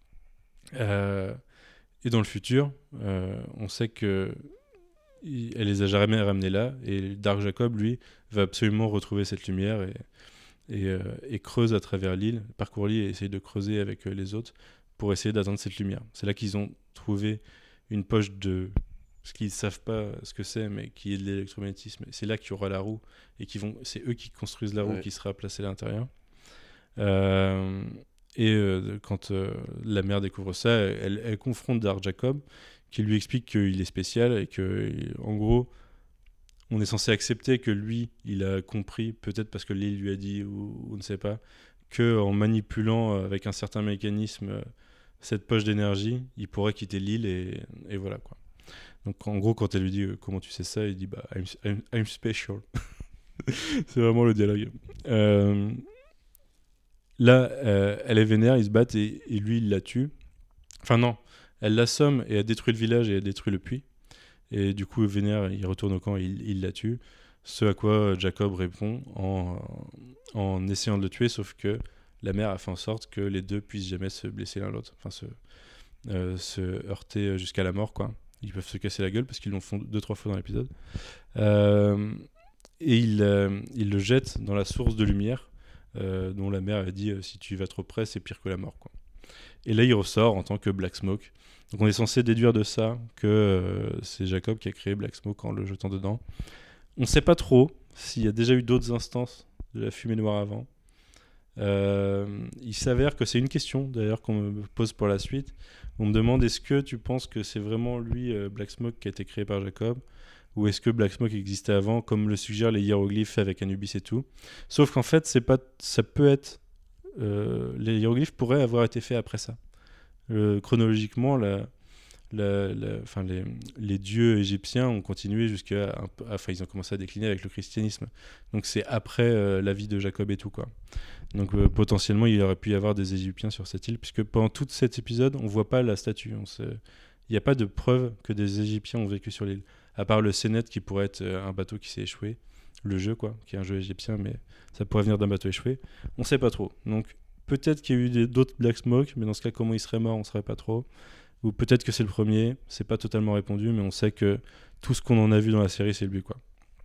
Euh, et dans le futur, euh, on sait que il, elle les a jamais ramenés là, et Dark Jacob, lui, va absolument retrouver cette lumière et, et, euh, et creuse à travers l'île, parcourt l'île et essaye de creuser avec euh, les autres pour essayer d'atteindre cette lumière. C'est là qu'ils ont trouvé une poche de ce qu'ils ne savent pas ce que c'est, mais qui est de l'électromagnétisme. C'est là qu'il y aura la roue, et qui vont, c'est eux qui construisent la roue Ouais. qui sera placée à l'intérieur. Euh, et euh, quand euh, la mère découvre ça, elle, elle confronte Dark Jacob, qui lui explique qu'il est spécial et que, en gros, on est censé accepter que lui, il a compris, peut-être parce que l'île lui a dit, ou, ou on ne sait pas, qu'en manipulant euh, avec un certain mécanisme euh, cette poche d'énergie, il pourrait quitter l'île et, et voilà quoi. Donc en gros, quand elle lui dit euh, comment tu sais ça, il dit bah I'm, I'm, I'm special. C'est vraiment le dialogue. Euh, là, euh, elle est vénère, ils se battent et, et lui il la tue. Enfin non, elle l'assomme et elle détruit le village et elle détruit le puits. Et du coup, vénère, il retourne au camp et il, il la tue. Ce à quoi Jacob répond en, en essayant de le tuer, sauf que la mère a fait en sorte que les deux puissent jamais se blesser l'un l'autre, enfin se, euh, se heurter jusqu'à la mort, quoi. Ils peuvent se casser la gueule parce qu'ils l'ont fait deux trois fois dans l'épisode. Euh, et il, euh, il le jette dans la source de lumière, euh, dont la mère a dit euh, si tu y vas trop près, c'est pire que la mort, quoi. Et là, il ressort en tant que Black Smoke. Donc on est censé déduire de ça que euh, c'est Jacob qui a créé Black Smoke en le jetant dedans. On ne sait pas trop s'il y a déjà eu d'autres instances de la fumée noire avant. Euh, il s'avère que c'est une question d'ailleurs qu'on me pose pour la suite. On me demande est-ce que tu penses que c'est vraiment lui, euh, Black Smoke, qui a été créé par Jacob, ou est-ce que Black Smoke existait avant, comme le suggèrent les hiéroglyphes avec Anubis et tout. Sauf qu'en fait, c'est pas, ça peut être, euh, les hiéroglyphes pourraient avoir été faits après ça. Euh, chronologiquement, la, la, la, enfin, les, les dieux égyptiens ont continué jusqu'à, un peu- enfin, ils ont commencé à décliner avec le christianisme. Donc c'est après euh, la vie de Jacob et tout, quoi. Donc euh, potentiellement, il aurait pu y avoir des Égyptiens sur cette île, puisque pendant tout cet épisode, on voit pas la statue. On sait- Il n'y a pas de preuve que des Égyptiens ont vécu sur l'île, à part le Sénet qui pourrait être euh, un bateau qui s'est échoué, le jeu quoi, qui est un jeu égyptien, mais ça pourrait venir d'un bateau échoué. On sait pas trop. Donc peut-être qu'il y a eu des- d'autres Black Smoke, mais dans ce cas, comment il serait mort, on saurait pas trop. Ou peut-être que c'est le premier, c'est pas totalement répondu, mais on sait que tout ce qu'on en a vu dans la série, c'est lui quoi.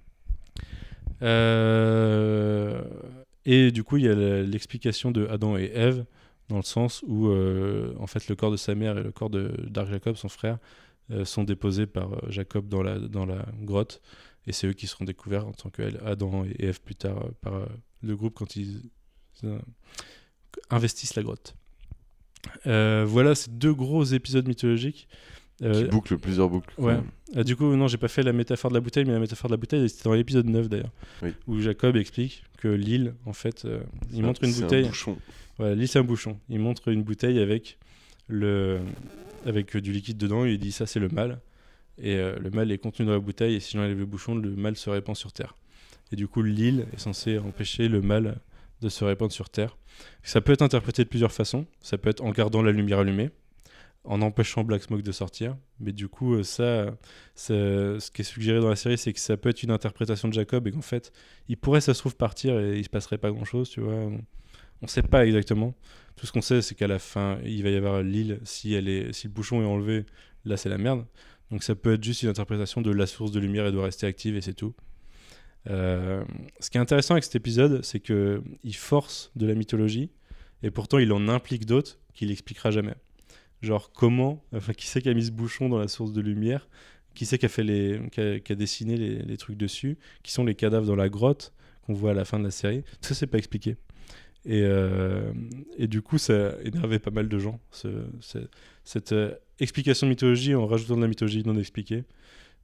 Euh, Et du coup, il y a la- l'explication de Adam et Ève, dans le sens où euh, en fait, le corps de sa mère et le corps de Dark Jacob, son frère, euh, sont déposés par euh, Jacob dans la, dans la grotte. Et c'est eux qui seront découverts en tant qu'Adam et Ève plus tard euh, par euh, le groupe quand ils euh, investissent la grotte. Euh, voilà, ces deux gros épisodes mythologiques. Qui bouclent plusieurs boucles, quand Ouais. même. Ah, du coup, non, j'ai pas fait la métaphore de la bouteille, mais la métaphore de la bouteille, c'était dans l'épisode neuf d'ailleurs. Oui. Où Jacob explique que l'île, en fait, euh, il C'est montre un- une c'est un bouteille. bouchon. Voilà, l'île, c'est un bouchon. Il montre une bouteille avec, le... avec euh, du liquide dedans, et il dit ça, c'est le mal. Et euh, le mal est contenu dans la bouteille, et si j'enlève le bouchon, le mal se répand sur Terre. Et du coup, l'île est censée empêcher le mal de se répandre sur Terre. Ça peut être interprété de plusieurs façons. Ça peut être en gardant la lumière allumée, en empêchant Black Smoke de sortir. Mais du coup, euh, ça, ça, ce qui est suggéré dans la série, c'est que ça peut être une interprétation de Jacob et qu'en fait, il pourrait, ça se trouve, partir et il se passerait pas grand-chose, tu vois. On, on sait pas exactement. Tout ce qu'on sait, c'est qu'à la fin, il va y avoir l'île. Si, elle est, si le bouchon est enlevé, là, c'est la merde. Donc ça peut être juste une interprétation de la source de lumière et doit rester active et c'est tout. Euh, ce qui est intéressant avec cet épisode, c'est qu'il force de la mythologie et pourtant il en implique d'autres qu'il expliquera jamais. Genre comment, enfin qui c'est qui a mis ce bouchon dans la source de lumière, qui c'est qui a fait les, qui a, qui a dessiné les, les trucs dessus, qui sont les cadavres dans la grotte qu'on voit à la fin de la série. Tout ça c'est pas expliqué. Et, euh, et du coup ça énervait pas mal de gens, ce, ce, cette euh, explication de mythologie en rajoutant de la mythologie non expliquée.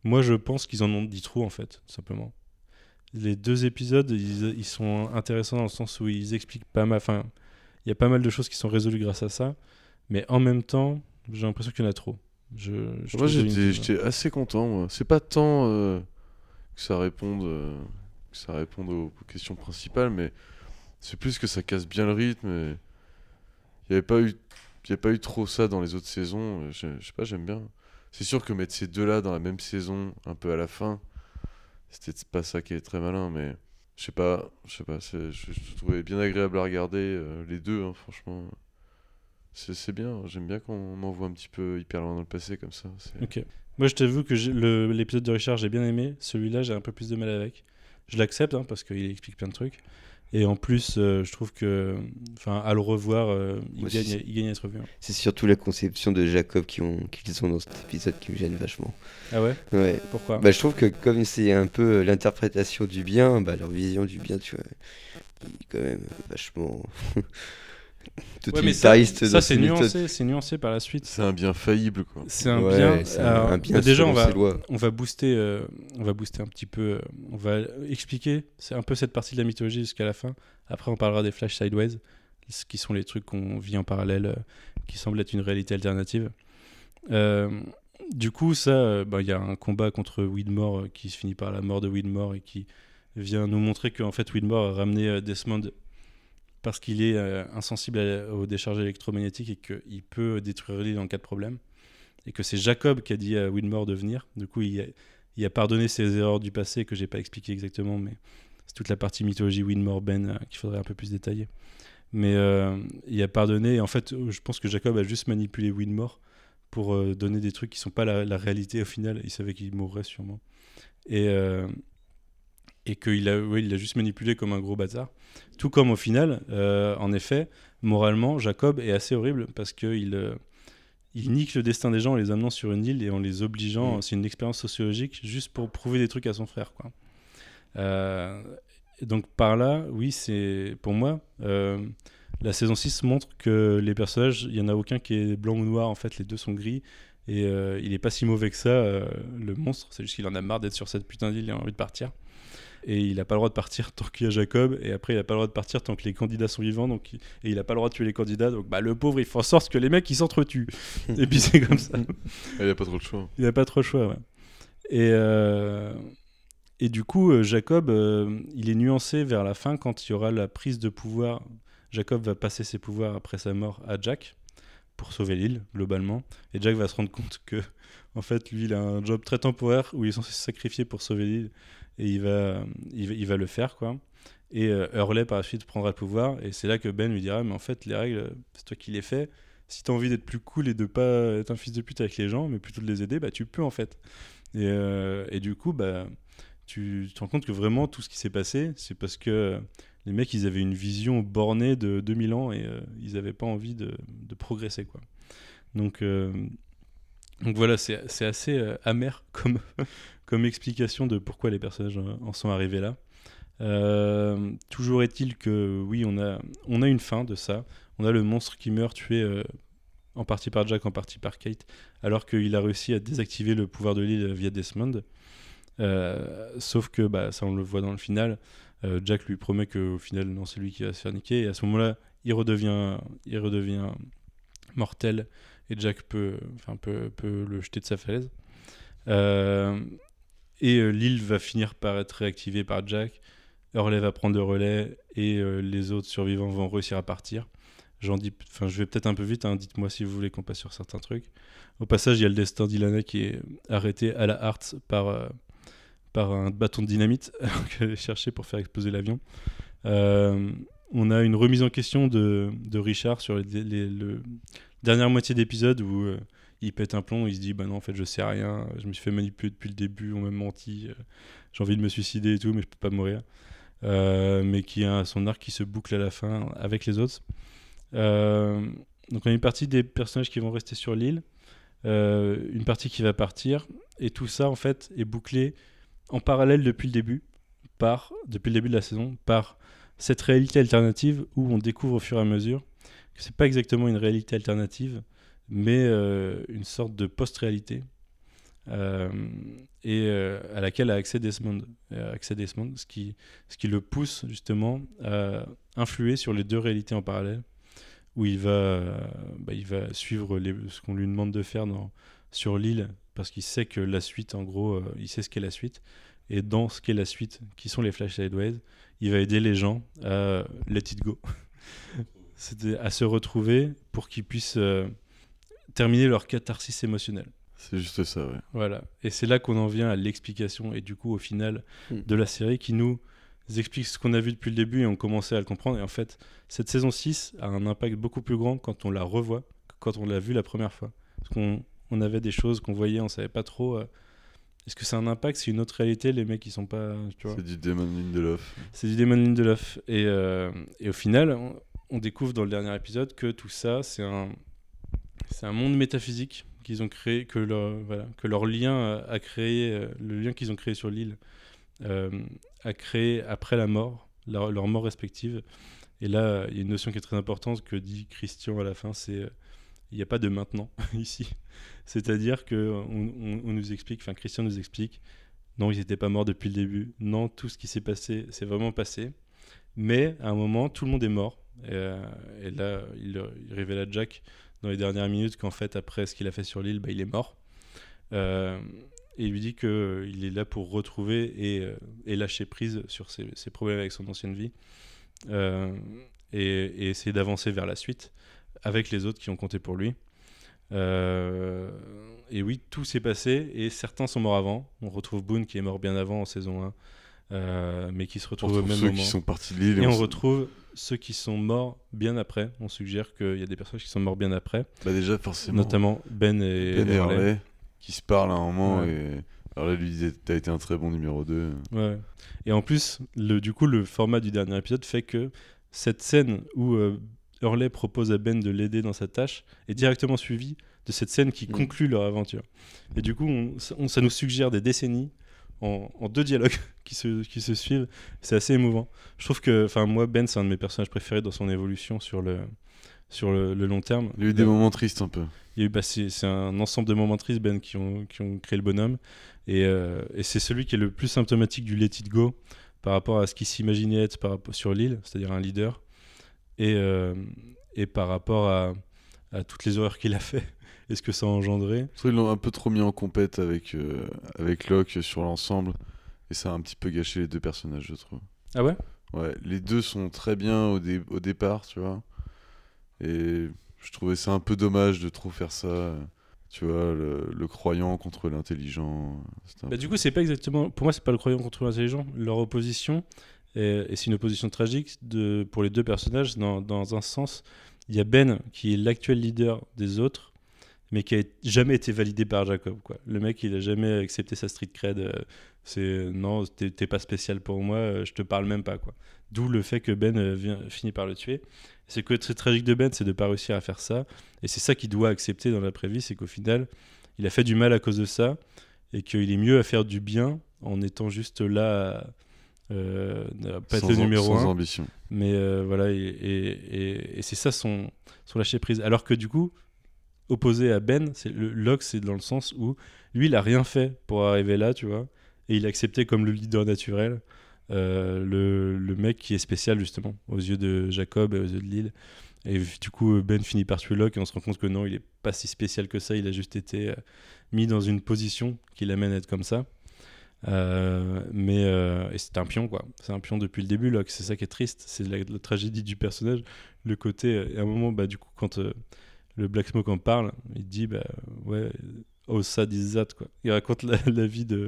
Moi, je pense qu'ils en ont dit trop, en fait, tout simplement. Les deux épisodes, ils, ils sont intéressants dans le sens où ils expliquent pas mal. Enfin, il y a pas mal de choses qui sont résolues grâce à ça. Mais en même temps, j'ai l'impression qu'il y en a trop. Je, je Moi, trouve que j'étais, une- j'étais assez content. Moi. C'est pas tant euh, que ça réponde, euh, que ça réponde aux, aux questions principales, mais c'est plus que ça casse bien le rythme. et Il n'y avait pas eu, il y a pas eu trop ça dans les autres saisons. Je, je sais pas, j'aime bien. C'est sûr que mettre ces deux-là dans la même saison, un peu à la fin, c'était pas ça qui est très malin, mais je sais pas, je sais pas. c'est- Je, je trouvais bien agréable à regarder euh, les deux, hein, franchement. C'est c'est bien. J'aime bien qu'on m'envoie un petit peu hyper loin dans le passé comme ça. c'est- Ok. Moi, je t'avoue que j'ai- le- l'épisode de Richard, j'ai bien aimé. Celui-là, j'ai un peu plus de mal avec. Je l'accepte, hein, parce qu'il explique plein de trucs. Et en plus, euh, je trouve que, enfin, à le revoir, euh, il, Moi, gagne, c'est- il gagne à être revu. hein. C'est surtout la conception de Jacob qui ont, qu'ils ont dans cet épisode qui me gêne vachement. Ah ouais Ouais. Pourquoi Bah, je trouve que comme c'est un peu l'interprétation du bien, bah, leur vision du bien, tu vois, il est quand même vachement Ouais, mais ça, totalitariste. ça dans c'est ses méthodes. nuancé, c'est nuancé par la suite. C'est un bien faillible, quoi. C'est un Ouais, bien. c'est un- alors, un bien bah, déjà, selon on va, ses lois. on va booster, euh, on va booster un petit peu. euh, on va expliquer. C'est un peu cette partie de la mythologie jusqu'à la fin. Après, on parlera des Flash Sideways, ce qui sont les trucs qu'on vit en parallèle, euh, qui semblent être une réalité alternative. Euh, du coup, ça, euh, bah, il y a un combat contre Widmore euh, qui se finit par la mort de Widmore et qui vient nous montrer qu'en fait Widmore a ramené euh, Desmond parce qu'il est euh, insensible à- aux décharges électromagnétiques et qu'il peut détruire l'île en cas de problème. Et que c'est Jacob qui a dit à Widmore de venir. Du coup, il a, il a pardonné ses erreurs du passé que j'ai pas expliqué exactement, mais c'est toute la partie mythologie Widmore-Ben euh, qu'il faudrait un peu plus détailler. Mais euh, il a pardonné. Et en fait, je pense que Jacob a juste manipulé Widmore pour euh, donner des trucs qui sont pas la, la réalité au final. Il savait qu'il mourrait sûrement. Et, euh, et qu'il a, ouais, il l'a juste manipulé comme un gros bâtard. Tout comme au final, euh, en effet, moralement, Jacob est assez horrible parce qu'il euh, il nique le destin des gens en les amenant sur une île et en les obligeant. Mm. C'est une expérience sociologique juste pour prouver des trucs à son frère, quoi. Euh, et donc par là, oui, c'est pour moi, euh, la saison six montre que les personnages, il n'y en a aucun qui est blanc ou noir, en fait, les deux sont gris. Et euh, il est pas si mauvais que ça, euh, le monstre. C'est juste qu'il en a marre d'être sur cette putain d'île et a envie de partir. Et il n'a pas le droit de partir tant qu'il y a Jacob. Et après, il n'a pas le droit de partir tant que les candidats sont vivants. Donc, il- et il n'a pas le droit de tuer les candidats. Donc, bah, le pauvre, il fait en sorte que les mecs, ils s'entretuent. Et puis, c'est comme ça. Il n'a pas trop le choix. Il n'a pas trop le choix, ouais. Et, euh, et du coup, euh, Jacob, euh, il est nuancé vers la fin quand il y aura la prise de pouvoir. Jacob va passer ses pouvoirs après sa mort à Jack pour sauver l'île, globalement. Et Jack va se rendre compte que, en fait, lui, il a un job très temporaire où il est censé se sacrifier pour sauver l'île. Et il va, il va, il va le faire, quoi. Et euh, Hurley, par la suite, prendra le pouvoir. Et c'est là que Ben lui dira, mais en fait, les règles, c'est toi qui les fais. Si t'as envie d'être plus cool et de pas être un fils de pute avec les gens, mais plutôt de les aider, bah tu peux, en fait. Et, euh, et du coup, bah, tu te rends compte que vraiment, tout ce qui s'est passé, c'est parce que les mecs, ils avaient une vision bornée de deux mille ans et euh, ils n'avaient pas envie de, de progresser, quoi. Donc, euh, donc voilà, c'est c'est assez euh, amer comme, comme explication de pourquoi les personnages en en sont arrivés là. Euh, toujours est-il que oui, on a, on a une fin de ça. On a le monstre qui meurt tué euh, en partie par Jack, en partie par Kate, alors qu'il a réussi à désactiver le pouvoir de l'île via Desmond. Euh, sauf que bah, ça, on le voit dans le final. Euh, Jack lui promet qu'au final, non, c'est lui qui va se faire niquer. Et à ce moment-là, il redevient, il redevient mortel et Jack peut, enfin, peut, peut le jeter de sa falaise. Euh, et euh, l'île va finir par être réactivée par Jack. Hurley va prendre le relais et euh, les autres survivants vont réussir à partir. J'en dis, enfin, je vais peut-être un peu vite, hein, dites-moi si vous voulez qu'on passe sur certains trucs. Au passage, il y a le destin d'Ilana qui est arrêté à la Hearts par, euh, par un bâton de dynamite qu'elle allait chercher pour faire exploser l'avion. Euh, on a une remise en question de, de Richard sur les, les, le dernière moitié d'épisode où euh, il pète un plomb, il se dit bah non en fait je sais rien, je me suis fait manipuler depuis le début, on m'a menti, euh, j'ai envie de me suicider et tout mais je peux pas mourir. Euh, mais qui a son arc qui se boucle à la fin avec les autres. Euh, donc on a une partie des personnages qui vont rester sur l'île, euh, une partie qui va partir, et tout ça en fait est bouclé en parallèle depuis le début, par, depuis le début de la saison, par cette réalité alternative où on découvre au fur et à mesure que c'est pas exactement une réalité alternative, mais euh, une sorte de post-réalité, euh, et euh, à laquelle a accès Desmond, a accès Desmond ce, qui, ce qui le pousse justement à influer sur les deux réalités en parallèle, où il va, euh, bah, il va suivre les, ce qu'on lui demande de faire dans, sur l'île, parce qu'il sait que la suite, en gros, euh, il sait ce qu'est la suite, et dans ce qu'est la suite, qui sont les Flash Sideways, il va aider les gens à let it go. C'était à se retrouver pour qu'ils puissent euh, terminer leur catharsis émotionnelle. C'est juste ça, ouais. Voilà. Et c'est là qu'on en vient à l'explication et du coup au final Mm. de la série qui nous explique ce qu'on a vu depuis le début et on commençait à le comprendre. Et en fait, cette saison six a un impact beaucoup plus grand quand on la revoit que quand on l'a vue la première fois. Parce qu'on on avait des choses qu'on voyait, on savait pas trop... euh, est-ce que c'est un impact, c'est une autre réalité, les mecs ils sont pas... Tu vois, C'est du Damon Lindelof. c'est du Damon Lindelof. Et, euh, et au final, on, on découvre dans le dernier épisode que tout ça, c'est un, c'est un monde métaphysique qu'ils ont créé, que leur, voilà, que leur lien a, a créé, euh, le lien qu'ils ont créé sur l'île, euh, a créé après la mort, leur, leur mort respective. Et là, il y a une notion qui est très importante que dit Christian à la fin, c'est euh, il n'y a pas de maintenant ici. C'est-à-dire que on, on, on nous explique, enfin Christian nous explique, non, ils n'étaient pas morts depuis le début. Non, tout ce qui s'est passé, c'est vraiment passé. Mais à un moment, tout le monde est mort. Et, euh, et là, il, il révèle à Jack dans les dernières minutes qu'en fait, après ce qu'il a fait sur l'île, bah, il est mort. Euh, et il lui dit qu'il est là pour retrouver et, euh, et lâcher prise sur ses, ses problèmes avec son ancienne vie. Euh, et, et essayer d'avancer vers la suite avec les autres qui ont compté pour lui. Euh, et oui, tout s'est passé et certains sont morts avant. On retrouve Boone qui est mort bien avant en saison un, euh, mais qui se retrouve On au retrouve même ceux moment. qui sont partis de l'île Et, et on, on s- retrouve ceux qui sont morts bien après. On suggère qu'il y a des personnages qui sont morts bien après. Bah déjà, forcément. Notamment Ben et, Ben et Hurley. Hurley, qui se parlent à un moment Ouais. et Hurley lui disait t'as été un très bon numéro deux. Ouais. Et en plus, le, du coup, le format du dernier épisode fait que cette scène où euh, Hurley propose à Ben de l'aider dans sa tâche est directement suivie de cette scène qui Mm. conclut leur aventure. Et du coup, on, on- ça nous suggère des décennies en, en deux dialogues qui se, qui se suivent. C'est assez émouvant. Je trouve que, enfin, moi, Ben, c'est un de mes personnages préférés dans son évolution sur le, sur le, le long terme. Il y a eu des moments tristes un peu. Il y a eu, bah, c'est, c'est un ensemble de moments tristes, Ben, qui ont, qui ont créé le bonhomme. Et, euh, et c'est celui qui est le plus symptomatique du Let It Go par rapport à ce qu'il s'imaginait être par rapport, sur l'île, c'est-à-dire un leader, et, euh, et par rapport à, à toutes les horreurs qu'il a fait et ce que ça a engendré. Je trouve qu'ils l'ont un peu trop mis en compète avec, euh, avec Locke sur l'ensemble. Et ça a un petit peu gâché les deux personnages, je trouve. Ah ouais ? Ouais, les deux sont très bien au, dé- au départ, tu vois. Et je trouvais ça un peu dommage de trop faire ça. euh, Tu vois, le, le croyant contre l'intelligent. c'était un Bah, peu- du coup, c'est pas exactement. Pour moi, c'est pas le croyant contre l'intelligent. Leur opposition, et, et c'est une opposition tragique de, pour les deux personnages. Dans, dans un sens, il y a Ben qui est l'actuel leader des autres, mais qui a jamais été validé par Jacob, quoi. Le mec, il a jamais accepté sa street cred. euh, C'est non, t'es t'es pas spécial pour moi, euh, je te parle même pas, quoi. D'où le fait que Ben euh, vient, finit par le tuer. C'est que très tragique de Ben, c'est de pas réussir à faire ça. Et c'est ça qu'il doit accepter dans l'après-vie, c'est qu'au final, il a fait du mal à cause de ça, et qu'il est mieux à faire du bien en étant juste là, à, euh, à pas être Sans le am- numéro sans un. ambition. Mais euh, voilà, et, et, et- et c'est ça son, son lâcher prise. Alors que du coup, opposé à Ben, c'est le Locke, c'est dans le sens où lui, il a rien fait pour arriver là, tu vois, et il a accepté comme le leader naturel euh, le, le mec qui est spécial justement aux yeux de Jacob et aux yeux de Lyle. Et du coup, Ben finit par tuer Locke et on se rend compte que non, il est pas si spécial que ça. Il a juste été euh, mis dans une position qui l'amène à être comme ça. Euh, mais euh, et c'est un pion, quoi. C'est un pion depuis le début, Locke. C'est ça qui est triste. C'est la, la tragédie du personnage. Le côté, euh, et à un moment, bah, du coup, quand euh, le Black Smoke en parle, il dit, bah ouais, oh sad is that, quoi. Il raconte la, la vie de,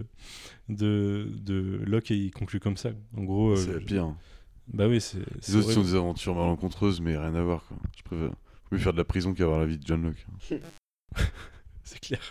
de, de Locke et il conclut comme ça. En gros, euh, C'est la je- pire. Bah oui, c'est. c'est Les autres sont horrible. des aventures malencontreuses, mais rien à voir, quoi. Je préfère faut mieux faire de la prison qu'avoir la vie de John Locke. C'est clair.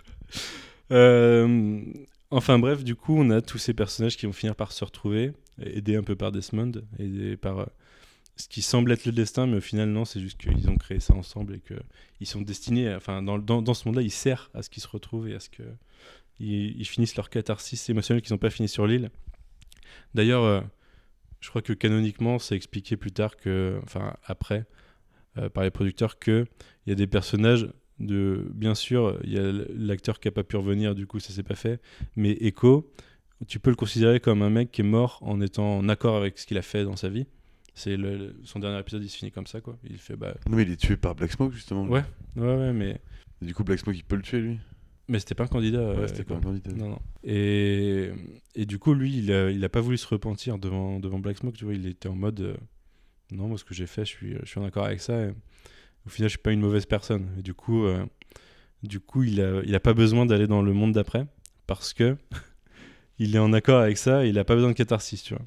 Euh, enfin bref, du coup, on a tous ces personnages qui vont finir par se retrouver, aidés un peu par Desmond, aidés par euh, ce qui semble être le destin, mais au final, non, c'est juste qu'ils ont créé ça ensemble et qu'ils sont destinés, à- enfin, dans, dans, dans ce monde-là, ils servent à ce qu'ils se retrouvent et à ce qu'ils ils finissent leur catharsis émotionnelle qu'ils n'ont pas fini sur l'île. D'ailleurs, euh, je crois que canoniquement, c'est expliqué plus tard que, enfin, après, euh, par les producteurs, qu'il y a des personnages de bien sûr, il y a l'acteur qui a pas pu revenir, du coup ça s'est pas fait, mais Echo, tu peux le considérer comme un mec qui est mort en étant en accord avec ce qu'il a fait dans sa vie. C'est le, le- son dernier épisode, il se finit comme ça, quoi. Il fait bah. Non, mais il est tué par Black Smoke, justement. Ouais, ouais, ouais, mais. Et du coup, Black Smoke, il peut le tuer, lui. Mais c'était pas un candidat. Ouais, euh, c'était pas quoi. un candidat. Non, non. Et, et du coup, lui, il a, il a pas voulu se repentir devant, devant Black Smoke, tu vois. Il était en mode euh, non, moi, ce que j'ai fait, je suis, je suis en accord avec ça. Et au final, je suis pas une mauvaise personne. Et du coup, euh, du coup il, a, il a pas besoin d'aller dans le monde d'après parce que il est en accord avec ça et il a pas besoin de catharsis, tu vois.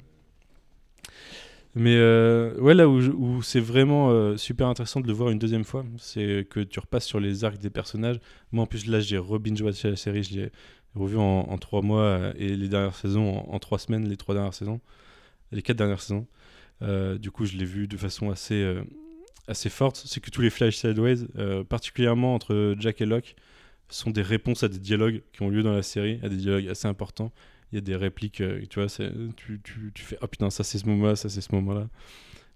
Mais euh, ouais, là où, je- où c'est vraiment euh, super intéressant de le voir une deuxième fois, c'est que tu repasses sur les arcs des personnages. Moi, en plus, là, j'ai re-binge-watché la série, je l'ai revu en, en trois mois euh, et les dernières saisons en, en trois semaines, les trois dernières saisons, les quatre dernières saisons. Euh, du coup, je l'ai vu de façon assez, euh, assez forte. C'est que tous les flash sideways, euh, particulièrement entre Jack et Locke, sont des réponses à des dialogues qui ont lieu dans la série, à des dialogues assez importants. Il y a des répliques, euh, tu vois, c'est- tu, tu, tu fais « Oh putain, ça c'est ce moment-là, ça c'est ce moment-là euh, ».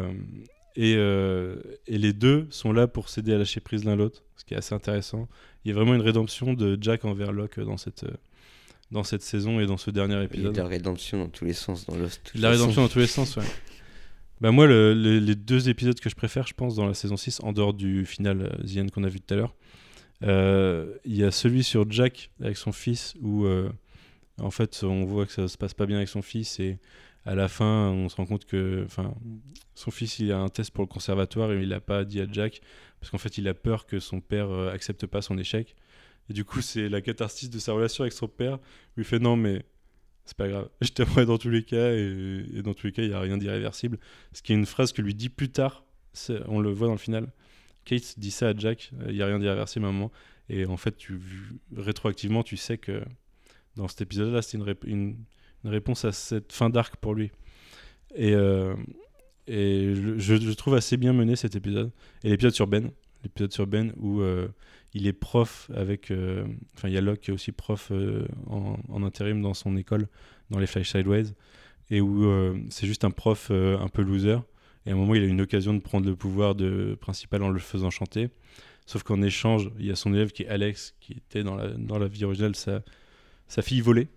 Et, euh, et les deux sont là pour s'aider à lâcher prise l'un l'autre, ce qui est assez intéressant. Il y a vraiment une rédemption de Jack envers Locke dans cette, euh, dans cette saison et dans ce dernier Il y a épisode. de la rédemption dans tous les sens dans Lost. de toute La rédemption façon. dans tous les sens, ouais. Bah moi, le- le- les deux épisodes que je préfère, je pense, dans la saison six, en dehors du final euh, The End qu'on a vu tout à l'heure, euh, il y a celui sur Jack avec son fils où euh, en fait on voit que ça se passe pas bien avec son fils et à la fin on se rend compte que enfin son fils il a un test pour le conservatoire et il a pas dit à Jack parce qu'en fait il a peur que son père euh, accepte pas son échec et du coup c'est la catharsis de sa relation avec son père où il fait non mais c'est pas grave, je t'aimerai dans tous les cas et, et dans tous les cas il y a rien d'irréversible, ce qui est une phrase que lui dit plus tard, c'est- on le voit dans le final. Kate dit ça à Jack, il n'y a rien d'irréversible à un moment. Et en fait, tu, rétroactivement, tu sais que dans cet épisode-là, c'est une, rép- une, une réponse à cette fin d'arc pour lui. Et, euh, et je, je, je trouve assez bien mené cet épisode. Et l'épisode sur Ben, l'épisode sur Ben où euh, il est prof avec... euh, Enfin, il y a Locke qui est aussi prof euh, en, en intérim dans son école, dans les Flash Sideways. Et où euh, c'est juste un prof euh, un peu loser. Et à un moment, il a une occasion de prendre le pouvoir de principal en le faisant chanter. Sauf qu'en échange, il y a son élève qui est Alex, qui était dans la, dans la vie originale sa, sa fille volée.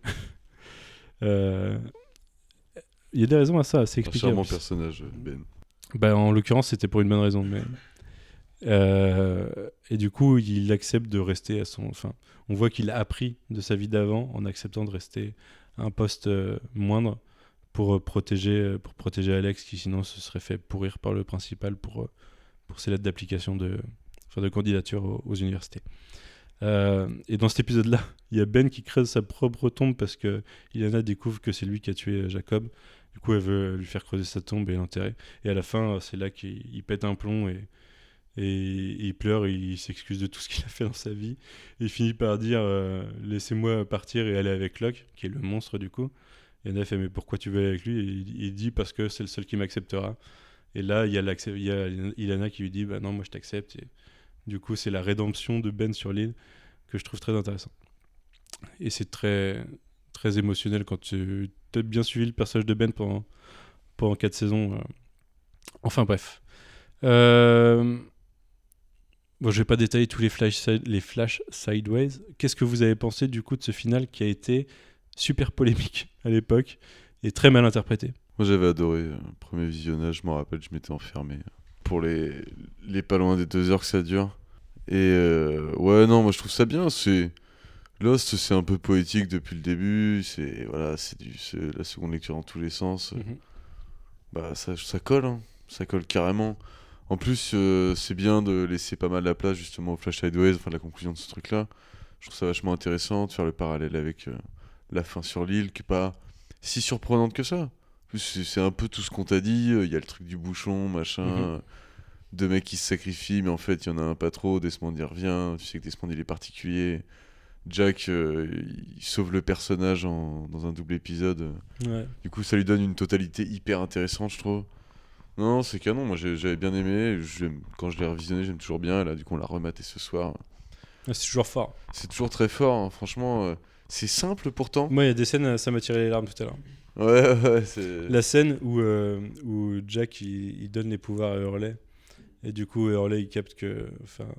Euh, Il y a des raisons à ça, c'est Un expliqué. charmant en plus. personnage, Ben. Bah, en l'occurrence, c'était pour une bonne raison. Mais... Euh, et du coup, il accepte de rester à son... Enfin, on voit qu'il a appris de sa vie d'avant en acceptant de rester à un poste euh, moindre pour euh, protéger, euh, pour protéger Alex, qui sinon se serait fait pourrir par le principal pour, euh, pour ses lettres d'application de, enfin, de candidature aux, aux universités. Euh, et dans cet épisode-là, il y a Ben qui creuse sa propre tombe parce que Ilana découvre que c'est lui qui a tué Jacob. Du coup, elle veut lui faire creuser sa tombe et l'enterrer. Et à la fin, c'est là qu'il il pète un plomb et, et il pleure et il s'excuse de tout ce qu'il a fait dans sa vie. Et il finit par dire euh, laissez-moi partir et aller avec Locke, qui est le monstre du coup. Et Anna fait mais pourquoi tu veux aller avec lui? Et il, il dit parce que c'est le seul qui m'acceptera. Et là, il y a, l'accep- il y a Ilana qui lui dit bah non, moi je t'accepte. Et du coup, c'est la rédemption de Ben sur l'île que je trouve très intéressant. Et c'est très, très émotionnel quand tu as bien suivi le personnage de Ben pendant, pendant quatre saisons. euh. Enfin bref. Euh... Bon, je vais pas détailler tous les flash, side- les flash sideways. Qu'est-ce que vous avez pensé du coup de ce final qui a été super polémique à l'époque et très mal interprété? Moi j'avais adoré. euh, Premier visionnage, je me rappelle, je m'étais enfermé pour les, les pas loin des deux heures que ça dure. Et euh, ouais, non, moi je trouve ça bien. C'est Lost, c'est un peu poétique depuis le début. C'est voilà, c'est du, c'est la seconde lecture en tous les sens. Mhm. Bah ça, ça colle, hein. Ça colle carrément. En plus, euh, c'est bien de laisser pas mal la place justement au Flash Sideways, enfin la conclusion de ce truc-là. Je trouve ça vachement intéressant de faire le parallèle avec euh, la fin sur l'île, qui est pas si surprenante que ça. En plus, c'est c'est un peu tout ce qu'on t'a dit. Il y a le truc du bouchon, machin. Mhm. euh, Deux mecs qui se sacrifient, mais en fait, il y en a un pas trop. Desmond y revient. Tu sais que Desmond il est particulier. Jack, euh, il sauve le personnage en- dans un double épisode. Ouais. Du coup, ça lui donne une totalité hyper intéressante, je trouve. Non, c'est canon. Moi, j'ai- j'avais bien aimé. J'aime- Quand je l'ai revisionné, j'aime toujours bien. Là, du coup, on l'a rematé ce soir. Ouais, c'est toujours fort. C'est toujours très fort, hein. Franchement. euh, C'est simple pourtant. Moi, il y a des scènes, euh, ça m'a tiré les larmes tout à l'heure. Ouais, ouais, c'est. La scène où, euh, où Jack il, il donne les pouvoirs à Hurley et du coup Hurley il capte que, enfin,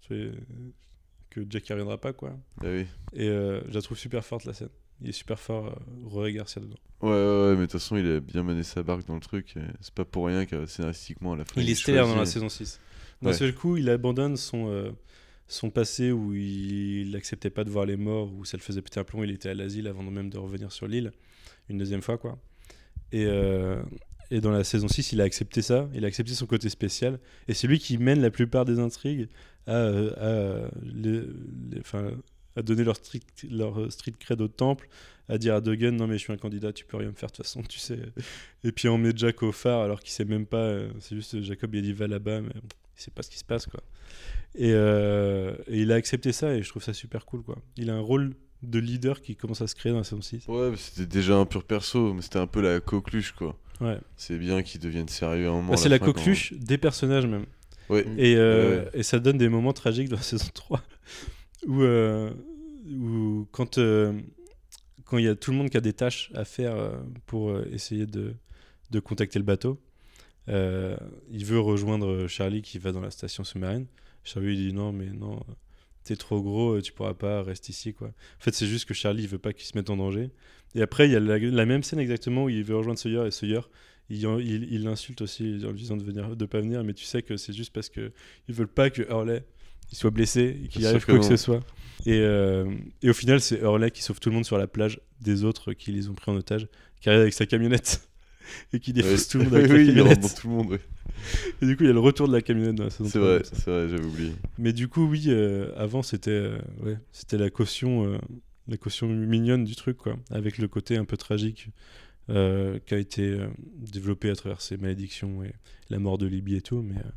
fait que Jack ne reviendra pas, quoi. Ah oui. Et euh, je la trouve super forte, la scène. Il est super fort, euh, Rory Garcia dedans. Ouais, ouais, ouais, mais de toute façon, il a bien mené sa barque dans le truc. Et c'est pas pour rien que scénaristiquement, à la fin, Il est stellaire dans la choisit- saison six. D'un Ouais. seul coup, il abandonne son, euh, son passé où il n'acceptait pas de voir les morts, où ça le faisait péter un plomb. Il était à l'asile avant même de revenir sur l'île, une deuxième fois, quoi. Et, euh, et dans la saison six, il a accepté ça, il a accepté son côté spécial. Et c'est lui qui mène la plupart des intrigues à, euh, à, les- les- enfin, à donner leur street, leur street cred au temple, à dire à Duggan non mais je suis un candidat, tu peux rien me faire de toute façon, tu sais. Et puis on met Jack au phare alors qu'il sait même pas, euh, c'est juste Jacob il a dit va là-bas, mais bon, il sait pas ce qui se passe, quoi. Et, euh, et il a accepté ça et je trouve ça super cool, quoi. Il a un rôle de leader qui commence à se créer dans la saison six. Ouais, mais c'était déjà un pur perso, mais c'était un peu la coqueluche, quoi. Ouais. C'est bien qu'ils deviennent sérieux à un moment. Bah, à c'est la fin, quand- coqueluche des personnages même. Ouais. Et, euh, Ouais, ouais. et ça donne des moments tragiques dans la saison trois où, euh, où quand euh, quand il y a tout le monde qui a des tâches à faire euh, pour euh, essayer de, de contacter le bateau, euh, il veut rejoindre Charlie qui va dans la station sous-marine. Charlie lui dit non mais non, t'es trop gros, tu pourras pas, reste ici, quoi. En fait c'est juste que Charlie il veut pas qu'il se mette en danger. Et après il y a la, la même scène exactement où il veut rejoindre Sawyer et Sawyer il, en- il, il l'insulte aussi en lui disant de venir, de pas venir, mais tu sais que c'est juste parce que ils veulent pas que Hurley il soit blessé et qu'il Bien arrive sûr que quoi que non. ce soit. Et, euh, et au final c'est Hurley qui sauve tout le monde sur la plage des autres qui les ont pris en otage, qui arrive avec sa camionnette et qui défonce Ouais. tout le monde avec Oui, la il camionnette. rentre dans tout le monde, ouais. Et du coup il y a le retour de la camionnette dans la saison C'est trois, vrai, comme ça. c'est vrai, j'avais oublié. Mais du coup oui, euh, avant c'était euh, ouais, c'était la caution euh, la caution mignonne du truc, quoi, avec le côté un peu tragique euh, qui a été euh, développé à travers ses malédictions et la mort de Libby et tout, mais euh,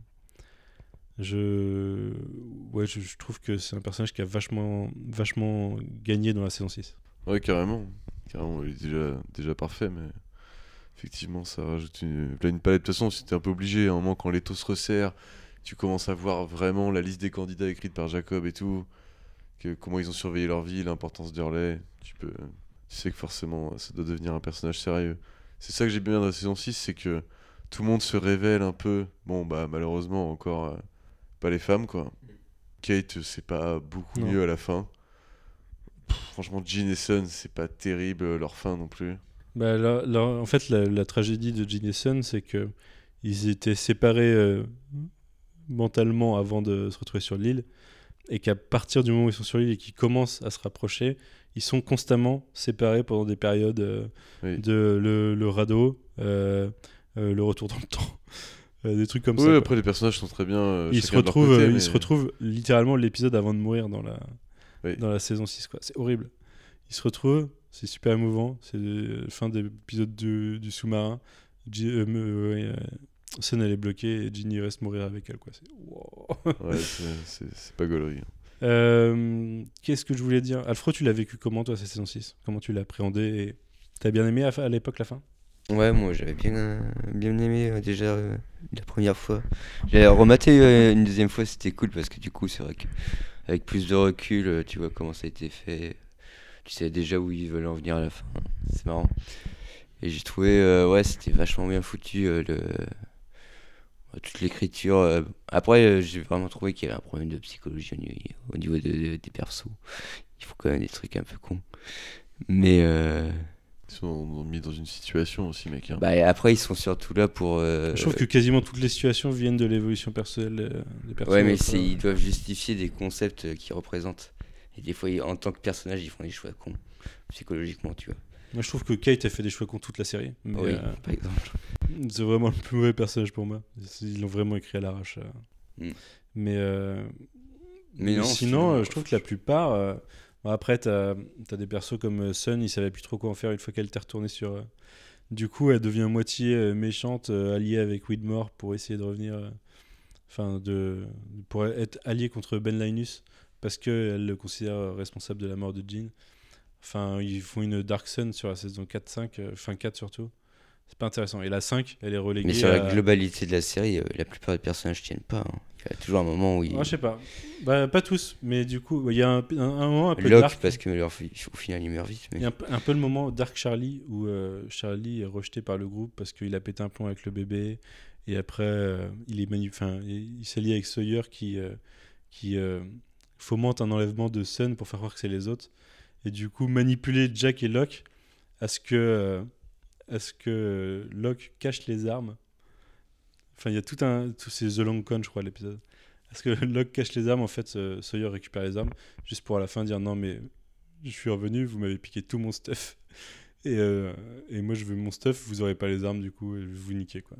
je ouais je, je trouve que c'est un personnage qui a vachement vachement gagné dans la saison six. Ouais, carrément. Carrément, il est déjà, déjà parfait, mais effectivement, ça rajoute une, là, une palette. De toute façon, c'était un peu obligé. À un moment, quand l'étau se resserre, tu commences à voir vraiment la liste des candidats écrite par Jacob et tout, que, comment ils ont surveillé leur vie, l'importance d'Hurley. Tu peux, tu sais que forcément, ça doit devenir un personnage sérieux. C'est ça que j'ai bien dans la saison six, c'est que tout le monde se révèle un peu. Bon, bah, malheureusement, encore euh, pas les femmes, quoi. Kate, c'est pas beaucoup Non. mieux à la fin. Pff, franchement, Jean et Son, c'est pas terrible euh, leur fin non plus. Bah, là, là, en fait, la, la tragédie de Jean et Son, c'est que ils étaient séparés euh, mentalement avant de se retrouver sur l'île, et qu'à partir du moment où ils sont sur l'île et qu'ils commencent à se rapprocher, ils sont constamment séparés pendant des périodes euh, Oui. de le, le radeau, euh, euh, le retour dans le temps, euh, des trucs comme Oui, ça, quoi. après, les personnages sont très bien. euh, ils se chacun de leur retrouvent, côté, euh, mais- ils se retrouvent littéralement l'épisode avant de mourir dans la Oui. dans la saison six, quoi. C'est horrible. Ils se retrouvent, c'est super émouvant. C'est la fin de l'épisode du, du sous-marin. G- euh, euh, ouais, euh, Son elle est bloquée et Ginny reste mourir avec elle, quoi. C'est wow. Ouais, c'est- c'est c'est pas gaulerie. Euh, Qu'est-ce que je voulais dire? Alfred, tu l'as vécu comment, toi, cette saison six? Comment tu l'as appréhendé et t'as bien aimé à, à l'époque la fin? Ouais, moi j'avais bien, euh, bien aimé euh, déjà euh, la première fois. J'ai rematé euh, une deuxième fois, c'était cool parce que du coup, c'est vrai qu'avec plus de recul, euh, tu vois comment ça a été fait. Tu sais déjà où ils veulent en venir à la fin. C'est marrant. Et j'ai trouvé, euh, ouais, c'était vachement bien foutu. euh, le... euh, toute l'écriture. euh. Après, euh, j'ai vraiment trouvé qu'il y avait un problème de psychologie au niveau, au niveau de- de- des persos. Il faut quand même des trucs un peu cons. Mais. euh, Ils sont mis dans une situation aussi, mec. hein. Bah, après, ils sont surtout là pour. euh, Je trouve que quasiment toutes les situations viennent de l'évolution personnelle euh, des personnes. Ouais, mais Après, c'est- ils doivent justifier des concepts euh, qu'ils représentent. Et des fois, ils- en tant que personnage, ils font des choix cons, psychologiquement, tu vois. Moi, je trouve que Kate a fait des choix contre toute la série. Mais, Oui, euh, par exemple. C'est vraiment le plus mauvais personnage pour moi. Ils l'ont vraiment écrit à l'arrache. euh. Mm. Mais, euh, Mais non, sinon, sinon, euh, je trouve que la plupart. euh, bon, après, t'as as des persos comme euh, Sun, il savait plus trop quoi en faire une fois qu'elle était retournée sur. euh, Du coup, elle devient moitié euh, méchante, euh, alliée avec Widmore pour essayer de revenir. euh, Enfin, de, pour être alliée contre Ben Linus parce qu'elle le considère euh, responsable de la mort de Jean. Enfin, ils font une Dark Sun sur la saison quatre cinq, euh, fin quatre surtout. C'est pas intéressant. Et la cinq, elle est reléguée. Mais sur à... la globalité de la série, euh, la plupart des personnages tiennent pas. hein. Il y a toujours un moment où ils. Ah, je sais pas. Bah, pas tous, mais du coup, il y a un, un, un moment un peu Locke, dark. parce que leur- au final, il meurt vite. Mais... Il y a un, peu- un peu le moment Dark Charlie où euh, Charlie est rejeté par le groupe parce qu'il a pété un plomb avec le bébé. Et après, euh, il est manu- enfin, il il s'est lié avec Sawyer qui, euh, qui euh, fomente un enlèvement de Sun pour faire croire que c'est les autres. Et du coup, manipuler Jack et Locke à ce que, euh, à ce que euh, Locke cache les armes. Enfin, il y a tout un... Tout, c'est The Long Con, je crois, l'épisode. À ce que Locke cache les armes, en fait, euh, Sawyer récupère les armes, juste pour à la fin dire non, mais je suis revenu, vous m'avez piqué tout mon stuff. Et, euh, et moi, je veux mon stuff, vous aurez pas les armes, du coup, et je vais vous niquer, quoi.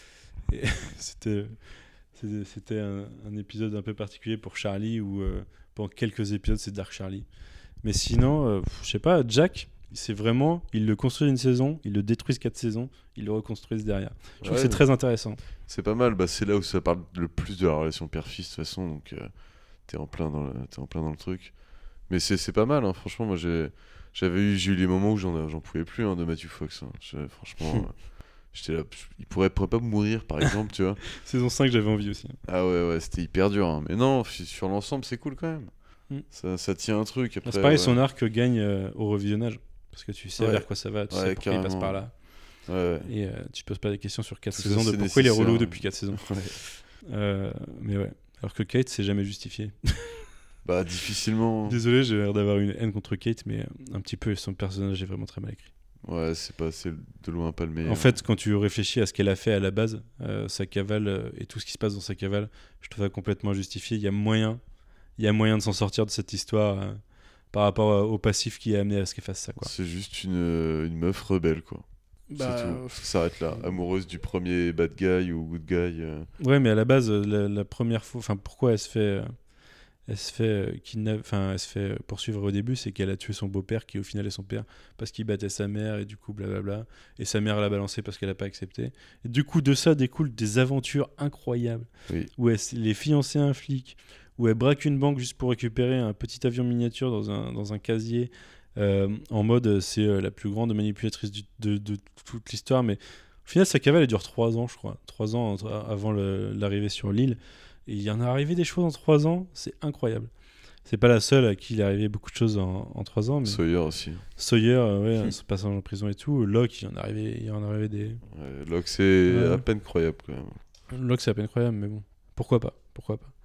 Et c'était... C'était, c'était un, un épisode un peu particulier pour Charlie où euh, pendant quelques épisodes c'est Dark Charlie. Mais sinon, euh, je sais pas, Jack, c'est vraiment, ils le construisent une saison, ils le détruisent quatre saisons, ils le reconstruisent derrière. Je trouve Ouais, que c'est très intéressant. C'est pas mal, bah, c'est là où ça parle le plus de la relation père-fils de toute façon, donc euh, t'es, en plein dans le, t'es en plein dans le truc. Mais c'est, c'est pas mal, hein, franchement, moi j'ai, j'avais eu, j'ai eu les moments où j'en, j'en pouvais plus hein, de Matthew Fox. Hein. Je- franchement, euh, j'étais là, il pourrait, pourrait pas mourir par exemple, tu vois. Saison cinq, j'avais envie aussi. Ah ouais, ouais, c'était hyper dur. Hein. Mais non, f- sur l'ensemble, c'est cool quand même. Mm. Ça, ça tient un truc. Après, C'est pareil, ouais. son arc gagne euh, au revisionnage. Parce que tu sais Ouais. vers quoi ça va, tu Ouais, sais pourquoi il passe carrément. par là. Ouais, ouais. Et euh, tu te poses pas des questions sur quatre Tout ça, saisons de c'est pourquoi il est relou nécessaire. depuis quatre saisons. Ouais. Euh, mais ouais. Alors que Kate, c'est jamais justifié. Bah, difficilement. Désolé, j'ai l'air d'avoir une haine contre Kate, mais euh, un petit peu, son personnage est vraiment très mal écrit. Ouais, c'est pas, c'est de loin pas le meilleur. En fait, quand tu réfléchis à ce qu'elle a fait à la base, euh, sa cavale euh, et tout ce qui se passe dans sa cavale, je trouve ça complètement injustifié. Il y a moyen, il y a moyen de s'en sortir de cette histoire euh, par rapport euh, au passif qui a amené à ce qu'elle fasse ça, quoi. C'est juste une, euh, une meuf rebelle, quoi. Bah, c'est tout. Ça s'arrête là. Amoureuse du premier bad guy ou good guy. euh. Ouais, mais à la base, euh, la, la première fois, enfin, pourquoi elle se fait, euh, elle se fait euh, kidnap- enfin, elle se fait euh, poursuivre au début, c'est qu'elle a tué son beau-père, qui au final est son père, parce qu'il battait sa mère et du coup, blablabla. Et sa mère l'a balancé parce qu'elle a pas accepté. Et du coup, de ça découlent des aventures incroyables, Oui. où elle, s- les fiancée un flic, où elle braque une banque juste pour récupérer un petit avion miniature dans un, dans un casier. Euh, en mode euh, c'est euh, la plus grande manipulatrice du- de, de toute l'histoire, mais au final sa cavale elle dure trois ans je crois, trois ans entre- avant le- l'arrivée sur l'île, et il y en a arrivé des choses en trois ans, c'est incroyable. C'est pas la seule à qui il est arrivé beaucoup de choses en, en trois ans, mais Sawyer aussi. Sawyer, euh, ouais, son passage en prison et tout. Locke, il y en est arrivé, il y en est arrivé des. Ouais, Locke, c'est Ouais. à peine croyable quand même. Locke, c'est à peine croyable, mais bon, pourquoi pas, pourquoi pas.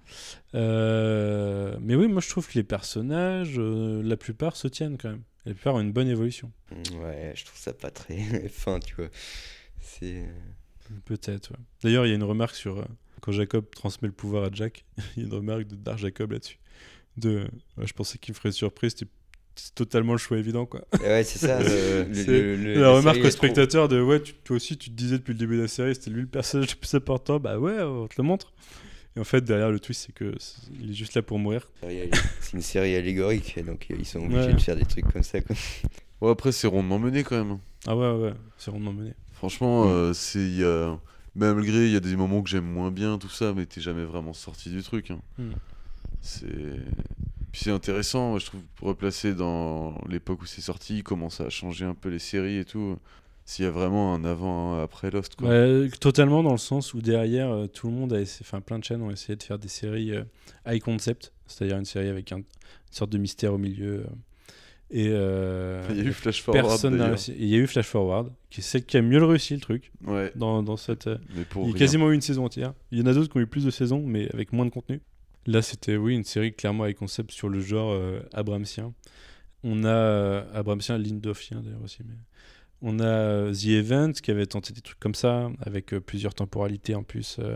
Euh, mais oui, moi je trouve que les personnages, euh, la plupart se tiennent quand même. La plupart ont une bonne évolution. Ouais, je trouve ça pas très fin, tu vois. C'est. euh, Peut-être, ouais. D'ailleurs, il y a une remarque sur euh, quand Jacob transmet le pouvoir à Jack, il y a une remarque de Dar Jacob là-dessus. De, ouais, je pensais qu'il me ferait une surprise, c'était c'est totalement le choix évident, quoi. Ouais, c'est ça, le- le- C'est le- le- la la remarque série au est trop- spectateur de ouais, tu- toi aussi, tu te disais depuis le début de la série, c'était lui le personnage le plus important. Bah ouais, on te le montre. Et en fait, derrière le twist, c'est que c'est- il est juste là pour mourir. C'est une série allégorique, donc euh, ils sont obligés Ouais. de faire des trucs comme ça, quoi. Ouais, après, c'est rondement mené quand même. Ah ouais, ouais, c'est rondement mené. Franchement, euh, c'est. il Y a... Malgré, il y a des moments que j'aime moins bien, tout ça, mais t'es jamais vraiment sorti du truc. Hein. Mm. C'est. Puis c'est intéressant, moi, je trouve, pour replacer dans l'époque où c'est sorti, comment ça a changé un peu les séries et tout. S'il y a vraiment un avant, un après Lost, quoi. Ouais, totalement dans le sens où derrière, euh, tout le monde a essayé, enfin plein de chaînes ont essayé de faire des séries euh, high concept, c'est-à-dire une série avec un- une sorte de mystère au milieu. euh, et euh, Il y a eu Flash Forward, personne n'a d'ailleurs. réussi. Il y a eu Flash Forward, qui est celle qui a mieux le réussi le truc. Ouais. Dans, dans cette. euh, Mais pour il y a rien. quasiment eu une saison entière. Il y en a d'autres qui ont eu plus de saisons, mais avec moins de contenu. Là, c'était oui une série clairement high concept sur le genre euh, Abramsien. On a euh, Abramsien, Lindofien d'ailleurs aussi, mais on a euh, The Event qui avait tenté des trucs comme ça avec euh, plusieurs temporalités en plus. euh,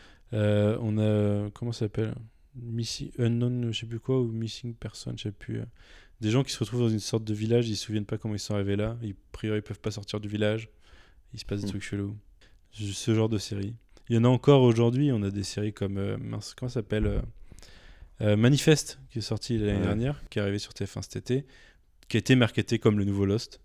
euh, on a euh, comment ça s'appelle Missing Unknown, je sais plus quoi, ou Missing Person, je sais plus. euh, des gens qui se retrouvent dans une sorte de village, ils se souviennent pas comment ils sont arrivés là. Ils, a priori, ils peuvent pas sortir du village. Il se passe des Mm. trucs chelous. Je- Ce genre de série. Il y en a encore aujourd'hui. On a des séries comme euh, mince, comment ça s'appelle euh, euh, Manifest qui est sorti l'année Ouais. dernière, qui est arrivé sur T F un cet été, qui a été marketé comme le nouveau Lost.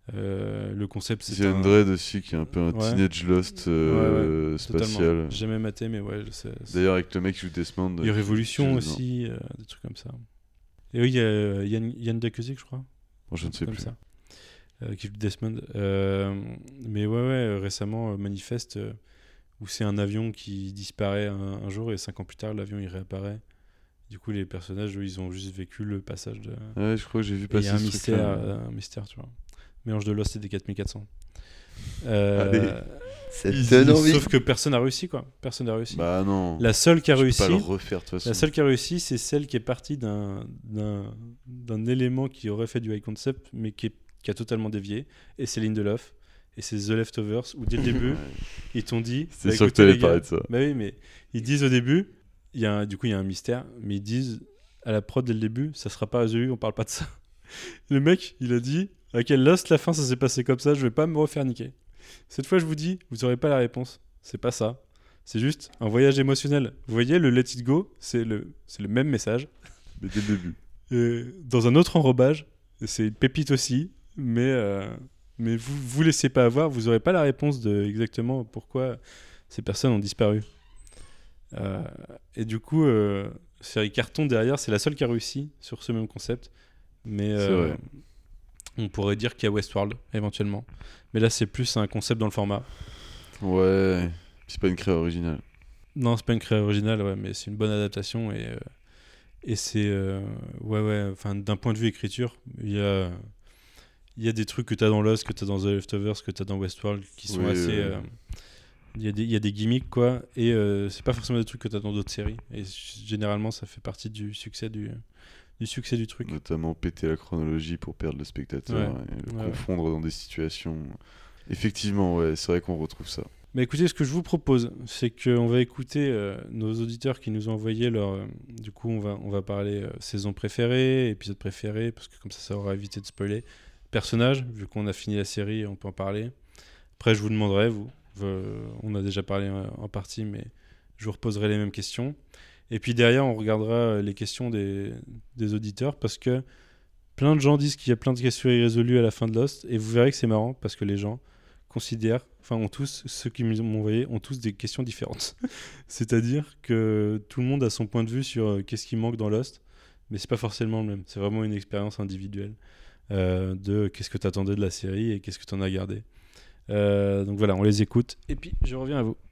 Euh, le concept c'est The un... Undread aussi, qui est un peu un Ouais. Teenage Lost euh, Ouais, ouais, totalement. spatial. J'ai jamais maté, mais ouais, je sais. c'est- D'ailleurs, avec le mec qui joue Desmond. Il y a euh, Révolution je- aussi, euh, des trucs comme ça. Et oui, il y a euh, Yann, Yann Dakuzik, je crois. Bon, je ne Un sais truc comme plus. ça, euh, qui joue Desmond. Euh, mais ouais, ouais, euh, récemment, euh, Manifest, euh, où c'est un avion qui disparaît un, un jour et cinq ans plus tard, l'avion il réapparaît. Du coup, les personnages, eux, ils ont juste vécu le passage de. Ouais, je crois que j'ai vu Et il passer y a un ce mystère, truc-là. euh, un mystère, tu vois. Mélange de Lost et des quatre mille quatre cents. Euh, Allez. Ça ils- te donne ils- envie. Sauf que personne n'a réussi, quoi. Personne n'a réussi. Bah non. La seule qui a Je peux réussi, pas le refaire, de toute façon. la seule qui a réussi, c'est celle qui est partie d'un d'un d'un élément qui aurait fait du high concept, mais qui, est- qui a totalement dévié. Et c'est Lindelof. Et c'est The Leftovers, où dès le début, Ouais. ils t'ont dit. C'est bah, sûr que écoutez, t'allais les gars, parler de ça. Bah oui, mais ils disent au début, il y a un- du coup, il y a un mystère, mais ils disent à la prod dès le début, ça sera pas résolu, on parle pas de ça. Le mec, il a dit, à quel Lost, la fin, ça s'est passé comme ça, je vais pas me refaire niquer. Cette fois, je vous dis, vous aurez pas la réponse. C'est pas ça. C'est juste un voyage émotionnel. Vous voyez, le Let It Go, c'est le, c'est le même message. Mais dès le début. Euh, dans un autre enrobage, c'est une pépite aussi, mais, euh, mais vous vous laissez pas avoir, vous aurez pas la réponse de exactement pourquoi ces personnes ont disparu. Euh, et du coup, euh, série carton derrière, c'est la seule qui a réussi sur ce même concept. Mais C'est euh, vrai. on pourrait dire qu'il y a Westworld éventuellement. Mais là, c'est plus un concept dans le format. Ouais. C'est pas une créa originale. Non, c'est pas une créa originale, ouais, mais c'est une bonne adaptation et, euh, et c'est euh, ouais ouais. Enfin, d'un point de vue écriture, il y a il y a des trucs que t'as dans Lost, que t'as dans The Leftovers, que t'as dans Westworld, qui sont Oui, assez. oui, oui. euh, Il y a des il y a des gimmicks quoi, et euh, c'est pas forcément des trucs que t'as dans d'autres séries. Et g- généralement, ça fait partie du succès du du succès du truc. Notamment péter la chronologie pour perdre le spectateur Ouais. et le Ouais, ouais. confondre dans des situations. Effectivement, ouais, c'est vrai qu'on retrouve ça. Bah écoutez, ce que je vous propose, c'est qu'on va écouter euh, nos auditeurs qui nous ont envoyé leur. euh, du coup, on va, on va parler euh, saison préférée, épisode préféré, parce que comme ça, ça aura évité de spoiler. Personnage, vu qu'on a fini la série, on peut en parler. Après, je vous demanderai, vous, euh, on a déjà parlé en, en partie, mais je vous reposerai les mêmes questions. Et puis derrière, on regardera euh, les questions des, des auditeurs, parce que plein de gens disent qu'il y a plein de questions irrésolues à la fin de Lost, et vous verrez que c'est marrant, parce que les gens considèrent, enfin ont tous, ceux qui m'ont envoyé, ont tous des questions différentes. C'est-à-dire que tout le monde a son point de vue sur euh, qu'est-ce qui manque dans Lost, mais c'est pas forcément le même. C'est vraiment une expérience individuelle euh, de qu'est-ce que tu attendais de la série et qu'est-ce que tu en as gardé. Euh, donc voilà, on les écoute, et puis je reviens à vous.